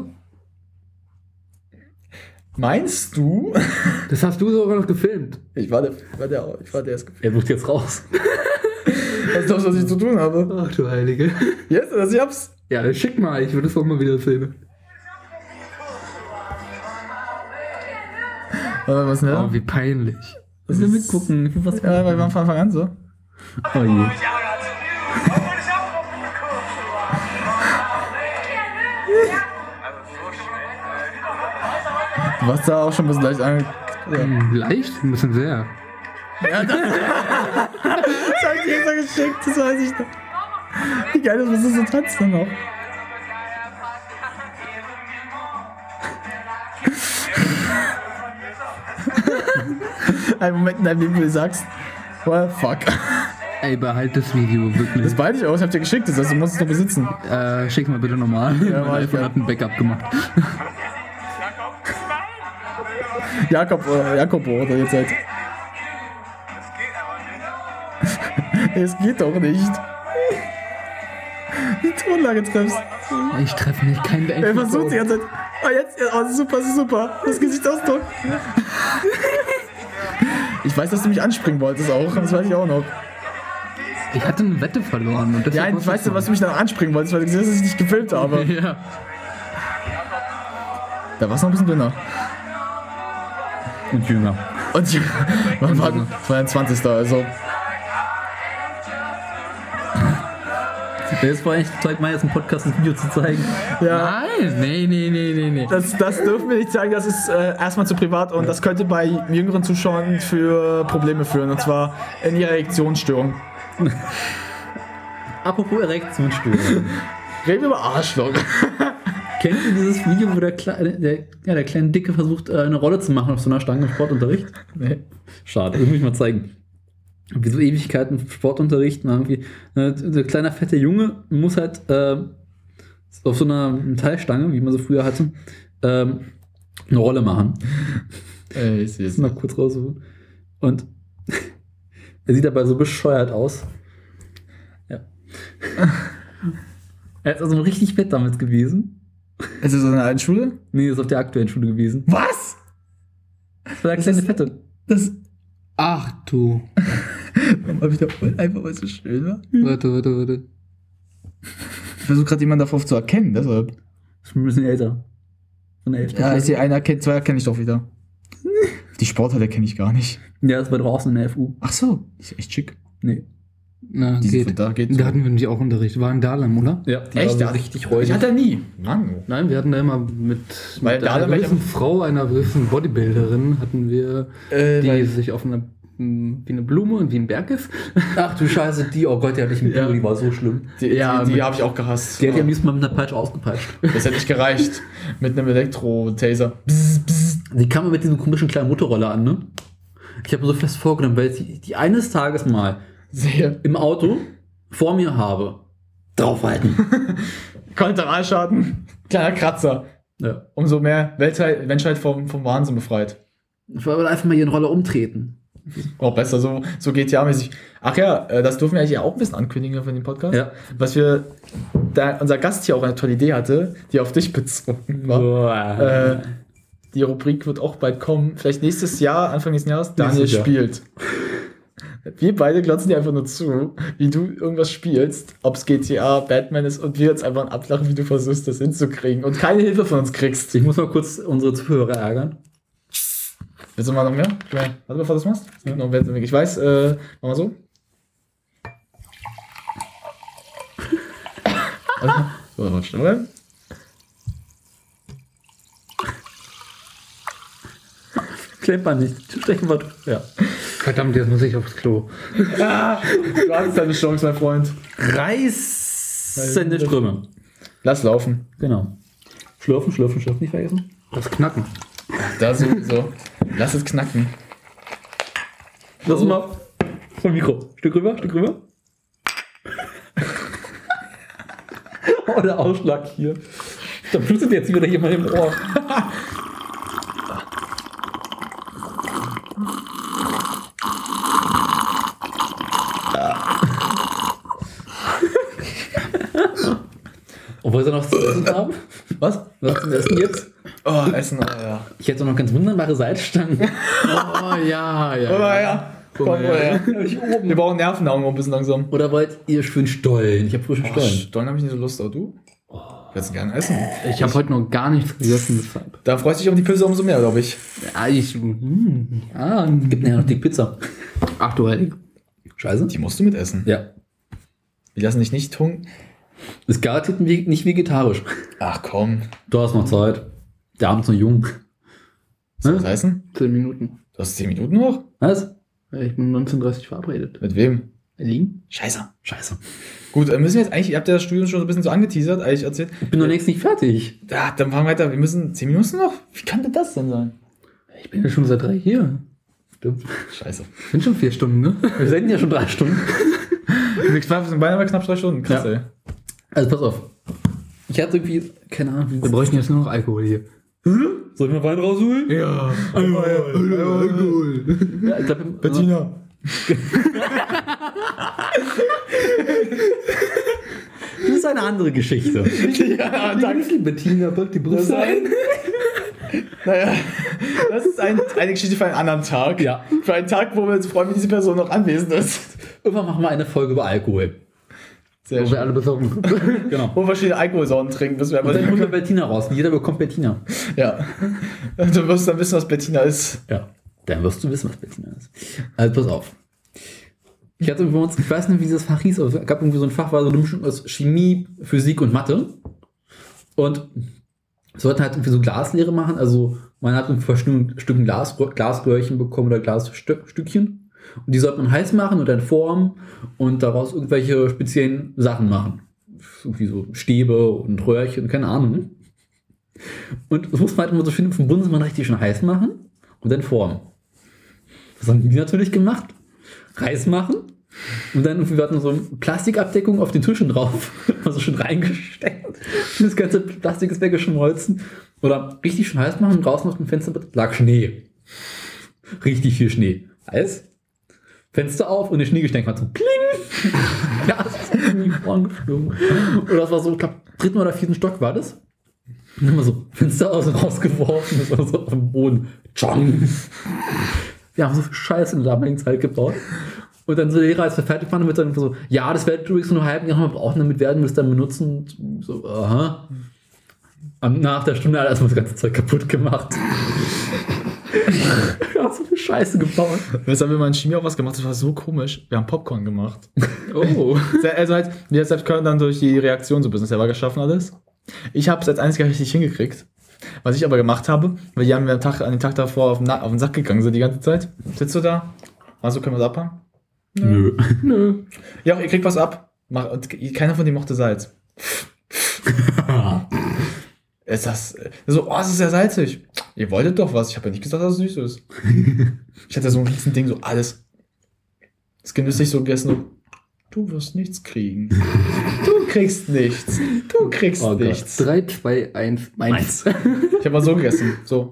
Meinst du? Das hast du sogar noch gefilmt. Ich war der ist gefilmt. Er sucht jetzt raus. Was glaubst du, was ich zu tun habe? Ach du Heilige. Jetzt, dass ich hab's. Ja, dann schick mal, ich würde es auch mal wieder sehen. Was denn? Oh, wie peinlich. Was will mitgucken? Ja, weil wir von Anfang an so. Oh je. Du warst da auch schon ein bisschen leicht ange... Ja. Leicht? Ein bisschen sehr. Ja, das hab ich dir extra geschickt, das weiß ich noch. Wie geil ist, was ist so tanzt dann noch? Ein Moment in deinem Leben, wo du sagst, well, fuck. Ey, behalt das Video, wirklich. Das behalte ich aus, hab dir geschickt, das heißt, du musst es doch besitzen. Schick mal bitte nochmal. Ja, mein iPhone hat ein Backup gemacht. Jakob oder jetzt halt. Es geht doch nicht. Die Tonlage treffst. Ich treffe nicht, kein Beenden. Er versucht die ganze Zeit. Oh, jetzt, das ist super. Das Gesichtsausdruck. Ich weiß, dass du mich anspringen wolltest auch, das weiß ich auch noch. Ich hatte eine Wette verloren. Und ja, ich weiß, dass du mich dann anspringen wolltest, weil du gesehen hast, dass ich nicht gefilmt habe. Ja. Da war es noch ein bisschen dünner. Und jünger. Das war ein 20. also. Das war eigentlich total gemein, jetzt im Podcast ein Video zu zeigen. Ja. Nein, nee. Das dürfen wir nicht zeigen, das ist erstmal zu privat und das könnte bei jüngeren Zuschauern für Probleme führen, und zwar in ihrer Erektionsstörung. Apropos Erektionsstörung. Reden wir über Arschloch. Kennt ihr dieses Video, wo der kleine Dicke versucht, eine Rolle zu machen auf so einer Stange im Sportunterricht? Nee. Schade, das muss ich mal zeigen. Wie so Ewigkeiten im Sportunterricht. Irgendwie, ein kleiner, fetter Junge muss halt auf so einer Metallstange, wie man so früher hatte, eine Rolle machen. Ich sehe es mal kurz raussuchen. Und er sieht dabei so bescheuert aus. Ja. Er ist also richtig fett damals gewesen. Ist das so eine alten Schule? Nee, das ist auf der aktuellen Schule gewesen. Was? Das war der kleine Fette. Ach du. Mal wiederholen, einfach weil es so schön war. Warte. Ich versuche gerade jemanden davor zu erkennen, deshalb. Ich bin ein bisschen älter. Von der 11. Ja, ich sehe einer, zwei erkenne ich doch wieder. Die Sporthalle kenne ich gar nicht. Ja, das war draußen in der FU. Ach so, ist echt schick. Nee. Na, geht. Da hatten wir nämlich auch Unterricht. War in Dahlem, oder? Ja, echt? So richtig räudig. Ich hatte nie. Mann. Nein, wir hatten da immer mit einer gewissen Frau, einer gewissen Bodybuilderin, hatten wir, die sich auf einer wie eine Blume und wie ein Berg ist. Ach du Scheiße, oh Gott, die hatte ich mit Blume, die war so schlimm. Die habe ich auch gehasst. Die hat ja am liebsten mal mit einer Peitsche ausgepeitscht. Das hätte nicht gereicht. Mit einem Elektro-Taser. Die kam mit diesem komischen kleinen Motorroller an, ne? Ich habe mir so fest vorgenommen, weil ich die eines Tages mal im Auto vor mir habe. Draufhalten. Kollateralschaden. Kleiner Kratzer. Ja. Umso mehr Menschheit vom Wahnsinn befreit. Ich wollte einfach mal hier eine Rolle umtreten. Auch besser, so GTA-mäßig. Ach ja, das dürfen wir eigentlich auch ein bisschen ankündigen für den Podcast. Ja. Was wir, da unser Gast hier auch eine tolle Idee hatte, die auf dich bezogen war. Die Rubrik wird auch bald kommen. Vielleicht nächstes Jahr, Anfang nächsten Jahres, Daniel spielt. Wir beide glotzen dir einfach nur zu, wie du irgendwas spielst, ob es GTA, Batman ist, und wir jetzt einfach ablachen, wie du versuchst, das hinzukriegen und keine Hilfe von uns kriegst. Ich muss mal kurz unsere Zuhörer ärgern. Willst du mal noch mehr? Warte, bevor du das machst. Ich weiß, mach mal so. So, schnell bleiben. Klempern nicht. Stechen wir. Ja. Verdammt, jetzt muss ich aufs Klo. Ja, du hast deine Chance, mein Freund. Reißende Ströme. Lass laufen. Genau. Schlürfen, nicht vergessen. Das Knacken. Da sowieso. Lass es knacken. Lass mal vom Mikro. Stück rüber. Oh, der Ausschlag hier. Da blutet jetzt wieder jemand im Ohr. Und wollt ihr noch zu essen haben? Was zum Essen jetzt? Oh, Essen, ja. Ich hätte noch ganz wunderbare Salzstangen. Ja. Komm, wir brauchen Nervennahrung ein bisschen langsam. Oder wollt ihr schön Stollen? Ich habe frischen Stollen. Stollen habe ich nicht so Lust, aber du? Ich würde gerne essen. Ich habe heute noch gar nichts gegessen, deshalb. Da freust du dich auf die Pizza umso mehr, glaube ich. Gibt nachher noch die Pizza. Ach du Heilig. Scheiße. Die musst du mitessen. Ja. Wir lassen dich nicht tun. Ist garantiert nicht vegetarisch. Ach komm. Du hast noch Zeit. Der Abend ist noch jung. Soll das heißen? 10 Minuten. Du hast 10 Minuten noch? Was? Ja, ich bin 19:30 verabredet. Mit wem? Berlin? Scheiße. Gut, müssen wir jetzt eigentlich, ihr habt ja das Studium schon ein bisschen so angeteasert, eigentlich erzählt. Ich bin noch längst nicht fertig. Ja, dann fahren wir weiter. Wir müssen 10 Minuten noch? Wie kann denn das denn sein? Ich bin ja schon seit 3 hier. Stimmt. Scheiße. Sind schon 4 Stunden, ne? Wir senden ja schon 3 Stunden. Wir sind beinahe knapp 3 Stunden. Krass, ja. ey. Also pass auf. Ich hatte irgendwie, keine Ahnung. Wir bräuchten jetzt nur noch Alkohol hier. Soll ich mal Wein rausholen? Ja. Alkohol. Ja, ich glaube, Bettina. Das ist eine andere Geschichte. Ja, danke. Bettina birgt die Brüste ein. Naja, das ist eine Geschichte für einen anderen Tag. Ja. Für einen Tag, wo wir uns freuen, wie diese Person noch anwesend ist. Irgendwann machen wir eine Folge über Alkohol. Sehr Wo wir alle besorgen sind. Genau. Wo wir verschiedene Alkoholsorten trinken, bis wir Und dann holen wir Bettina raus. Jeder bekommt Bettina. Ja. Du wirst dann wissen, was Bettina ist. Ja. Dann wirst du wissen, was Bettina ist. Also pass auf. Ich hatte bei uns, ich weiß nicht, wie dieses Fach hieß, aber es gab irgendwie so ein Fach, war so eine Mischung aus Chemie, Physik und Mathe. Und wir sollten halt irgendwie so Glaslehre machen. Also man hat ein Stücken Glasröhrchen bekommen oder Glasstückchen. Und die sollte man heiß machen und dann formen und daraus irgendwelche speziellen Sachen machen. Irgendwie so Stäbe und Röhrchen, keine Ahnung. Und das muss man halt immer so schön vom Bundesmann richtig schön heiß machen und dann formen. Das haben die natürlich gemacht. Heiß machen und dann wir hatten so eine Plastikabdeckung auf den Tischen drauf. Also schön reingesteckt. Das ganze Plastik ist weggeschmolzen. Oder richtig schön heiß machen und draußen auf dem Fenster lag Schnee. Richtig viel Schnee. Heiß. Fenster auf und der Schneegestein war so pling. Ja, das ist in die Ohren geflogen. Oder das war so, ich glaube, 3. oder 4. Stock war das. Und dann immer so Fenster aus und rausgeworfen. Das war so auf dem Boden. Tschong. Wir haben so viel Scheiße in der damaligen Zeit gebaut. Und dann so der Lehrer, als wir fertig waren, wird dann so, ja, das werdet ihr übrigens nur halben Jahr brauchen, damit werden wir es dann benutzen. Und so, aha. Und nach der Stunde hat er erstmal das ganze Zeug kaputt gemacht. Wir haben so viel Scheiße gebaut. Jetzt haben wir mal in Chemie auch was gemacht, das war so komisch. Wir haben Popcorn gemacht. Oh. Also halt, wir selbst können dann durch die Reaktion so ein bisschen selber geschaffen alles. Ich habe es als einziger richtig hingekriegt. Was ich aber gemacht habe, weil die haben mir an den Tag davor auf den Sack gegangen sind die ganze Zeit. Sitzt du da? Also können wir das abhaben? Nö. Ja, ihr kriegt was ab. Keiner von denen mochte Salz. Ist das so, es ist sehr salzig. Ihr wolltet doch was. Ich habe ja nicht gesagt, dass es süß ist. Ich hatte so ein riesen Ding, so alles. Das genüsslich so gegessen und du wirst nichts kriegen. Du kriegst nichts. Du kriegst nichts. 3, 2, 1, meins. Ich habe mal so gegessen. So.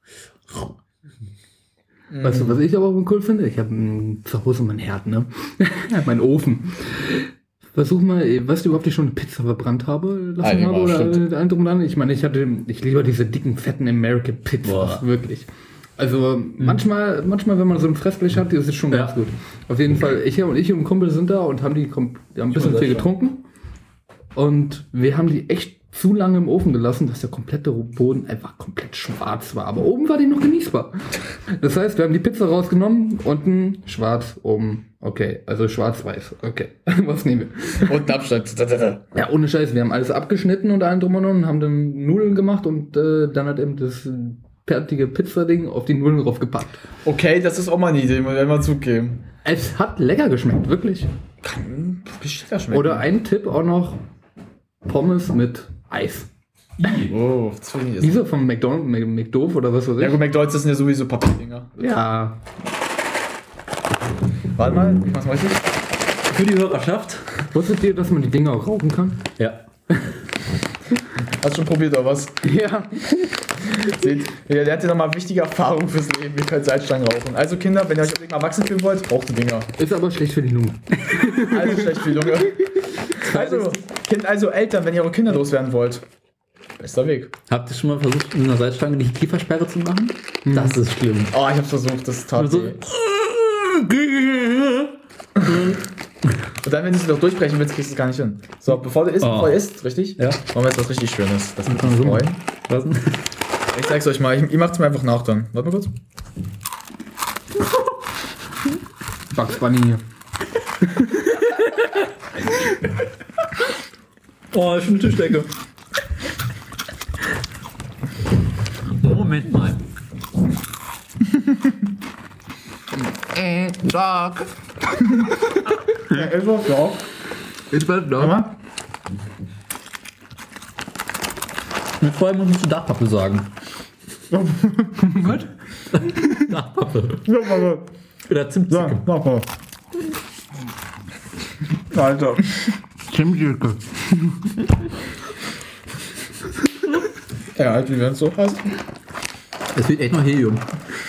Weißt du, was ich aber cool finde? Ich habe zu Hause meinen Herd, ne? Meinen Ofen. Versuch mal, weißt du überhaupt, ich schon eine Pizza verbrannt habe? Ich meine, ich liebe diese dicken, fetten American Pizzas. Wirklich. Also manchmal, wenn man so ein Fressblech hat, ist es schon ganz gut. Auf jeden Fall, ich und ein Kumpel sind da und haben ein bisschen viel getrunken. Und wir haben die echt zu lange im Ofen gelassen, dass der komplette Boden einfach komplett schwarz war. Aber oben war die noch genießbar. Das heißt, wir haben die Pizza rausgenommen, unten schwarz, oben, okay, also schwarz-weiß, okay. Was nehmen wir? Und Abstand. Ja, ohne Scheiß, wir haben alles abgeschnitten und allem drum und haben dann Nudeln gemacht und dann hat eben das fertige Pizzading auf die Nudeln draufgepackt. Okay, das ist auch mal eine Idee, muss ich mal zugeben. Es hat lecker geschmeckt, wirklich. Kann wirklich lecker schmecken. Oder ein Tipp auch noch, Pommes mit Eis. Oh, das finde ich jetzt. Diese vom McDoof oder was weiß ich. Ja gut, McDonald's sind ja sowieso Papierdinger. Ja. Warte mal, ich mach's mal richtig. Für die Hörerschaft. Wusstet ihr, dass man die Dinger auch rauchen kann? Ja. Hast du schon probiert oder was? Ja. Seht, der hat ja nochmal wichtige Erfahrungen fürs Leben. Ihr könnt Salzstangen rauchen. Also Kinder, wenn ihr euch unbedingt mal erwachsen fühlen wollt, raucht die Dinger. Ist aber schlecht für die Lunge. Also schlecht für die Lunge. Also Eltern, wenn ihr eure Kinder loswerden wollt. Bester Weg. Habt ihr schon mal versucht, mit einer Salzstange die Kiefersperre zu machen? Das ist schlimm. Oh, ich hab's versucht, das tat so. weh. Und dann, wenn du es noch durchbrechen willst, kriegst du es gar nicht hin. So, bevor du isst, richtig? Ja. Machen wir jetzt was richtig Schönes. Das wird Kann uns man so freuen. Was denn? Ich zeig's euch mal. Ihr macht's mir einfach nach dann. Warte mal kurz. Bugs Bunny hier. Oh, schöne Tischdecke. Moment mal. Sag. Ja, ist was da. Ist was da? Mit vorher musst du Dachpappe sagen. Was? Dachpappe. Ja, Papa. Oder Zimtzicke. Ja, Papa. Alter. Zimtzicke. Ja, halt, wie wenn's so heißt. Es wird echt noch Helium.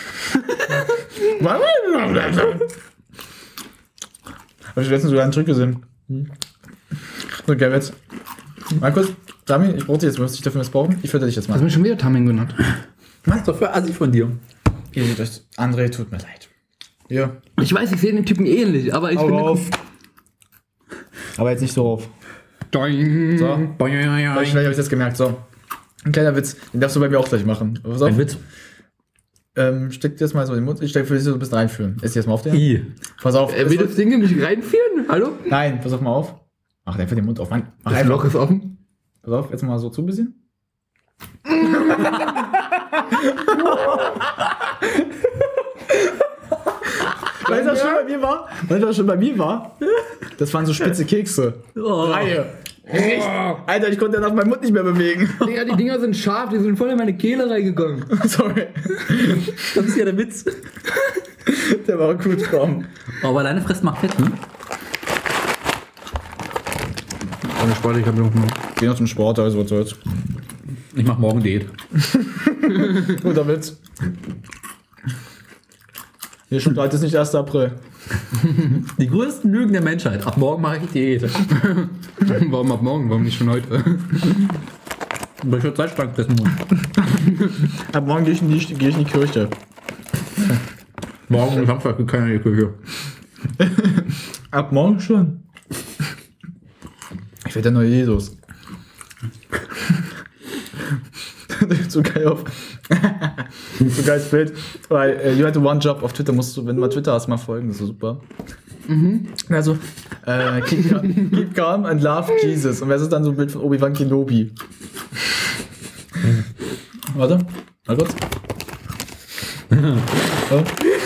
Hab ich letztens sogar einen Trick gesehen. So, geil, jetzt. Mal kurz. Dami, ich brauche dich jetzt, muss ich dafür missbrauchen? Ich fütter dich jetzt mal. Hast du mich schon wieder Tamin genannt? Was ist doch für Assi von dir? André, tut mir leid. Ja. Ich weiß, ich sehe den Typen ähnlich, aber ich bin... auf. Aber jetzt nicht so auf. Doing. So. Vielleicht habe ich das gemerkt. So. Ein kleiner Witz. Den darfst du bei mir auch gleich machen. Pass auf. Ein Witz? Steck dir das mal so in den Mund. Ich stecke für dich so ein bisschen reinführen. Ess dir jetzt mal auf den. I. Pass auf. Will das Ding nämlich reinführen? Hallo? Nein, pass auf mal auf. Mach einfach den Mund auf. Mann. Mach Das einfach. Loch ist offen. Pass auf, jetzt mal so zu ein bisschen. Weißt du, was schon bei mir war? Weißt du, was schon bei mir war? Das waren so spitze Kekse. Reihe. Alter, ich konnte danach meinen Mund nicht mehr bewegen. Digga, die Dinger sind scharf, die sind voll in meine Kehle reingegangen. Sorry. Das ist ja der Witz. Der war gut, komm. Aber deine Fresse macht fett, ne? Ohne Sport, ich hab noch mal. Geh noch zum Sport, also was soll's. Ich mach morgen Diät. Guter Witz. Hier schon heute ist nicht 1. April. Die größten Lügen der Menschheit. Ab morgen mache ich Diät. Warum ab morgen? Warum nicht schon heute? Weil ich heute Salzstangen fressen muss. Ab morgen gehe ich in die Kirche. Morgen Samstag geht keiner in die Küche. Ab morgen schon. Ich werde der neue Jesus. So geil auf. So geiles Bild. Weil you had one job auf Twitter, musst du, wenn du mal Twitter hast, mal folgen, das ist so super. Also, keep calm and love Jesus. Und das ist dann so ein Bild von Obi-Wan Kenobi. Warte, mal kurz. So.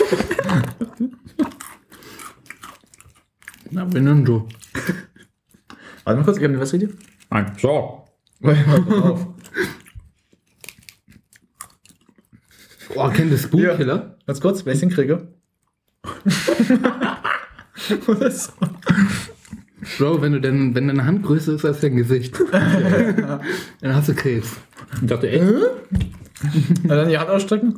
Na, wenn dann so. Warte mal kurz, ich hab eine Wäsche hier. Nein. So. Auf. Oh, kennt das Spookkiller? Ja. Ganz kurz, wenn ich hinkriege. Oder so. Bro, wenn deine Hand größer ist als dein Gesicht, dann hast du Krebs. Ich dachte, echt? Dann die Hand ausstrecken.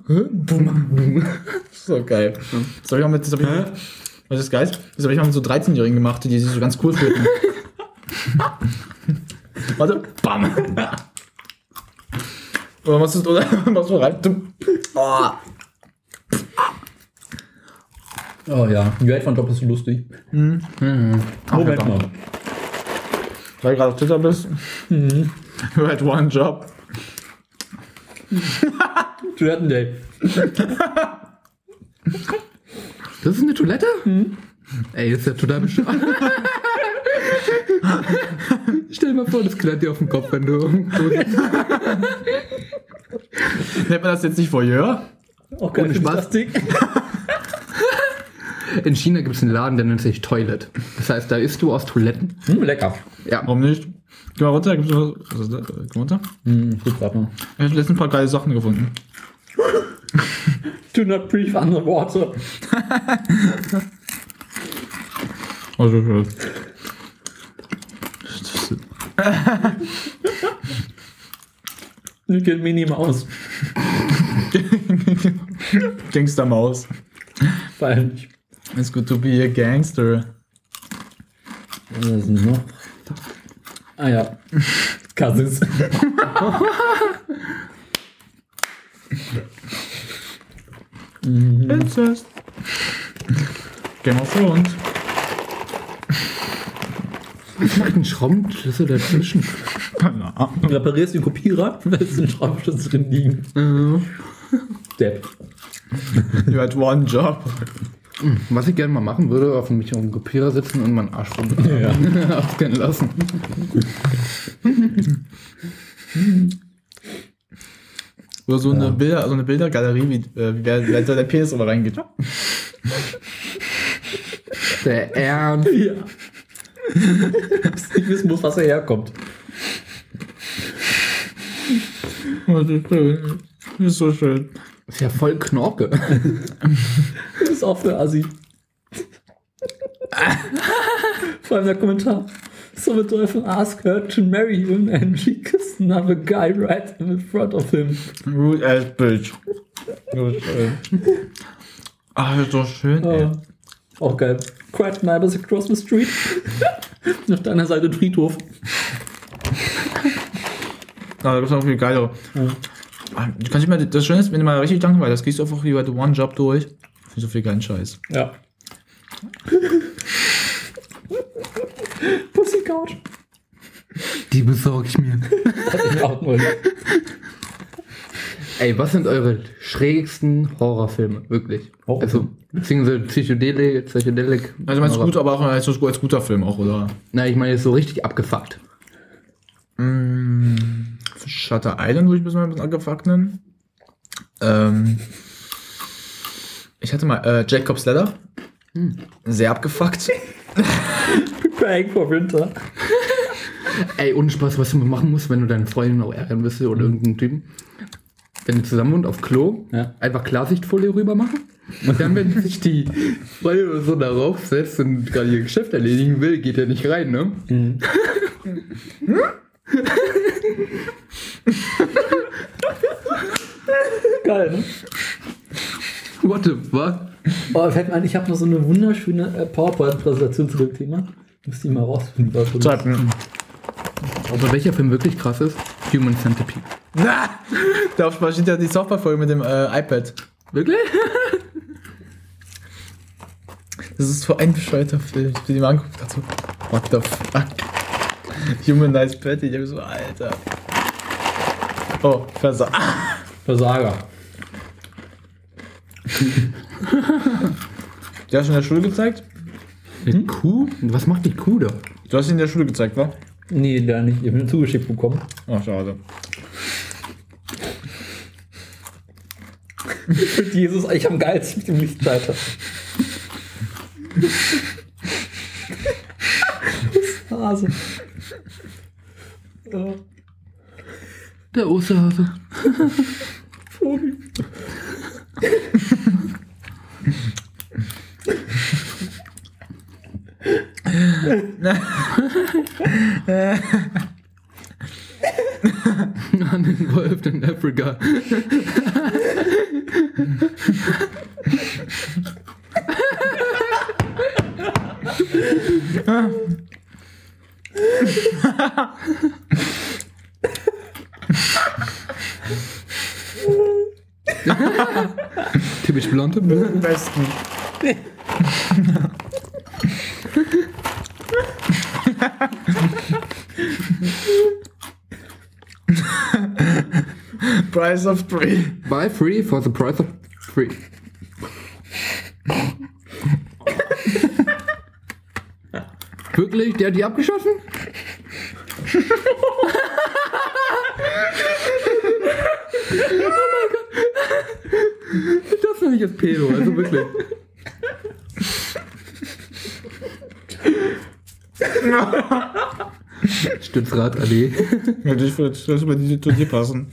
So geil. Das habe ich auch mit. Was ist geil? Das habe ich mal mit so 13-Jährigen gemacht, die sich so ganz cool fühlten. Warte. Bam. Oder machst du rein? Oh. Oh ja, die Welt von Job ist so lustig. Moment mal. Weil du gerade auf Twitter bist. You had one job. Toilettendate. Das ist eine Toilette? Ey, das ist ja total bescheuert. Stell dir mal vor, das knallt dir auf den Kopf, wenn du... Nennt man das jetzt nicht Voyeur? Auch keine Spastik. In China gibt es einen Laden, der nennt sich Toilet. Das heißt, da isst du aus Toiletten. Lecker. Ja. Warum nicht? Geh mal runter, gibt's was? Was ist das? Geh runter. Gut, warte mal. Ich habe letztens ein paar geile Sachen gefunden. Do not breathe underwater. Also schön. Ich gehe Minnie Maus. Gangstermaus. Feierlich. It's good to be a gangster. Was ist denn noch? Ah ja. Cousins. Incest. Game of Thrones. Was macht ein Schraubenschlüssel dazwischen? Du reparierst den Kopierer, lässt den Schraubenschlüssel drin liegen. Depp. You had one job. Was ich gerne mal machen würde, auf mich auf dem Kopierer sitzen und meinen Arsch abscannen lassen. Oder so eine Bildergalerie, wie wer da der Penis aber reingeht. Der Ernst. Ja. Ich wissen muss, was er herkommt. Oh, das ist schön. Das ist so schön. Das ist ja voll Knorke. Das ist auch für Assi. Vor allem der Kommentar. So the Teufel ask her to marry him and she kissed another guy right in front of him. Rude ass bitch. Ah, das ist so schön, ey. Auch geil. Quiet neighbors across the street. Auf deiner Seite Friedhof. Da gibt es auch viel geilere. Du kannst mal, das Schöne ist, wenn du mal richtig langweilig das gehst du einfach über den One-Job durch. Für so viel geilen Scheiß. Ja. Pussy Couch. Die besorge ich mir. Ey, was sind eure schrägsten Horrorfilme? Wirklich? Also, beziehungsweise Psychedelic. Also meinst du gut, aber auch als guter Film auch, oder? Na, ich meine jetzt so richtig abgefuckt. Shutter Island würde ich ein bisschen abgefuckt nennen. Ich hatte mal Jacob's Ladder. Sehr abgefuckt. Preparing for Winter. Ey, ohne Spaß, was du machen musst, wenn du deine Freundin auch ärgern willst oder irgendeinen Typen. Wenn die zusammen wohnt auf Klo, einfach Klarsichtfolie rüber machen. Und dann, wenn sich die Freundin so darauf setzt und gerade ihr Geschäft erledigen will, geht er nicht rein, ne? Geil, ne? What the fuck? Oh, fällt mir ein, ich habe noch so eine wunderschöne PowerPoint-Präsentation zu dem Thema. Muss die mal rausfinden. Aber welcher Film wirklich krass ist? Human Centipede. Na! Da steht ja die Software-Folge mit dem iPad. Wirklich? Das ist so ein bescheuerter Film. Ich bin die mal angeguckt dazu. What the fuck? Humanized Patty. Ich hab so, Alter. Oh, Versager. Der hast du in der Schule gezeigt? Eine Kuh? Was macht die Kuh da? Du hast ihn in der Schule gezeigt, wa? Nee, da nicht. Ich habe ihn zugeschickt bekommen. Ach, schade. Ich finde Jesus eigentlich am geilsten mit dem Lichtschalter. Hase. Der Osterhase. Vogel. Uninvolved in Africa. Typisch blonde. Am besten. Price of 3. Buy 3 for the price of 3. Wirklich? Der hat die abgeschossen? Oh mein Gott. Das finde ich jetzt Pedo, also wirklich. Stützrad AD. Ja, das würde die zu dir passen.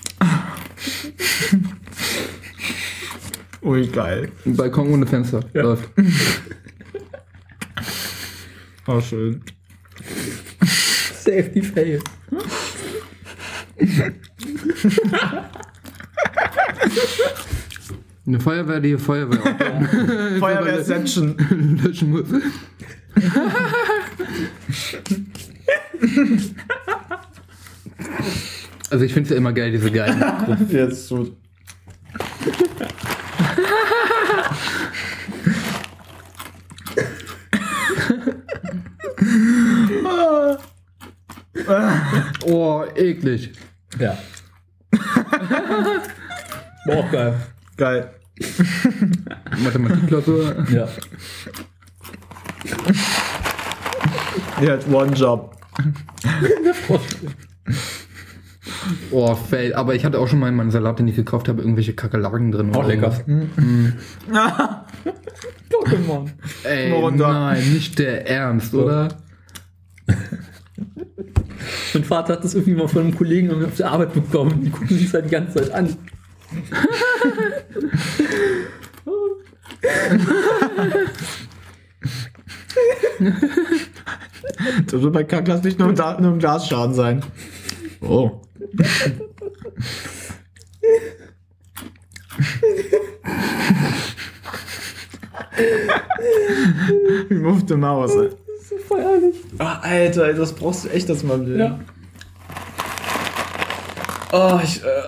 Ui, geil. Ein Balkon ohne Fenster. Ja. Läuft. Oh, schön. Safety fail. Eine Feuerwehr, die Feuerwehr Feuerwehr-Section löschen muss. Also ich finde es ja immer geil, diese geilen. Jetzt gut. Oh, eklig. Ja. Boah, geil. Geil. Mathematikklausur. Ja. Die hat one job. Oh, fail. Aber ich hatte auch schon mal in meinem Salat, den ich gekauft habe, irgendwelche Kakerlaken drin. Auch lecker. Pokémon. Ey, nein, nicht der Ernst, oder? Mein Vater hat das irgendwie mal von einem Kollegen auf der Arbeit bekommen. Die gucken sich das halt die ganze Zeit an. Das wird bei Kaklas nicht nur im Glasschaden sein. Oh. Wie muffte Maus, ey. Das ist so feierlich. Oh, Alter, das brauchst du echt, das mal Leben. Ja. Oh,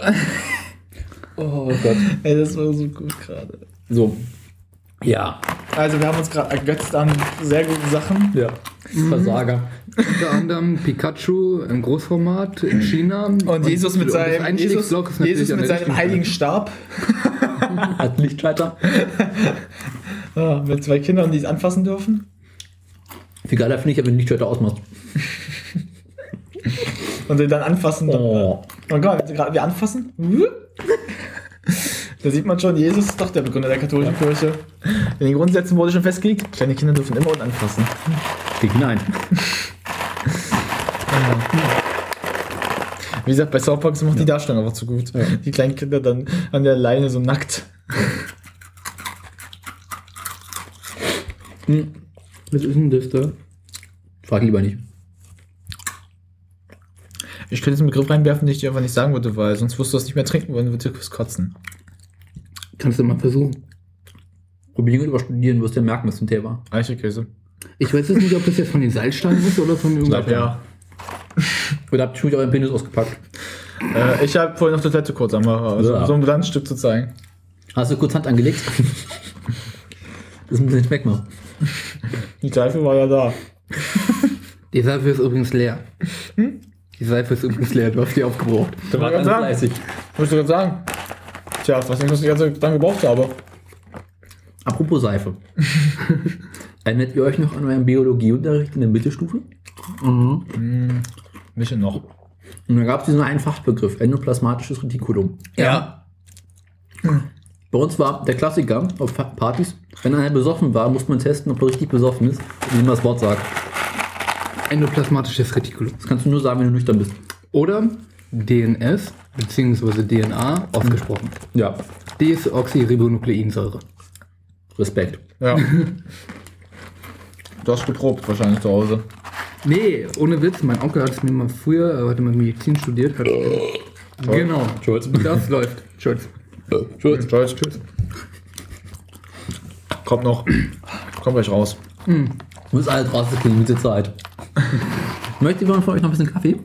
Oh Gott. Ey, das war so gut gerade. So. Ja. Also wir haben uns gerade ergötzt an sehr guten Sachen. Ja. Versager. Unter anderem Pikachu im Großformat in China. Und Jesus mit seinem heiligen Stab. Hat Lichtschalter. Ja, mit 2 Kindern, die es anfassen dürfen. Viel geiler finde ich, wenn du Lichtschalter ausmachst. Und den dann anfassen. Oh. Und gerade wir anfassen. Da sieht man schon, Jesus ist doch der Begründer der katholischen Kirche. In den Grundsätzen wurde schon festgelegt, kleine Kinder dürfen immer unten anfassen. Krieg hinein. Wie gesagt, bei South Park ist immer die Darstellung einfach zu gut. Ja. Die kleinen Kinder dann an der Leine so nackt. Was ist denn das da? Frag lieber nicht. Ich könnte jetzt einen Begriff reinwerfen, den ich dir einfach nicht sagen würde, weil sonst wirst du das nicht mehr trinken, weil du würdest kotzen. Kannst du mal versuchen. Probieren und überstudieren, wirst du ja merken, was zum Thema war. Eichelkäse. Ich weiß jetzt nicht, ob das jetzt von den Salzsteinen ist oder von irgendwas. Ja. Oder habt ihr schon wieder euren Penis ausgepackt? Ich habe vorhin noch Toilette kurz einmal, also Ja. so ein Glanzstück zu zeigen. Hast du kurz Hand angelegt? Das muss nicht wegmachen. Die Seife war ja da. Die Seife ist übrigens leer. Die Seife ist übrigens leer, du hast die aufgebraucht. Der war ganz fleißig. Musst du gerade sagen. Tja, was ich die ganze Zeit dann gebraucht habe. Apropos Seife. Erinnert ihr euch noch an euren Biologieunterricht in der Mittelstufe? Ein bisschen noch. Und da gab es diesen einen Fachbegriff, endoplasmatisches Retikulum. Ja. Bei uns war der Klassiker auf Partys, wenn einer besoffen war, musste man testen, ob er richtig besoffen ist, wie man das Wort sagt. Endoplasmatisches Retikulum. Das kannst du nur sagen, wenn du nüchtern bist. Oder DNS bzw. DNA ausgesprochen. Ja. Desoxyribonukleinsäure. Respekt. Ja. Du hast geprobt wahrscheinlich zu Hause. Nee, ohne Witz, mein Onkel hat es mir mal früher, er hatte mal Medizin studiert. Hat, genau, Schulz. das läuft. Schulz. Stolz. Kommt noch. Kommt gleich raus. Muss alles rauskriegen mit der Zeit. Möchte jemand von euch noch ein bisschen Kaffee?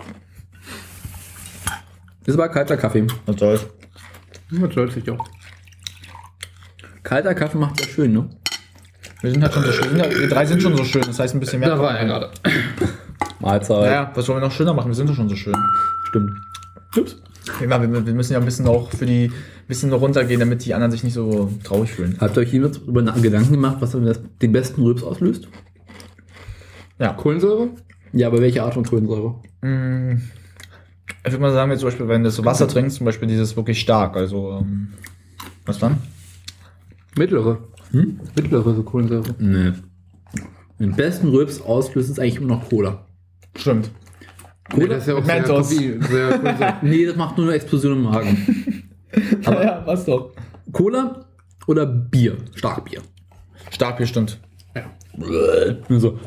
Das ist aber kalter Kaffee. Natürlich. Das soll sich auch. Kalter Kaffee macht ja schön, ne? Wir sind halt schon so schön. Wir 3 sind schon so schön. Das heißt ein bisschen mehr. Da war er gerade. Mahlzeit. Naja, was wollen wir noch schöner machen? Wir sind doch schon so schön. Stimmt. Ups. Ja, wir müssen ja ein bisschen auch für die bisschen runtergehen, damit die anderen sich nicht so traurig fühlen. Habt ihr euch jemals über Gedanken gemacht, was den besten Rülps auslöst? Ja. Kohlensäure? Ja, aber welche Art von Kohlensäure? Ich würde mal sagen, zum Beispiel, wenn du so Wasser trinkst, zum Beispiel dieses wirklich stark, also was dann? Mittlere. Mittlere so Kohlensäure. Nee. Den besten Rülps auslöst ist eigentlich immer noch Cola. Stimmt. Cola ist ja auch Mentos. sehr Nee, das macht nur eine Explosion im Magen. Aber ja, was doch. Cola oder Bier? Starkbier. Starkbier stimmt. Ja. Nur so.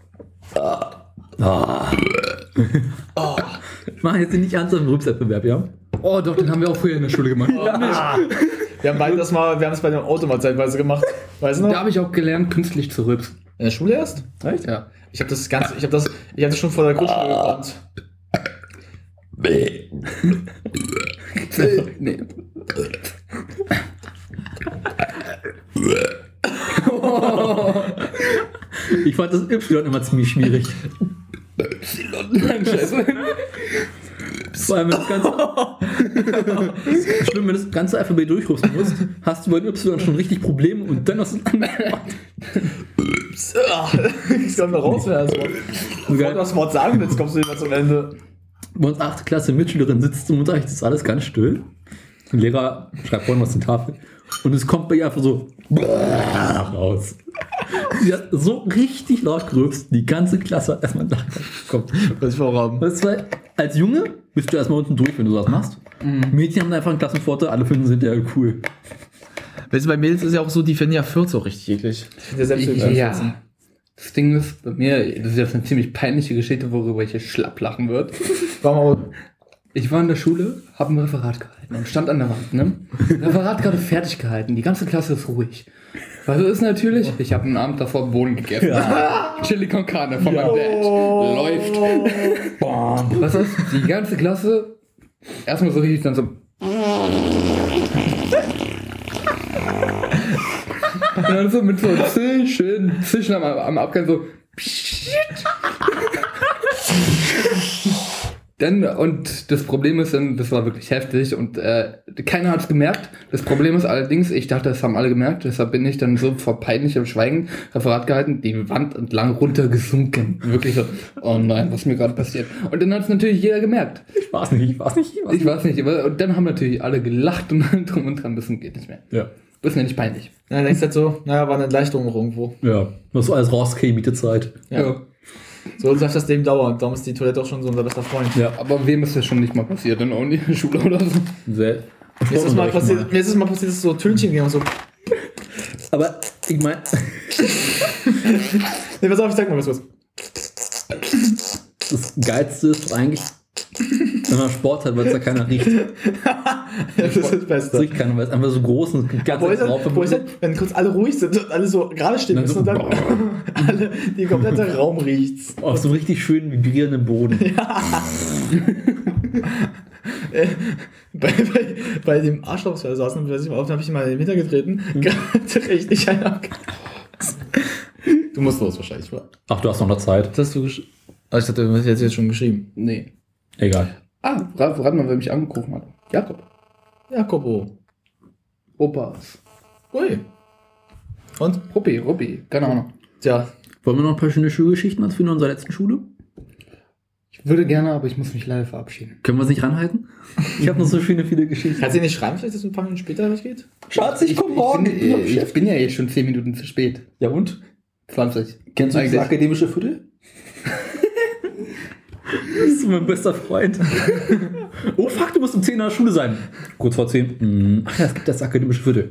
Ich mache jetzt nicht ernsthaft einen Rülpswettbewerb, ja? Oh doch, den haben wir auch früher in der Schule gemacht. Wir haben es bei dem Auto mal zeitweise gemacht. Weißt du noch? Da habe ich auch gelernt, künstlich zu rülpsen. In der Schule erst? Echt? Ja. Ich habe das schon vor der Grundschule gelernt. Nee. Ich fand das Y immer ziemlich schwierig. Scheiße. Vor allem, wenn das Ganze schlimm, wenn du das ganze Alphabet durchrüsten musst, hast du bei Y schon richtig Probleme und dann hast du ein Ich soll mal raus werden. Bevor du das Wort sagen willst, kommst du immer zum Ende. Bei uns 8. Klasse Mitschülerin sitzt zum Unterricht, ist alles ganz still. Der Lehrer schreibt vorne was zur Tafel und es kommt bei ihr einfach so raus. Sie hat so richtig laut gerülpst, die ganze Klasse hat erstmal nachgekommen. Was ich vorhaben. Das war, als Junge bist du erstmal unten durch, wenn du sowas machst. Mädchen haben einfach einen Klassenvorteil, alle finden sind ja cool. Weißt du, bei Mädels ist ja auch so, die finden ja Fürze auch richtig eklig. Ja. Das Ding ist, bei mir, das ist jetzt eine ziemlich peinliche Geschichte, worüber ich jetzt schlapp lachen wird. Ich war in der Schule, habe ein Referat gehalten und stand an der Wand, ne? Referat gerade fertig gehalten, die ganze Klasse ist ruhig. Was ist natürlich? Ich habe einen Abend davor Bohnen gegessen. Chili con Carne von meinem Dad. Läuft. Was ist? Die ganze Klasse erstmal so richtig dann so. Und dann so mit so Zischen am Abgang so. Und das Problem ist dann, das war wirklich heftig und keiner hat es gemerkt. Das Problem ist allerdings, ich dachte, das haben alle gemerkt, deshalb bin ich dann so vor peinlichem Schweigen Referat gehalten, die Wand entlang runtergesunken. Wirklich so, oh nein, was ist mir gerade passiert? Und dann hat es natürlich jeder gemerkt. Ich weiß nicht. Und dann haben natürlich alle gelacht und drum und dran, das geht nicht mehr. Ja. Das ist ja nicht peinlich. Ja, dann denkst du halt so, naja, war eine Erleichterung noch irgendwo. Ja, was so alles rauskriegen, Mietezeit. Ja. So darf das Leben dauern. Darum ist die Toilette auch schon so unser bester Freund. Ja, aber wem ist das schon nicht mal passiert in der Schule oder so? Mir ist es mal passiert, dass so Tönchen gehen und so. Aber ich meine. Nee, pass auf, ich sag mal was. Das Geilste ist eigentlich, wenn man Sport hat, weil es da keiner riecht. Das ist das Beste. Das riecht keiner, weil es einfach so groß und ganz drauf ist. Wenn kurz alle ruhig sind und alle so gerade stehen müssen und dann alle, die komplette Raum riecht's. Auf so richtig schön vibrierenden Boden. Ja. bei dem Arschloch, was wir saßen, habe ich mal in den Winter getreten. Gerade richtig einen abgekratzt. Du musst los wahrscheinlich, wa? Ach, du hast noch Zeit. Das hast du ich dachte, du hast jetzt schon geschrieben. Nee. Egal. Rat mal, wer mich angerufen hat. Jakobo. Opas. Ui. Und? Ruppi. Keine Ahnung. Tja. Wollen wir noch ein paar schöne Schulgeschichten erzählen in unserer letzten Schule? Ich würde gerne, aber ich muss mich leider verabschieden. Können wir es nicht ranhalten? Ich habe noch so viele Geschichten. Kannst du nicht schreiben, vielleicht, dass es ein paar Minuten später geht? Schatz, ich komm morgen. Ich bin ja eh schon 10 Minuten zu spät. Ja und? 20. Kennst du das akademische Viertel? Das ist mein bester Freund. Oh fuck, du musst um 10 in der Schule sein. Kurz vor 10. Ach ja, es gibt das akademische Viertel.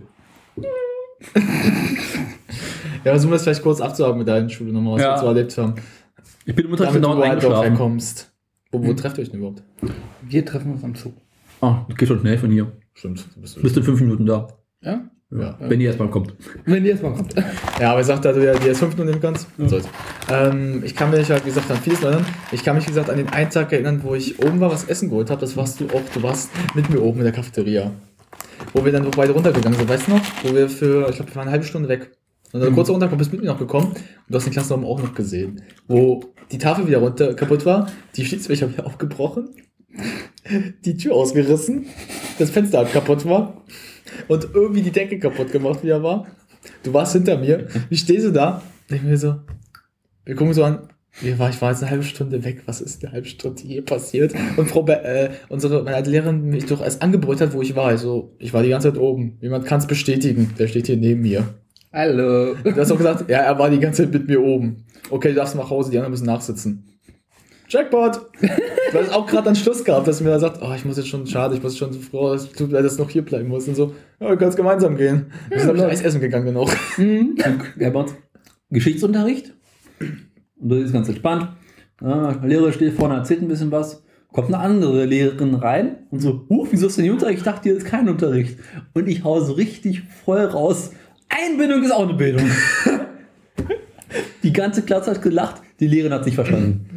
Ja, versuchen wir das vielleicht kurz abzuhaben mit deiner Schule nochmal, was wir so erlebt haben. Ich bin im Unterricht dauernd eingeschlafen. Wo trefft ihr euch denn überhaupt? Wir treffen uns am Zug. Das geht schon schnell von hier. Stimmt. Bist in 5 Minuten da. Ja? Ja. Wenn die erstmal kommt. Ja, aber ich sagte, also, die erst 5 Minuten nehmen kannst. Ich kann mich halt, wie gesagt, an vieles erinnern. Ich kann mich, wie gesagt, an den einen Tag erinnern, wo ich oben war, was Essen geholt habe. Das warst du auch. Du warst mit mir oben in der Cafeteria. Wo wir dann beide runtergegangen sind. Weißt du noch? Wo wir ich glaube, wir waren eine halbe Stunde weg. Und dann kurz runtergekommen, bist mit mir noch gekommen. Und du hast den Klassenraum auch noch gesehen. Wo die Tafel wieder kaputt war. Die Schließfächer wieder aufgebrochen. die Tür ausgerissen, das Fenster kaputt war und irgendwie die Decke kaputt gemacht, wie er war. Du warst hinter mir, ich stehe so da, denke mir so, wir gucken so an, ich war jetzt eine halbe Stunde weg, was ist eine halbe Stunde hier passiert? Und meine alte Lehrerin mich doch erst angebrüllt hat, wo ich war. Also, ich war die ganze Zeit oben. Jemand kann es bestätigen, der steht hier neben mir. Hallo. Du hast auch gesagt, ja, er war die ganze Zeit mit mir oben. Okay, du darfst nach Hause, die anderen müssen nachsitzen. Jackpot! Du hast auch gerade einen Schluss gehabt, dass mir da sagt, ich muss jetzt schon, schade, ich muss schon so froh, es tut mir leid, dass ich noch hier bleiben muss und so. Ja, wir können gemeinsam gehen. Wir sind Eis essen gegangen noch. Ja, bei uns Geschichtsunterricht. Und das ist ganz entspannt. Der Lehrer steht vorne, erzählt ein bisschen was. Kommt eine andere Lehrerin rein und so, wieso ist denn hier Unterricht? Ich dachte, hier ist kein Unterricht. Und ich hau so richtig voll raus. Einbindung ist auch eine Bildung. Die ganze Klasse hat gelacht, die Lehrerin hat es nicht verstanden.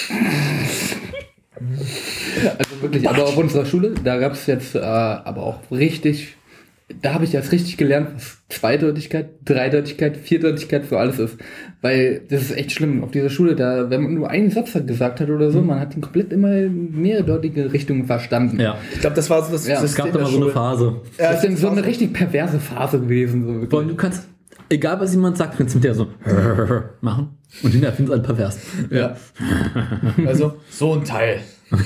Also wirklich, aber auf unserer Schule, da gab es jetzt aber auch richtig, da habe ich jetzt richtig gelernt, was Zweideutigkeit, Dreideutigkeit, Vierdeutigkeit für alles ist. Weil das ist echt schlimm. Auf dieser Schule, da, wenn man nur einen Satz gesagt hat oder so, man hat ihn komplett immer in mehrdeutige Richtungen verstanden. Ja. Ich glaube, das war so das Es gab da mal so eine Phase. Ja, das ist so eine richtig perverse Phase gewesen. So wirklich. Du kannst, egal was jemand sagt, kannst du mit der so machen und hinterher findest du halt pervers. Ja. Also, so ein Teil.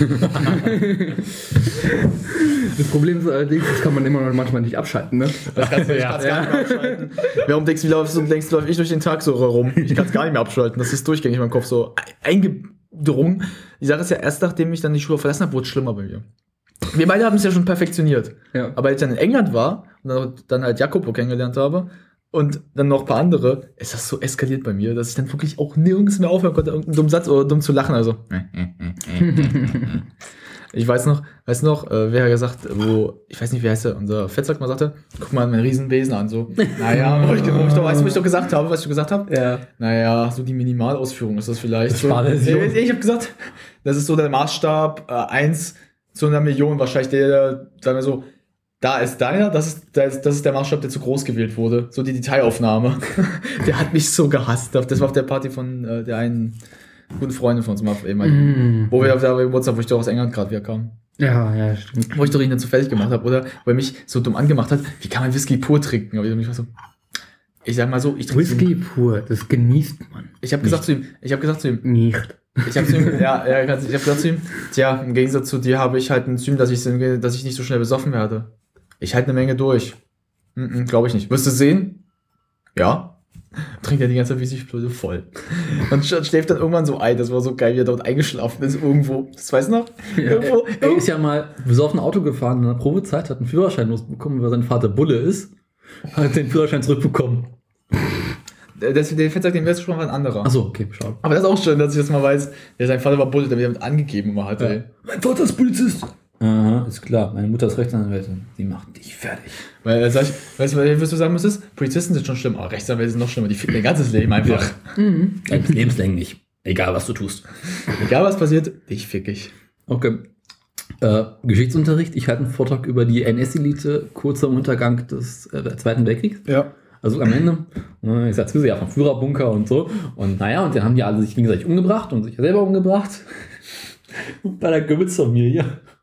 Das Problem ist allerdings, das kann man immer noch manchmal nicht abschalten, ne? Das kannst du nicht abschalten. Warum denkst du, läuft ich durch den Tag so rum? Ich kann es gar nicht mehr abschalten. Das ist durchgängig in meinem Kopf so eingedrungen. Die Sache ist ja, erst nachdem ich dann die Schule verlassen habe, wurde es schlimmer bei mir. Wir beide haben es ja schon perfektioniert. Ja. Aber als ich dann in England war und dann halt Jacopo kennengelernt habe und dann noch ein paar andere, ist das so eskaliert bei mir, dass ich dann wirklich auch nirgends mehr aufhören konnte, irgendeinen dummen Satz oder dumm zu lachen. Also. Ich weiß noch, wer hat gesagt, ich weiß nicht, wie heißt der, unser Fettsack mal sagte, guck mal meinen Riesenbesen an, so. Naja, weißt du, was ich doch gesagt habe, was ich gesagt habe? Ja. Naja, so die Minimalausführung ist das vielleicht. So, ich habe gesagt, das ist so der Maßstab, 1 zu 1 Million, wahrscheinlich der, sagen wir so, da ist deiner, das ist der Maßstab, der zu groß gewählt wurde. So die Detailaufnahme. Der hat mich so gehasst. Das war auf der Party von der einen guten Freundin von uns mal eben, wo wir auf der Geburtstag, wo ich doch aus England gerade wieder kam. Ja, stimmt. Wo ich doch ihn dann zu fertig gemacht habe, oder? Weil mich so dumm angemacht hat, wie kann man Whisky pur trinken? Aber ich war so, ich sag mal so, ich trinke Whisky pur, das genießt man. Ich habe gesagt zu ihm, nicht. Ich habe gesagt zu ihm, tja, im Gegensatz zu dir habe ich halt ein Enzym, dass ich nicht so schnell besoffen werde. Ich halte eine Menge durch. Glaube ich nicht. Wirst du sehen? Ja. Trinkt er die ganze Zeit wie sich voll. Und schläft dann irgendwann so ein. Das war so geil, wie er dort eingeschlafen ist irgendwo. Das weißt du noch? Irgendwo. Er ist ja mal besoffen Auto gefahren in der Probezeit, hat einen Führerschein losbekommen, weil sein Vater Bulle ist. Hat den Führerschein zurückbekommen. Der Fettsack, den wärst du schon mal ein anderer. Achso, okay, schau. Aber das ist auch schön, dass ich das mal weiß. Sein Vater war Bulle, der mir damit angegeben immer hatte. Ja. Mein Vater ist Polizist. Aha, ist klar. Meine Mutter ist Rechtsanwältin. Die macht dich fertig. Weil, weißt du, was du sagen müsstest? Polizisten sind schon schlimm, aber Rechtsanwälte sind noch schlimmer. Die ficken dein ganzes Leben einfach. Ja. Lebenslänglich. Egal, was du tust. Egal, was passiert, dich fick ich. Okay. Geschichtsunterricht. Ich halte einen Vortrag über die NS-Elite kurz am Untergang des Zweiten Weltkriegs. Ja. Also am Ende, ich sag's ja, vom Führerbunker und so. Und naja, und dann haben die alle sich gegenseitig umgebracht und sich selber umgebracht. Bei der Goebbels-Familie.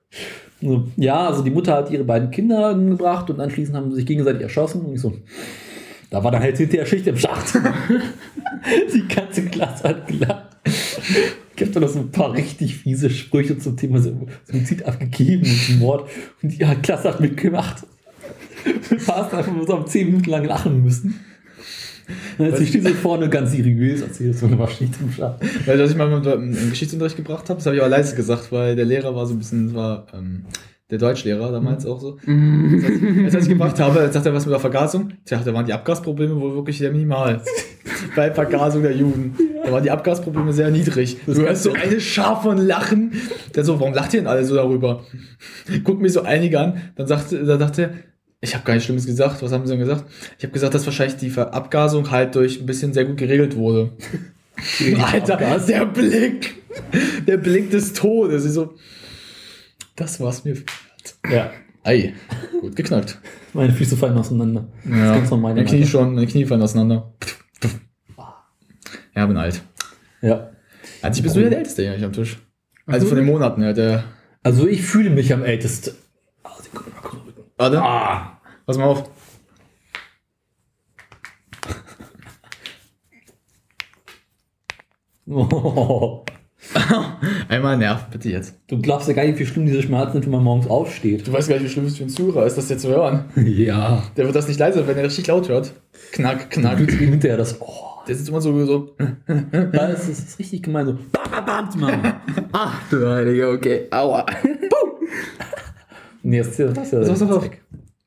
Ja, also die Mutter hat ihre beiden Kinder umgebracht und anschließend haben sie sich gegenseitig erschossen. Und ich so, da war dann halt hinterher Schicht im Schacht. Die ganze Klasse hat gelacht. Ich habe dann noch so ein paar richtig fiese Sprüche zum Thema Suizid abgegeben und zum Mord. Und die Klasse hat mitgemacht. Du hast einfach nur so 10 Minuten lang lachen müssen. Als ich diese vorne ganz seriös erzählt, so war Schicht im Schacht. Weil das ich mal im Geschichtsunterricht gebracht habe, das habe ich aber leise gesagt, weil der Lehrer war so ein bisschen, der Deutschlehrer damals auch so. Als ich gebracht habe, sagt er was mit der Vergasung. Tja, da waren die Abgasprobleme wohl wirklich sehr minimal. Bei Vergasung der Juden. Da waren die Abgasprobleme sehr niedrig. Du hörst so eine Schar von Lachen. Der so, warum lacht ihr denn alle so darüber? Guckt mich so einige an, dann dachte er, ich habe gar nichts Schlimmes gesagt. Was haben sie denn gesagt? Ich habe gesagt, dass wahrscheinlich die Abgasung halt durch ein bisschen sehr gut geregelt wurde. Alter, der Blick des Todes. Ich so, das war's mir. Ja. Ei, gut geknackt. Meine Füße fallen auseinander. Ja, das ist ganz normal. Meine Knie fallen auseinander. Ja, bin alt. Ja. Eigentlich bist du ja der Älteste hier am Tisch. Also von den Monaten, ja, Also ich fühle mich am ältesten. Warte. Pass mal auf. Oh. Einmal nervt, bitte jetzt. Du glaubst ja gar nicht, wie schlimm diese Schmerzen sind, wenn man morgens aufsteht. Du weißt gar nicht, wie schlimm es für einen Zuhörer ist, das jetzt zu hören. Ja. Der wird das nicht leise, wenn er richtig laut hört. Knack, knack. Du kriegst hinterher das. Oh. Der sitzt immer so. Ja, das ist richtig gemein. So. Bam, bam, bam, Mann. Ach du Heilige, okay. Aua. Nee, das ist ja Was weg.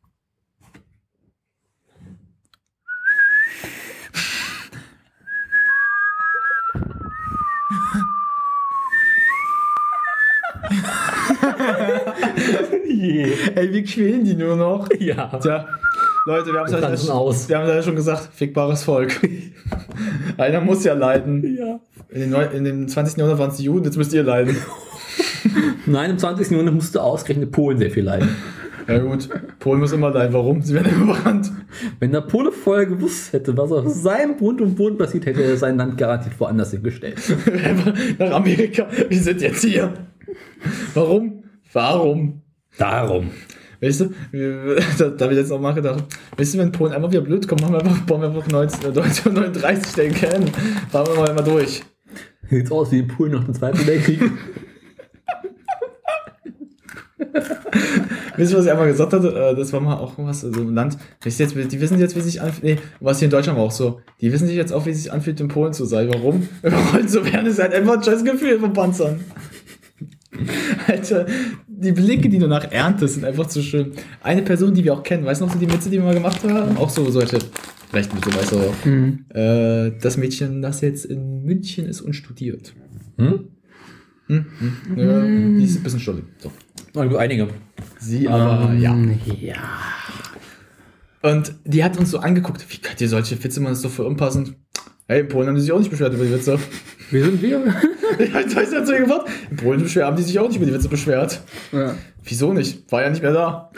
Yeah. Ey, wir quälen die nur noch. Ja. Tja, Leute, wir haben aus. es ja schon gesagt, fickbares Volk. Einer muss ja leiden. Ja. In dem 20. Jahrhundert waren es die Juden, jetzt müsst ihr leiden. Nein, im 20. Jahrhundert musste ausgerechnet Polen sehr viel leiden. Ja gut, Polen muss immer leiden. Warum? Sie werden überrannt. Wenn der Pole vorher gewusst hätte, was auf seinem Grund und Boden passiert, hätte er sein Land garantiert woanders hingestellt. Nach Amerika. Wir sind jetzt hier. Warum? Darum. Weißt du, da habe ich jetzt noch mal gedacht, weißt du, wenn Polen einmal wieder blöd kommt, bauen wir einfach 1939 den Kern. Fahren wir mal durch. Sieht aus wie in Polen nach dem Zweiten Weltkrieg. Wisst ihr, was ich einmal gesagt hatte? Das war mal auch was, also im Land. Die wissen jetzt, wie sich anfühlt. Nee, was hier in Deutschland war auch so. Die wissen sich jetzt auch, wie sich anfühlt, in Polen zu sein. Warum? Überrollt zu werden, ist halt einfach ein scheiß Gefühl von Panzern. Alter, die Blicke, die du nach erntest, sind einfach zu schön. Eine Person, die wir auch kennen, weißt du noch, so die Witze, die wir mal gemacht haben? Auch so solche Rechtmittel, weißt du. Das Mädchen, das jetzt in München ist und studiert. Ja, die ist ein bisschen stolz. So. Einige. Sie aber, ja. Und die hat uns so angeguckt, wie könnt ihr solche Witze machen, das ist doch voll unpassend. Hey, in Polen haben die sich auch nicht beschwert über die Witze. Wie sind wir? Ich hab dazu gefragt. In Polen haben die sich auch nicht über die Witze beschwert. Ja. Wieso nicht? War ja nicht mehr da.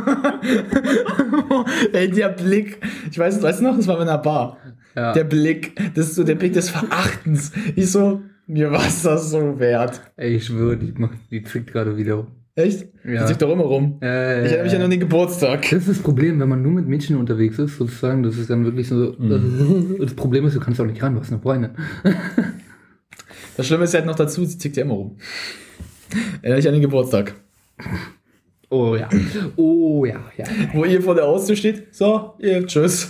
Ey, der Blick. Ich weiß, weißt du noch, das war in einer Bar. Ja. Der Blick, das ist so der Blick des Verachtens. Ich so, mir war es das so wert. Ey, ich schwöre, die trickt gerade wieder rum. Echt? Ja. Die zieht doch immer rum. Ich erinnere mich ja nur an den Geburtstag. Das ist das Problem, wenn man nur mit Mädchen unterwegs ist, sozusagen, das ist dann wirklich so, das Problem ist, du kannst auch nicht ran, du hast eine Freundin. Das Schlimme ist halt noch dazu, sie tickt ja immer rum. Erinnere ich an den Geburtstag. Oh ja. Wo ihr vor der Haustür steht, so, ihr, tschüss.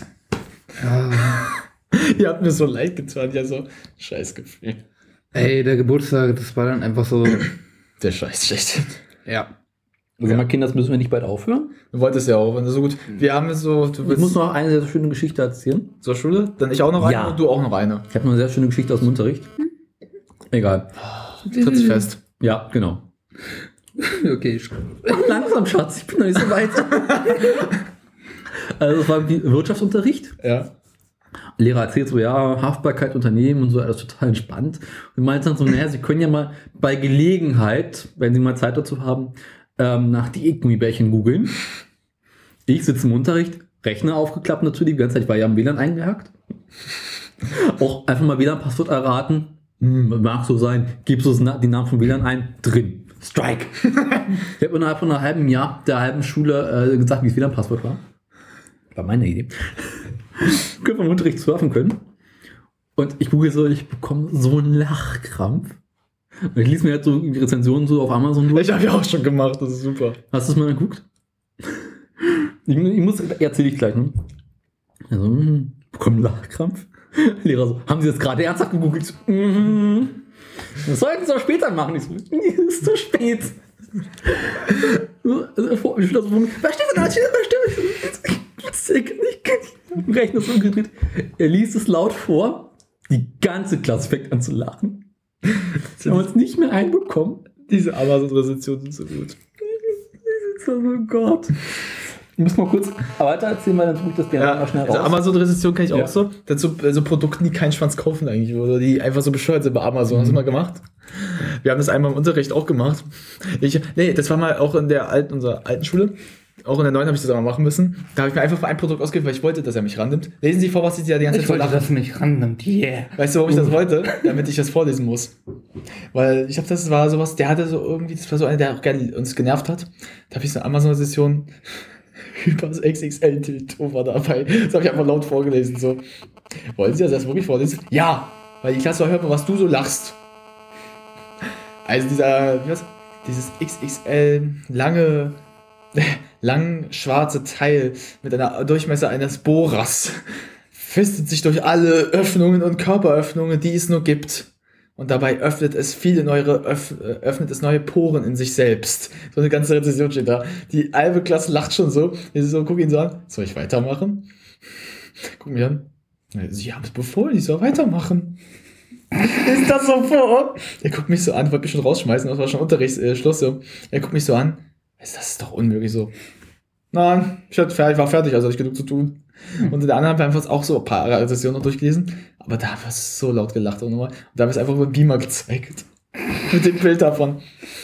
Ihr habt mir so leid getan, ja so, scheiß Gefühl. Ey, der Geburtstag, das war dann einfach so... Der Scheiß schlecht. Ja. Also mal Kinder, das müssen wir nicht bald aufhören. Du wolltest ja auch, wenn du so gut. Wir haben jetzt so. Ich muss noch eine sehr schöne Geschichte erzählen. Zur Schule? Dann ich auch noch eine und du auch noch eine. Ich habe noch eine sehr schöne Geschichte aus dem Unterricht. Egal. Tritt sich fest. Ja, genau. Okay, langsam, Schatz, ich bin noch nicht so weit. Also es war Wirtschaftsunterricht. Ja. Lehrer erzählt so, ja, Haftbarkeit, Unternehmen und so, alles total entspannt. Und meint dann so, naja, Sie können ja mal bei Gelegenheit, wenn Sie mal Zeit dazu haben, nach Diätgummibärchen googeln. Ich sitze im Unterricht, Rechner aufgeklappt natürlich, die ganze Zeit war ja am WLAN eingehackt. Auch einfach mal WLAN-Passwort erraten. Mag so sein, gibst du die Namen von WLAN ein, drin. Strike. Ich habe innerhalb von einem halben Jahr der halben Schule gesagt, wie das WLAN-Passwort war. War meine Idee. Können wir im Unterricht surfen können. Und ich google so, ich bekomme so einen Lachkrampf. Und ich lese mir halt so die Rezensionen so auf Amazon durch. Ich habe ja auch schon gemacht, das ist super. Hast du es mal geguckt? Erzähle ich gleich, ne? Also, bekomme einen Lachkrampf. Lehrer so, haben Sie das gerade ernsthaft gegoogelt? Das sollten Sie auch später machen. Ich so, ist zu spät. Was steht da? Rechner ist umgedreht. Er liest es laut vor. Die ganze Klasse fängt an zu lachen. Wir haben uns nicht mehr einbekommen. Diese Amazon-Rezensionen sind so gut. Oh Gott. Ich muss mal kurz weiter erzählen, weil dann tue ich das gerne mal schnell raus. Also Amazon-Rezension kann ich auch so. Dazu so Produkten, die keinen Schwanz kaufen eigentlich. Oder die einfach so bescheuert sind bei Amazon. Hast du mal gemacht? Wir haben das einmal im Unterricht auch gemacht. Das war mal auch in unserer alten Schule. Auch in der 9 habe ich das auch mal machen müssen. Da habe ich mir einfach für ein Produkt ausgewählt, weil ich wollte, dass er mich rannimmt. Lesen Sie vor, was ich dir die ganze Zeit wollte, dass du mich rannimmt. Yeah. Weißt du, warum ich das wollte? Damit ich das vorlesen muss. Weil ich habe das war sowas, der hatte so irgendwie, das war so einer, der auch gerne uns genervt hat. Da habe ich so eine Amazon-Session über das XXL-Dildo war dabei. Das habe ich einfach laut vorgelesen. So. Wollen Sie das wirklich vorlesen? Ja! Weil die Klasse hört mal, was du so lachst. Also dieses XXL lang schwarze Teil mit einer Durchmesser eines Bohrers fistet sich durch alle Öffnungen und Körperöffnungen, die es nur gibt. Und dabei öffnet es neue Poren in sich selbst. So eine ganze Rezension steht da. Die halbe Klasse lacht schon so. Guck ihn so an. Soll ich weitermachen? Guck mich an. Sie haben es befohlen, ich soll weitermachen. Ist das so vor? Er guckt mich so an, wollte mich schon rausschmeißen, das war schon Unterrichtsschluss so. Er guckt mich so an. Das ist doch unmöglich so. Nein, ich war fertig, also hatte ich genug zu tun. Und in der anderen haben wir einfach auch so ein paar Rezensionen noch durchgelesen. Aber da haben wir so laut gelacht. Und da haben wir es einfach über den Beamer gezeigt. Mit dem Bild davon.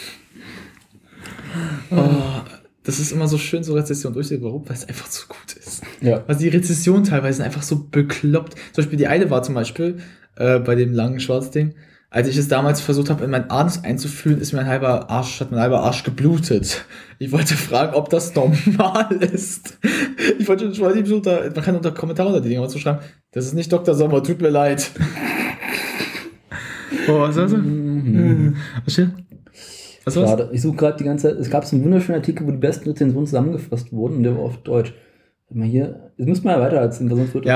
Oh, das ist immer so schön, so Rezensionen durchzulesen. Warum? Weil es einfach so gut ist. Ja. Also die Rezensionen teilweise sind einfach so bekloppt. Zum Beispiel die eine war zum Beispiel bei dem langen Schwarzding. Als ich es damals versucht habe, in meinen Anus einzufühlen, hat mein halber Arsch geblutet. Ich wollte fragen, ob das normal ist. Ich wollte schon man kann unter Kommentare unter die Dinger mal zu schreiben, das ist nicht Dr. Sommer, tut mir leid. Oh, was war's? Was war's? Ich suche gerade die ganze Zeit, es gab so einen wunderschönen Artikel, wo die besten Rezensionen zusammengefasst wurden und der war auf Deutsch. Hier, das müsste man ja weiter erzählen, sonst wird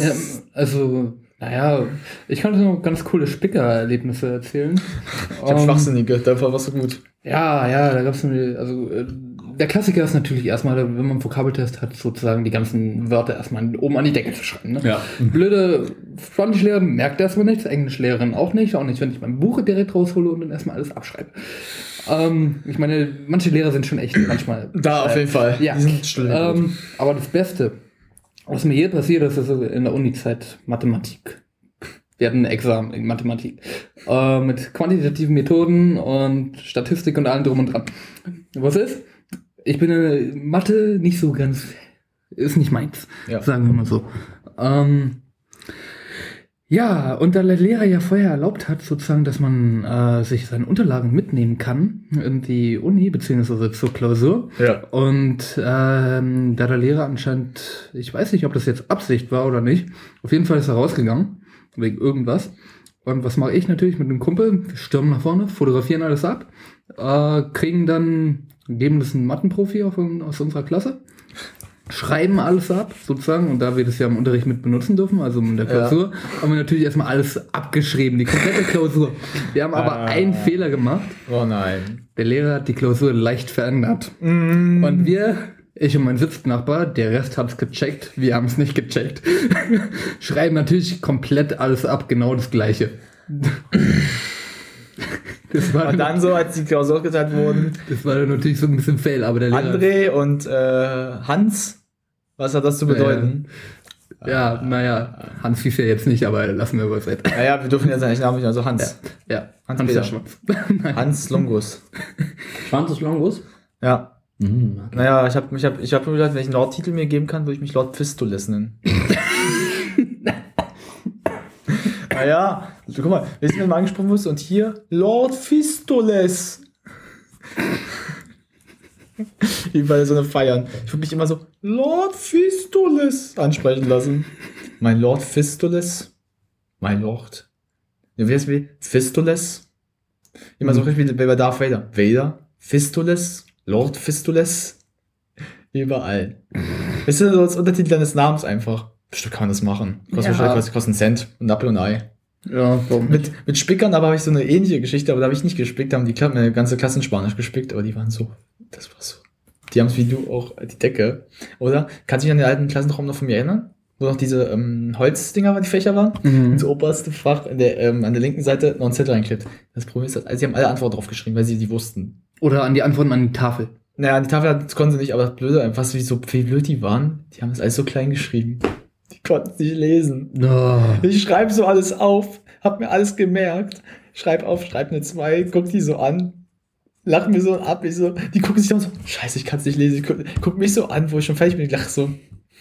naja, ich kann so ganz coole Spicker-Erlebnisse erzählen. Ich hab schwachsinnige, dafür warst du gut. Ja, da gab's der Klassiker ist natürlich erstmal, wenn man einen Vokabeltest hat, sozusagen die ganzen Wörter erstmal oben an die Decke zu schreiben. Ne? Ja. Blöde Spanischlehrerin merkt erstmal nichts, Englischlehrerin auch nicht, wenn ich mein Buch direkt raushole und dann erstmal alles abschreibe. Ich meine, manche Lehrer sind schon echt manchmal... Da auf jeden Fall. Ja. Die sind still. Aber das Beste, was mir hier passiert ist, in der Uni-Zeit Mathematik. Wir hatten ein Examen in Mathematik. Mit quantitativen Methoden und Statistik und allem drum und dran. Was ist? Ich bin in Mathe nicht so ganz... Ist nicht meins, sagen wir mal so. Ja, und da der Lehrer ja vorher erlaubt hat, sozusagen, dass man sich seine Unterlagen mitnehmen kann in die Uni, beziehungsweise zur Klausur. Ja. Und da der Lehrer anscheinend, ich weiß nicht, ob das jetzt Absicht war oder nicht, auf jeden Fall ist er rausgegangen, wegen irgendwas. Und was mache ich natürlich mit einem Kumpel? Wir stürmen nach vorne, fotografieren alles ab, geben das einen Mathenprofi aus unserer Klasse. Schreiben alles ab, sozusagen, und da wir das ja im Unterricht mit benutzen dürfen, also in der Klausur, haben wir natürlich erstmal alles abgeschrieben, die komplette Klausur. Wir haben aber einen Fehler gemacht. Oh nein. Der Lehrer hat die Klausur leicht verändert. Und ich und mein Sitznachbar, der Rest hat's gecheckt, wir haben es nicht gecheckt, schreiben natürlich komplett alles ab, genau das Gleiche. Und dann so, als die Klausur geteilt wurden. Das war dann natürlich so ein bisschen Fail, aber der Lehrer... André und Hans, was hat das zu bedeuten? Ja, Hans hieß ja jetzt nicht, aber lassen wir was weg. Naja, wir dürfen ja seinen Namen nicht, also Hans. Ja. Hans Schwanz. Hans Longus. Schwanz ist Longus? Ja. Okay. Naja, ich hab mir gedacht, wenn ich einen Lord-Titel mir geben kann, würde ich mich Lord Fistoles nennen. Naja, guck mal, wir sind mal angesprochen musst und hier Lord Fistoles. Wie bei so einem Feiern. Ich würde mich immer so Lord Fistoles ansprechen lassen. Mein Lord Fistoles. Mein Lord. Ja, wie heißt wie? Fistoles. Immer so richtig wie bei Darth Vader. Vader, Fistoles, Lord Fistoles. Überall. Das ist so als Untertitel deines Namens einfach. Bestimmt kann man das machen. Kostet wahrscheinlich einen Cent, ein Apfel und ein Ei. Ja, warum nicht? Mit Spickern, aber habe ich so eine ähnliche Geschichte, aber da habe ich nicht gespickt, da haben die meine ganze Klasse in Spanisch gespickt, aber die waren so, das war so. Die haben es wie du auch die Decke. Oder? Kannst du dich an den alten Klassenraum noch von mir erinnern? Wo noch diese Holzdinger, die Fächer waren? Das oberste Fach an der linken Seite noch ein Zettel reinklebt. Das Problem ist, also sie haben alle Antworten drauf geschrieben, weil sie die wussten. Oder an die Antworten an die Tafel. Naja, an die Tafel konnten sie nicht, aber das Blöde, einfach wie blöd die waren, die haben das alles so klein geschrieben. Die konnten es nicht lesen. Oh. Ich schreibe so alles auf, hab mir alles gemerkt, schreib eine 2, guck die so an. lachen wir so ab. Die gucken sich dann so, scheiße, ich kann es nicht lesen. Ich guck mich so an, wo ich schon fertig bin. Ich lache so.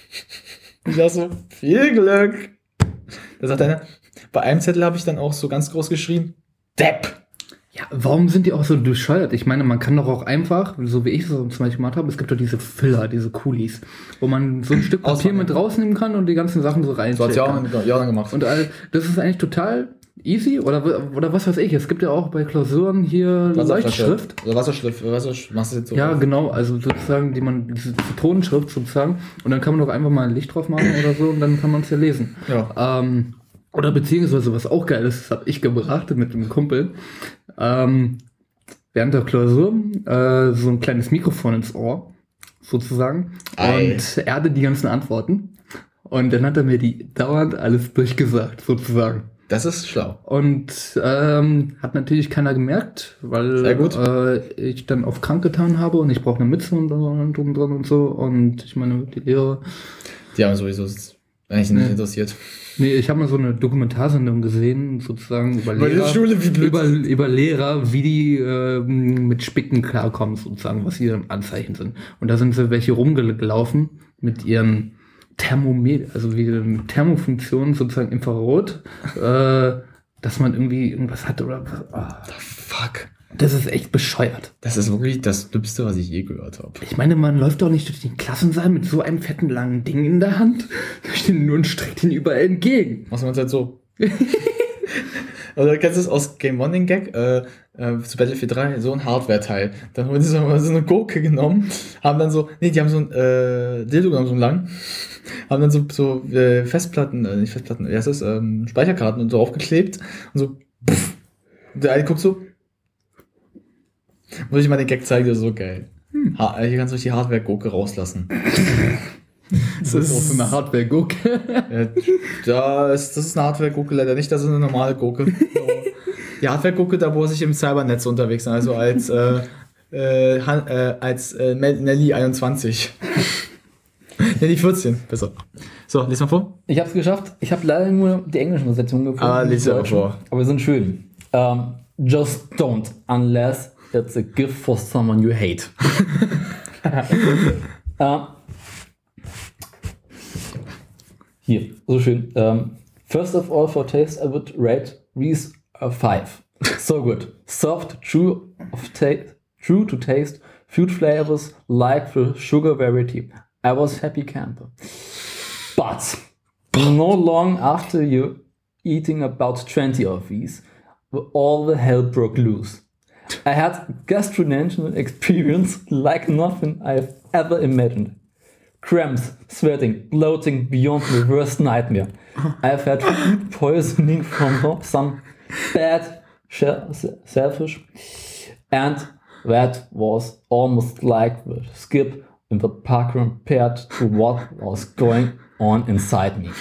Viel Glück. Da sagt einer, bei einem Zettel habe ich dann auch so ganz groß geschrieben, Depp. Ja, warum sind die auch so bescheuert? Ich meine, man kann doch auch einfach, so wie ich es zum Beispiel gemacht habe, es gibt doch diese Filler, diese Coolies, wo man so ein Stück Papier mit rausnehmen kann und die ganzen Sachen so reinstellen kann. So hat ja auch gemacht. Und das ist eigentlich total easy, oder was weiß ich. Es gibt ja auch bei Klausuren hier Leuchtschrift. Oder Wasserschrift, machst du jetzt so? Ja, genau, also sozusagen, diese Tonenschrift sozusagen. Und dann kann man doch einfach mal ein Licht drauf machen oder so und dann kann man es ja lesen. Ja. Oder beziehungsweise, was auch geil ist, das habe ich gebracht mit einem Kumpel. Während der Klausur so ein kleines Mikrofon ins Ohr, sozusagen. Und er hatte die ganzen Antworten. Und dann hat er mir die dauernd alles durchgesagt, sozusagen. Das ist schlau. Und hat natürlich keiner gemerkt, weil ich dann auf krank getan habe und ich brauche eine Mütze und drum dran und so. Und ich meine, die Lehrer... Die haben sowieso eigentlich nicht interessiert. Nee, ich habe mal so eine Dokumentarsendung gesehen, sozusagen über Lehrer, wie die mit Spicken klarkommen, sozusagen, was ihre Anzeichen sind. Und da sind so welche rumgelaufen mit ihren Thermometer, also wie eine Thermofunktion, sozusagen Infrarot, dass man irgendwie irgendwas hat oder fuck. Das ist echt bescheuert. Das ist wirklich das Dümmste, was ich je gehört habe. Ich meine, man läuft doch nicht durch den Klassensaal mit so einem fetten, langen Ding in der Hand. Da steht nur und streckt ihn überall entgegen. Machen wir uns halt so. Oder kennst du das aus Game One, den Gag? Zu Battlefield 3, so ein Hardware-Teil. Dann haben die so eine Gurke genommen, haben dann so, die haben so ein Dildo genommen, so lang, haben dann so Festplatten, nicht Festplatten, wie heißt das, Speicherkarten und so aufgeklebt und so, pff. Und der eine guckt so, muss ich mal den Gag zeigen, der ist so geil. Hier kannst du die Hardware-Gurke rauslassen. Das ist auch so eine Hardware-Gurke. Das ist eine Hardware-Gurke, leider nicht, das ist eine normale Gurke. Die Hardware-Gurke, da wo ich im Cybernetz unterwegs bin, also als Nelly 21. Nelly 14, besser. So, lies mal vor. Ich hab's geschafft. Ich habe leider nur die englische Übersetzung gefunden. Lies mal vor. Aber sind schön. Just don't, unless it's a gift for someone you hate. Hier, so schön. First of all, for taste, I would rate these a 5. So good. Soft, true to taste, fruit flavors like the sugar variety. I was happy camper. But no long after you eating about 20 of these, all the hell broke loose. I had gastrointestinal experience like nothing I've ever imagined. Cramps, sweating, bloating beyond the worst nightmare. I've had food poisoning from some bad selfish, and that was almost like the skip in the park compared to what was going on inside me.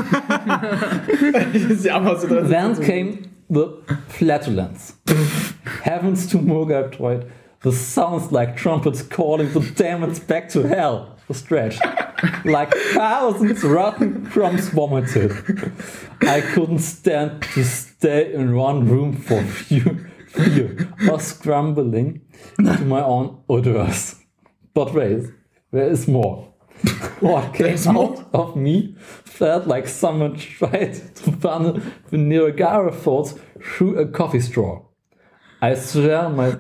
Then came the flatulence. Heavens to Murgatroyd. The sounds like trumpets calling the demons back to hell. The stretch. Like thousands rotten crumbs vomited. I couldn't stand to stay in one room for fear of scrambling to my own odors. But wait, there is more. What came out of me felt like someone tried to funnel the Niagara Falls through a coffee straw. I swear my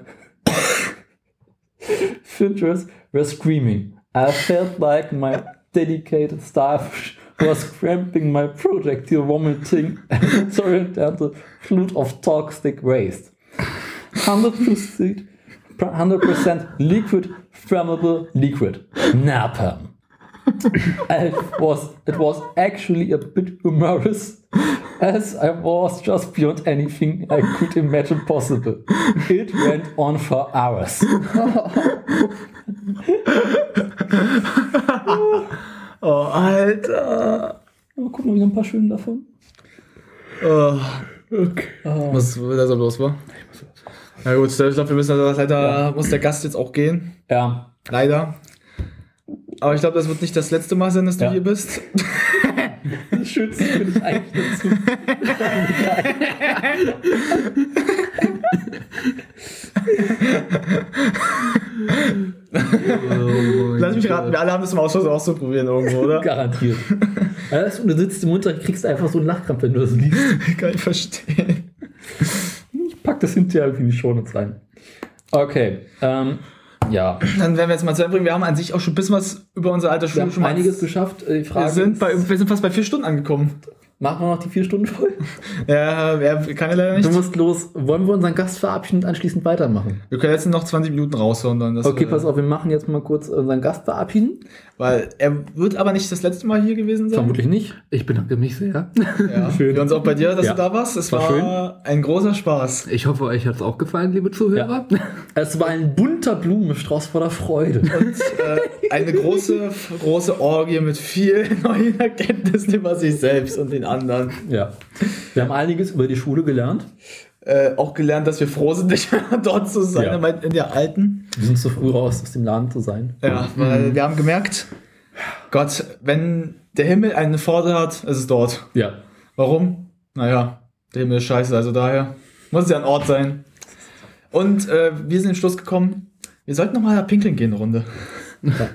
fingers were screaming. I felt like my dedicated staff was cramping my projectile vomiting and horizontal flood of toxic waste. 100% liquid, flammable liquid. Napalm. It was actually a bit humorous, as I was just beyond anything I could imagine possible. It went on for hours. Oh, Alter. Oh, guck mal, wieder ein paar schöne davon. Oh. Okay. Was da so los war? Na gut, ich glaube, wir müssen leider, muss der Gast jetzt auch gehen. Ja. Leider. Aber ich glaube, das wird nicht das letzte Mal sein, dass du hier bist. Das Schönste finde ich eigentlich dazu. Lass mich raten, wir alle haben das im Ausschuss auszuprobieren irgendwo, oder? Garantiert. Also, du sitzt im Unterricht, kriegst einfach so einen Lachkrampf, wenn du das liest. Kann ich verstehen. Ich pack das hinterher irgendwie in die Shownotes rein. Okay, ja. Dann werden wir jetzt mal zu Ende bringen. Wir haben an sich auch schon ein bisschen was über unsere alte Schule schon einiges geschafft. Die Frage wir sind fast bei 4 Stunden angekommen. Machen wir noch die 4 Stunden voll? Ja, kann ja leider nicht. Du musst los. Wollen wir unseren Gast verabschieden und anschließend weitermachen? Wir können jetzt noch 20 Minuten raushauen. Dann okay, pass auf, wir machen jetzt mal kurz unseren Gast verabschieden. Weil er wird aber nicht das letzte Mal hier gewesen sein. Vermutlich nicht. Ich bedanke mich sehr. Ja, schön. Wir uns auch bei dir, dass du da warst. Es war schön. Ein großer Spaß. Ich hoffe, euch hat es auch gefallen, liebe Zuhörer. Ja. Es war ein bunter Blumenstrauß voller Freude. Und eine große Orgie mit vielen neuen Erkenntnissen über sich selbst und den anderen. Ja. Wir haben einiges über die Schule gelernt. Auch gelernt, dass wir froh sind, nicht mehr dort zu sein, aber in der alten. Wir sind zu früh raus, aus dem Laden zu sein. Ja, weil wir haben gemerkt, Gott, wenn der Himmel eine Pforte hat, ist es dort. Ja. Warum? Naja, der Himmel ist scheiße, also daher muss es ja ein Ort sein. Und wir sind in den Schluss gekommen, wir sollten nochmal pinkeln gehen, eine Runde. Ja.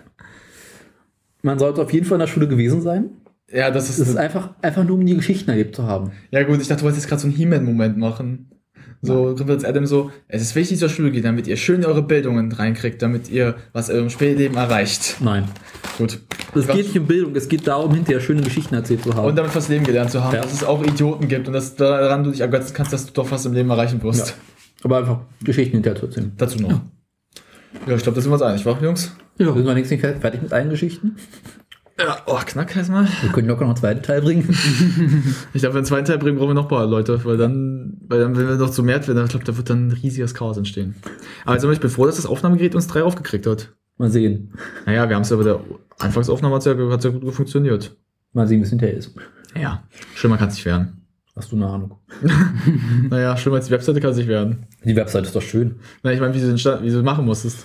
Man sollte auf jeden Fall in der Schule gewesen sein. Ja, das ist einfach nur, um die Geschichten erlebt zu haben. Ja gut, ich dachte, du wolltest jetzt gerade so einen He-Man-Moment machen. So, Prinz Adam so, es ist wichtig, zur Schule geht, damit ihr schön eure Bildungen reinkriegt, damit ihr was in eurem Spätleben erreicht. Nein. Gut. Es geht nicht um Bildung, es geht darum, hinterher schöne Geschichten erzählt zu haben. Und damit fürs Leben gelernt zu haben, dass es auch Idioten gibt und dass daran du dich ergötzen kannst, dass du doch was im Leben erreichen wirst. Ja. Aber einfach Geschichten hinterher zu erzählen. Dazu noch. Ja, ich glaube, da sind wir uns einig, wa, Jungs? Ja. Sind wir nicht fertig mit allen Geschichten? Ja, knack erstmal. Wir können locker noch einen zweiten Teil bringen. Ich glaube, wenn wir einen zweiten Teil bringen, brauchen wir noch ein paar Leute, weil dann, wenn wir noch zu mehr werden, ich glaube, da wird dann ein riesiges Chaos entstehen. Aber also, ich bin froh, dass das Aufnahmegerät uns 3 aufgekriegt hat. Mal sehen. Naja, wir haben es ja bei der Anfangsaufnahme hat ja gut funktioniert. Mal sehen, wie es hinterher ist. Ja, schlimmer kann es nicht werden. Hast du eine Ahnung? Naja, schlimmer als die Webseite kann es nicht werden. Die Webseite ist doch schön. Na, ich meine, wie du machen musstest.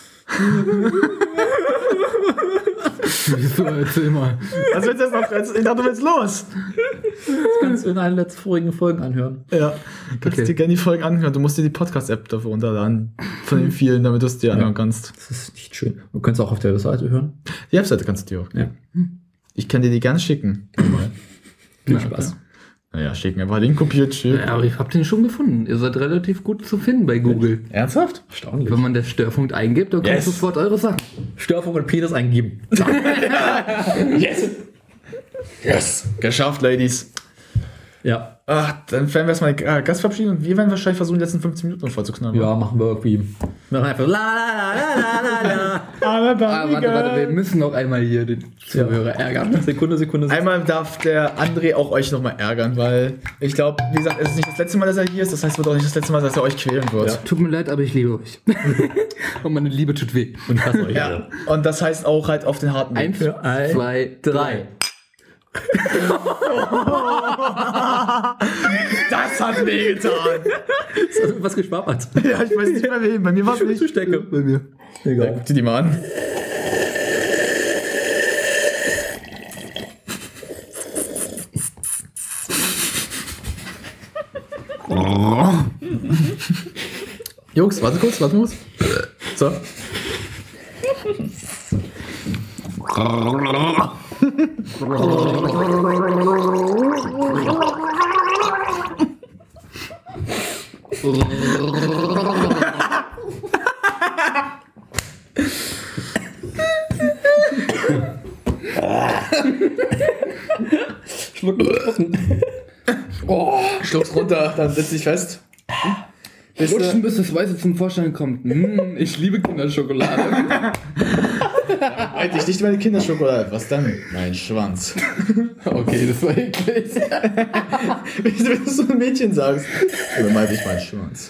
Erzähl mal. Was willst du jetzt noch? Ich dachte, du willst los. Das kannst du in allen letzten vorigen Folgen anhören. Ja, kannst dir gerne die Folgen anhören. Du musst dir die Podcast-App dafür runterladen. Von den vielen, damit du es dir anhören kannst. Das ist nicht schön. Du kannst auch auf der Seite hören. Die Webseite kannst du dir auch. Ja. Ich kann dir die gerne schicken. Viel Spaß. Naja, schicken einfach Link kopiert, schön. Ja, aber ich hab den schon gefunden. Ihr seid relativ gut zu finden bei Google. Ernsthaft? Erstaunlich. Wenn man den Störpunkt eingibt, dann kommt sofort eure Sachen. Störpunkt und Penis eingeben. Yes! Yes! Geschafft, Ladies. Ja. Ach, dann werden wir erstmal Gast verabschieden und wir werden wahrscheinlich versuchen, die letzten 15 Minuten voll zu knallen. Ja, machen wir irgendwie. Wir machen einfach la la la la la la. Warte, wir müssen noch einmal hier den Zuhörer ärgern. Sekunde. Einmal darf der André auch euch nochmal ärgern, weil ich glaube, wie gesagt, es ist nicht das letzte Mal, dass er hier ist, das heißt, es wird auch nicht das letzte Mal, dass er euch quälen wird. Ja. Tut mir leid, aber ich liebe euch. Und meine Liebe tut weh. Und ich hasse euch. Ja. Und das heißt auch halt auf den harten Weg. 1, 2, 3. Das hat wehgetan. Das hat was geschwappert. Ja, ich weiß nicht bei wem. Bei mir war es nicht. Ich stecke. Bei mir. Egal. Guck dir die mal an. Jungs, warte kurz. So. Schluck's runter, dann setz dich fest. Lutschen, bis das Weiße zum Vorschein kommt. Ich liebe Kinderschokolade. Eigentlich nicht meine Kinderschokolade. Was dann? Mein Schwanz. Okay, das war eklig. Wenn du so ein Mädchen sagst. Oder meinte ich meinen Schwanz.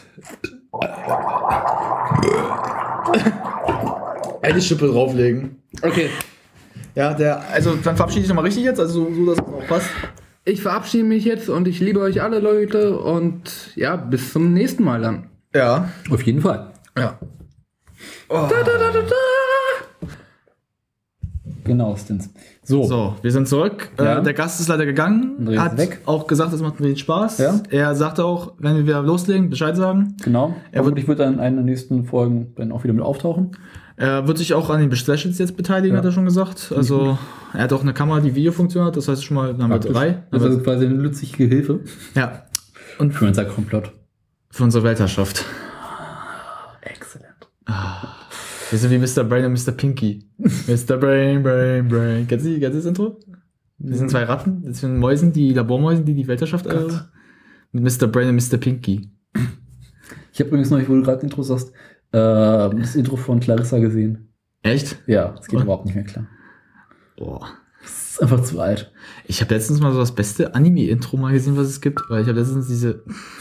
Eine Schippe drauflegen. Okay. Ja, also dann verabschiede ich nochmal richtig jetzt, also so, dass es auch passt. Ich verabschiede mich jetzt und ich liebe euch alle, Leute. Und ja, bis zum nächsten Mal dann. Ja. Auf jeden Fall. Ja. Oh. Da. Genauestens. So, wir sind zurück. Ja. Der Gast ist leider gegangen. André ist Hat weg. auch gesagt, es macht mir Spaß. Ja. Er sagte auch, wenn wir wieder loslegen, Bescheid sagen. Genau. Ich würde dann in einer der nächsten Folgen dann auch wieder mit auftauchen. Er wird sich auch an den Specials jetzt beteiligen, hat er schon gesagt. Also er hat auch eine Kamera, die Videofunktion hat. Das heißt schon mal, dann haben wir 3. Also quasi eine nützliche Hilfe. Ja. Und für unser Komplott. Für unsere Weltherrschaft. Excellent. Wir sind wie Mr. Brain und Mr. Pinky. Mr. Brain. Kennst du das Intro? Das sind 2 Ratten. Das sind Mäusen, die Labormäusen, die Weltherrschaft mit Mr. Brain und Mr. Pinky. Ich habe übrigens noch, wo du gerade Intro sagst, das Intro von Clarissa gesehen. Echt? Ja, das geht überhaupt nicht mehr klar. Boah. Das ist einfach zu alt. Ich habe letztens mal so das beste Anime-Intro mal gesehen, was es gibt, weil ich habe letztens diese...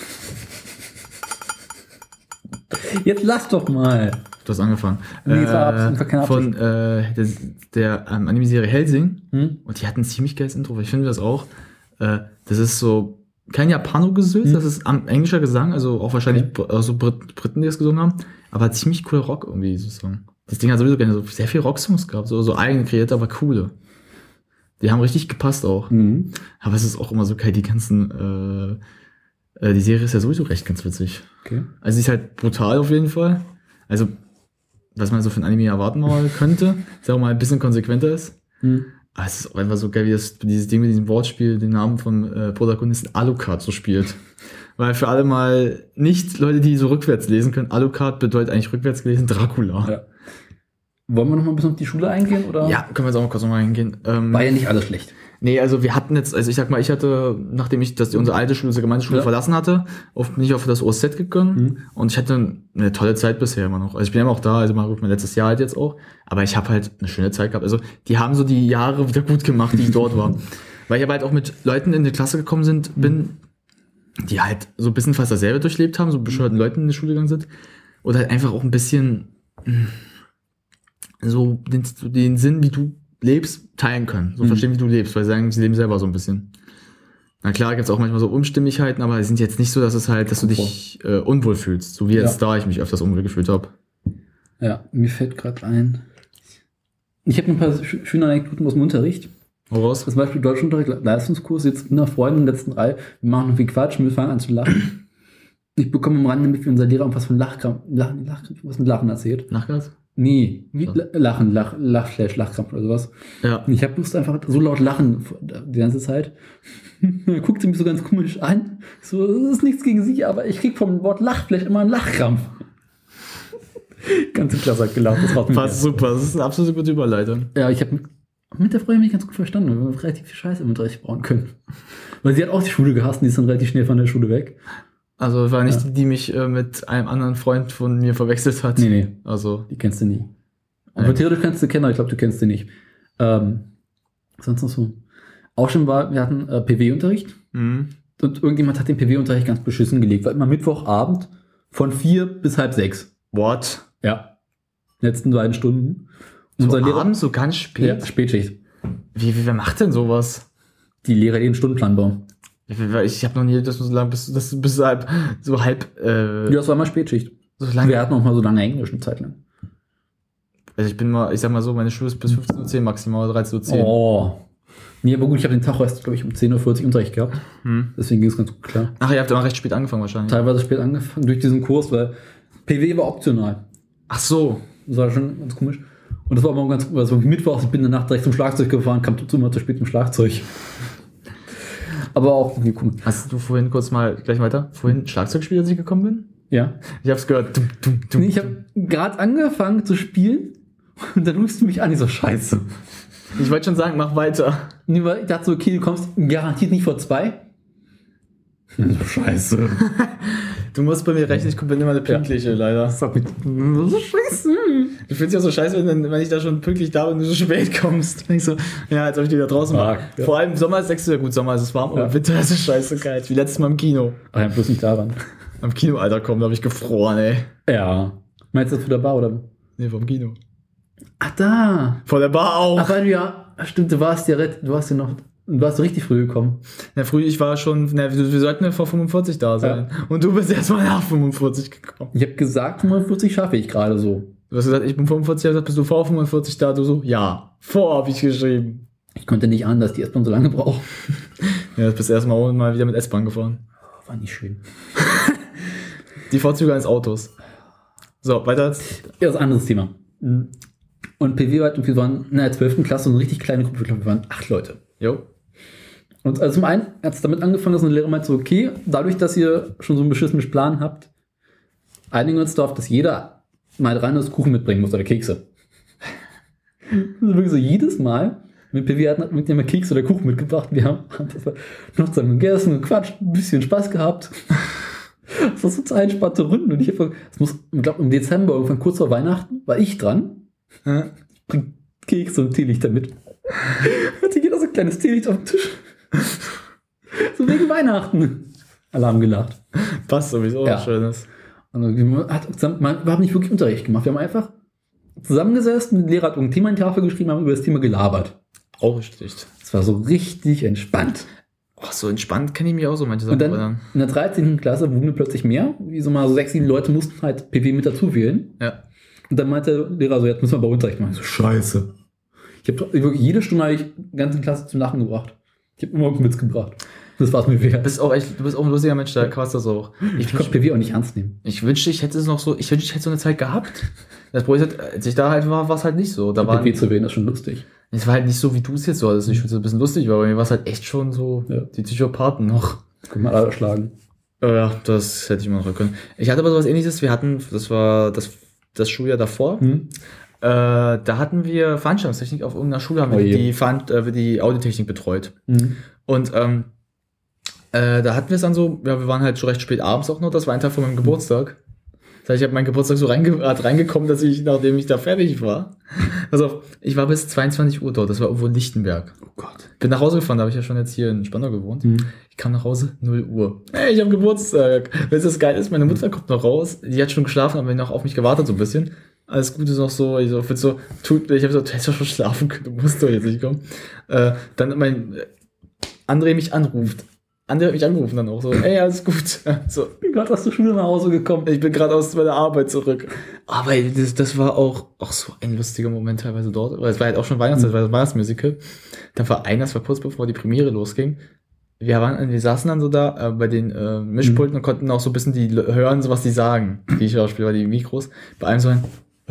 Jetzt lass doch mal. Du hast angefangen. Nee, war keine von der Anime-Serie Hellsing. Und die hatten ein ziemlich geiles Intro, weil ich finde das auch. Das ist so kein Japano-Gesülz, das ist englischer Gesang, also auch wahrscheinlich so Briten, die das gesungen haben, aber ziemlich cooler Rock irgendwie sozusagen. Das Ding hat sowieso gerne so sehr viel Rocksongs gehabt, so eigene kreierte, aber coole. Die haben richtig gepasst auch. Aber es ist auch immer so geil, die ganzen die Serie ist ja sowieso recht ganz witzig. Okay. Also sie ist halt brutal auf jeden Fall. Also was man so für ein Anime erwarten mal könnte, ist auch mal ein bisschen konsequenter ist. Aber es ist auch einfach so geil, wie dieses Ding mit diesem Wortspiel den Namen vom Protagonisten Alucard so spielt. Weil für alle mal nicht Leute, die so rückwärts lesen können, Alucard bedeutet eigentlich rückwärts gelesen Dracula. Ja. Wollen wir noch mal ein bisschen auf die Schule eingehen? Oder? Ja, können wir jetzt auch mal kurz nochmal hingehen. War ja nicht alles schlecht. Nee, also wir hatten jetzt, also ich sag mal, ich hatte, nachdem ich unsere alte Schule, unsere Gemeindeschule verlassen hatte, bin ich auf das OSZ gegangen und ich hatte eine tolle Zeit bisher immer noch. Also ich bin immer auch da, also mein letztes Jahr halt jetzt auch, aber ich habe halt eine schöne Zeit gehabt. Also die haben so die Jahre wieder gut gemacht, die ich dort war. Weil ich aber halt auch mit Leuten in die Klasse gekommen bin, die halt so ein bisschen fast dasselbe durchlebt haben, so bescheuerten Leuten in die Schule gegangen sind oder halt einfach auch ein bisschen so den Sinn, wie du lebst, teilen können. So verstehen, wie du lebst, weil sie sagen, sie leben selber so ein bisschen. Na klar, gibt es auch manchmal so Unstimmigkeiten, aber die sind jetzt nicht so, dass du dich unwohl fühlst, so wie jetzt da ich mich öfters unwohl gefühlt habe. Ja, mir fällt gerade ein. Ich habe ein paar schöne Anekdoten aus dem Unterricht. Woraus? Zum Beispiel Deutschunterricht, Leistungskurs, jetzt mit einer Freundin in den letzten 3, wir machen noch viel Quatsch und wir fangen an zu lachen. Ich bekomme am Rande mit, wie unser Lehrer was von was mit Lachen erzählt. Lachgas? Nee, wie Lachkrampf oder sowas. Ja. Und ich habe Lust einfach so laut lachen die ganze Zeit. Er guckt sie mich so ganz komisch an. So, das ist nichts gegen sie, aber ich krieg vom Wort Lachflash immer einen Lachkrampf. Ganze Klasse hat gelacht. Das war passt super, das ist eine absolute gute Überleitung. Ja, ich habe mit der Freundin mich ganz gut verstanden, weil wir relativ viel Scheiße im Unterricht bauen können. Weil sie hat auch die Schule gehasst und die ist dann relativ schnell von der Schule weg. Also war nicht die mich mit einem anderen Freund von mir verwechselt hat. Nee. Also die kennst du nie. Aber theoretisch kannst du kennen, aber ich glaube, du kennst sie nicht. Sonst noch so. Auch schon wir hatten PW-Unterricht. Und irgendjemand hat den PW-Unterricht ganz beschissen gelegt. War immer Mittwochabend von 4 bis halb 6. What? Ja. Letzten 2 Stunden. So unser Lehrer, abends so ganz spät? Ja, Spätschicht. Wer macht denn sowas? Die Lehrer, die den Stundenplan bauen. Ich habe noch nie, dass du so lange bis halb. Ja, das war mal Spätschicht. So lange. Wir hatten auch mal so lange Englisch eine Zeit lang. Also ich sag mal so, meine Schule ist bis 15:10 maximal, 13:10. Oh. Nee, aber gut, ich habe den Tag erst, glaube ich, um 10:40 Uhr Unterricht gehabt. Deswegen ging es ganz gut klar. Ach, ihr habt immer recht spät angefangen wahrscheinlich. Teilweise spät angefangen durch diesen Kurs, weil PW war optional. Ach so. Das war schon ganz komisch. Und das war aber auch ganz gut, also Mittwoch, ich bin danach direkt zum Schlagzeug gefahren, kam immer zu spät zum Schlagzeug. Aber auch irgendwie cool. Hast du vorhin gleich weiter, Schlagzeug gespielt, als ich gekommen bin? Ja. Ich hab's gehört. Nee, ich habe gerade angefangen zu spielen und dann rufst du mich an, ich so, scheiße. Ich wollte schon sagen, mach weiter. Nee, weil ich dachte so, okay, du kommst garantiert nicht vor 2. Scheiße. Du musst bei mir rechnen, ich bin immer eine pünktliche, leider. So scheiße. Du findest ja so scheiße, wenn ich da schon pünktlich da bin und du so spät kommst. Und ich so, ja, jetzt hab ich die da draußen mal. Ja. Vor allem im Sommer ist ja gut, Sommer ist es warm, aber im Winter ist es scheiße kalt. Wie letztes Mal im Kino. Ach ja, bloß nicht daran. Am Kino, Alter, komm, da hab ich gefroren, ey. Ja. Meinst du das vor der Bar, oder? Nee, vom Kino. Ach, da. Vor der Bar auch. Ach, weil stimmt, du warst ja richtig früh gekommen. Ja, wir sollten ja vor 45 da sein. Ja. Und du bist erst mal nach 45 gekommen. Ich habe gesagt, 45 schaffe ich gerade so. Du hast gesagt, ich bin 45, gesagt, bist du vor 45 da? Du so, ja, vor habe ich geschrieben. Ich konnte nicht ahnen, dass die S-Bahn so lange braucht. Ja, du bist erstmal mal wieder mit S-Bahn gefahren. War nicht schön. Die Vorzüge eines Autos. So, weiter jetzt. Ja, das ist ein anderes Thema. Und PW wir waren in der 12. Klasse so eine richtig kleine Gruppe. Ich glaube, wir waren 8 Leute. Jo. Und also zum einen hat es damit angefangen, dass eine Lehrer meinte so, okay, dadurch, dass ihr schon so einen beschissenen Plan habt, einigen wir uns darauf, dass jeder mal rein das Kuchen mitbringen muss oder Kekse. Also wirklich so jedes Mal, mit PW hat mit dem Kekse oder Kuchen mitgebracht. Wir haben noch zusammen gegessen, gequatscht, ein bisschen Spaß gehabt. Das war so 2 entspannte Runden. Und ich glaube, im Dezember, irgendwann kurz vor Weihnachten, war ich dran. Ich bring Kekse und Teelichter mit. Und hier geht auch so ein kleines Teelicht auf den Tisch. So wegen Weihnachten. Alle haben gelacht. Passt sowieso, was Schönes. Also, wir haben nicht wirklich Unterricht gemacht. Wir haben einfach zusammengesessen, der Lehrer hat ein Thema in die Tafel geschrieben, haben über das Thema gelabert. Auch richtig. Das war so richtig entspannt. Ach, so entspannt kenne ich mich auch so manche Sachen. Und dann in der 13. Klasse wurden wir plötzlich mehr. Wie so mal so 6, 7 Leute mussten halt PW mit dazu wählen. Ja. Und dann meinte der Lehrer so, jetzt müssen wir bei Unterricht machen. Ich so, scheiße. Ich habe wirklich jede Stunde die ganze Klasse zum Lachen gebracht. Ich habe immer einen Witz gebracht. Das war's mir wert. Du bist auch ein lustiger Mensch, da kannst du das auch. Ich konnte PW auch nicht ernst nehmen. Ich wünschte, ich hätte so eine Zeit gehabt. Das Problem ist, als ich da halt war es halt nicht so. Da war PW zu wählen, ist schon lustig. Es war halt nicht so, wie du es jetzt so hattest. Ich finde es ein bisschen lustig, weil bei mir war es halt echt schon so, die Psychopathen noch. Können wir alle erschlagen. Ja, das hätte ich mal noch können. Ich hatte aber sowas Ähnliches. Wir hatten, das war das Schuljahr davor. Da hatten wir Veranstaltungstechnik auf irgendeiner Schule, haben wir die Audiotechnik betreut. Und da hatten wir es dann so, wir waren halt schon recht spät abends auch noch, das war ein Tag vor meinem Geburtstag. Das heißt, ich habe meinen Geburtstag so reingekommen, dass ich, nachdem ich da fertig war, also ich war bis 22 Uhr dort, das war irgendwo in Lichtenberg. Oh Gott. Bin nach Hause gefahren, da habe ich ja schon jetzt hier in Spandau gewohnt. Ich kam nach Hause, 0 Uhr. Hey, ich habe Geburtstag. Weißt du, das geil ist, meine Mutter kommt noch raus, die hat schon geschlafen, aber noch auf mich gewartet so ein bisschen. Alles Gute ist noch so, ich habe so, du hättest doch schon schlafen können, du musst doch jetzt nicht kommen. Dann André mich anruft. André hat mich angerufen dann auch so, ey, alles gut. So. Ich bin gerade aus der Schule nach Hause gekommen. Ich bin gerade aus meiner Arbeit zurück. Aber das war auch so ein lustiger Moment teilweise dort. Weil es war halt auch schon Weihnachtszeit, weil das Weihnachtsmusical. Dann war das war kurz bevor die Premiere losging. Wir saßen dann so da bei den Mischpulten und konnten auch so ein bisschen hören, so was die sagen. Die Schauspieler, die Mikros. Bei einem so ein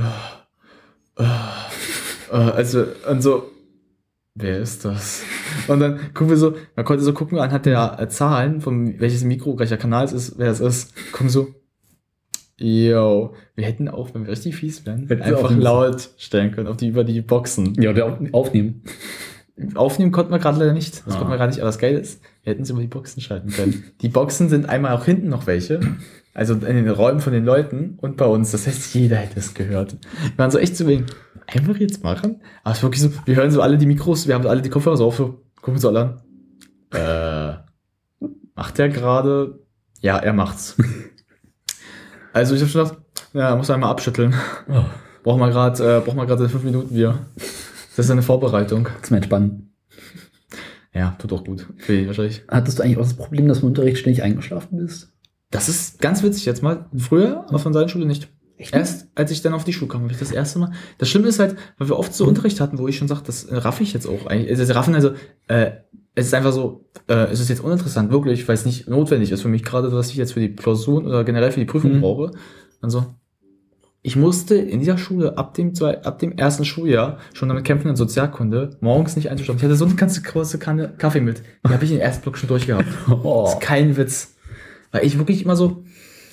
also, und so, wer ist das? Und dann gucken wir so, man konnte so gucken anhand der Zahlen, von welches Mikro, welcher Kanal es ist, wer es ist, gucken so, yo, wir hätten auch, wenn wir richtig fies wären, einfach laut stellen können, über die Boxen. Ja, oder aufnehmen. Aufnehmen konnten wir gerade leider nicht. Das konnten wir gerade nicht, aber das Geile ist, wir hätten es über die Boxen schalten können. Die Boxen sind einmal auch hinten noch welche, also in den Räumen von den Leuten und bei uns. Das heißt, jeder hätte es gehört. Wir waren so echt zu wegen, einfach jetzt machen. Aber es ist wirklich so, wir hören so alle die Mikros, wir haben alle die Kopfhörer so auf, so, gucken so alle an. Macht er gerade? Ja, er macht's. Also ich hab schon gedacht, ja, muss einmal abschütteln. Oh. Braucht mal gerade 5 Minuten wieder. Das ist eine Vorbereitung. Zum Entspannen. Ja, tut auch gut. Für ihn wahrscheinlich. Hattest du eigentlich auch das Problem, dass du im Unterricht ständig eingeschlafen bist? Das ist ganz witzig jetzt mal. Früher, aber von seiner Schule nicht. Echt? Erst als ich dann auf die Schule kam, habe ich das erste Mal. Das Schlimme ist halt, weil wir oft so Unterricht hatten, wo ich schon sage, das raff ich jetzt auch eigentlich. Es ist einfach so, es ist jetzt uninteressant, wirklich, weil es nicht notwendig ist für mich, gerade was ich jetzt für die Klausuren oder generell für die Prüfung brauche. Also, ich musste in dieser Schule ab dem ersten Schuljahr schon damit kämpfen in Sozialkunde, morgens nicht einzuschlafen. Ich hatte so eine ganze große Kanne Kaffee mit. Die habe ich in den ersten Block schon durchgehabt. Das ist kein Witz. Weil ich wirklich immer so...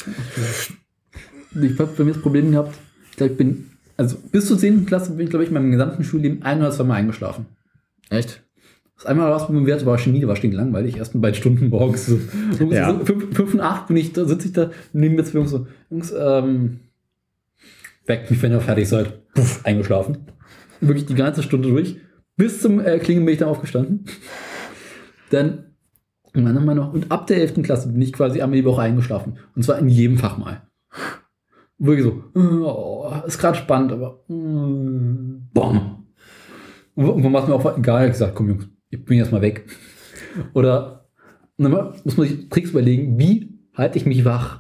Ich habe bei mir das Problem gehabt, bis zur 10. Klasse bin ich, glaube ich, in meinem gesamten Schulleben 1 oder 2 Mal eingeschlafen. Echt? Das einmal war es bewährt, war Chemie, war stinklangweilig. Erst in beiden Stunden morgens. So 5 und 8 sitze ich da neben mir zwei Jungs so, Jungs, weckt mich, wenn ihr fertig seid. Puff, eingeschlafen. Wirklich die ganze Stunde durch. Bis zum Klingeln bin ich dann aufgestanden. Dann, meiner Meinung nach, und ab der 11. Klasse bin ich quasi einmal die Woche eingeschlafen. Und zwar in jedem Fach mal. Wirklich so, ist gerade spannend, aber bom. Und irgendwann war es mir auch egal, ich habe gesagt, komm Jungs, ich bin jetzt mal weg. Oder, und dann muss man sich Tricks überlegen, wie halte ich mich wach?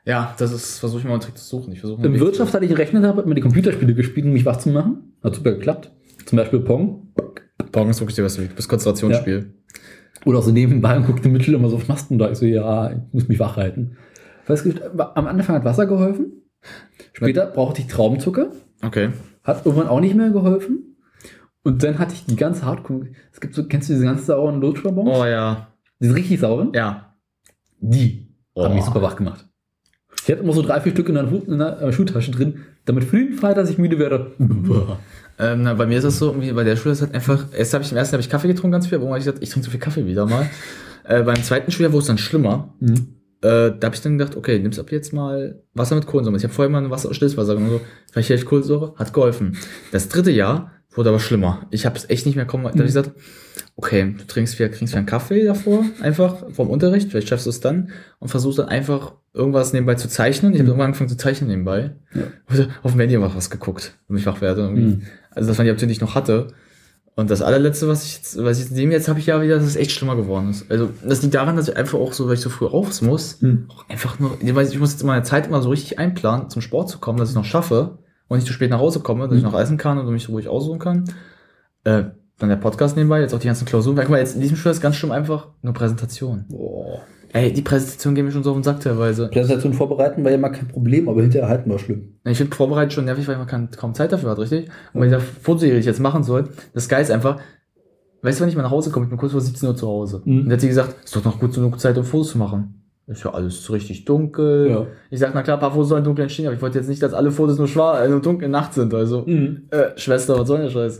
Ja, versuche ich mal einen Trick zu suchen. In Wirtschaft hatte ich einen Rechner, habe mir die Computerspiele gespielt, um mich wach zu machen. Hat super geklappt. Zum Beispiel Pong. Pong ist wirklich der beste Weg. Das Konzentrationsspiel. Ja. Oder auch so nebenbei und guckte Mittel immer so, was machst du denn da? Ich so, ja, ich muss mich wach halten. Am Anfang hat Wasser geholfen. Später brauchte ich Traubenzucker. Okay. Hat irgendwann auch nicht mehr geholfen. Und dann hatte ich die ganz hardcore. Es gibt so, kennst du diese ganz sauren Lutschbonbons? Oh ja. Diese richtig sauren? Ja. Die haben mich super wach gemacht. Ich hatte immer so 3-4 Stück in der Schultasche drin, damit für den Fall, dass ich müde werde. Bei mir ist das so, irgendwie bei der Schule ist halt einfach, im ersten habe ich Kaffee getrunken, ganz viel, aber irgendwann habe ich gesagt, ich trinke so viel Kaffee wieder mal. Beim zweiten Schuljahr wurde es dann schlimmer. Da habe ich dann gedacht, okay, nimmst ab jetzt mal Wasser mit Kohlensäure. Ich habe vorher mal stilles Wasser genommen, so, vielleicht helfe ich Kohlensäure, hat geholfen. Das dritte Jahr wurde aber schlimmer. Ich habe es echt nicht mehr kommen. Da habe ich gesagt, okay, du kriegst wieder einen Kaffee davor, einfach vom Unterricht, vielleicht schaffst du es dann und versuchst dann einfach irgendwas nebenbei zu zeichnen. Ich habe irgendwann angefangen zu zeichnen nebenbei. Ja. Oder auf dem Handy was geguckt, damit ich wach werde. Also das waren die Optionen, die ich noch hatte. Und das allerletzte, was ich nehme jetzt, habe ich ja wieder, dass es echt schlimmer geworden ist. Also das liegt daran, dass ich einfach auch so, weil ich so früh raus muss, auch einfach nur, ich muss jetzt meine Zeit immer so richtig einplanen, zum Sport zu kommen, dass ich es noch schaffe und nicht zu spät nach Hause komme, dass ich noch essen kann und mich ruhig aussuchen kann. Dann der Podcast nebenbei, jetzt auch die ganzen Klausuren. Guck mal, jetzt in diesem Schul ist ganz schlimm einfach nur Präsentation. Boah. Ey, die Präsentation gehen mir schon so auf den Sack teilweise. Präsentation vorbereiten war ja mal kein Problem, aber hinterher halten war schlimm. Ich finde vorbereiten schon nervig, weil man kaum Zeit dafür hat, richtig? Und bei dieser Fotoserie, die ich jetzt machen soll, das Geil ist einfach, weißt du, wenn ich mal nach Hause komme, ich bin kurz vor 17 Uhr zu Hause. Und dann hat sie gesagt, ist doch noch gut genug Zeit, um Fotos zu machen. Ist ja alles richtig dunkel. Ja. Ich sag, na klar, ein paar Fotos sollen dunkel entstehen, aber ich wollte jetzt nicht, dass alle Fotos nur schwarz, nur dunkel Nacht sind. Also, Schwester, was soll denn der Scheiß?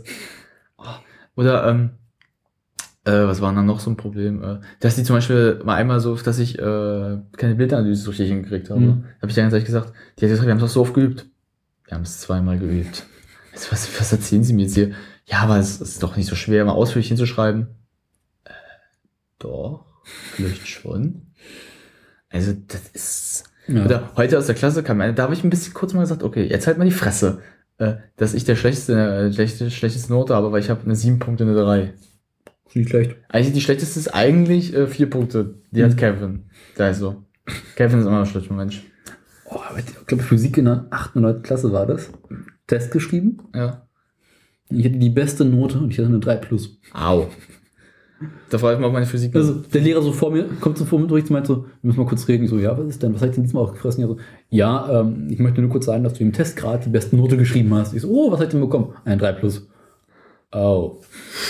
Oder, was war dann noch so ein Problem? Dass die zum Beispiel mal einmal so, dass ich keine Bildanalyse so richtig hingekriegt habe. Habe ich die ganze Zeit gesagt, die hat gesagt, wir haben es doch so oft geübt. Wir haben es 2-mal geübt. Also, was erzählen Sie mir jetzt hier? Ja, aber es ist doch nicht so schwer, mal ausführlich hinzuschreiben. Doch, vielleicht schon. Also, das ist... Ja. Oder heute aus der Klasse kam einer, da habe ich ein bisschen kurz mal gesagt, okay, jetzt halt mal die Fresse. Dass ich der schlechteste Note habe, weil ich habe eine 7 Punkte, eine 3. Nicht schlecht. Eigentlich die schlechteste ist eigentlich 4 Punkte. Die hat Kevin. Da ist so. Kevin ist immer ein schlechter Mensch. Oh, ich glaube, Physik in der 8. und 9. Klasse war das. Test geschrieben. Ja. Ich hatte die beste Note und ich hatte eine 3+. Au. Da frage ich mal, ob meine Physik... Also, der Lehrer so vor mir, kommt so vor mir durch und meint so, wir müssen mal kurz reden. Ich so, ja, was ist denn? Was habe ich denn diesmal aufgefressen? Ja, so, ja, ich möchte nur kurz sagen, dass du im Test gerade die beste Note geschrieben hast. Ich so, oh, was habe ich denn bekommen? Ein 3+. Au.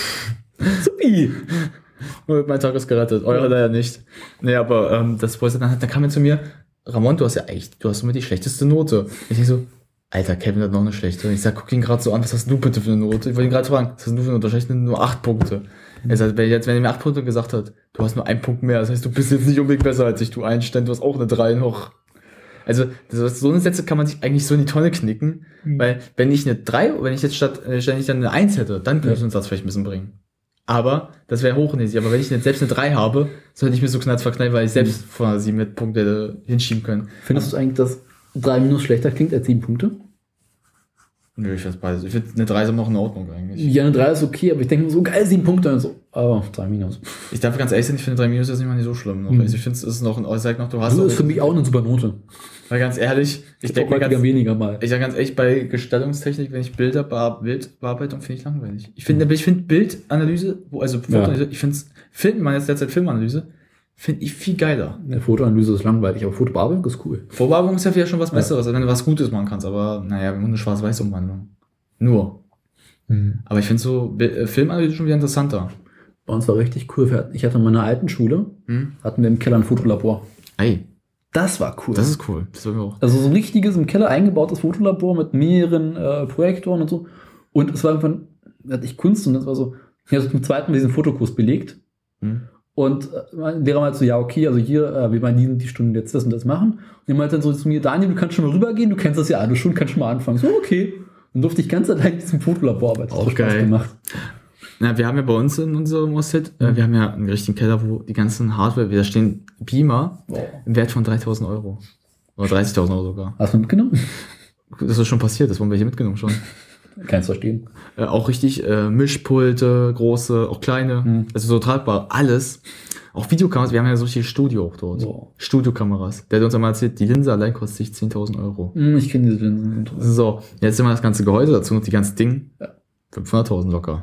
Supi. Mein Tag ist gerettet. Euer leider nicht. Nee, aber das wollte dann kam er zu mir, Ramon, du hast somit die schlechteste Note. Ich denke so, Alter, Kevin hat noch eine schlechte. Ich sag, guck ihn gerade so an, was hast du bitte für eine Note? Ich wollte ihn gerade fragen, was hast du für eine Note? Schlecht, nur 8 Punkte. Er sagt, wenn er mir 8 Punkte gesagt hat, du hast nur 1 Punkt mehr, das heißt, du bist jetzt nicht unbedingt besser als ich, du Einstein, du hast auch eine 3 noch. Also, so eine Sätze kann man sich eigentlich so in die Tonne knicken, weil wenn ich jetzt statt ständig dann eine 1 hätte, dann könnte ich den Satz vielleicht ein bisschen bringen. Aber, das wäre hochnäsig, aber wenn ich jetzt selbst eine 3 habe, sollte ich mir so knallt verknallen, weil ich selbst vor einer 7 mit Punkte hätte hinschieben können. Findest du eigentlich, dass 3- schlechter klingt als 7 Punkte? Nö, ich weiß beides. Ich finde eine 3 ist noch in Ordnung eigentlich. Ja, eine 3 ist okay, aber ich denke mir so, geil, 7 Punkte und so. Aber 3-. Ich darf ganz ehrlich sein, ich finde 3- ist nicht mal nicht so schlimm. Noch. Also ich finde, es ist noch, ich sag noch, du hast. Das ist für mich auch eine super Note. Weil ganz ehrlich, ich denke mir weniger mal. Ich sag ganz ehrlich, bei Gestaltungstechnik, wenn ich Bildbearbeitung finde ich langweilig. Ich finde Bildanalyse, also Fotoanalyse, ich finde man jetzt derzeit Filmanalyse, finde ich viel geiler. Eine Fotoanalyse ist langweilig, aber Fotobearbeitung ist cool. Fotobearbeitung ist ja wieder schon was Besseres, als wenn du was Gutes machen kannst, aber naja, wir haben eine Schwarz-Weiß-Umwandlung. Nur. Aber ich finde so Filmanalyse schon wieder interessanter. Bei uns war richtig cool. Ich hatte in meiner alten Schule, hatten wir im Keller ein Fotolabor. Ey. Das war cool. Das ist cool. Das war auch. Also so ein richtiges im Keller eingebautes Fotolabor mit mehreren Projektoren und so. Und es war irgendwann, da hatte ich Kunst und das war so, ich habe zum zweiten Mal diesen Fotokurs belegt. Und mein Lehrer meinte so, ja, okay, also hier, wir wollen die Stunde jetzt das und das machen. Und er meinte dann so zu mir, Daniel, du kannst schon mal rübergehen, du kennst das ja alles schon, kannst schon mal anfangen. So, okay. Und durfte ich ganz allein in diesem Fotolabor arbeiten. Das hat Spaß gemacht. Na, wir haben ja bei uns in unserem Osset, wir haben ja einen richtigen Keller, wo die ganzen Hardware, da stehen Beamer im Wert von 3.000 Euro. Oder 30.000 Euro sogar. Hast du mitgenommen? Das ist schon passiert, das wurden wir hier mitgenommen schon. Kannst verstehen. Auch richtig Mischpulte, große, auch kleine, also so tragbar, alles. Auch Videokameras, wir haben ja so viel Studio auch dort. So. Studiokameras. Der hat uns einmal erzählt, die Linse allein kostet sich 10.000 Euro. Ich kenne diese Linsen. So, jetzt immer das ganze Gehäuse dazu und die ganzen Ding. Ja. 500.000 locker.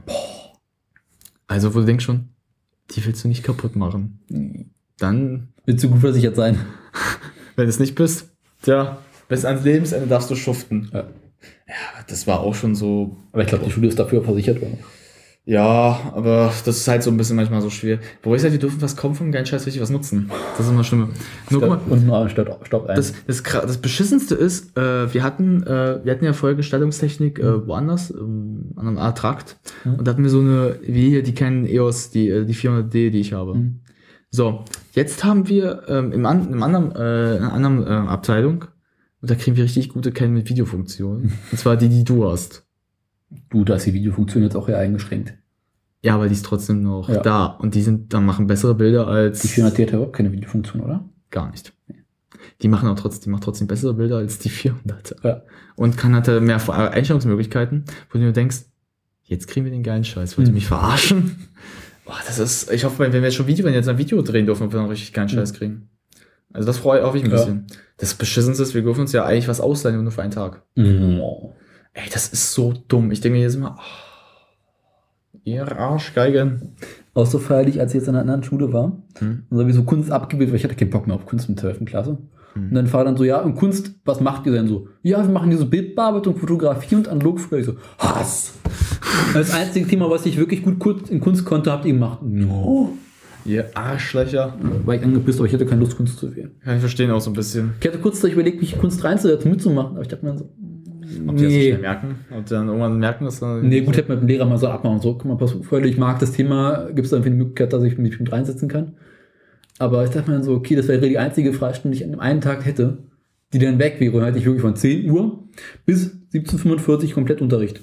Also, wo du denkst schon, die willst du nicht kaputt machen. Dann willst du gut versichert sein. Wenn du es nicht bist, tja, bis ans Lebensende darfst du schuften. Ja, das war auch schon so. Aber ich glaube, die Schule ist dafür versichert worden. Ja, aber das ist halt so ein bisschen manchmal so schwer. Wobei ich sage, wir dürfen was kommen von geilen Scheiß richtig was nutzen. Das ist immer schlimm. Nur guck mal, und nur Stopp ein. Das Beschissenste ist, wir hatten ja vorher Gestaltungstechnik woanders, an einem Art Trakt. Und da hatten wir so eine, wie hier, die kennen EOS, die 400D, die ich habe. So, jetzt haben wir in einer anderen Abteilung, und da kriegen wir richtig gute Canon mit Videofunktionen. Und zwar die du hast. Da ist die Videofunktion jetzt auch eher eingeschränkt. Ja, aber die ist trotzdem noch da. Und die machen bessere Bilder als... Die 400D hat ja überhaupt keine Videofunktion, oder? Gar nicht. Die macht trotzdem bessere Bilder als die 400. Ja. Und hat mehr Einstellungsmöglichkeiten, wo du dir denkst, jetzt kriegen wir den geilen Scheiß. Wollt ihr mich verarschen? Boah, ich hoffe, wenn wir jetzt ein Video drehen dürfen, ob wir noch richtig geilen Scheiß kriegen. Also das hoffe ich ein bisschen. Das Beschissenste ist, wir dürfen uns ja eigentlich was ausleihen, nur für einen Tag. Ey, das ist so dumm. Ich denke mir jetzt immer, ihr Arschgeigen. Auch so feierlich, als ich jetzt in einer anderen Schule war. Und so habe ich so Kunst abgebildet, weil ich hatte keinen Bock mehr auf Kunst in der 12. Klasse. Und dann war dann so, ja, in Kunst, was macht ihr denn so? Ja, wir machen diese Bildbearbeitung, Fotografie und Analogfilm. Ich so, Hass! Das einzige Thema, was ich wirklich gut in Kunst konnte, habt ihr gemacht. No. Ihr Arschlöcher. War ich angepisst, aber ich hatte keine Lust, Kunst zu wählen. Kann ich verstehen auch so ein bisschen. Ich hatte kurz überlegt, mich Kunst reinzusetzen, mitzumachen, aber ich dachte mir so, ob die das so schnell merken? Und dann irgendwann merken, dass dann... Nee, gut, hätte man mit dem Lehrer mal so abmachen. So, guck mal, pass auf, ich mag das Thema, gibt es dann eine Möglichkeit, dass ich mich mit reinsetzen kann? Aber ich dachte mir dann so, okay, das wäre die einzige Freistunde, die ich an dem einen Tag hätte, die dann weg wäre. Und dann hatte ich wirklich von 10 Uhr bis 17:45 Uhr komplett Unterricht.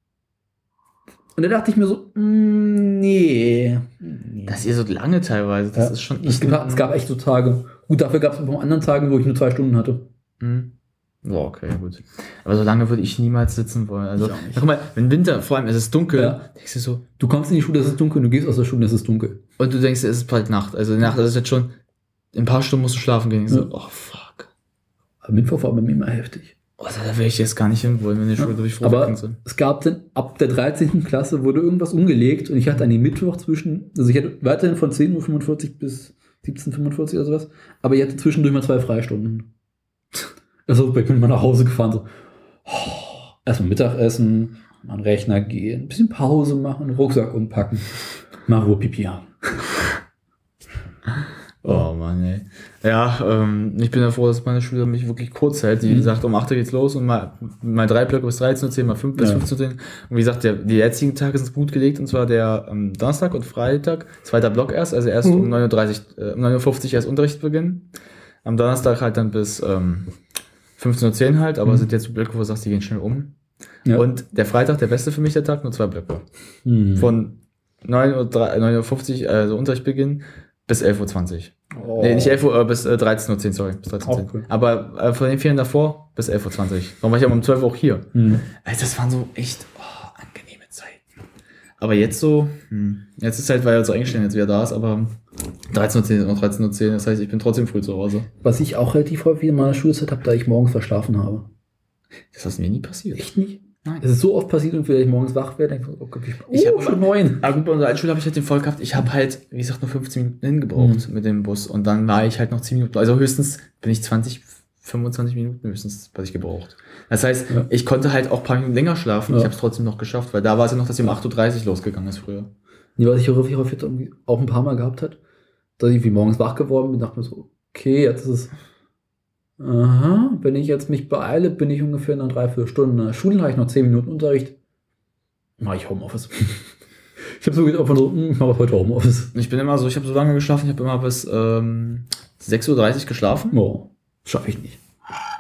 Und da dachte ich mir so, nee. Das ist ja so lange teilweise. Das ist schon... Es gab echt so Tage. Gut, dafür gab es auch anderen Tagen, wo ich nur 2 Stunden hatte. Boah, okay, gut. Aber so lange würde ich niemals sitzen wollen. Also, guck mal, wenn Winter, vor allem es ist dunkel, denkst du so... Du kommst in die Schule, es ist dunkel, du gehst aus der Schule, es ist dunkel. Und du denkst, es ist bald Nacht. Also die Nacht, das ist jetzt schon... In ein paar Stunden musst du schlafen gehen. So, oh, fuck. Aber Mittwoch war bei mir immer heftig. Also, da wäre ich jetzt gar nicht hin wollen, wenn die Schule durchfroren sind. Aber es gab dann, ab der 13. Klasse wurde irgendwas umgelegt und ich hatte an dem Mittwoch also ich hatte weiterhin von 10:45 Uhr bis 17:45 Uhr oder sowas, aber ich hatte zwischendurch mal 2 Freistunden. Also ich bin mal nach Hause gefahren, so erstmal Mittagessen, mal an den Rechner gehen, ein bisschen Pause machen, Rucksack umpacken, mal Ruhe Pipi haben. Oh Mann, ey. Ja, ich bin ja froh, dass meine Schule mich wirklich kurz hält. Die sagt, um 8 Uhr geht's los und mal 3 Blöcke bis 13:10, mal 5 bis 15:10. Und wie gesagt, die jetzigen Tage sind gut gelegt, und zwar der Donnerstag und Freitag, 2. Block erst, also erst um 9:50 Uhr erst Unterricht beginnen. Am Donnerstag halt dann bis 15:10 Uhr halt, aber sind jetzt so Blöcke, wo du sagst, die gehen schnell um. Ja. Und der Freitag, der beste für mich der Tag, nur 2 Blöcke. Von 9:50 Uhr, also Unterrichtbeginn, bis 11:20 Uhr. Oh. Nee, nicht 11 Uhr, bis 13:10 Uhr, sorry. Bis 13:10 Uhr. Cool. Aber von den Ferien davor bis 11:20 Uhr. Warum war ich aber um 12 Uhr auch hier? Also das waren so echt angenehme Zeiten. Aber jetzt so, jetzt ist halt, weil er so eingestellt jetzt wieder da ist, aber 13:10 Uhr und 13:10 Uhr, das heißt, ich bin trotzdem früh zu Hause. Was ich auch relativ häufig in meiner Schulzeit habe, da ich morgens verschlafen habe. Das ist mir nie passiert. Echt nicht? Nein. Das ist so oft passiert, und wenn ich morgens wach werde, denke ich, oh Gott, ich habe schon 9. Aber gut, bei unserer Schule habe ich halt den Fall gehabt, ich habe halt, wie gesagt, nur 15 Minuten hingebraucht mit dem Bus, und dann war ich halt noch 10 Minuten, also höchstens bin ich 25 Minuten höchstens, was ich gebraucht. Das heißt, ich konnte halt auch ein paar Minuten länger schlafen, ich habe es trotzdem noch geschafft, weil da war es ja noch, dass sie um 8:30 Uhr losgegangen ist früher. Nee, was ich häufig auch ein paar Mal gehabt hat, dass ich wie morgens wach geworden bin, dachte mir so, okay, jetzt ist es, wenn ich jetzt mich beeile, bin ich ungefähr in 3-4 Stunden in der Schule, habe ich noch 10 Minuten Unterricht, mache ich Homeoffice. Ich habe so gedacht, ich mache heute Homeoffice. Ich bin immer so, ich habe so lange geschlafen, ich habe immer bis 6:30 Uhr geschlafen. Oh, schaffe ich nicht.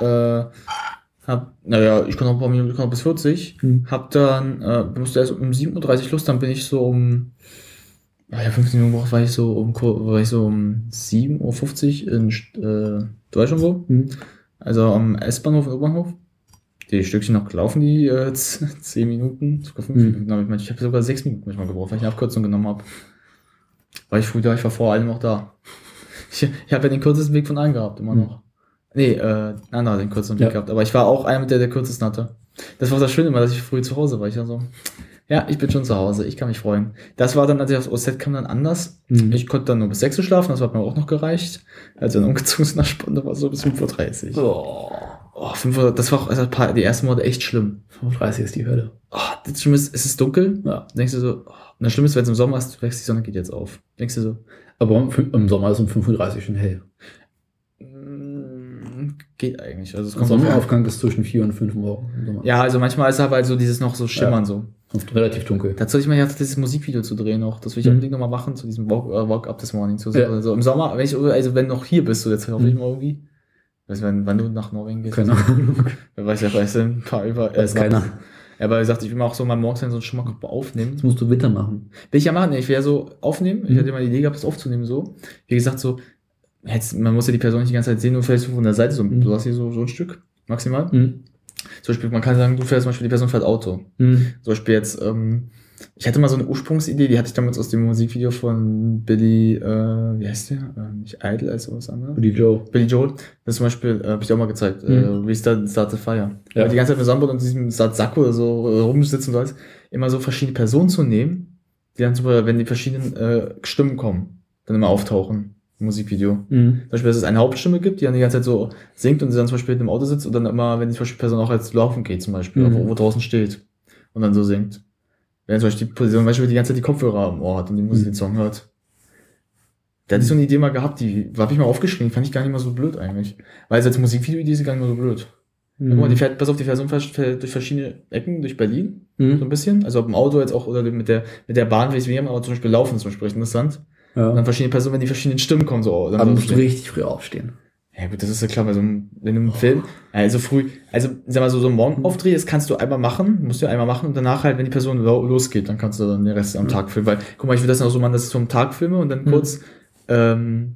Ich konnte noch ein paar Minuten, ich konnte bis 40. Hab dann, musste erst um 7:30 Uhr los, dann bin ich so um, 15 Minuten gebraucht, war ich so um 7:50 Uhr in Deutschland wo. Also am S-Bahnhof und U-Bahnhof. Die Stückchen noch gelaufen, die 10 Minuten, sogar 5 Minuten. Aber ich habe sogar 6 Minuten manchmal gebraucht, weil ich eine Abkürzung genommen habe. War ich früh da, ich war vor allem auch da. Ich habe ja den kürzesten Weg von allen gehabt, immer noch. Nee, Anna hat den kürzesten Weg gehabt, aber ich war auch einer mit der kürzesten hatte. Das war das Schöne immer, dass ich früh zu Hause war. Ich war so, ja, ich bin schon zu Hause, ich kann mich freuen. Das war dann, als ich aufs OZ kam, dann anders. Ich konnte dann nur bis 6 Uhr schlafen, das hat mir auch noch gereicht. Als dann umgezogen ist nach Spanne, war so bis 5:30 Uhr. Oh, 5 Uhr, das war auch die ersten Monate echt schlimm. 5:30 ist die Hölle. Oh, das Schlimme ist, es ist dunkel. Ja. Denkst du so, und das Schlimme ist, wenn es im Sommer ist, du wächst, die Sonne geht jetzt auf. Denkst du so. Aber im Sommer ist um 5:30 Uhr schon hell. Geht eigentlich. Also es kommt Sonnenaufgang ist zwischen 4 und 5 Uhr. Ja, also manchmal ist aber halt so dieses noch so Schimmern so. Relativ dunkel. Dazu soll ich mal jetzt dieses Musikvideo zu drehen noch. Das will ich unbedingt nochmal machen, zu diesem Walk Up This Morning. Also im Sommer, wenn du noch hier bist, du jetzt hoffentlich mal irgendwie. Weißt du, wann du nach Norwegen gehst? Keine Ahnung. Wer weiß, ein paar über. Keiner. Aber er sagt, ich will mal auch so mal morgens so einen Schimmerkopf aufnehmen. Das musst du Winter machen. Will ich ja machen. Ich will ja so aufnehmen. Ich hatte mal die Idee gehabt, das aufzunehmen so. Wie gesagt, so, man muss ja die Person nicht die ganze Zeit sehen, nur vielleicht so von der Seite so. Du hast hier so ein Stück, maximal. Zum Beispiel, man kann sagen, du fährst zum Beispiel, die Person fährt Auto. Zum Beispiel jetzt, ich hatte mal so eine Ursprungsidee, die hatte ich damals aus dem Musikvideo von Billy, wie heißt der? Nicht Idol, als was anderes. Billy Joel. Das zum Beispiel, habe ich auch mal gezeigt, Restart the Fire. Ja. Die ganze Zeit mit Sonnenbrand und diesem Sack oder so rumsitzen und so alles, immer so verschiedene Personen zu nehmen, die dann zum Beispiel, wenn die verschiedenen Stimmen kommen, dann immer auftauchen. Musikvideo. Zum Beispiel, dass es eine Hauptstimme gibt, die dann die ganze Zeit so singt und sie dann zum Beispiel im Auto sitzt und dann immer, wenn die zum Beispiel Person auch als laufen geht, zum Beispiel, wo draußen steht und dann so singt. Wenn zum Beispiel die Position, zum Beispiel die ganze Zeit die Kopfhörer am Ohr hat und die Musik den Song hört. Da hatte ich so eine Idee mal gehabt, die habe ich mal aufgeschrieben, fand ich gar nicht mal so blöd eigentlich. Weil als Musikvideo-Idee ist sie gar nicht mal so blöd. Guck mal, die fährt durch verschiedene Ecken durch Berlin, so ein bisschen. Also ob im Auto jetzt auch oder mit der Bahn, wie es wir haben, aber zum Beispiel laufen zum Beispiel, interessant. Ja. Und dann verschiedene Personen, wenn die verschiedenen Stimmen kommen, so. Dann aber musst du richtig früh aufstehen. Ja gut, das ist ja klar, weil wenn du einen Film, also früh, also sag mal so einen Morgenaufdreh, das kannst du einmal machen, musst du einmal machen und danach halt, wenn die Person losgeht, dann kannst du dann den Rest am Tag filmen, weil, guck mal, ich will das auch so machen, dass ich so am Tag filme und dann kurz, wenn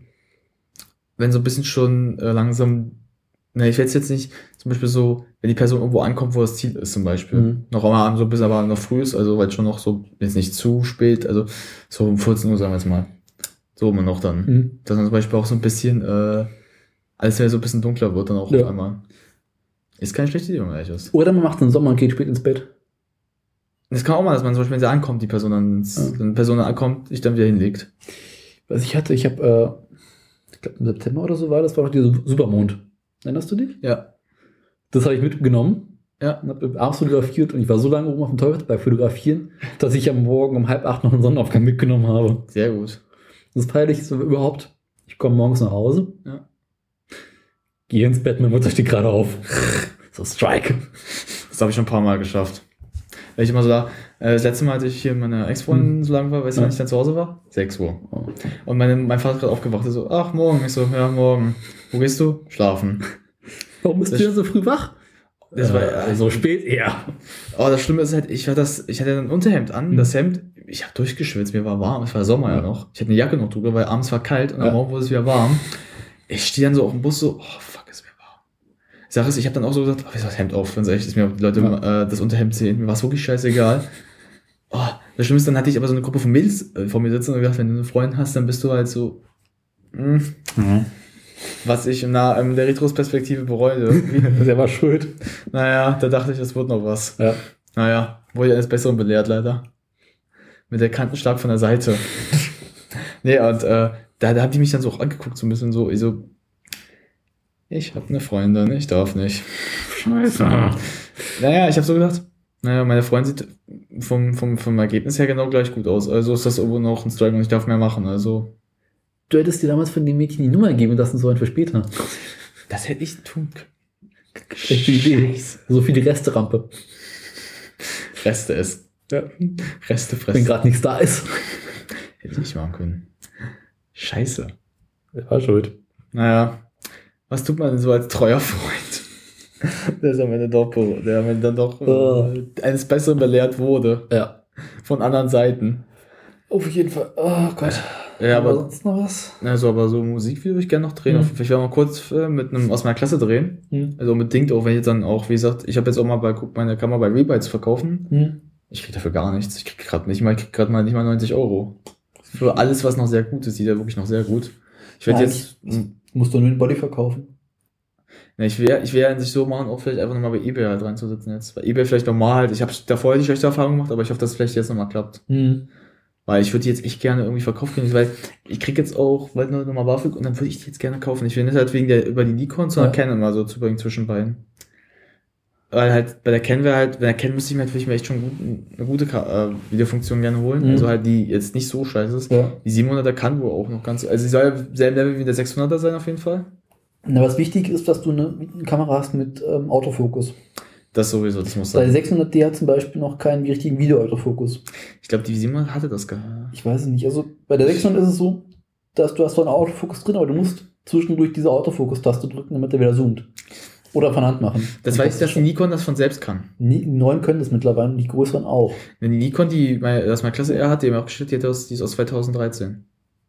so ein bisschen schon langsam, ich werde jetzt nicht, zum Beispiel so, wenn die Person irgendwo ankommt, wo das Ziel ist, zum Beispiel, noch einmal so ein bisschen, aber noch früh ist, also weil schon noch so, jetzt nicht zu spät, also so um 14 Uhr, sagen wir jetzt mal. So immer noch dann. Dass man zum Beispiel auch so ein bisschen, alles so ein bisschen dunkler wird dann auch auf einmal. Ist keine schlechte Idee, wenn man ehrlich ist. Oder man macht den Sommer und geht spät ins Bett. Das kann auch mal, dass man zum Beispiel, wenn sie ankommt, die Person dann, wenn die Person dann ankommt, sich dann wieder hinlegt. Was ich hatte, ich glaube im September oder so war das, war noch dieser Supermond. Erinnerst du dich? Ja. Das habe ich mitgenommen. Ja. Und habe abends fotografiert und ich war so lange oben auf dem Teufel bei Fotografieren, dass ich am Morgen um 7:30 noch einen Sonnenaufgang mitgenommen habe. Sehr gut. Das Peinliche ist überhaupt, ich komme morgens nach Hause, gehe ins Bett, meine Mutter steht gerade auf. So Strike. Das habe ich schon ein paar Mal geschafft. Weil ich immer so da, das letzte Mal, als ich hier mit meiner Ex-Freundin so lange war, weißt du, wann ich dann zu Hause war? 6 Uhr. Und mein Vater ist gerade aufgewacht, so, ach, morgen. Ich so, ja, morgen. Wo gehst du? Schlafen. Warum bist du denn so früh wach? Das war so spät, ja. Oh, das Schlimme ist halt, ich hatte ein Unterhemd an, das Hemd, ich habe durchgeschwitzt, mir war warm, es war Sommer ja noch. Ich hatte eine Jacke noch drüber, weil abends war kalt und am Morgen wurde es wieder warm. Ich stehe dann so auf dem Bus so, oh fuck, es wird warm. Sache ist, ich habe dann auch so gesagt, ich das Hemd auf, wenn es echt ist, mir die Leute das Unterhemd sehen, mir war es wirklich scheißegal. Oh, das Schlimme ist, dann hatte ich aber so eine Gruppe von Mädels vor mir sitzen und gedacht, wenn du eine Freundin hast, dann bist du halt so, was ich in der Retrospektive bereue. Der war schuld. Naja, da dachte ich, das wird noch was. Ja. Naja, wurde ich eines Besseren belehrt, leider. Mit der Kantenschlag von der Seite. Nee, und da haben die mich dann so auch angeguckt, so ein bisschen so, ich hab eine Freundin, ich darf nicht. Scheiße. Naja, ich habe so gedacht, meine Freundin sieht vom Ergebnis her genau gleich gut aus. Also ist das irgendwo noch ein Strike und ich darf mehr machen, also. Du hättest dir damals von dem Mädchen die Nummer gegeben und das so ein für später. Das hätte ich tun können. Schlechte Idee. So viel die Resterampe. Reste essen. Ja. Reste fressen. Wenn gerade nichts da ist. Hätte ich nicht machen können. Scheiße. Er war schuld. Naja. Was tut man denn so als treuer Freund? Der ist am Ende dann doch eines Besseren belehrt wurde. Ja. Von anderen Seiten. Auf jeden Fall. Oh Gott. Ja, aber sonst noch was? Also, aber so Musikvideo würde ich gerne noch drehen. Ich werde mal kurz mit einem aus meiner Klasse drehen. Also unbedingt, auch wenn ich jetzt dann auch, wie gesagt, ich habe jetzt auch mal meine Kamera bei Rebytes verkaufen. Ich kriege dafür gar nichts. Ich kriege gerade nicht mal 90 Euro. für alles, was noch sehr gut ist, sieht er wirklich noch sehr gut. Ich werde jetzt... Musst du nur den Body verkaufen. Ja, ich will ja sich so machen, auch vielleicht einfach nochmal bei eBay halt reinzusitzen jetzt. Bei eBay vielleicht nochmal halt, ich habe davor die schlechte Erfahrung gemacht, aber ich hoffe, dass es vielleicht jetzt nochmal klappt. Weil ich würde die jetzt echt gerne irgendwie verkaufen können, weil ich krieg jetzt auch bald nochmal BAföG und dann würde ich die jetzt gerne kaufen. Ich will nicht halt über die Nikon zu einer Canon mal so zu bringen zwischen beiden. Weil halt bei der Canon bei der Canon müsste ich mir natürlich echt schon eine gute Videofunktion gerne holen. Also halt die jetzt nicht so scheiße ist. Ja. Die 700er kann wohl auch noch ganz, also sie soll ja selben Level wie der 600er sein auf jeden Fall. Na, was wichtig ist, dass du eine Kamera hast mit Autofokus. Das sowieso, das muss sein. Bei der 600D hat zum Beispiel noch keinen richtigen Video-Autofokus. Ich glaube, die 700 hatte das gehabt. Ich weiß es nicht. Also bei der 600 ist es so, dass du hast zwar einen Autofokus drin, aber du musst zwischendurch diese Autofokus-Taste drücken, damit er wieder zoomt. Oder von Hand machen. Das weiß ich, dass die Nikon das von selbst kann. Die neuen können das mittlerweile und die größeren auch. Wenn die Nikon, das mal Klasse R hat, die haben auch gestellt, die ist aus 2013.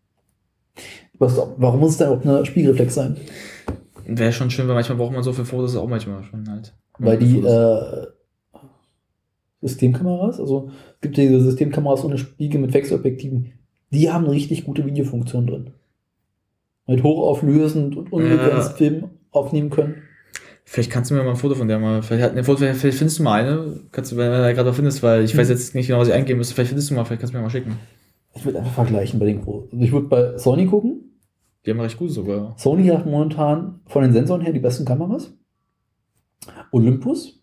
Warum muss es denn auch eine Spiegelreflex sein? Wäre schon schön, weil manchmal braucht man so für Fotos auch manchmal schon halt. Weil die Systemkameras, also es gibt ja diese Systemkameras ohne Spiegel mit Wechselobjektiven, die haben eine richtig gute Videofunktion drin. Mit hochauflösend und unbegrenzt Film aufnehmen können. Vielleicht kannst du mir mal ein Foto von der mal, vielleicht findest du mal eine, wenn du da gerade findest, weil ich weiß jetzt nicht genau, was ich eingeben müsste, vielleicht findest du mal, vielleicht kannst du mir mal schicken. Ich würde einfach vergleichen bei den großen. Also ich würde bei Sony gucken. Die haben recht gut sogar. Sony hat momentan von den Sensoren her die besten Kameras. Olympus.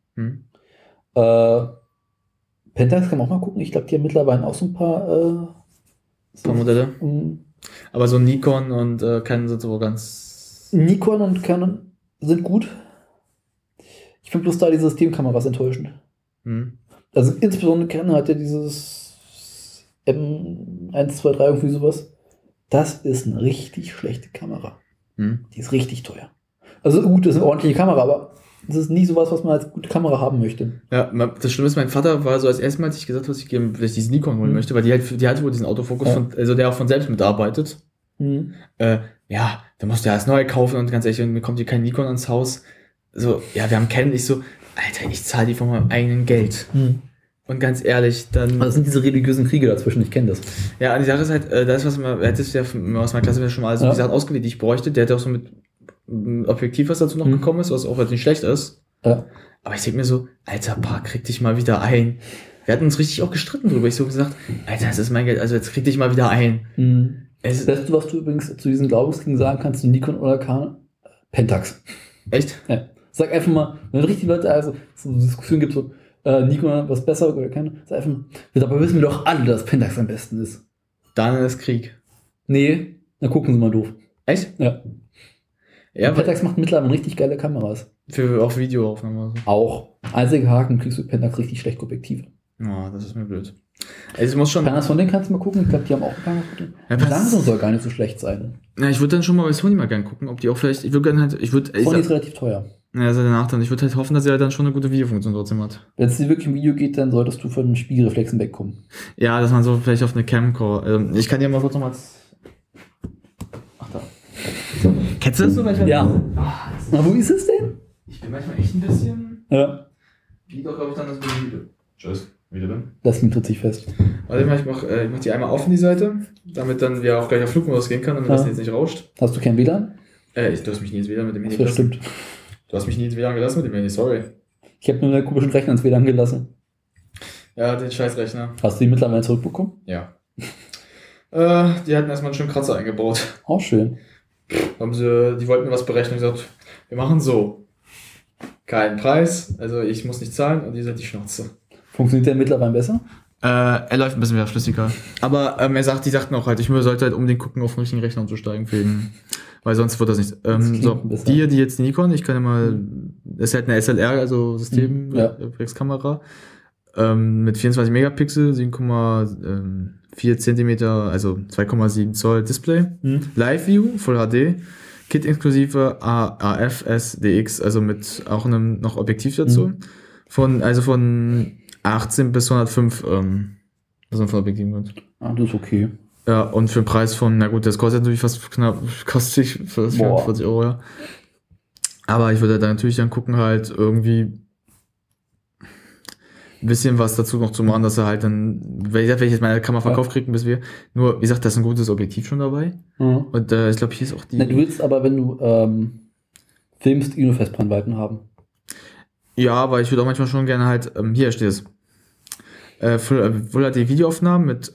Pentax kann man auch mal gucken. Ich glaube, die haben mittlerweile auch so ein paar Modelle. Aber so Nikon und Canon sind so ganz... Nikon und Canon sind gut. Ich finde bloß da die Systemkameras enttäuschend. Also insbesondere Canon hat ja dieses M123 irgendwie sowas. Das ist eine richtig schlechte Kamera. Die ist richtig teuer. Also gut, das ist eine ordentliche Kamera, aber das ist nicht sowas, was man als gute Kamera haben möchte. Ja, das Schlimme ist, mein Vater war so als erstes Mal, als ich gesagt habe, dass ich diesen Nikon holen möchte, weil die hat wohl diesen Autofokus, der auch von selbst mitarbeitet. Ja, da musst du ja alles neu kaufen und ganz ehrlich, mir kommt hier kein Nikon ans Haus. So, ja, wir haben Canon. Ich so, Alter, ich zahle die von meinem eigenen Geld. Und ganz ehrlich, dann... Das sind diese religiösen Kriege dazwischen, ich kenne das. Ja, und die Sache ist halt, das, was man, er hat es ja aus meiner Klasse schon mal so die Sachen ausgewählt, die ich bräuchte. Der hat auch so mit Objektiv, was dazu noch gekommen ist, was auch halt nicht schlecht ist. Ja. Aber ich denke mir so, Alter, krieg dich mal wieder ein. Wir hatten uns richtig auch gestritten drüber. Ich so gesagt, Alter, das ist mein Geld, also jetzt krieg dich mal wieder ein. Das Beste, was du übrigens zu diesen Glaubenskriegen sagen kannst, du Nikon oder Canon, Pentax. Echt? Ja. Sag einfach mal, wenn richtig Leute also so eine Diskussion gibt, so Nikon was besser oder Canon, sag einfach mal, dabei wissen wir doch alle, dass Pentax am besten ist. Dann ist Krieg. Nee, dann gucken sie mal doof. Echt? Ja. Ja, Pentax macht mittlerweile richtig geile Kameras. Für auch Videoaufnahmen. So. Auch. Einziger Haken, kriegst du mit Pentax richtig schlecht Objektive. Ja, das ist mir blöd. Also ich muss schon. Von denen kannst du mal gucken. Ich glaube, die haben auch ein paar. Ja, Samsung soll gar nicht so schlecht sein. Ja, ich würde dann schon mal bei Sony mal gerne gucken, ob die auch vielleicht. Sony ist relativ teuer. Ja, das ist der Nachteil. Ich würde halt hoffen, dass sie halt dann schon eine gute Videofunktion trotzdem hat. Wenn es dir wirklich im Video geht, dann solltest du von den Spiegelreflexen wegkommen. Ja, dass man so vielleicht auf eine Camcore. Ich kann dir mal kurz nochmal. Ach da. Kennst du das so manchmal? Ja. Na, wo ist es denn? Ich bin manchmal echt ein bisschen. Ja. Liegt auch, glaube ich, dann das Video. Tschüss. Wieder bin. Das tut sich fest. Warte mal, ich mach die einmal auf in die Seite, damit dann wir auch gleich auf Flugmodus gehen können, damit das jetzt nicht rauscht. Hast du kein WLAN? Du hast mich nie ins WLAN mit dem Handy gelassen. Das stimmt. Du hast mich nie ins WLAN gelassen mit dem Handy, sorry. Ich habe nur einen komischen Rechner ins WLAN gelassen. Ja, den Scheißrechner. Hast du die mittlerweile zurückbekommen? Ja. Die hatten erstmal einen schönen Kratzer eingebaut. Auch schön. Die wollten mir was berechnen und gesagt, wir machen so. Keinen Preis, also ich muss nicht zahlen und ihr seid die Schnauze. Funktioniert der mittlerweile besser? Er läuft ein bisschen mehr flüssiger. Aber die sagten auch halt, ich sollte halt unbedingt gucken, auf den richtigen Rechner umzusteigen, weil sonst wird das nicht. Die jetzt Nikon, ich kann ja mal, das ist halt eine SLR, also System, Reflexkamera, mit 24 Megapixel, 7,4 Zentimeter, also 2,7 Zoll Display, Live View, Full HD, Kit inklusive AF SDX, also mit auch einem noch Objektiv dazu, von 18 bis 105, was man von Objektiven hat. Ah, das ist okay. Ja, und für den Preis von, na gut, das kostet natürlich fast knapp, kostet 44 Euro, ja. Aber ich würde da natürlich dann gucken, halt irgendwie, ein bisschen was dazu noch zu machen, dass er halt dann, wenn ich jetzt meine Kamera verkauft kriege, bis wir, nur, wie gesagt, da ist ein gutes Objektiv schon dabei. Mhm. Und ich glaube, hier ist auch die... Na, du willst aber, wenn du filmst, Festbrennweiten haben. Ja, aber ich würde auch manchmal schon gerne halt, hier steht es, Full HD Videoaufnahmen mit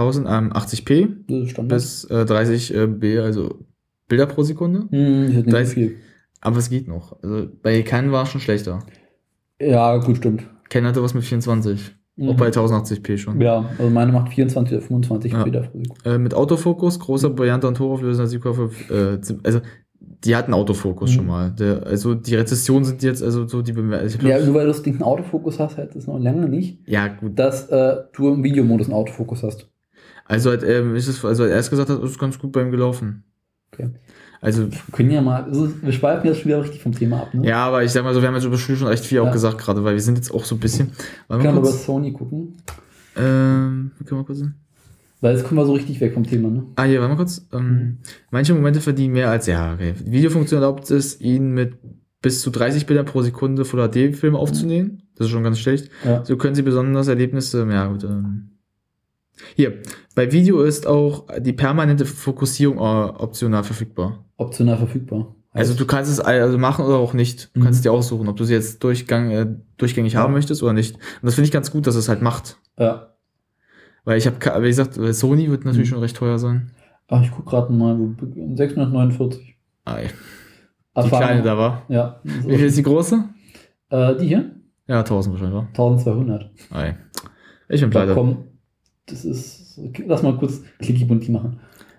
1080p bis 30 B, also Bilder pro Sekunde. Nicht 30, viel. aber es geht noch. Also bei Canon war es schon schlechter. Ja, gut, stimmt. Canon hatte was mit 24. Auch bei 1080p schon. Ja, also meine macht 24 oder 25 Bilder pro Sekunde. Mit Autofokus, großer, brillanter und hochauflösender also die hatten Autofokus schon mal. Also die Rezessionen sind jetzt, also so die Ja, nur weil du das Ding einen Autofokus hast, heißt das noch lange nicht, ja, gut, dass du im Videomodus einen Autofokus hast. Also hat er erst gesagt hat, ist ganz gut bei ihm gelaufen. Okay. Also wir können ja mal, wir schweifen jetzt schon wieder richtig vom Thema ab, ne? Ja, aber ich sag mal so, wir haben jetzt über Spiele schon recht viel auch gesagt gerade, weil wir sind jetzt auch so ein bisschen... Können wir über Sony gucken? Können wir kurz hin? Weil jetzt kommen wir so richtig weg vom Thema, ne? Hier, warte mal kurz. Manche Momente verdienen mehr als... Ja, okay. Die Videofunktion erlaubt es, ihn mit bis zu 30 Bildern pro Sekunde Full HD-Film aufzunehmen. Das ist schon ganz schlecht. Ja. So können sie besonders Erlebnisse... Ja, gut. Hier, bei Video ist auch die permanente Fokussierung optional verfügbar. Optional verfügbar. Also du kannst es also machen oder auch nicht. Du kannst es dir aussuchen, ob du sie jetzt durchgängig haben möchtest oder nicht. Und das finde ich ganz gut, dass es halt macht. Ja. Weil ich habe, wie gesagt, Sony wird natürlich schon recht teuer sein. Ach, ich guck gerade mal, 649. Die kleine da war. Ja. Wie viel ist die große? Die hier? Ja, 1000 wahrscheinlich, war. 1200. Ich bin pleite. Komm, das ist, lass mal kurz Clicky-Bunti machen.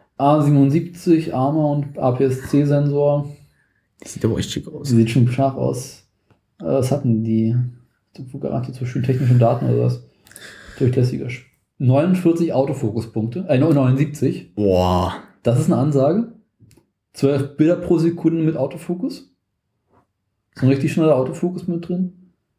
A77, Armor und APS-C-Sensor. Das sieht aber echt schick aus. Sieht schon scharf aus. Was hatten die? Garantiert so schön technische Daten oder was? Durchlässiger. 49 Autofokuspunkte. 79. Boah. Das ist eine Ansage. 12 Bilder pro Sekunde mit Autofokus. Ist ein richtig schneller Autofokus mit drin.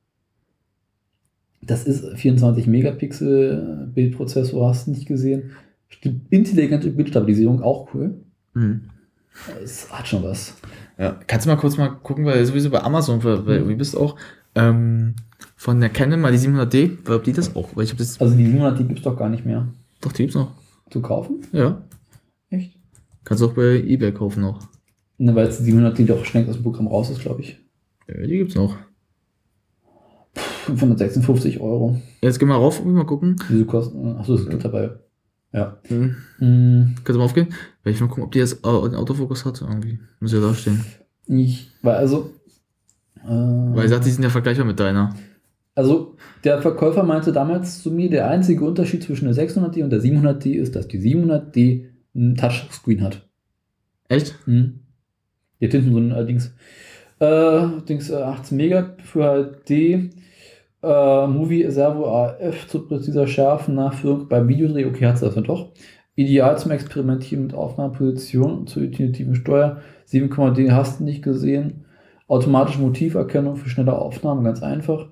Das ist 24 Megapixel Bildprozessor, hast du nicht gesehen. Intelligente Bildstabilisierung, auch cool. Das hat schon was. Ja, kannst du mal kurz gucken, weil sowieso bei Amazon, weil wie bist du auch, von der Canon mal die 700D, ob die das auch, weil ich habe das... Also die 700D gibt es doch gar nicht mehr. Doch, die gibt's noch. Zu kaufen? Ja. Echt? Kannst du auch bei eBay kaufen noch. Ne, weil jetzt die 700D doch schnell aus dem Programm raus ist, glaube ich. Ja, die gibt's noch. 556 €. Jetzt gehen wir rauf und mal gucken. Wieso kosten? Achso, das ist dabei. Ja. Kannst du mal aufgehen? Weil ich mal gucken, ob die jetzt einen Autofokus hat. Irgendwie. Muss ja da stehen. Weil er sagt, die sind ja vergleichbar mit deiner. Also, der Verkäufer meinte damals zu mir, der einzige Unterschied zwischen der 600D und der 700D ist, dass die 700D ein Touchscreen hat. Echt? Die hat hinten so ein allerdings 18 Mega für HD. Movie Servo AF zu präziser Schärfe, Nachführung beim Videodreh, okay, hat es das dann doch. Ideal zum Experimentieren mit Aufnahmeposition und zur intuitiven Steuer. 7,D hast du nicht gesehen. Automatische Motiverkennung für schnelle Aufnahmen, ganz einfach.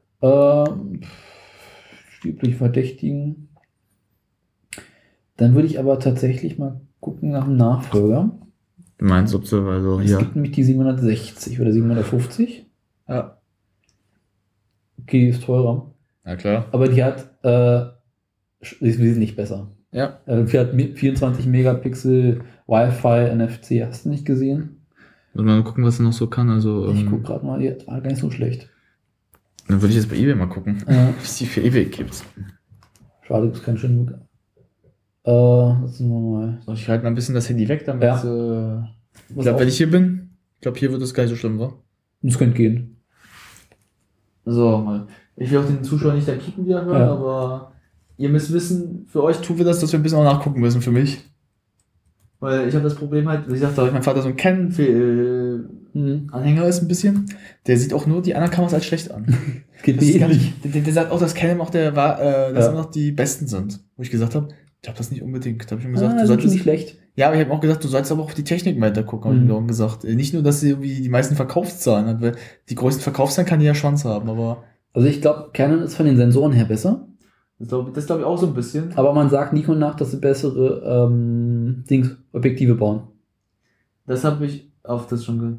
Die üblichen Verdächtigen. Dann würde ich aber tatsächlich mal gucken nach dem Nachfolger. Du meinst, ob so, also es gibt nämlich die 760 oder 750. Ja. Okay, die ist teurer. Ja, klar. Aber die hat ist wesentlich besser. Ja. Die hat 24 Megapixel Wi-Fi, NFC, hast du nicht gesehen? Und mal gucken, was er noch so kann. Also, ich guck gerade mal, die war gar nicht so schlecht. Dann würde ich jetzt bei eBay mal gucken, was die für eBay gibt. Schade, gibt es keinen schönen Look. Lassen wir mal. So, ich halte mal ein bisschen das Handy weg, damit. Ja. Ich glaube, wenn ich hier bin, hier wird es gar nicht so schlimm, wa? Das könnte gehen. So, mal. Ich will auch den Zuschauern nicht dein Kicken wieder hören, aber ihr müsst wissen, für euch tun wir das, dass wir ein bisschen auch nachgucken müssen, für mich. Weil ich habe das Problem halt, wie gesagt, da mein Vater so ein Canon-Anhänger ist ein bisschen, der sieht auch nur die anderen Kameras als schlecht an. Geht ähnlich. Der sagt auch, dass Canon auch dass auch noch die besten sind. Wo ich gesagt habe, ich habe das nicht unbedingt. Da habe ich ihm gesagt, du solltest nicht schlecht. Ja, aber ich habe auch gesagt, du sollst aber auch auf die Technik weiter gucken, habe ich mir auch gesagt. Nicht nur, dass sie irgendwie die meisten Verkaufszahlen hat, weil die größten Verkaufszahlen kann die ja Schwanz haben, aber... Also ich glaube, Canon ist von den Sensoren her besser. Das glaube ich auch so ein bisschen. Aber man sagt Nikon nach, dass sie bessere Objektive bauen. Das habe ich auf das schon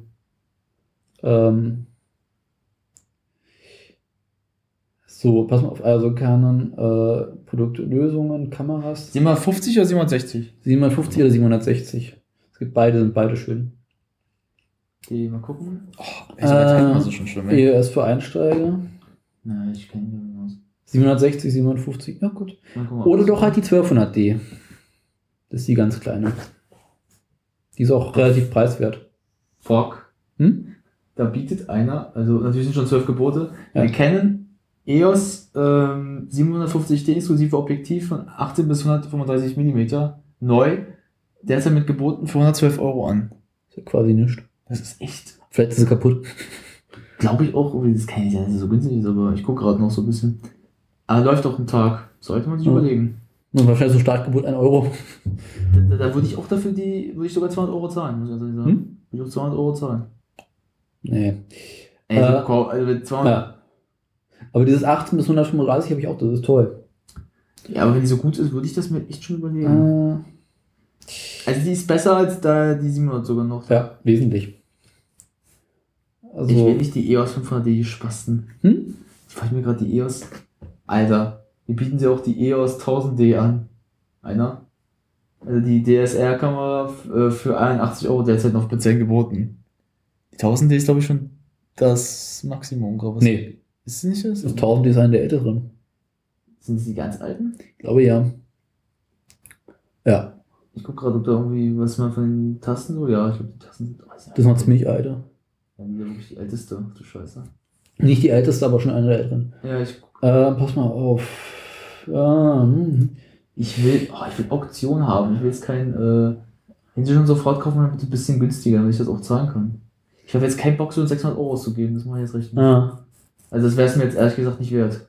So, pass mal auf, also Canon, Produkte, Lösungen, Kameras. 750 oder 760? 750 oder 760. Es gibt beide, sind beide schön. Die mal gucken. Das ist schon schlimm, ey. EOS für Einsteiger. Nein, ich kenne die aus. 760, 750, ja gut. Oder doch halt die 1200D. Das ist die ganz kleine. Die ist auch relativ preiswert. Fuck. Da bietet einer, also natürlich sind schon 12 Gebote, wir kennen EOS 750D inklusive Objektiv von 18 bis 135 mm neu, derzeit mit Geboten für 112 Euro an. Das ist ja quasi nichts. Das ist echt. Vielleicht ist sie kaputt. Glaube ich auch, das kann nicht sein, dass es so günstig ist, aber ich gucke gerade noch so ein bisschen. Aber läuft auch ein Tag. Sollte man sich überlegen. Und wahrscheinlich so Startgebot 1 Euro. Da würde ich auch dafür würde ich sogar 200 Euro zahlen, muss ich also sagen. Würde ich auch 200 Euro zahlen. Nee. Also 200. Ja. Aber dieses 18 bis 135 habe ich auch, das ist toll. Ja, aber wenn die so gut ist, würde ich das mir echt schon überlegen. Also die ist besser als da die 700 sogar noch. Ja, wesentlich. Also ich will nicht die EOS 500D, die Spasten. Ich frage mir gerade die EOS. Alter, wie bieten sie auch die EOS 1000D an? Einer? Also die DSR-Kamera für 81 Euro derzeit noch speziell geboten. Die 1000D ist glaube ich schon das Maximum, glaube ich. Nee. Ist es nicht das? Das 1000D ist einer der älteren. Sind das die ganz alten? Ich glaube ja. Ja. Ich gucke gerade, ob da irgendwie was man von den Tasten so. Ja, ich glaube die Tasten sind 30. Das ist noch ziemlich alte. Ja, die ist ja wirklich die älteste. Du Scheiße. Nicht die älteste, aber schon eine der älteren. Ja, ich pass mal auf. Ich will Auktion haben. Ich will jetzt kein. Wenn sie schon sofort kaufen, dann bitte ein bisschen günstiger, damit ich das auch zahlen kann. Ich habe jetzt keinen Bock, so 600 Euro auszugeben. Das mache ich jetzt recht nicht. Also, das wäre es mir jetzt ehrlich gesagt nicht wert.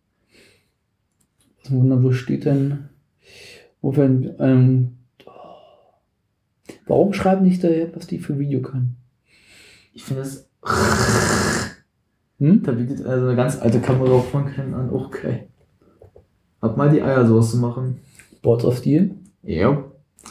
Wo steht denn? Warum schreiben nicht da, was die für Video können? Ich finde das. Da bietet also eine ganz alte Kamera auch von Canon an. Okay. Hab mal die Eier sowas zu machen. Boards of Steel? Ja.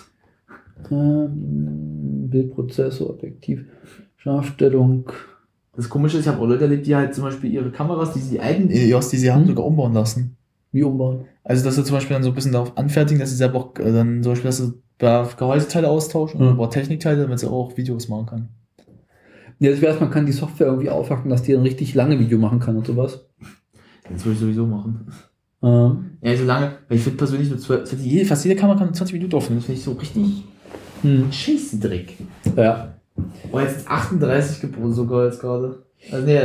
Bildprozessor, Objektiv, Scharfstellung. Das Komische ist, ich habe auch Leute erlebt, die halt zum Beispiel ihre Kameras, die alten EOS, die sie haben, sogar umbauen lassen. Wie umbauen? Also, dass sie zum Beispiel dann so ein bisschen darauf anfertigen, dass sie selber auch dann zum Beispiel, dass sie Gehäuseteile austauschen oder Technikteile, damit sie auch Videos machen kann. Ja, ich weiß, man kann die Software irgendwie aufhacken, dass die ein richtig lange Video machen kann und sowas. Das würde ich sowieso machen. Ja, so lange, weil ich finde persönlich nur 12, fast jede Kamera kann 20 Minuten aufnehmen. Das finde ich so richtig Scheißdreck. Ja. Oh, jetzt ist 38 geboten sogar jetzt gerade. Also, nee,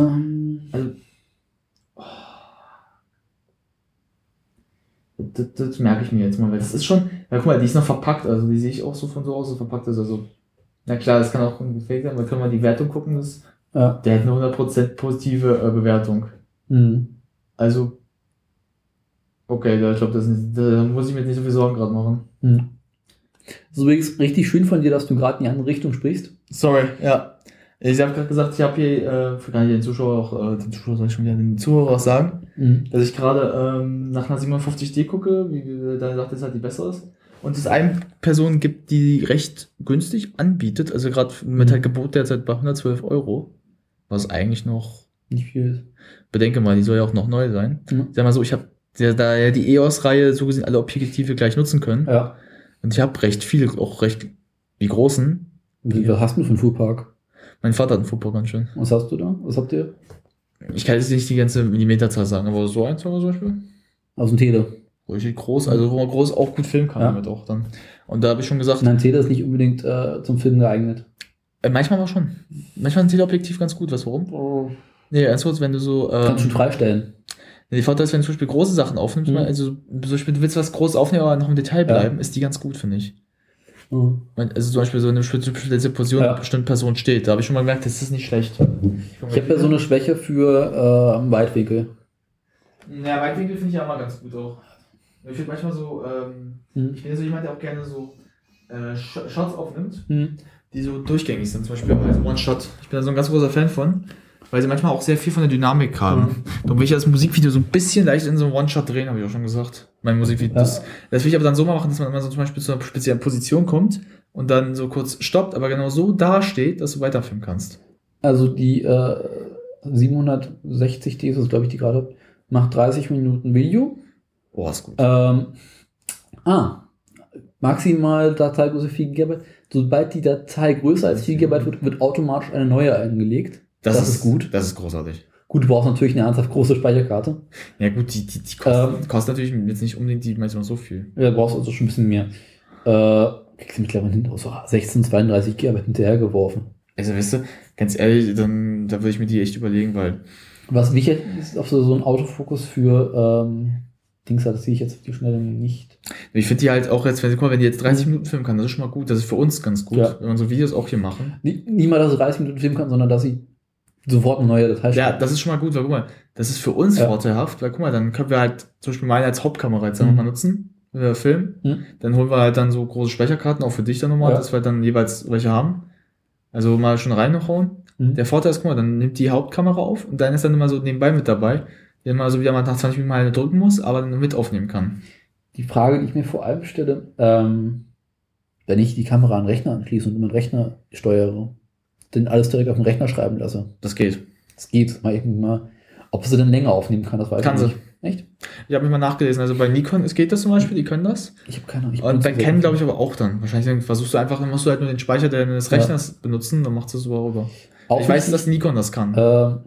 das merke ich mir jetzt mal, weil das ist schon, ja guck mal, die ist noch verpackt, also die sehe ich auch so von so aus, so verpackt ist, also, na klar, das kann auch ein Fake sein, wir können mal die Wertung gucken, der hat eine 100% positive Bewertung. Also, okay, ich glaube, da muss ich mir jetzt nicht so viel Sorgen gerade machen. Das ist übrigens richtig schön von dir, dass du gerade in die andere Richtung sprichst. Sorry, ja. Ich habe gerade gesagt, ich habe hier, kann ich den Zuschauer soll ich schon wieder den Zuhörer auch sagen, dass ich gerade nach einer 750D gucke, wie da sagt, dass halt die bessere ist. Und es eine Person gibt, die recht günstig anbietet, also gerade mit halt Gebot derzeit bei 112 Euro, was eigentlich noch nicht viel ist. Bedenke mal, die soll ja auch noch neu sein. Sag mal so, ich habe da ja die EOS-Reihe so gesehen alle Objektive gleich nutzen können. Ja. Und ich habe recht viele, auch recht die großen. Was hast du für einen Fuhrpark? Mein Vater hat einen Fuhrpark ganz schön. Was hast du da? Was habt ihr? Ich kann jetzt nicht die ganze Millimeterzahl sagen, aber so eins zum Beispiel. Aus dem Tele. Richtig groß, also wo man groß auch gut filmen kann damit auch dann. Und da habe ich schon gesagt. Ein Tele ist nicht unbedingt zum Filmen geeignet. Manchmal aber schon. Manchmal ein Teleobjektiv ganz gut. Was, warum? Oh. Nee, ganz kurz, wenn du so. Kannst du freistellen. Die Vorteil ist, wenn du zum Beispiel große Sachen aufnimmst, also zum Beispiel du willst was Großes aufnehmen, aber noch im Detail bleiben, ist die ganz gut, finde ich. Also zum Beispiel so eine spezielle Position, eine bestimmte Person steht. Da habe ich schon mal gemerkt, das ist nicht schlecht. Ich habe ja so eine Schwäche für Weitwinkel. Ja, Weitwinkel finde ich ja immer ganz gut auch. Ich finde manchmal so, ich bin ja so jemand, der auch gerne so Shots aufnimmt, die so durchgängig sind. Zum Beispiel auch One-Shot. Ich bin da so ein ganz großer Fan von, weil sie manchmal auch sehr viel von der Dynamik haben. Darum will ich das Musikvideo so ein bisschen leicht in so einem One-Shot drehen, habe ich auch schon gesagt. Mein Musikvideo. Das will ich aber dann so mal machen, dass man immer so zum Beispiel zu einer speziellen Position kommt und dann so kurz stoppt, aber genau so da steht, dass du weiterfilmen kannst. Also die 760D ist das, glaube ich, die gerade macht 30 Minuten Video. Boah, ist gut. Maximal Dateigröße 4 GB. Sobald die Datei größer als 4 GB wird automatisch eine neue eingelegt. Das ist gut. Das ist großartig. Gut, du brauchst natürlich eine ernsthaft große Speicherkarte. Ja gut, die kostet natürlich jetzt nicht unbedingt die manchmal so viel. Ja, du brauchst also schon ein bisschen mehr. Kriegst du mittlerweile hinten so 16, 32 GB hinterhergeworfen. Also weißt du, ganz ehrlich, da würde ich mir die echt überlegen, weil... Was wichtig ist, auf so ein Autofokus für Dings hat, das sehe ich jetzt auf die Schnelle nicht. Ich finde die halt auch jetzt, wenn die jetzt 30 Minuten filmen kann, das ist schon mal gut. Das ist für uns ganz gut, wenn man so Videos auch hier machen. Nicht mal, dass sie 30 Minuten filmen kann, sondern dass sie sofort eine neue Datei schreibt. Ja, das ist schon mal gut, weil guck mal, das ist für uns vorteilhaft, weil guck mal, dann können wir halt zum Beispiel meine als Hauptkamera jetzt nochmal nutzen, wenn wir filmen. Dann holen wir halt dann so große Speicherkarten, auch für dich dann nochmal, dass wir dann jeweils welche haben. Also mal schon reinhauen. Der Vorteil ist, guck mal, dann nimmt die Hauptkamera auf und dann ist dann immer so nebenbei mit dabei, den man so wieder mal nach 20 Minuten mal drücken muss, aber dann mit aufnehmen kann. Die Frage, die ich mir vor allem stelle, wenn ich die Kamera an den Rechner anschließe und mit dem Rechner steuere, dann alles direkt auf den Rechner schreiben lasse. Das geht. Das geht. Mal, ob sie dann länger aufnehmen kann, das weiß ich nicht. Echt? Ich habe mich mal nachgelesen, also bei Nikon geht das zum Beispiel, die können das. Ich habe keine Ahnung. Und bei Canon glaube ich aber auch dann. Wahrscheinlich versuchst du einfach, dann musst du halt nur den Speicher deines Rechners benutzen, dann machst du es darüber. Ich weiß, dass Nikon das kann.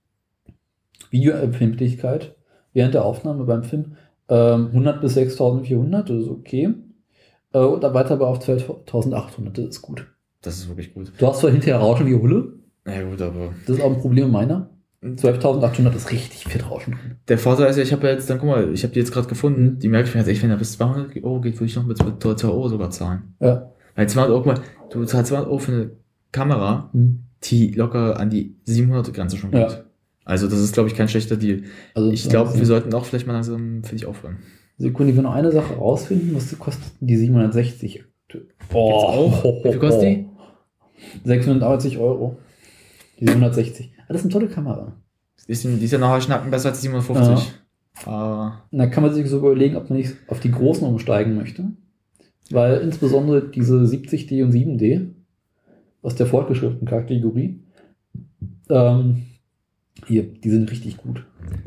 Videoempfindlichkeit während der Aufnahme beim Film 100 bis 6400, das ist okay. Und dann weiter aber auf 2800, das ist gut. Das ist wirklich gut. Du hast zwar hinterher Rauschen wie Hulle. Ja gut, aber... Das ist auch ein Problem meiner. 12.800 ist richtig fett Rauschen drin. Der Vorteil ist ja, ich habe ja jetzt, dann guck mal, ich habe die jetzt gerade gefunden, die merke ich mir jetzt echt, wenn da bis 200 € geht, würde ich noch mit 200 € sogar zahlen. Ja. Weil 200 €, guck mal, du zahlst 200 € für eine Kamera, die locker an die 700er-Grenze schon geht. Ja. Also das ist, glaube ich, kein schlechter Deal. Also ich glaube, wir sollten auch vielleicht mal langsam für dich aufhören. Sekunde, ich will noch eine Sache rausfinden, was kostet die 760? Auch? Wie viel kostet die? 680 €. Die 760. Das ist eine tolle Kamera. Die ist ja nachher schnacken besser als die 750. Da kann man sich so überlegen, ob man nicht auf die großen umsteigen möchte. Weil insbesondere diese 70D und 7D aus der fortgeschrittenen Kategorie, die sind richtig gut.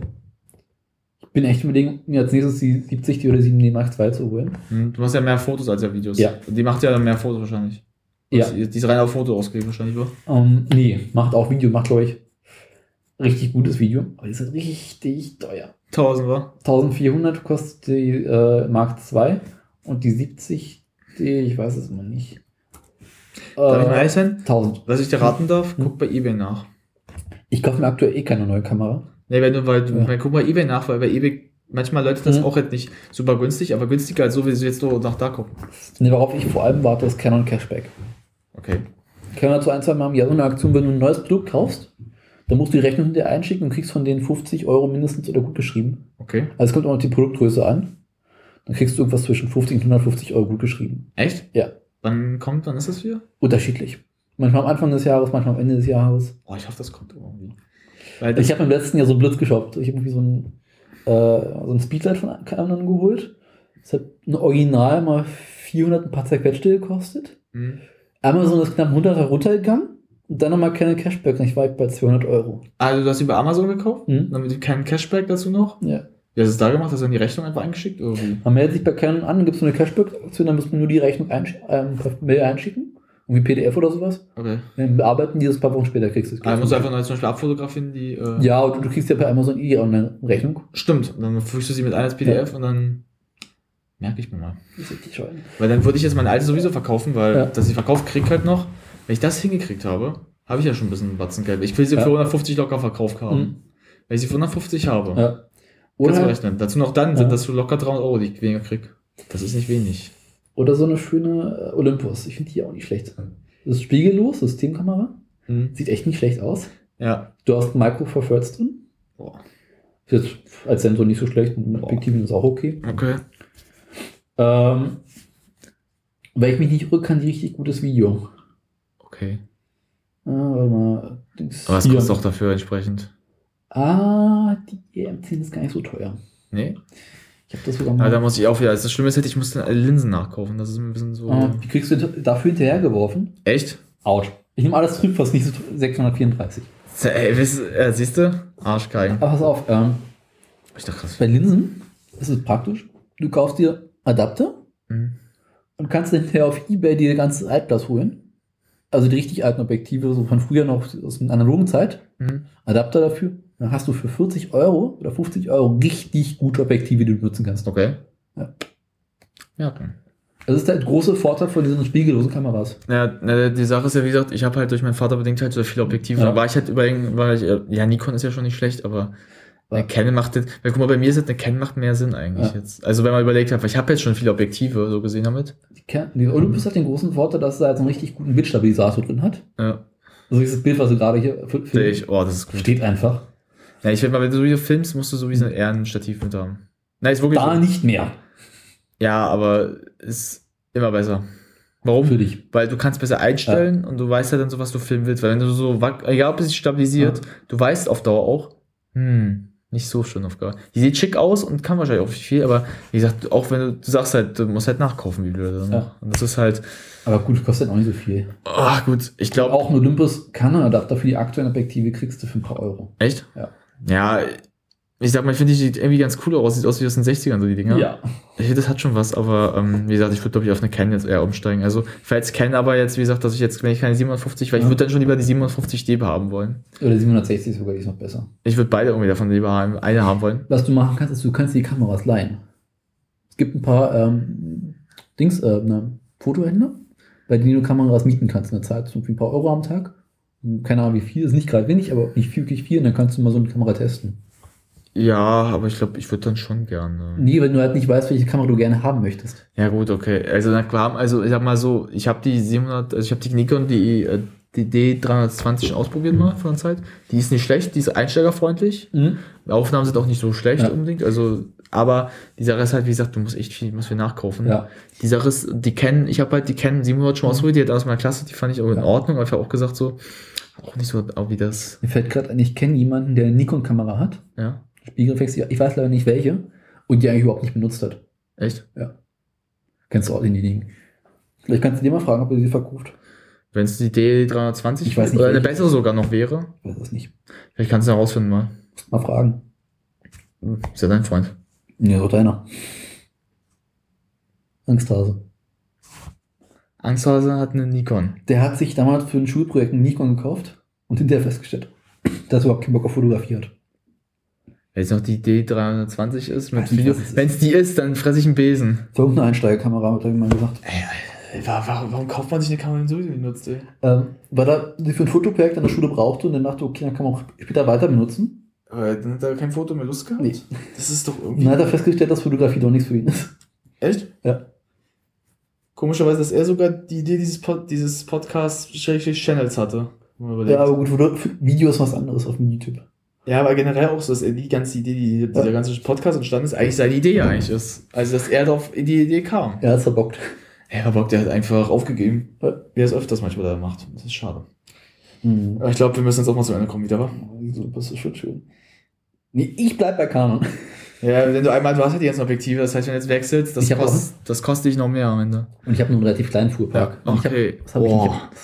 Ich bin echt überlegen, mir als nächstes die 70D oder 7D Mark II zu holen. Du machst ja mehr Fotos als ja Videos. Ja. Die macht ja dann mehr Fotos wahrscheinlich. Ja. Die ist rein auf Foto ausgelegt wahrscheinlich, oder? Nee, macht auch Video, macht glaube ich richtig gutes Video, aber die sind richtig teuer. 1000, wa? 1400 kostet die Mark II und die 70D, ich weiß es immer nicht. Darf ich mal ehrlich sein? 1000. Was ich dir raten darf, guck bei eBay nach. Ich kaufe mir aktuell keine neue Kamera. Nee, guck mal eBay nach, weil bei eBay manchmal Leute das auch halt nicht super günstig, aber günstiger als so, wie sie jetzt so nach da gucken. Nee, worauf ich vor allem warte, ist Canon Cashback. Okay. Canon hat so ein, zwei Mal im Jahr so eine Aktion, wenn du ein neues Produkt kaufst, dann musst du die Rechnung hinterher einschicken und kriegst von denen 50 € mindestens oder gut geschrieben. Okay. Also es kommt auch noch die Produktgröße an. Dann kriegst du irgendwas zwischen 50 und 150 € gut geschrieben. Echt? Ja. Wann ist das wieder? Unterschiedlich. Manchmal am Anfang des Jahres, manchmal am Ende des Jahres. Ich hoffe, das kommt irgendwie. Ich habe im letzten Jahr so Blitz geshoppt. Ich habe irgendwie so ein Speedlight von Canon geholt. Das hat ein Original mal 400 ein paar zerquetschte gekostet. Amazon ist knapp 100 runtergegangen. Und dann nochmal Canon Cashback. Und ich war bei 200 €. Also du hast über Amazon gekauft? Dann mit keinen Cashback dazu noch? Ja. Wie hast du es da gemacht? Hast du dann die Rechnung einfach eingeschickt? Oder wie? Man meldet sich bei Canon an, dann gibt es so eine Cashback-Aktion, dann muss man nur die Rechnung per Mail einschicken. Irgendwie PDF oder sowas. Okay. Dann bearbeiten die das ein paar Wochen später, kriegst du es. Also musst du einfach zum Beispiel abfotografieren, die... Ja, und du kriegst ja bei Amazon die Online-Rechnung. Stimmt, dann fügst du sie mit ein als PDF und dann... Merke ich mir mal. Das ist richtig schön. Weil dann würde ich jetzt meine alte sowieso verkaufen, weil dass ich verkauft krieg halt noch. Wenn ich das hingekriegt habe, habe ich ja schon ein bisschen Batzen Geld. Ich will sie für 150 locker verkauft haben. Wenn ich sie für 150 habe. Ja. Oder rechnen. Dazu noch dann sind das für locker 300 €, die ich weniger krieg. Das ist nicht wenig. Oder so eine schöne Olympus. Ich finde die auch nicht schlecht. Das ist spiegellos, Systemkamera. Sieht echt nicht schlecht aus. Ja. Du hast Micro Four Thirds drin. Boah. Ist jetzt als Sensor nicht so schlecht. Mit Objektiven ist auch okay. Okay. Weil ich mich nicht irre, kann die richtig gutes Video. Okay. Warte mal. Aber was kostet auch dafür entsprechend? Die EM10 ist gar nicht so teuer. Nee? Ich habe das sogar mal... da muss ich auch wieder... Das Schlimme ist, ich muss dann alle Linsen nachkaufen. Das ist ein bisschen so... Wie kriegst du dafür hinterhergeworfen? Echt? Autsch. Ich nehme alles zurück, was nicht so 634. Siehst du? Arschgeil. Aber pass auf. Ist doch krass. Bei Linsen ist es praktisch. Du kaufst dir Adapter und kannst dann hinterher auf eBay dir ganzes Altglas holen. Also die richtig alten Objektive, so von früher noch aus der analogen Zeit. Adapter dafür. Dann hast du für 40 € oder 50 € richtig gute Objektive, die du nutzen kannst. Okay. Ja, okay. Das ist der große Vorteil von diesen spiegellosen Kameras. Ja, die Sache ist ja, wie gesagt, ich habe halt durch meinen Vater bedingt halt so viele Objektive. Ja. Da war ich halt Nikon ist ja schon nicht schlecht, aber eine Canon macht jetzt, weil guck mal, bei mir ist jetzt eine Canon macht mehr Sinn eigentlich jetzt. Also wenn man überlegt hat, weil ich habe jetzt schon viele Objektive so gesehen damit. Die Olympus hat den großen Vorteil, dass er halt so einen richtig guten Bildstabilisator drin hat. Ja. Also dieses Bild, was du gerade hier filmst, das ist gut. Steht einfach. Ja, ich will mal, wenn du Video filmst, musst du sowieso eher ein Stativ mit haben. Nein, ist wirklich da so. Nicht mehr. Ja, aber ist immer besser. Warum? Für dich. Weil du kannst besser einstellen und du weißt ja dann so, was du filmen willst. Weil wenn du so, egal ob es sich stabilisiert, du weißt auf Dauer auch, nicht so schön auf Dauer. Die sieht schick aus und kann wahrscheinlich auch nicht viel, aber wie gesagt, auch wenn du sagst halt, du musst halt nachkaufen, wie blöd. Ja. Und das ist halt. Aber gut, kostet auch nicht so viel. Ach gut, ich glaube. Auch ein Olympus Canon-Adapter für die aktuellen Objektive kriegst du für ein paar Euro. Echt? Ja. Ja, ich sag mal, ich finde, die sieht irgendwie ganz cool aus. Sieht aus wie aus den 60ern, so die Dinger. Ja. Ich finde, das hat schon was, aber wie gesagt, ich würde, glaube ich, auf eine Canon jetzt eher umsteigen. Also, falls Canon aber jetzt, wie gesagt, dass ich jetzt, wenn ich keine 750, weil ich würde dann schon lieber die 750D haben wollen. Oder 760 sogar, die ist noch besser. Ich würde beide irgendwie davon lieber eine haben wollen. Was du machen kannst, ist, du kannst die Kameras leihen. Es gibt ein paar Fotohändler, bei denen du Kameras mieten kannst. In der Zeit so für ein paar Euro am Tag. Keine Ahnung, wie viel, ist nicht gerade wenig, aber nicht wirklich viel. Und dann kannst du mal so eine Kamera testen. Ja, aber ich glaube, ich würde dann schon gerne. Nee, wenn du halt nicht weißt, welche Kamera du gerne haben möchtest. Ja gut, okay. Also na klar, ich sag mal so, ich habe die Nikon, die D320 schon ausprobiert mal vor einer Zeit. Die ist nicht schlecht, die ist einsteigerfreundlich. Die Aufnahmen sind auch nicht so schlecht unbedingt. Also, aber die Sache ist halt, wie gesagt, du musst viel nachkaufen. Ja. Die Sache ist, ich habe halt die Canon 700 schon ausprobiert, die hat aus meiner Klasse, die fand ich auch in Ordnung, aber ich habe auch gesagt so, auch nicht so, auch wie das. Mir fällt gerade ein, ich kenne jemanden, der eine Nikon-Kamera hat. Ja. Spiegelreflex, ich weiß leider nicht welche. Und die eigentlich überhaupt nicht benutzt hat. Echt? Ja. Kennst du auch diejenigen. Vielleicht kannst du dir mal fragen, ob er sie verkauft. Wenn es die D320 ich weiß nicht, oder eine bessere sogar noch wäre. Ich weiß es nicht. Vielleicht kannst du herausfinden mal. Mal fragen. Ist ja dein Freund. Ja, so deiner. Angsthase. Angsthase hat eine Nikon. Der hat sich damals für ein Schulprojekt eine Nikon gekauft und hinterher festgestellt, dass er überhaupt keinen Bock auf Fotografie hat. Wenn es noch die D320 ist mit Video. Wenn es die ist, dann fresse ich einen Besen. So eine Einsteigerkamera, hat er mal gesagt. Ey, warum kauft man sich eine Kamera, die sowieso benutzt, ey? Weil er die für ein Fotoprojekt an der Schule brauchte und dann dachte, okay, dann kann man auch später weiter benutzen. Aber dann hat er kein Foto mehr Lust gehabt? Nee. Das ist doch irgendwie. Dann hat er festgestellt, dass Fotografie doch nichts für ihn ist. Echt? Ja. Komischerweise, dass er sogar die Idee dieses Podcast-Channels hatte. Ja, aber gut, Video ist was anderes auf YouTube. Ja, aber generell auch so, dass er die ganze Idee, dieser ganze Podcast entstanden ist, eigentlich seine Idee eigentlich ist. Also, dass er darauf in die Idee kam. Er hat es verbockt. Er verbockt, der hat einfach aufgegeben. Wie er es öfters manchmal da macht. Das ist schade. Aber ich glaube, wir müssen jetzt auch mal zum Ende kommen wieder, wa? Das ist schon schön. Nee, ich bleib bei Canon. Ja, du hast halt die ganzen Objektive, das heißt, wenn du jetzt wechselst, das kostet dich noch mehr am Ende. Und ich habe nur einen relativ kleinen Fuhrpark. Ja, okay. Was habe ich?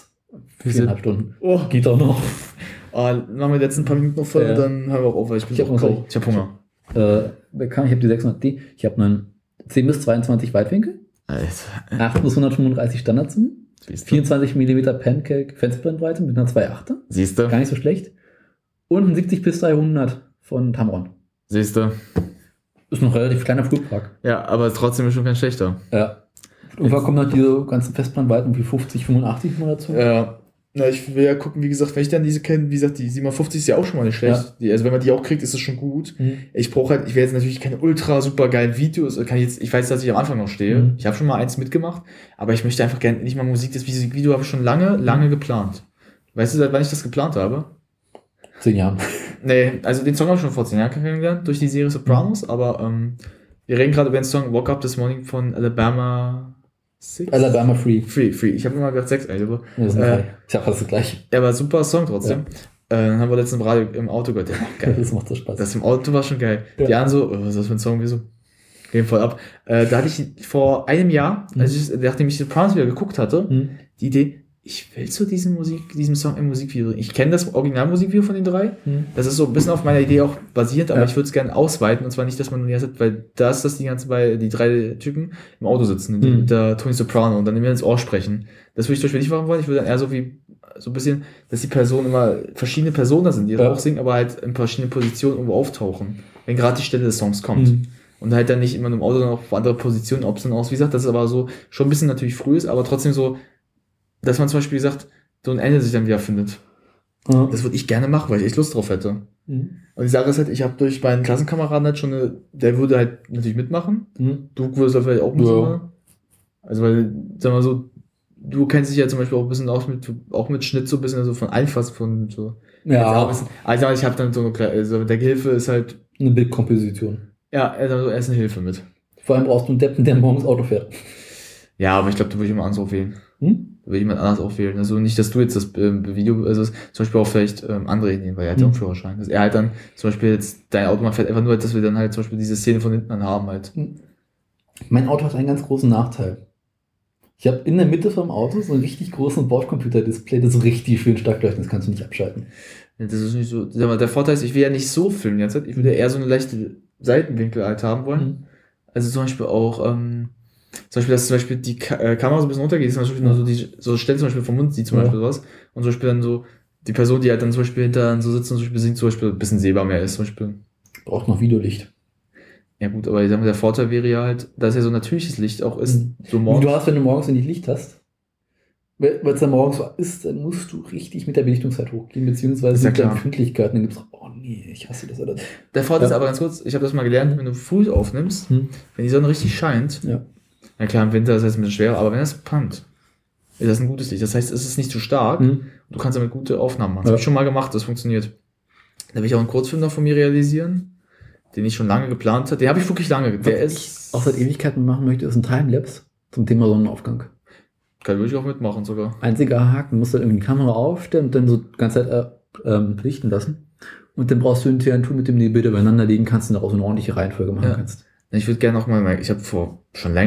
4,5 Stunden. Oh. Geht auch noch. Machen wir die letzten paar Minuten noch voll und dann hören wir auch auf, weil ich habe Hunger. Ich habe die 600D. Ich habe einen 10 bis 22 Weitwinkel. Alter. 8 bis 135 Standardzoom. 24 mm Pancake Fensterbrennweite mit einer 2.8er. Siehst du? Gar nicht so schlecht. Und ein 70 bis 300 von Tamron. Siehst du? Ist noch relativ kleiner Flugpark. Ja, aber trotzdem ist schon kein schlechter. Ja. Und da kommen noch diese ganzen Festbrennweiten wie 50, 85 mal dazu. Ja. Na, ich will ja gucken, wie gesagt, wenn ich dann diese kenne, wie gesagt, die 750 ist ja auch schon mal nicht schlecht. Ja. Also wenn man die auch kriegt, ist das schon gut. Ich will jetzt natürlich keine ultra super geilen Videos, ich weiß, dass ich am Anfang noch stehe. Ich habe schon mal eins mitgemacht, aber ich möchte einfach gerne nicht mal Musik, das Video habe ich schon lange geplant. Weißt du, seit wann ich das geplant habe? 10 Jahren. Nee, also den Song habe ich schon vor 10 Jahren kennengelernt, durch die Serie Sopranos, aber wir reden gerade über den Song Woke Up This Morning von Alabama 6? Alabama Free. Free. Ich habe immer gesagt 6, aber ich sag fast das gleiche. Ja, aber super Song trotzdem. Ja. Dann haben wir letztens im Auto gehört. Ja, geil. Das macht so Spaß. Das im Auto war schon geil. Ja. Die anderen so, was ist das für ein Song, wieso? Gehen voll ab. Da hatte ich vor einem Jahr, nachdem ich Sopranos wieder geguckt hatte, die Idee, ich will zu diesem Song im Musikvideo. Ich kenne das Originalmusikvideo von den 3. Das ist so ein bisschen auf meiner Idee auch basiert, aber ich würde es gerne ausweiten. Und zwar nicht, dass man nur die ganze Zeit, weil da ist das die 3 Typen im Auto sitzen, mit der Tony Soprano und dann mir ins Ohr sprechen. Das würde ich zum Beispiel nicht machen wollen. Ich würde dann eher so ein bisschen, dass die Personen immer verschiedene Personen da sind, die auch singen, aber halt in verschiedenen Positionen irgendwo auftauchen, wenn gerade die Stelle des Songs kommt. Und halt dann nicht immer im Auto, sondern auch auf andere Positionen, ob es dann aus, wie gesagt, dass es aber so schon ein bisschen natürlich früh ist, aber trotzdem so, dass man zum Beispiel sagt, so ein Ende sich dann wieder findet. Das würde ich gerne machen, weil ich echt Lust drauf hätte. Und die Sache ist halt, ich habe durch meinen Klassenkameraden halt schon der würde halt natürlich mitmachen. Du würdest da vielleicht auch mitmachen. Also weil, sag mal so, du kennst dich ja zum Beispiel auch ein bisschen auch mit Schnitt so ein bisschen, also von Einfass von so. Ja. Also ich habe dann also der Gehilfe ist halt eine Bildkomposition. Ja, er ist eine Hilfe mit. Vor allem brauchst du einen Deppen, der morgens Auto fährt. Ja, aber ich glaube, da würde ich jemand anderes aufwählen. Da würde jemand anderes aufwählen. Also nicht, dass du jetzt das Video, also zum Beispiel auch vielleicht André nehmen, weil er hat ja auch einen Führerschein. Dass er halt dann zum Beispiel jetzt dein Auto mal fährt, einfach nur, dass wir dann halt zum Beispiel diese Szene von hinten dann haben halt. Mein Auto hat einen ganz großen Nachteil. Ich habe in der Mitte vom Auto so einen richtig großen Bordcomputer-Display, das so richtig schön stark leuchtet, das kannst du nicht abschalten. Das ist nicht so, der Vorteil ist, ich will ja nicht so filmen die ganze Zeit, ich würde eher so eine leichte Seitenwinkel halt haben wollen. Also zum Beispiel auch, dass zum Beispiel die Kamera so ein bisschen runtergeht, dass man zum Beispiel so Stellen zum Beispiel vom Mund sieht, zum Beispiel sowas. Und zum Beispiel dann so, die Person, die halt dann zum Beispiel hinter so sitzt und zum Beispiel singt, zum Beispiel ein bisschen sehbar mehr ist, zum Beispiel. Braucht noch Videolicht. Ja gut, aber ich sag mal, der Vorteil wäre ja halt, dass ja so natürliches Licht auch ist. So morgens. Wie du hast, wenn du morgens nicht Licht hast, weil es dann morgens so ist, dann musst du richtig mit der Belichtungszeit hochgehen, beziehungsweise mit der Empfindlichkeit. Dann gibt's oh nee, ich hasse das alles. Der Vorteil ist aber ganz kurz, ich habe das mal gelernt, wenn du früh aufnimmst, wenn die Sonne richtig scheint, ja klar, im Winter ist das ein bisschen schwerer, aber wenn es pannt, ist das ein gutes Licht. Das heißt, es ist nicht zu stark, du kannst damit gute Aufnahmen machen. Das habe ich schon mal gemacht, das funktioniert. Da will ich auch einen Kurzfilm noch von mir realisieren, den ich schon lange geplant habe. Den habe ich wirklich lange. Was ich auch seit Ewigkeiten machen möchte, ist ein Timelapse zum Thema Sonnenaufgang. Würde ich auch mitmachen sogar. Einziger Haken, musst du dann irgendwie die Kamera aufstellen und dann so die ganze Zeit lichten lassen. Und dann brauchst du hinterher ein Tool, mit dem du die Bilder übereinander legen kannst und daraus so eine ordentliche Reihenfolge machen kannst. Ich würde gerne auch mal, ich habe vor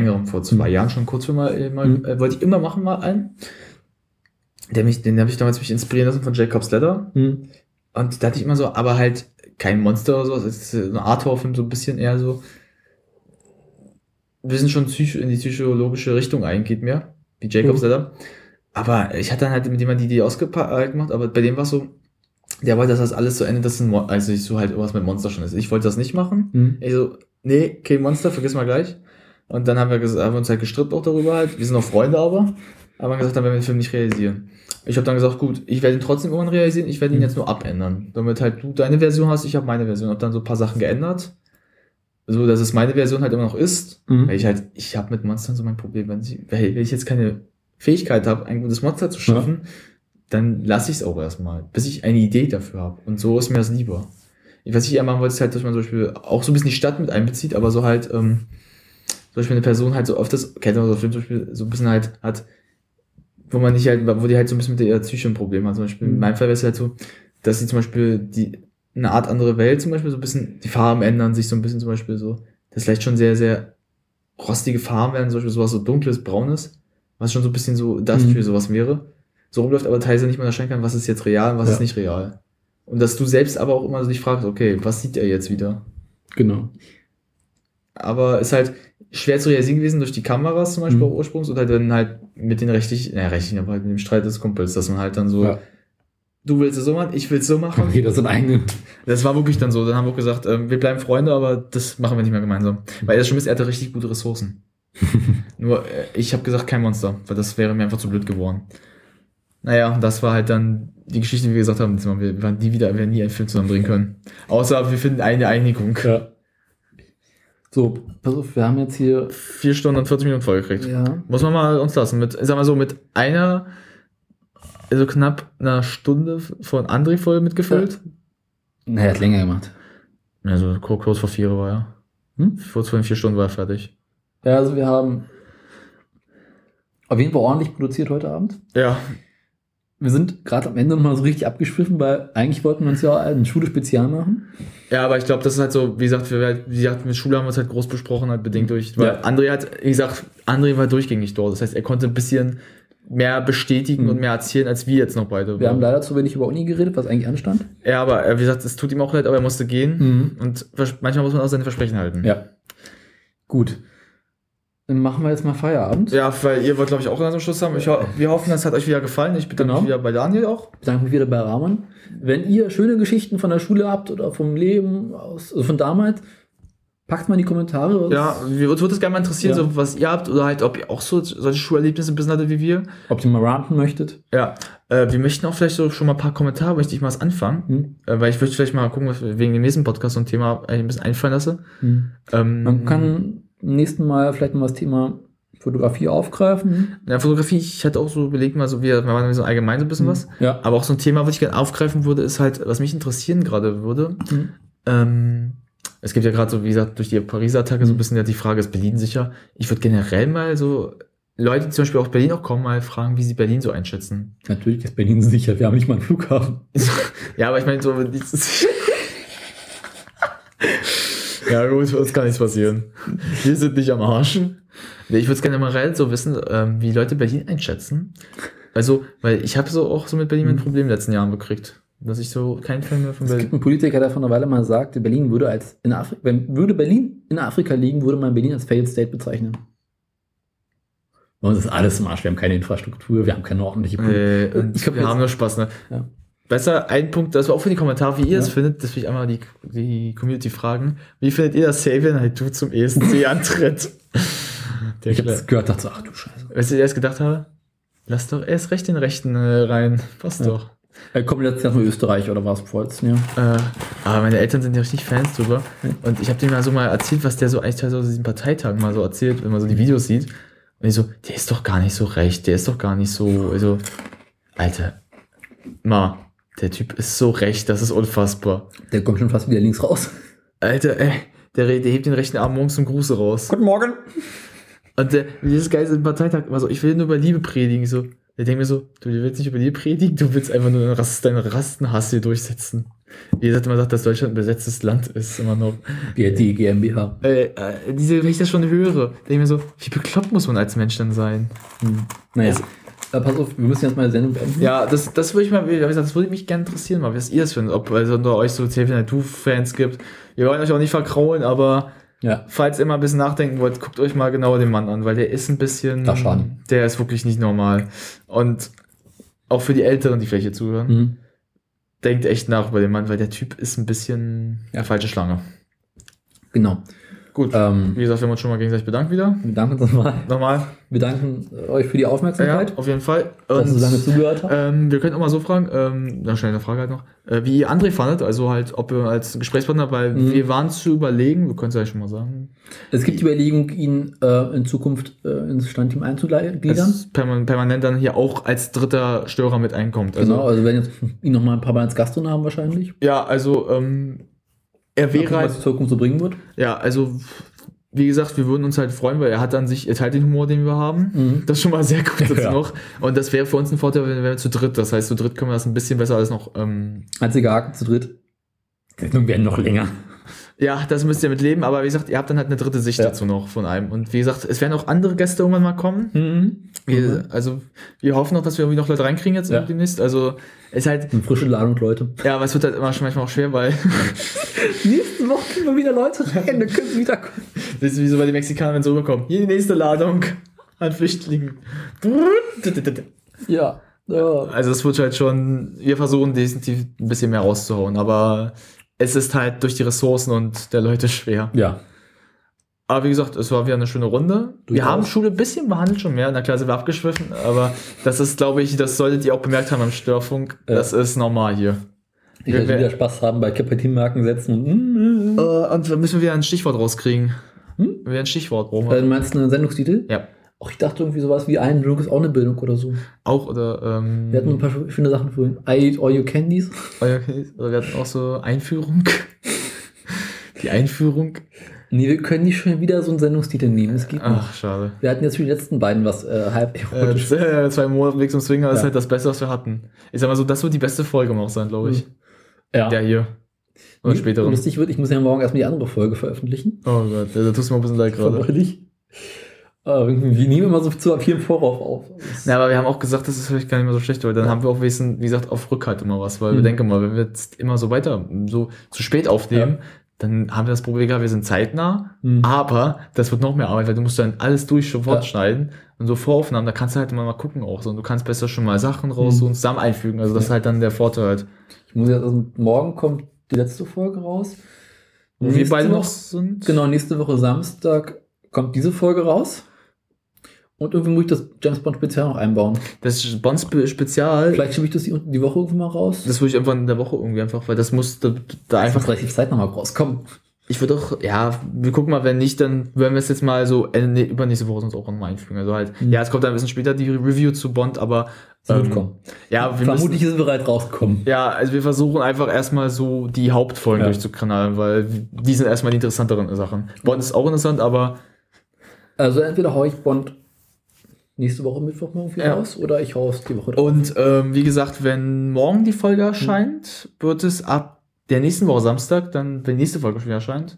2 Jahren schon kurz wollte ich immer machen mal einen. Den habe ich damals mich inspirieren lassen von Jacob's Ladder. Und da hatte ich immer so, aber halt kein Monster oder so, es ist so ein Arthouse-Film, so ein bisschen eher so, wir sind schon in die psychologische Richtung eingeht mehr, wie Jacob's Ladder. Aber ich hatte dann halt mit jemandem die Idee ausgemacht, aber bei dem war es so, der wollte, dass das alles so endet, dass also so halt irgendwas mit Monster schon ist. Ich wollte das nicht machen. Ich so, nee, kein Monster, vergiss mal gleich. Und dann haben wir uns halt gestritten auch darüber halt. Wir sind auch Freunde aber haben gesagt, dann werden wir den Film nicht realisieren. Ich habe dann gesagt, gut, ich werde ihn trotzdem irgendwann realisieren, ich werde ihn jetzt nur abändern. Damit halt du deine Version hast, ich habe meine Version. Habe dann so ein paar Sachen geändert. So, dass es meine Version halt immer noch ist. Weil ich habe mit Monstern so mein Problem. Wenn ich jetzt keine Fähigkeit habe, ein gutes Monster zu schaffen, dann lasse ich es auch erstmal, bis ich eine Idee dafür habe. Und so ist mir das lieber. Was ich eher machen wollte, ist halt, dass man zum Beispiel auch so ein bisschen die Stadt mit einbezieht, aber so halt, zum Beispiel eine Person halt so oft das, kennt man so Film zum Beispiel, so ein bisschen halt hat, wo die halt so ein bisschen mit der Psyche ein Problem hat. Zum Beispiel in meinem Fall wäre es halt so, dass sie zum Beispiel eine Art andere Welt zum Beispiel so ein bisschen, die Farben ändern sich so ein bisschen zum Beispiel so, dass vielleicht schon sehr, sehr rostige Farben werden, zum Beispiel sowas so dunkles, braunes, was schon so ein bisschen so das für sowas wäre. So rumläuft, aber teilweise nicht mehr unterscheiden kann, was ist jetzt real und was ist nicht real. Und dass du selbst aber auch immer so dich fragst, okay, was sieht er jetzt wieder? Genau. Aber ist halt schwer zu realisieren gewesen durch die Kameras zum Beispiel auch ursprünglich oder dann halt mit den rechtlichen, aber halt mit dem Streit des Kumpels, dass man halt dann so, du willst es so machen, ich will es so machen. Jeder sein eigenen. Das war wirklich dann so. Dann haben wir auch gesagt, wir bleiben Freunde, aber das machen wir nicht mehr gemeinsam. Weil das schon ist, er hatte richtig gute Ressourcen. Nur, ich habe gesagt, kein Monster, weil das wäre mir einfach zu blöd geworden. Naja, das war halt dann die Geschichte, wie wir gesagt haben, wir werden nie einen Film zusammenbringen können. Außer wir finden eine Einigung. Ja. So, pass auf, wir haben jetzt hier 4 Stunden und 40 Minuten vollgekriegt. Ja. Muss man mal uns lassen. Mit knapp einer Stunde von André voll mitgefüllt. Ja. Er hat länger gemacht. Also kurz vor 4 war er. Kurz vor den 4 Stunden war er fertig. Ja, also wir haben auf jeden Fall ordentlich produziert heute Abend. Ja. Wir sind gerade am Ende nochmal so richtig abgeschwiffen, weil eigentlich wollten wir uns ja ein Schule-Spezial machen. Ja, aber ich glaube, das ist halt so, wie gesagt, mit Schule haben wir es halt groß besprochen, halt bedingt durch, weil André war durchgängig dort. Das heißt, er konnte ein bisschen mehr bestätigen und mehr erzählen, als wir jetzt noch beide. Wir haben leider zu wenig über Uni geredet, was eigentlich anstand. Ja, aber wie gesagt, es tut ihm auch leid, aber er musste gehen. Und manchmal muss man auch seine Versprechen halten. Ja. Gut. Dann machen wir jetzt mal Feierabend. Ja, weil ihr wollt, glaube ich, auch zum Schluss haben. Wir hoffen, es hat euch wieder gefallen. Ich bedanke mich wieder bei Daniel auch. Ich bedanke mich wieder bei Rahman. Wenn ihr schöne Geschichten von der Schule habt oder vom Leben, von damals, packt mal in die Kommentare. Ja, uns würde es gerne mal interessieren, so, was ihr habt oder halt, ob ihr auch solche Schulerlebnisse ein bisschen hattet wie wir. Ob ihr mal ranten möchtet. Ja, wir möchten auch vielleicht so schon mal ein paar Kommentare, möchte ich mal was anfangen. Weil ich würde vielleicht mal gucken, was wegen dem nächsten Podcast so ein Thema ein bisschen einfallen lasse. Man kann im nächsten Mal vielleicht mal das Thema Fotografie aufgreifen. Ja, Fotografie, ich hätte auch so überlegt, mal so, wir waren so allgemein so ein bisschen was. Ja. Aber auch so ein Thema, was ich gerne aufgreifen würde, ist halt, was mich interessieren gerade würde. Es gibt ja gerade so, wie gesagt, durch die Pariser Attacke so ein bisschen ja die Frage, ist Berlin sicher? Ich würde generell mal so Leute, die zum Beispiel aus Berlin auch kommen, mal fragen, wie sie Berlin so einschätzen. Natürlich ist Berlin sicher, wir haben nicht mal einen Flughafen. Ja, aber ich meine so, ja gut, uns kann nichts passieren. Wir sind nicht am Arsch. Nee, ich würde es gerne mal so wissen, wie Leute Berlin einschätzen. Also, weil ich habe so auch so mit Berlin ein Problem in den letzten Jahren gekriegt. Dass ich so kein Fan mehr von Berlin. Es gibt einen Politiker, der vor einer Weile mal sagte, Berlin würde würde Berlin in Afrika liegen, würde man Berlin als Failed State bezeichnen. Bei uns ist alles im Arsch, wir haben keine Infrastruktur, wir haben keine ordentliche Politik. Wir haben nur Spaß, ne? Ja. Besser, ein Punkt, das war auch für die Kommentare, wie ihr es findet, das will ich einmal die Community fragen. Wie findet ihr das Xavier Naidoo zum ESC antritt? Ich hab das gehört, dachte, ach du Scheiße. Weißt du, ich erst gedacht habe? Lass doch erst recht den Rechten rein. Passt doch. Er kommt letztes Jahr von Österreich oder war es vorletzten Jahr? Aber meine Eltern sind ja richtig Fans drüber. Und ich habe denen mal so mal erzählt, was der so eigentlich teilweise aus diesen Parteitagen mal so erzählt, wenn man so die Videos sieht. Und ich so, der ist doch gar nicht so recht, der ist doch gar nicht so, also, Alter, der Typ ist so recht, das ist unfassbar. Der kommt schon fast wieder links raus. Alter, der hebt den rechten Arm morgens zum Gruße raus. Guten Morgen. Und dieses geile Parteitag immer so, ich will nur über Liebe predigen, so. Der denkt mir so, du willst nicht über Liebe predigen, du willst einfach nur deinen Rastenhass hier durchsetzen. Wie gesagt, man sagt, dass Deutschland ein besetztes Land ist, immer noch. Die GmbH. Wenn ich das schon höre, denke ich mir so, wie bekloppt muss man als Mensch denn sein? Naja. Pass auf, wir müssen jetzt mal eine Sendung beenden. Ja, das würde ich mal, wie gesagt, das würde mich gerne interessieren, mal, was ihr das findet, ob es unter euch so Xavier Naidoo-Fans gibt. Wir wollen euch auch nicht verkraulen, aber falls ihr mal ein bisschen nachdenken wollt, guckt euch mal genauer den Mann an, weil der ist ein bisschen, der ist wirklich nicht normal. Und auch für die Älteren, die vielleicht hier zuhören, denkt echt nach über den Mann, weil der Typ ist ein bisschen falsche Schlange. Genau. Gut, wie gesagt, wir haben uns schon mal gegenseitig bedankt wieder. Wir danken uns nochmal. Wir danken euch für die Aufmerksamkeit. Ja, auf jeden Fall. Dass ihr so lange zugehört habt. Wir können auch mal so fragen, dann schnell eine Frage halt noch, wie ihr André fandet, also halt, ob ihr als Gesprächspartner, weil wir waren zu überlegen, wir können es ja schon mal sagen. Es gibt die Überlegung, ihn in Zukunft ins Standteam einzugliedern. Permanent dann hier auch als dritter Störer mit einkommt. Genau, also wenn jetzt ihn noch mal ein paar Mal als Gast drin haben wahrscheinlich. Ja, also er wäre halt, was die Zukunft so bringen wird. Ja, also wie gesagt, wir würden uns halt freuen, weil er teilt den Humor, den wir haben. Das ist schon mal sehr gut dazu noch. Und das wäre für uns ein Vorteil, wenn wir zu dritt, das heißt, zu dritt können wir das ein bisschen besser als noch. Einziger Haken zu dritt. Die Sendung werden noch länger. Ja, das müsst ihr mit leben, aber wie gesagt, ihr habt dann halt eine dritte Sicht dazu noch von einem. Und wie gesagt, es werden auch andere Gäste irgendwann mal kommen. Wir hoffen noch, dass wir irgendwie noch Leute reinkriegen jetzt demnächst. Also es ist halt eine frische Ladung Leute. Ja, aber es wird halt immer schon manchmal auch schwer, weil nächste Woche kriegen wir wieder Leute rein, dann können sie wieder kommen. Das ist wie so bei den Mexikanern, wenn sie rüberkommen. Hier die nächste Ladung an Flüchtlingen. Ja. Also es wird halt schon, wir versuchen definitiv ein bisschen mehr rauszuhauen, aber es ist halt durch die Ressourcen und der Leute schwer. Ja. Aber wie gesagt, es war wieder eine schöne Runde. Wir haben Schule ein bisschen behandelt schon mehr. Na klar sind wir abgeschwiffen, aber das ist, glaube ich, das solltet ihr auch bemerkt haben am Störfunk. Das ist normal hier. Ich werde wieder Spaß haben bei Kapitänmarken setzen. Und dann müssen wir wieder ein Stichwort rauskriegen. Wir werden ein Stichwort brauchen. Du meinst einen Sendungstitel? Ja. Ach, ich dachte irgendwie sowas wie Eindruck ist auch eine Bildung oder so. Auch, oder wir hatten ein paar schöne Sachen vorhin. I eat all your candies. Oder wir hatten auch so Einführung. Die Einführung. Nee, wir können nicht schon wieder so einen Sendungstitel nehmen. Es geht nicht. Ach, schade. Wir hatten jetzt für die letzten beiden was halb erotisch. 2 Monate Weg zum Swinger ist halt das Beste, was wir hatten. Ich sag mal so, das wird die beste Folge noch sein, glaube ich. Ja. Der hier. Oder später. Lustig wird, ich muss ja morgen erstmal die andere Folge veröffentlichen. Oh Gott, da tust du mir ein bisschen leid gerade. Wir nehmen immer so zu viel im Vorauf auf. Ja, aber wir haben auch gesagt, das ist vielleicht gar nicht mehr so schlecht, weil dann haben wir auch wie gesagt, auf Rückhalt immer was. Weil wir denken mal, wenn wir jetzt immer so weiter, so zu spät aufnehmen, dann haben wir das Problem gehabt, wir sind zeitnah, aber das wird noch mehr Arbeit, weil du musst dann alles sofort schneiden und so Voraufnahmen, da kannst du halt immer mal gucken auch so und du kannst besser schon mal Sachen raus und zusammen einfügen, also das ist halt dann der Vorteil halt. Ich muss jetzt, also morgen kommt die letzte Folge raus. Wo wir beide noch sind. Genau, nächste Woche Samstag kommt diese Folge raus. Und irgendwie muss ich das James Bond Spezial noch einbauen. Das Bond Spezial. Vielleicht schiebe ich das die Woche irgendwie mal raus. Das würde ich einfach in der Woche irgendwie einfach, weil das muss da einfach relativ Zeit nochmal rauskommen. Ich würde doch, wir gucken mal, wenn nicht, dann werden wir es jetzt mal so übernächste Woche sonst auch nochmal einfügen. Also halt, es kommt dann ein bisschen später die Review zu Bond, aber vermutlich ist es bereits rausgekommen. Ja, also wir versuchen einfach erstmal so die Hauptfolgen durchzuknallen, weil die sind erstmal die interessanteren Sachen. Bond ist auch interessant, aber also entweder hau ich Bond nächste Woche Mittwoch irgendwie raus oder ich hau es die Woche drauf. Und wie gesagt, wenn morgen die Folge erscheint, wird es ab der nächsten Woche Samstag, dann, wenn die nächste Folge schon wieder erscheint.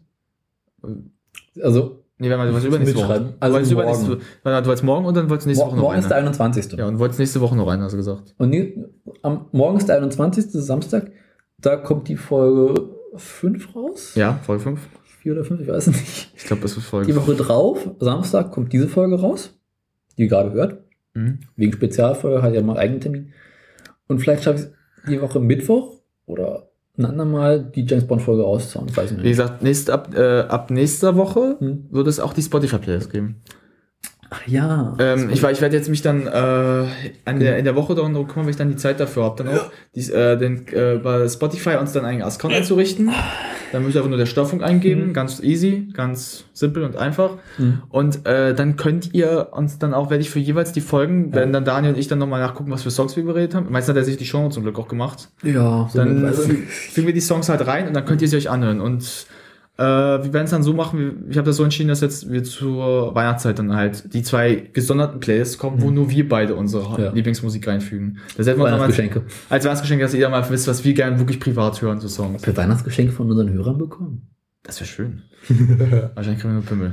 Also, wenn wir was übernächste Woche. Also du wolltest morgen und dann wolltest du nächste Woche noch morgen ist der 21. Ja, und wolltest nächste Woche noch rein, hast du gesagt. Und morgen ist der 21. Samstag. Da kommt die Folge 5 raus. Ja, Folge 5. 4 oder 5, ich weiß nicht. Ich glaube, das ist Folge Die Woche drauf, Samstag, kommt diese Folge raus, die ihr gerade hört. Wegen Spezialfolge hat ja mal einen eigenen Termin. Und vielleicht schaffe ich es die Woche Mittwoch oder ein andermal die James Bond Folge rauszuhauen. Weiß ich nicht. Wie gesagt, ab nächster Woche wird es auch die Spotify-Playlist geben. Ach ja. Ich werde jetzt mich dann in der Woche darum kümmern, weil ich dann die Zeit dafür habe, dann auch bei Spotify uns dann einen Account einzurichten. Dann muss ich einfach nur der Steuerung eingeben, ganz easy, ganz simpel und einfach. Und dann könnt ihr uns dann auch, werde ich für jeweils die Folgen, werden dann Daniel und ich dann nochmal nachgucken, was für Songs wir überredet haben. Meistens hat er sich die Show zum Glück auch gemacht. Ja. Dann fügen wir die Songs halt rein und dann könnt ihr sie euch anhören. Und wir werden es dann so machen, ich habe das so entschieden, dass jetzt wir zur Weihnachtszeit dann halt die 2 gesonderten Playlists kommen, wo nur wir beide unsere Lieblingsmusik reinfügen. Das hätten wir Weihnachtsgeschenke. Als Weihnachtsgeschenke, dass ihr mal wisst, was wir gerne wirklich privat hören zu Songs. Für Weihnachtsgeschenke von unseren Hörern bekommen? Das wäre schön. Wahrscheinlich kriegen wir nur Pimmel.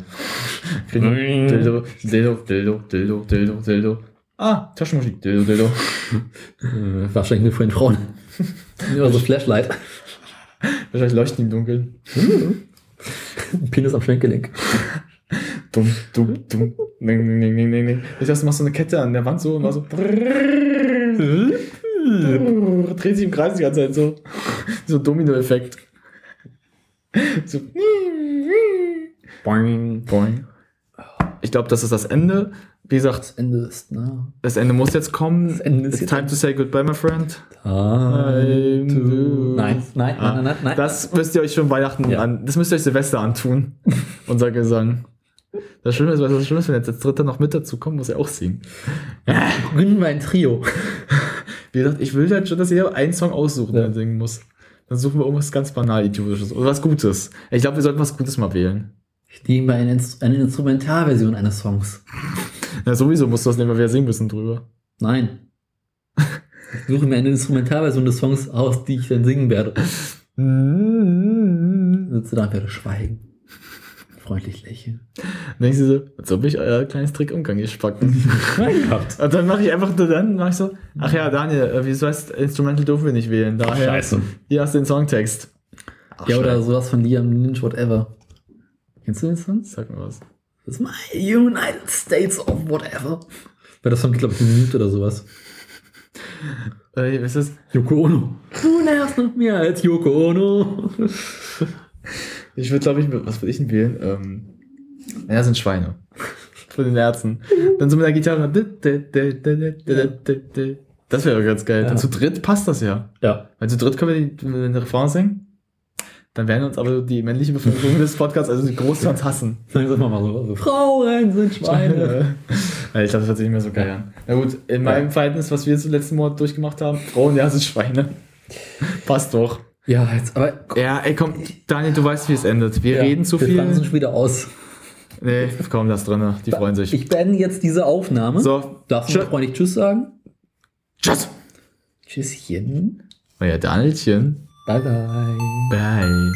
Dildo. Taschenmusik. Dildo. Wahrscheinlich nur für den Frauen. Oder so Flashlight. Wahrscheinlich leuchten die im Dunkeln. Penis am Schwenkgelenk. Dumm. Ich dachte, du machst so eine Kette an der Wand so und war so. Dreht sich im Kreis die ganze Zeit so. So Domino-Effekt. So. Boing. Ich glaube, das ist das Ende. Wie gesagt, das Ende ist, ne? Das Ende muss jetzt kommen. Das Ende ist It's time to say goodbye, my friend. Nein. Das müsst ihr euch schon Weihnachten das müsst ihr euch Silvester antun. Unser Gesang. Das Schlimme ist, wenn jetzt das Dritte noch mit dazu kommt, muss er auch singen. Gründen wir ein Trio. Wie gesagt, ich will halt schon, dass jeder einen Song aussuchen, den er singen muss. Dann suchen wir irgendwas ganz banal Idiotisches oder was Gutes. Ich glaube, wir sollten was Gutes mal wählen. Ich nehme eine Instrumentalversion eines Songs. Ja, sowieso musst du das nehmen, weil wir singen müssen drüber. Nein. Ich suche mir eine Instrumentalversion des Songs aus, die ich dann singen werde. Sitze da und werde schweigen. Freundlich lächeln. Dann denkst du so, als ob ich euer kleines Trick-Umgang hier spacken. Und dann mache ich so, ach ja, Daniel, wieso heißt Instrumental dürfen wir nicht wählen? Daher, Scheiße. Hier hast du den Songtext. Ach, ja, oder sowas von Liam Lynch, whatever. Kennst du den Song? Sag mir was. Das ist My United States of Whatever. Weil das Song geht, glaube ich, eine Minute oder sowas. Was ist das? Yoko Ono. Du nervst noch mehr als Yoko Ono. Ich würde, glaube ich, was würde ich denn wählen? Ja, das sind Schweine. Von den Ärzten. Dann so mit der Gitarre. Das wäre ganz geil. Ja. Dann zu dritt passt das ja. Ja. Weil zu dritt können wir den Refrain singen. Dann werden uns aber die männliche Bevölkerung des Podcasts, also die Großfans, hassen. Sagen wir mal so. Frauen sind Schweine. Ja, ich glaube, das hört sich nicht mehr so geil an. Na gut, in meinem Verhältnis, was wir jetzt im letzten Monat durchgemacht haben, Frauen, ja, sind Schweine. Passt doch. Ja, jetzt, aber. Ja, ey, komm, Daniel, du weißt, wie es endet. Wir reden zu viel. Wir fangen schon wieder aus. Nee, kaum das drin. Die freuen sich. Ich beende jetzt diese Aufnahme. So. Darfst du freundlich Tschüss sagen? Tschüss. Tschüsschen. Euer Danielchen. Bye, bye. Bye.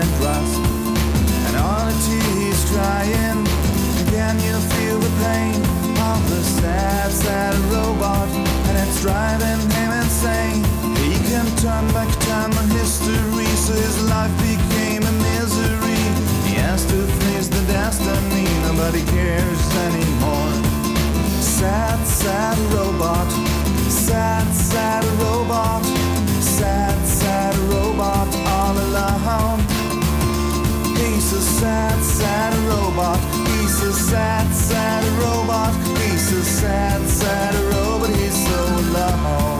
and rust. And all the tears crying. Can you feel the pain of the sad, sad robot? And it's driving him insane. He can turn back time on history, so his life became a misery. He has to face the destiny, nobody cares anymore. Sad, sad robot. Sad, sad robot. Sad, sad robot all alone. He's a sad, sad robot. He's a sad, sad robot. He's a sad, sad robot. He's so alone.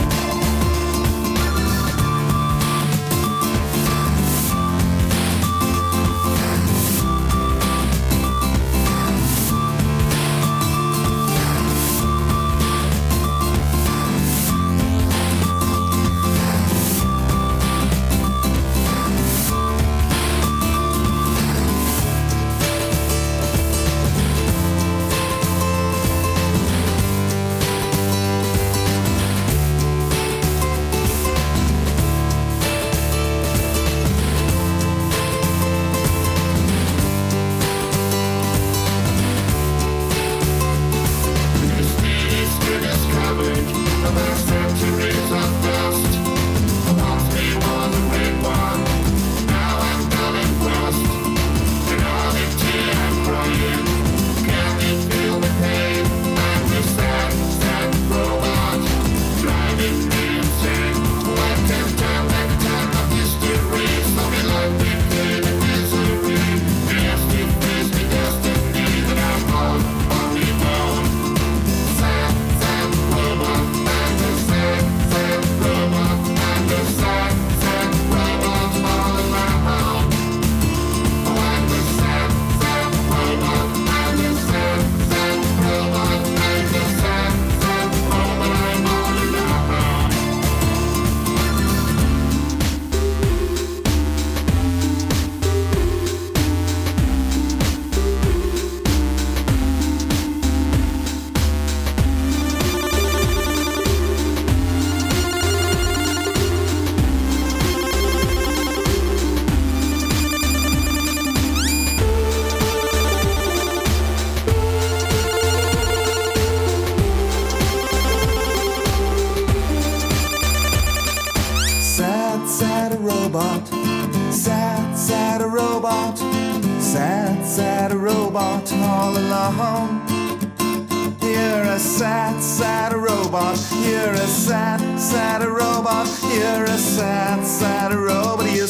robot. Sad, sad robot. Sad, sad robot all alone. You're a sad, sad robot. You're a sad, sad robot. You're a sad, sad robot. You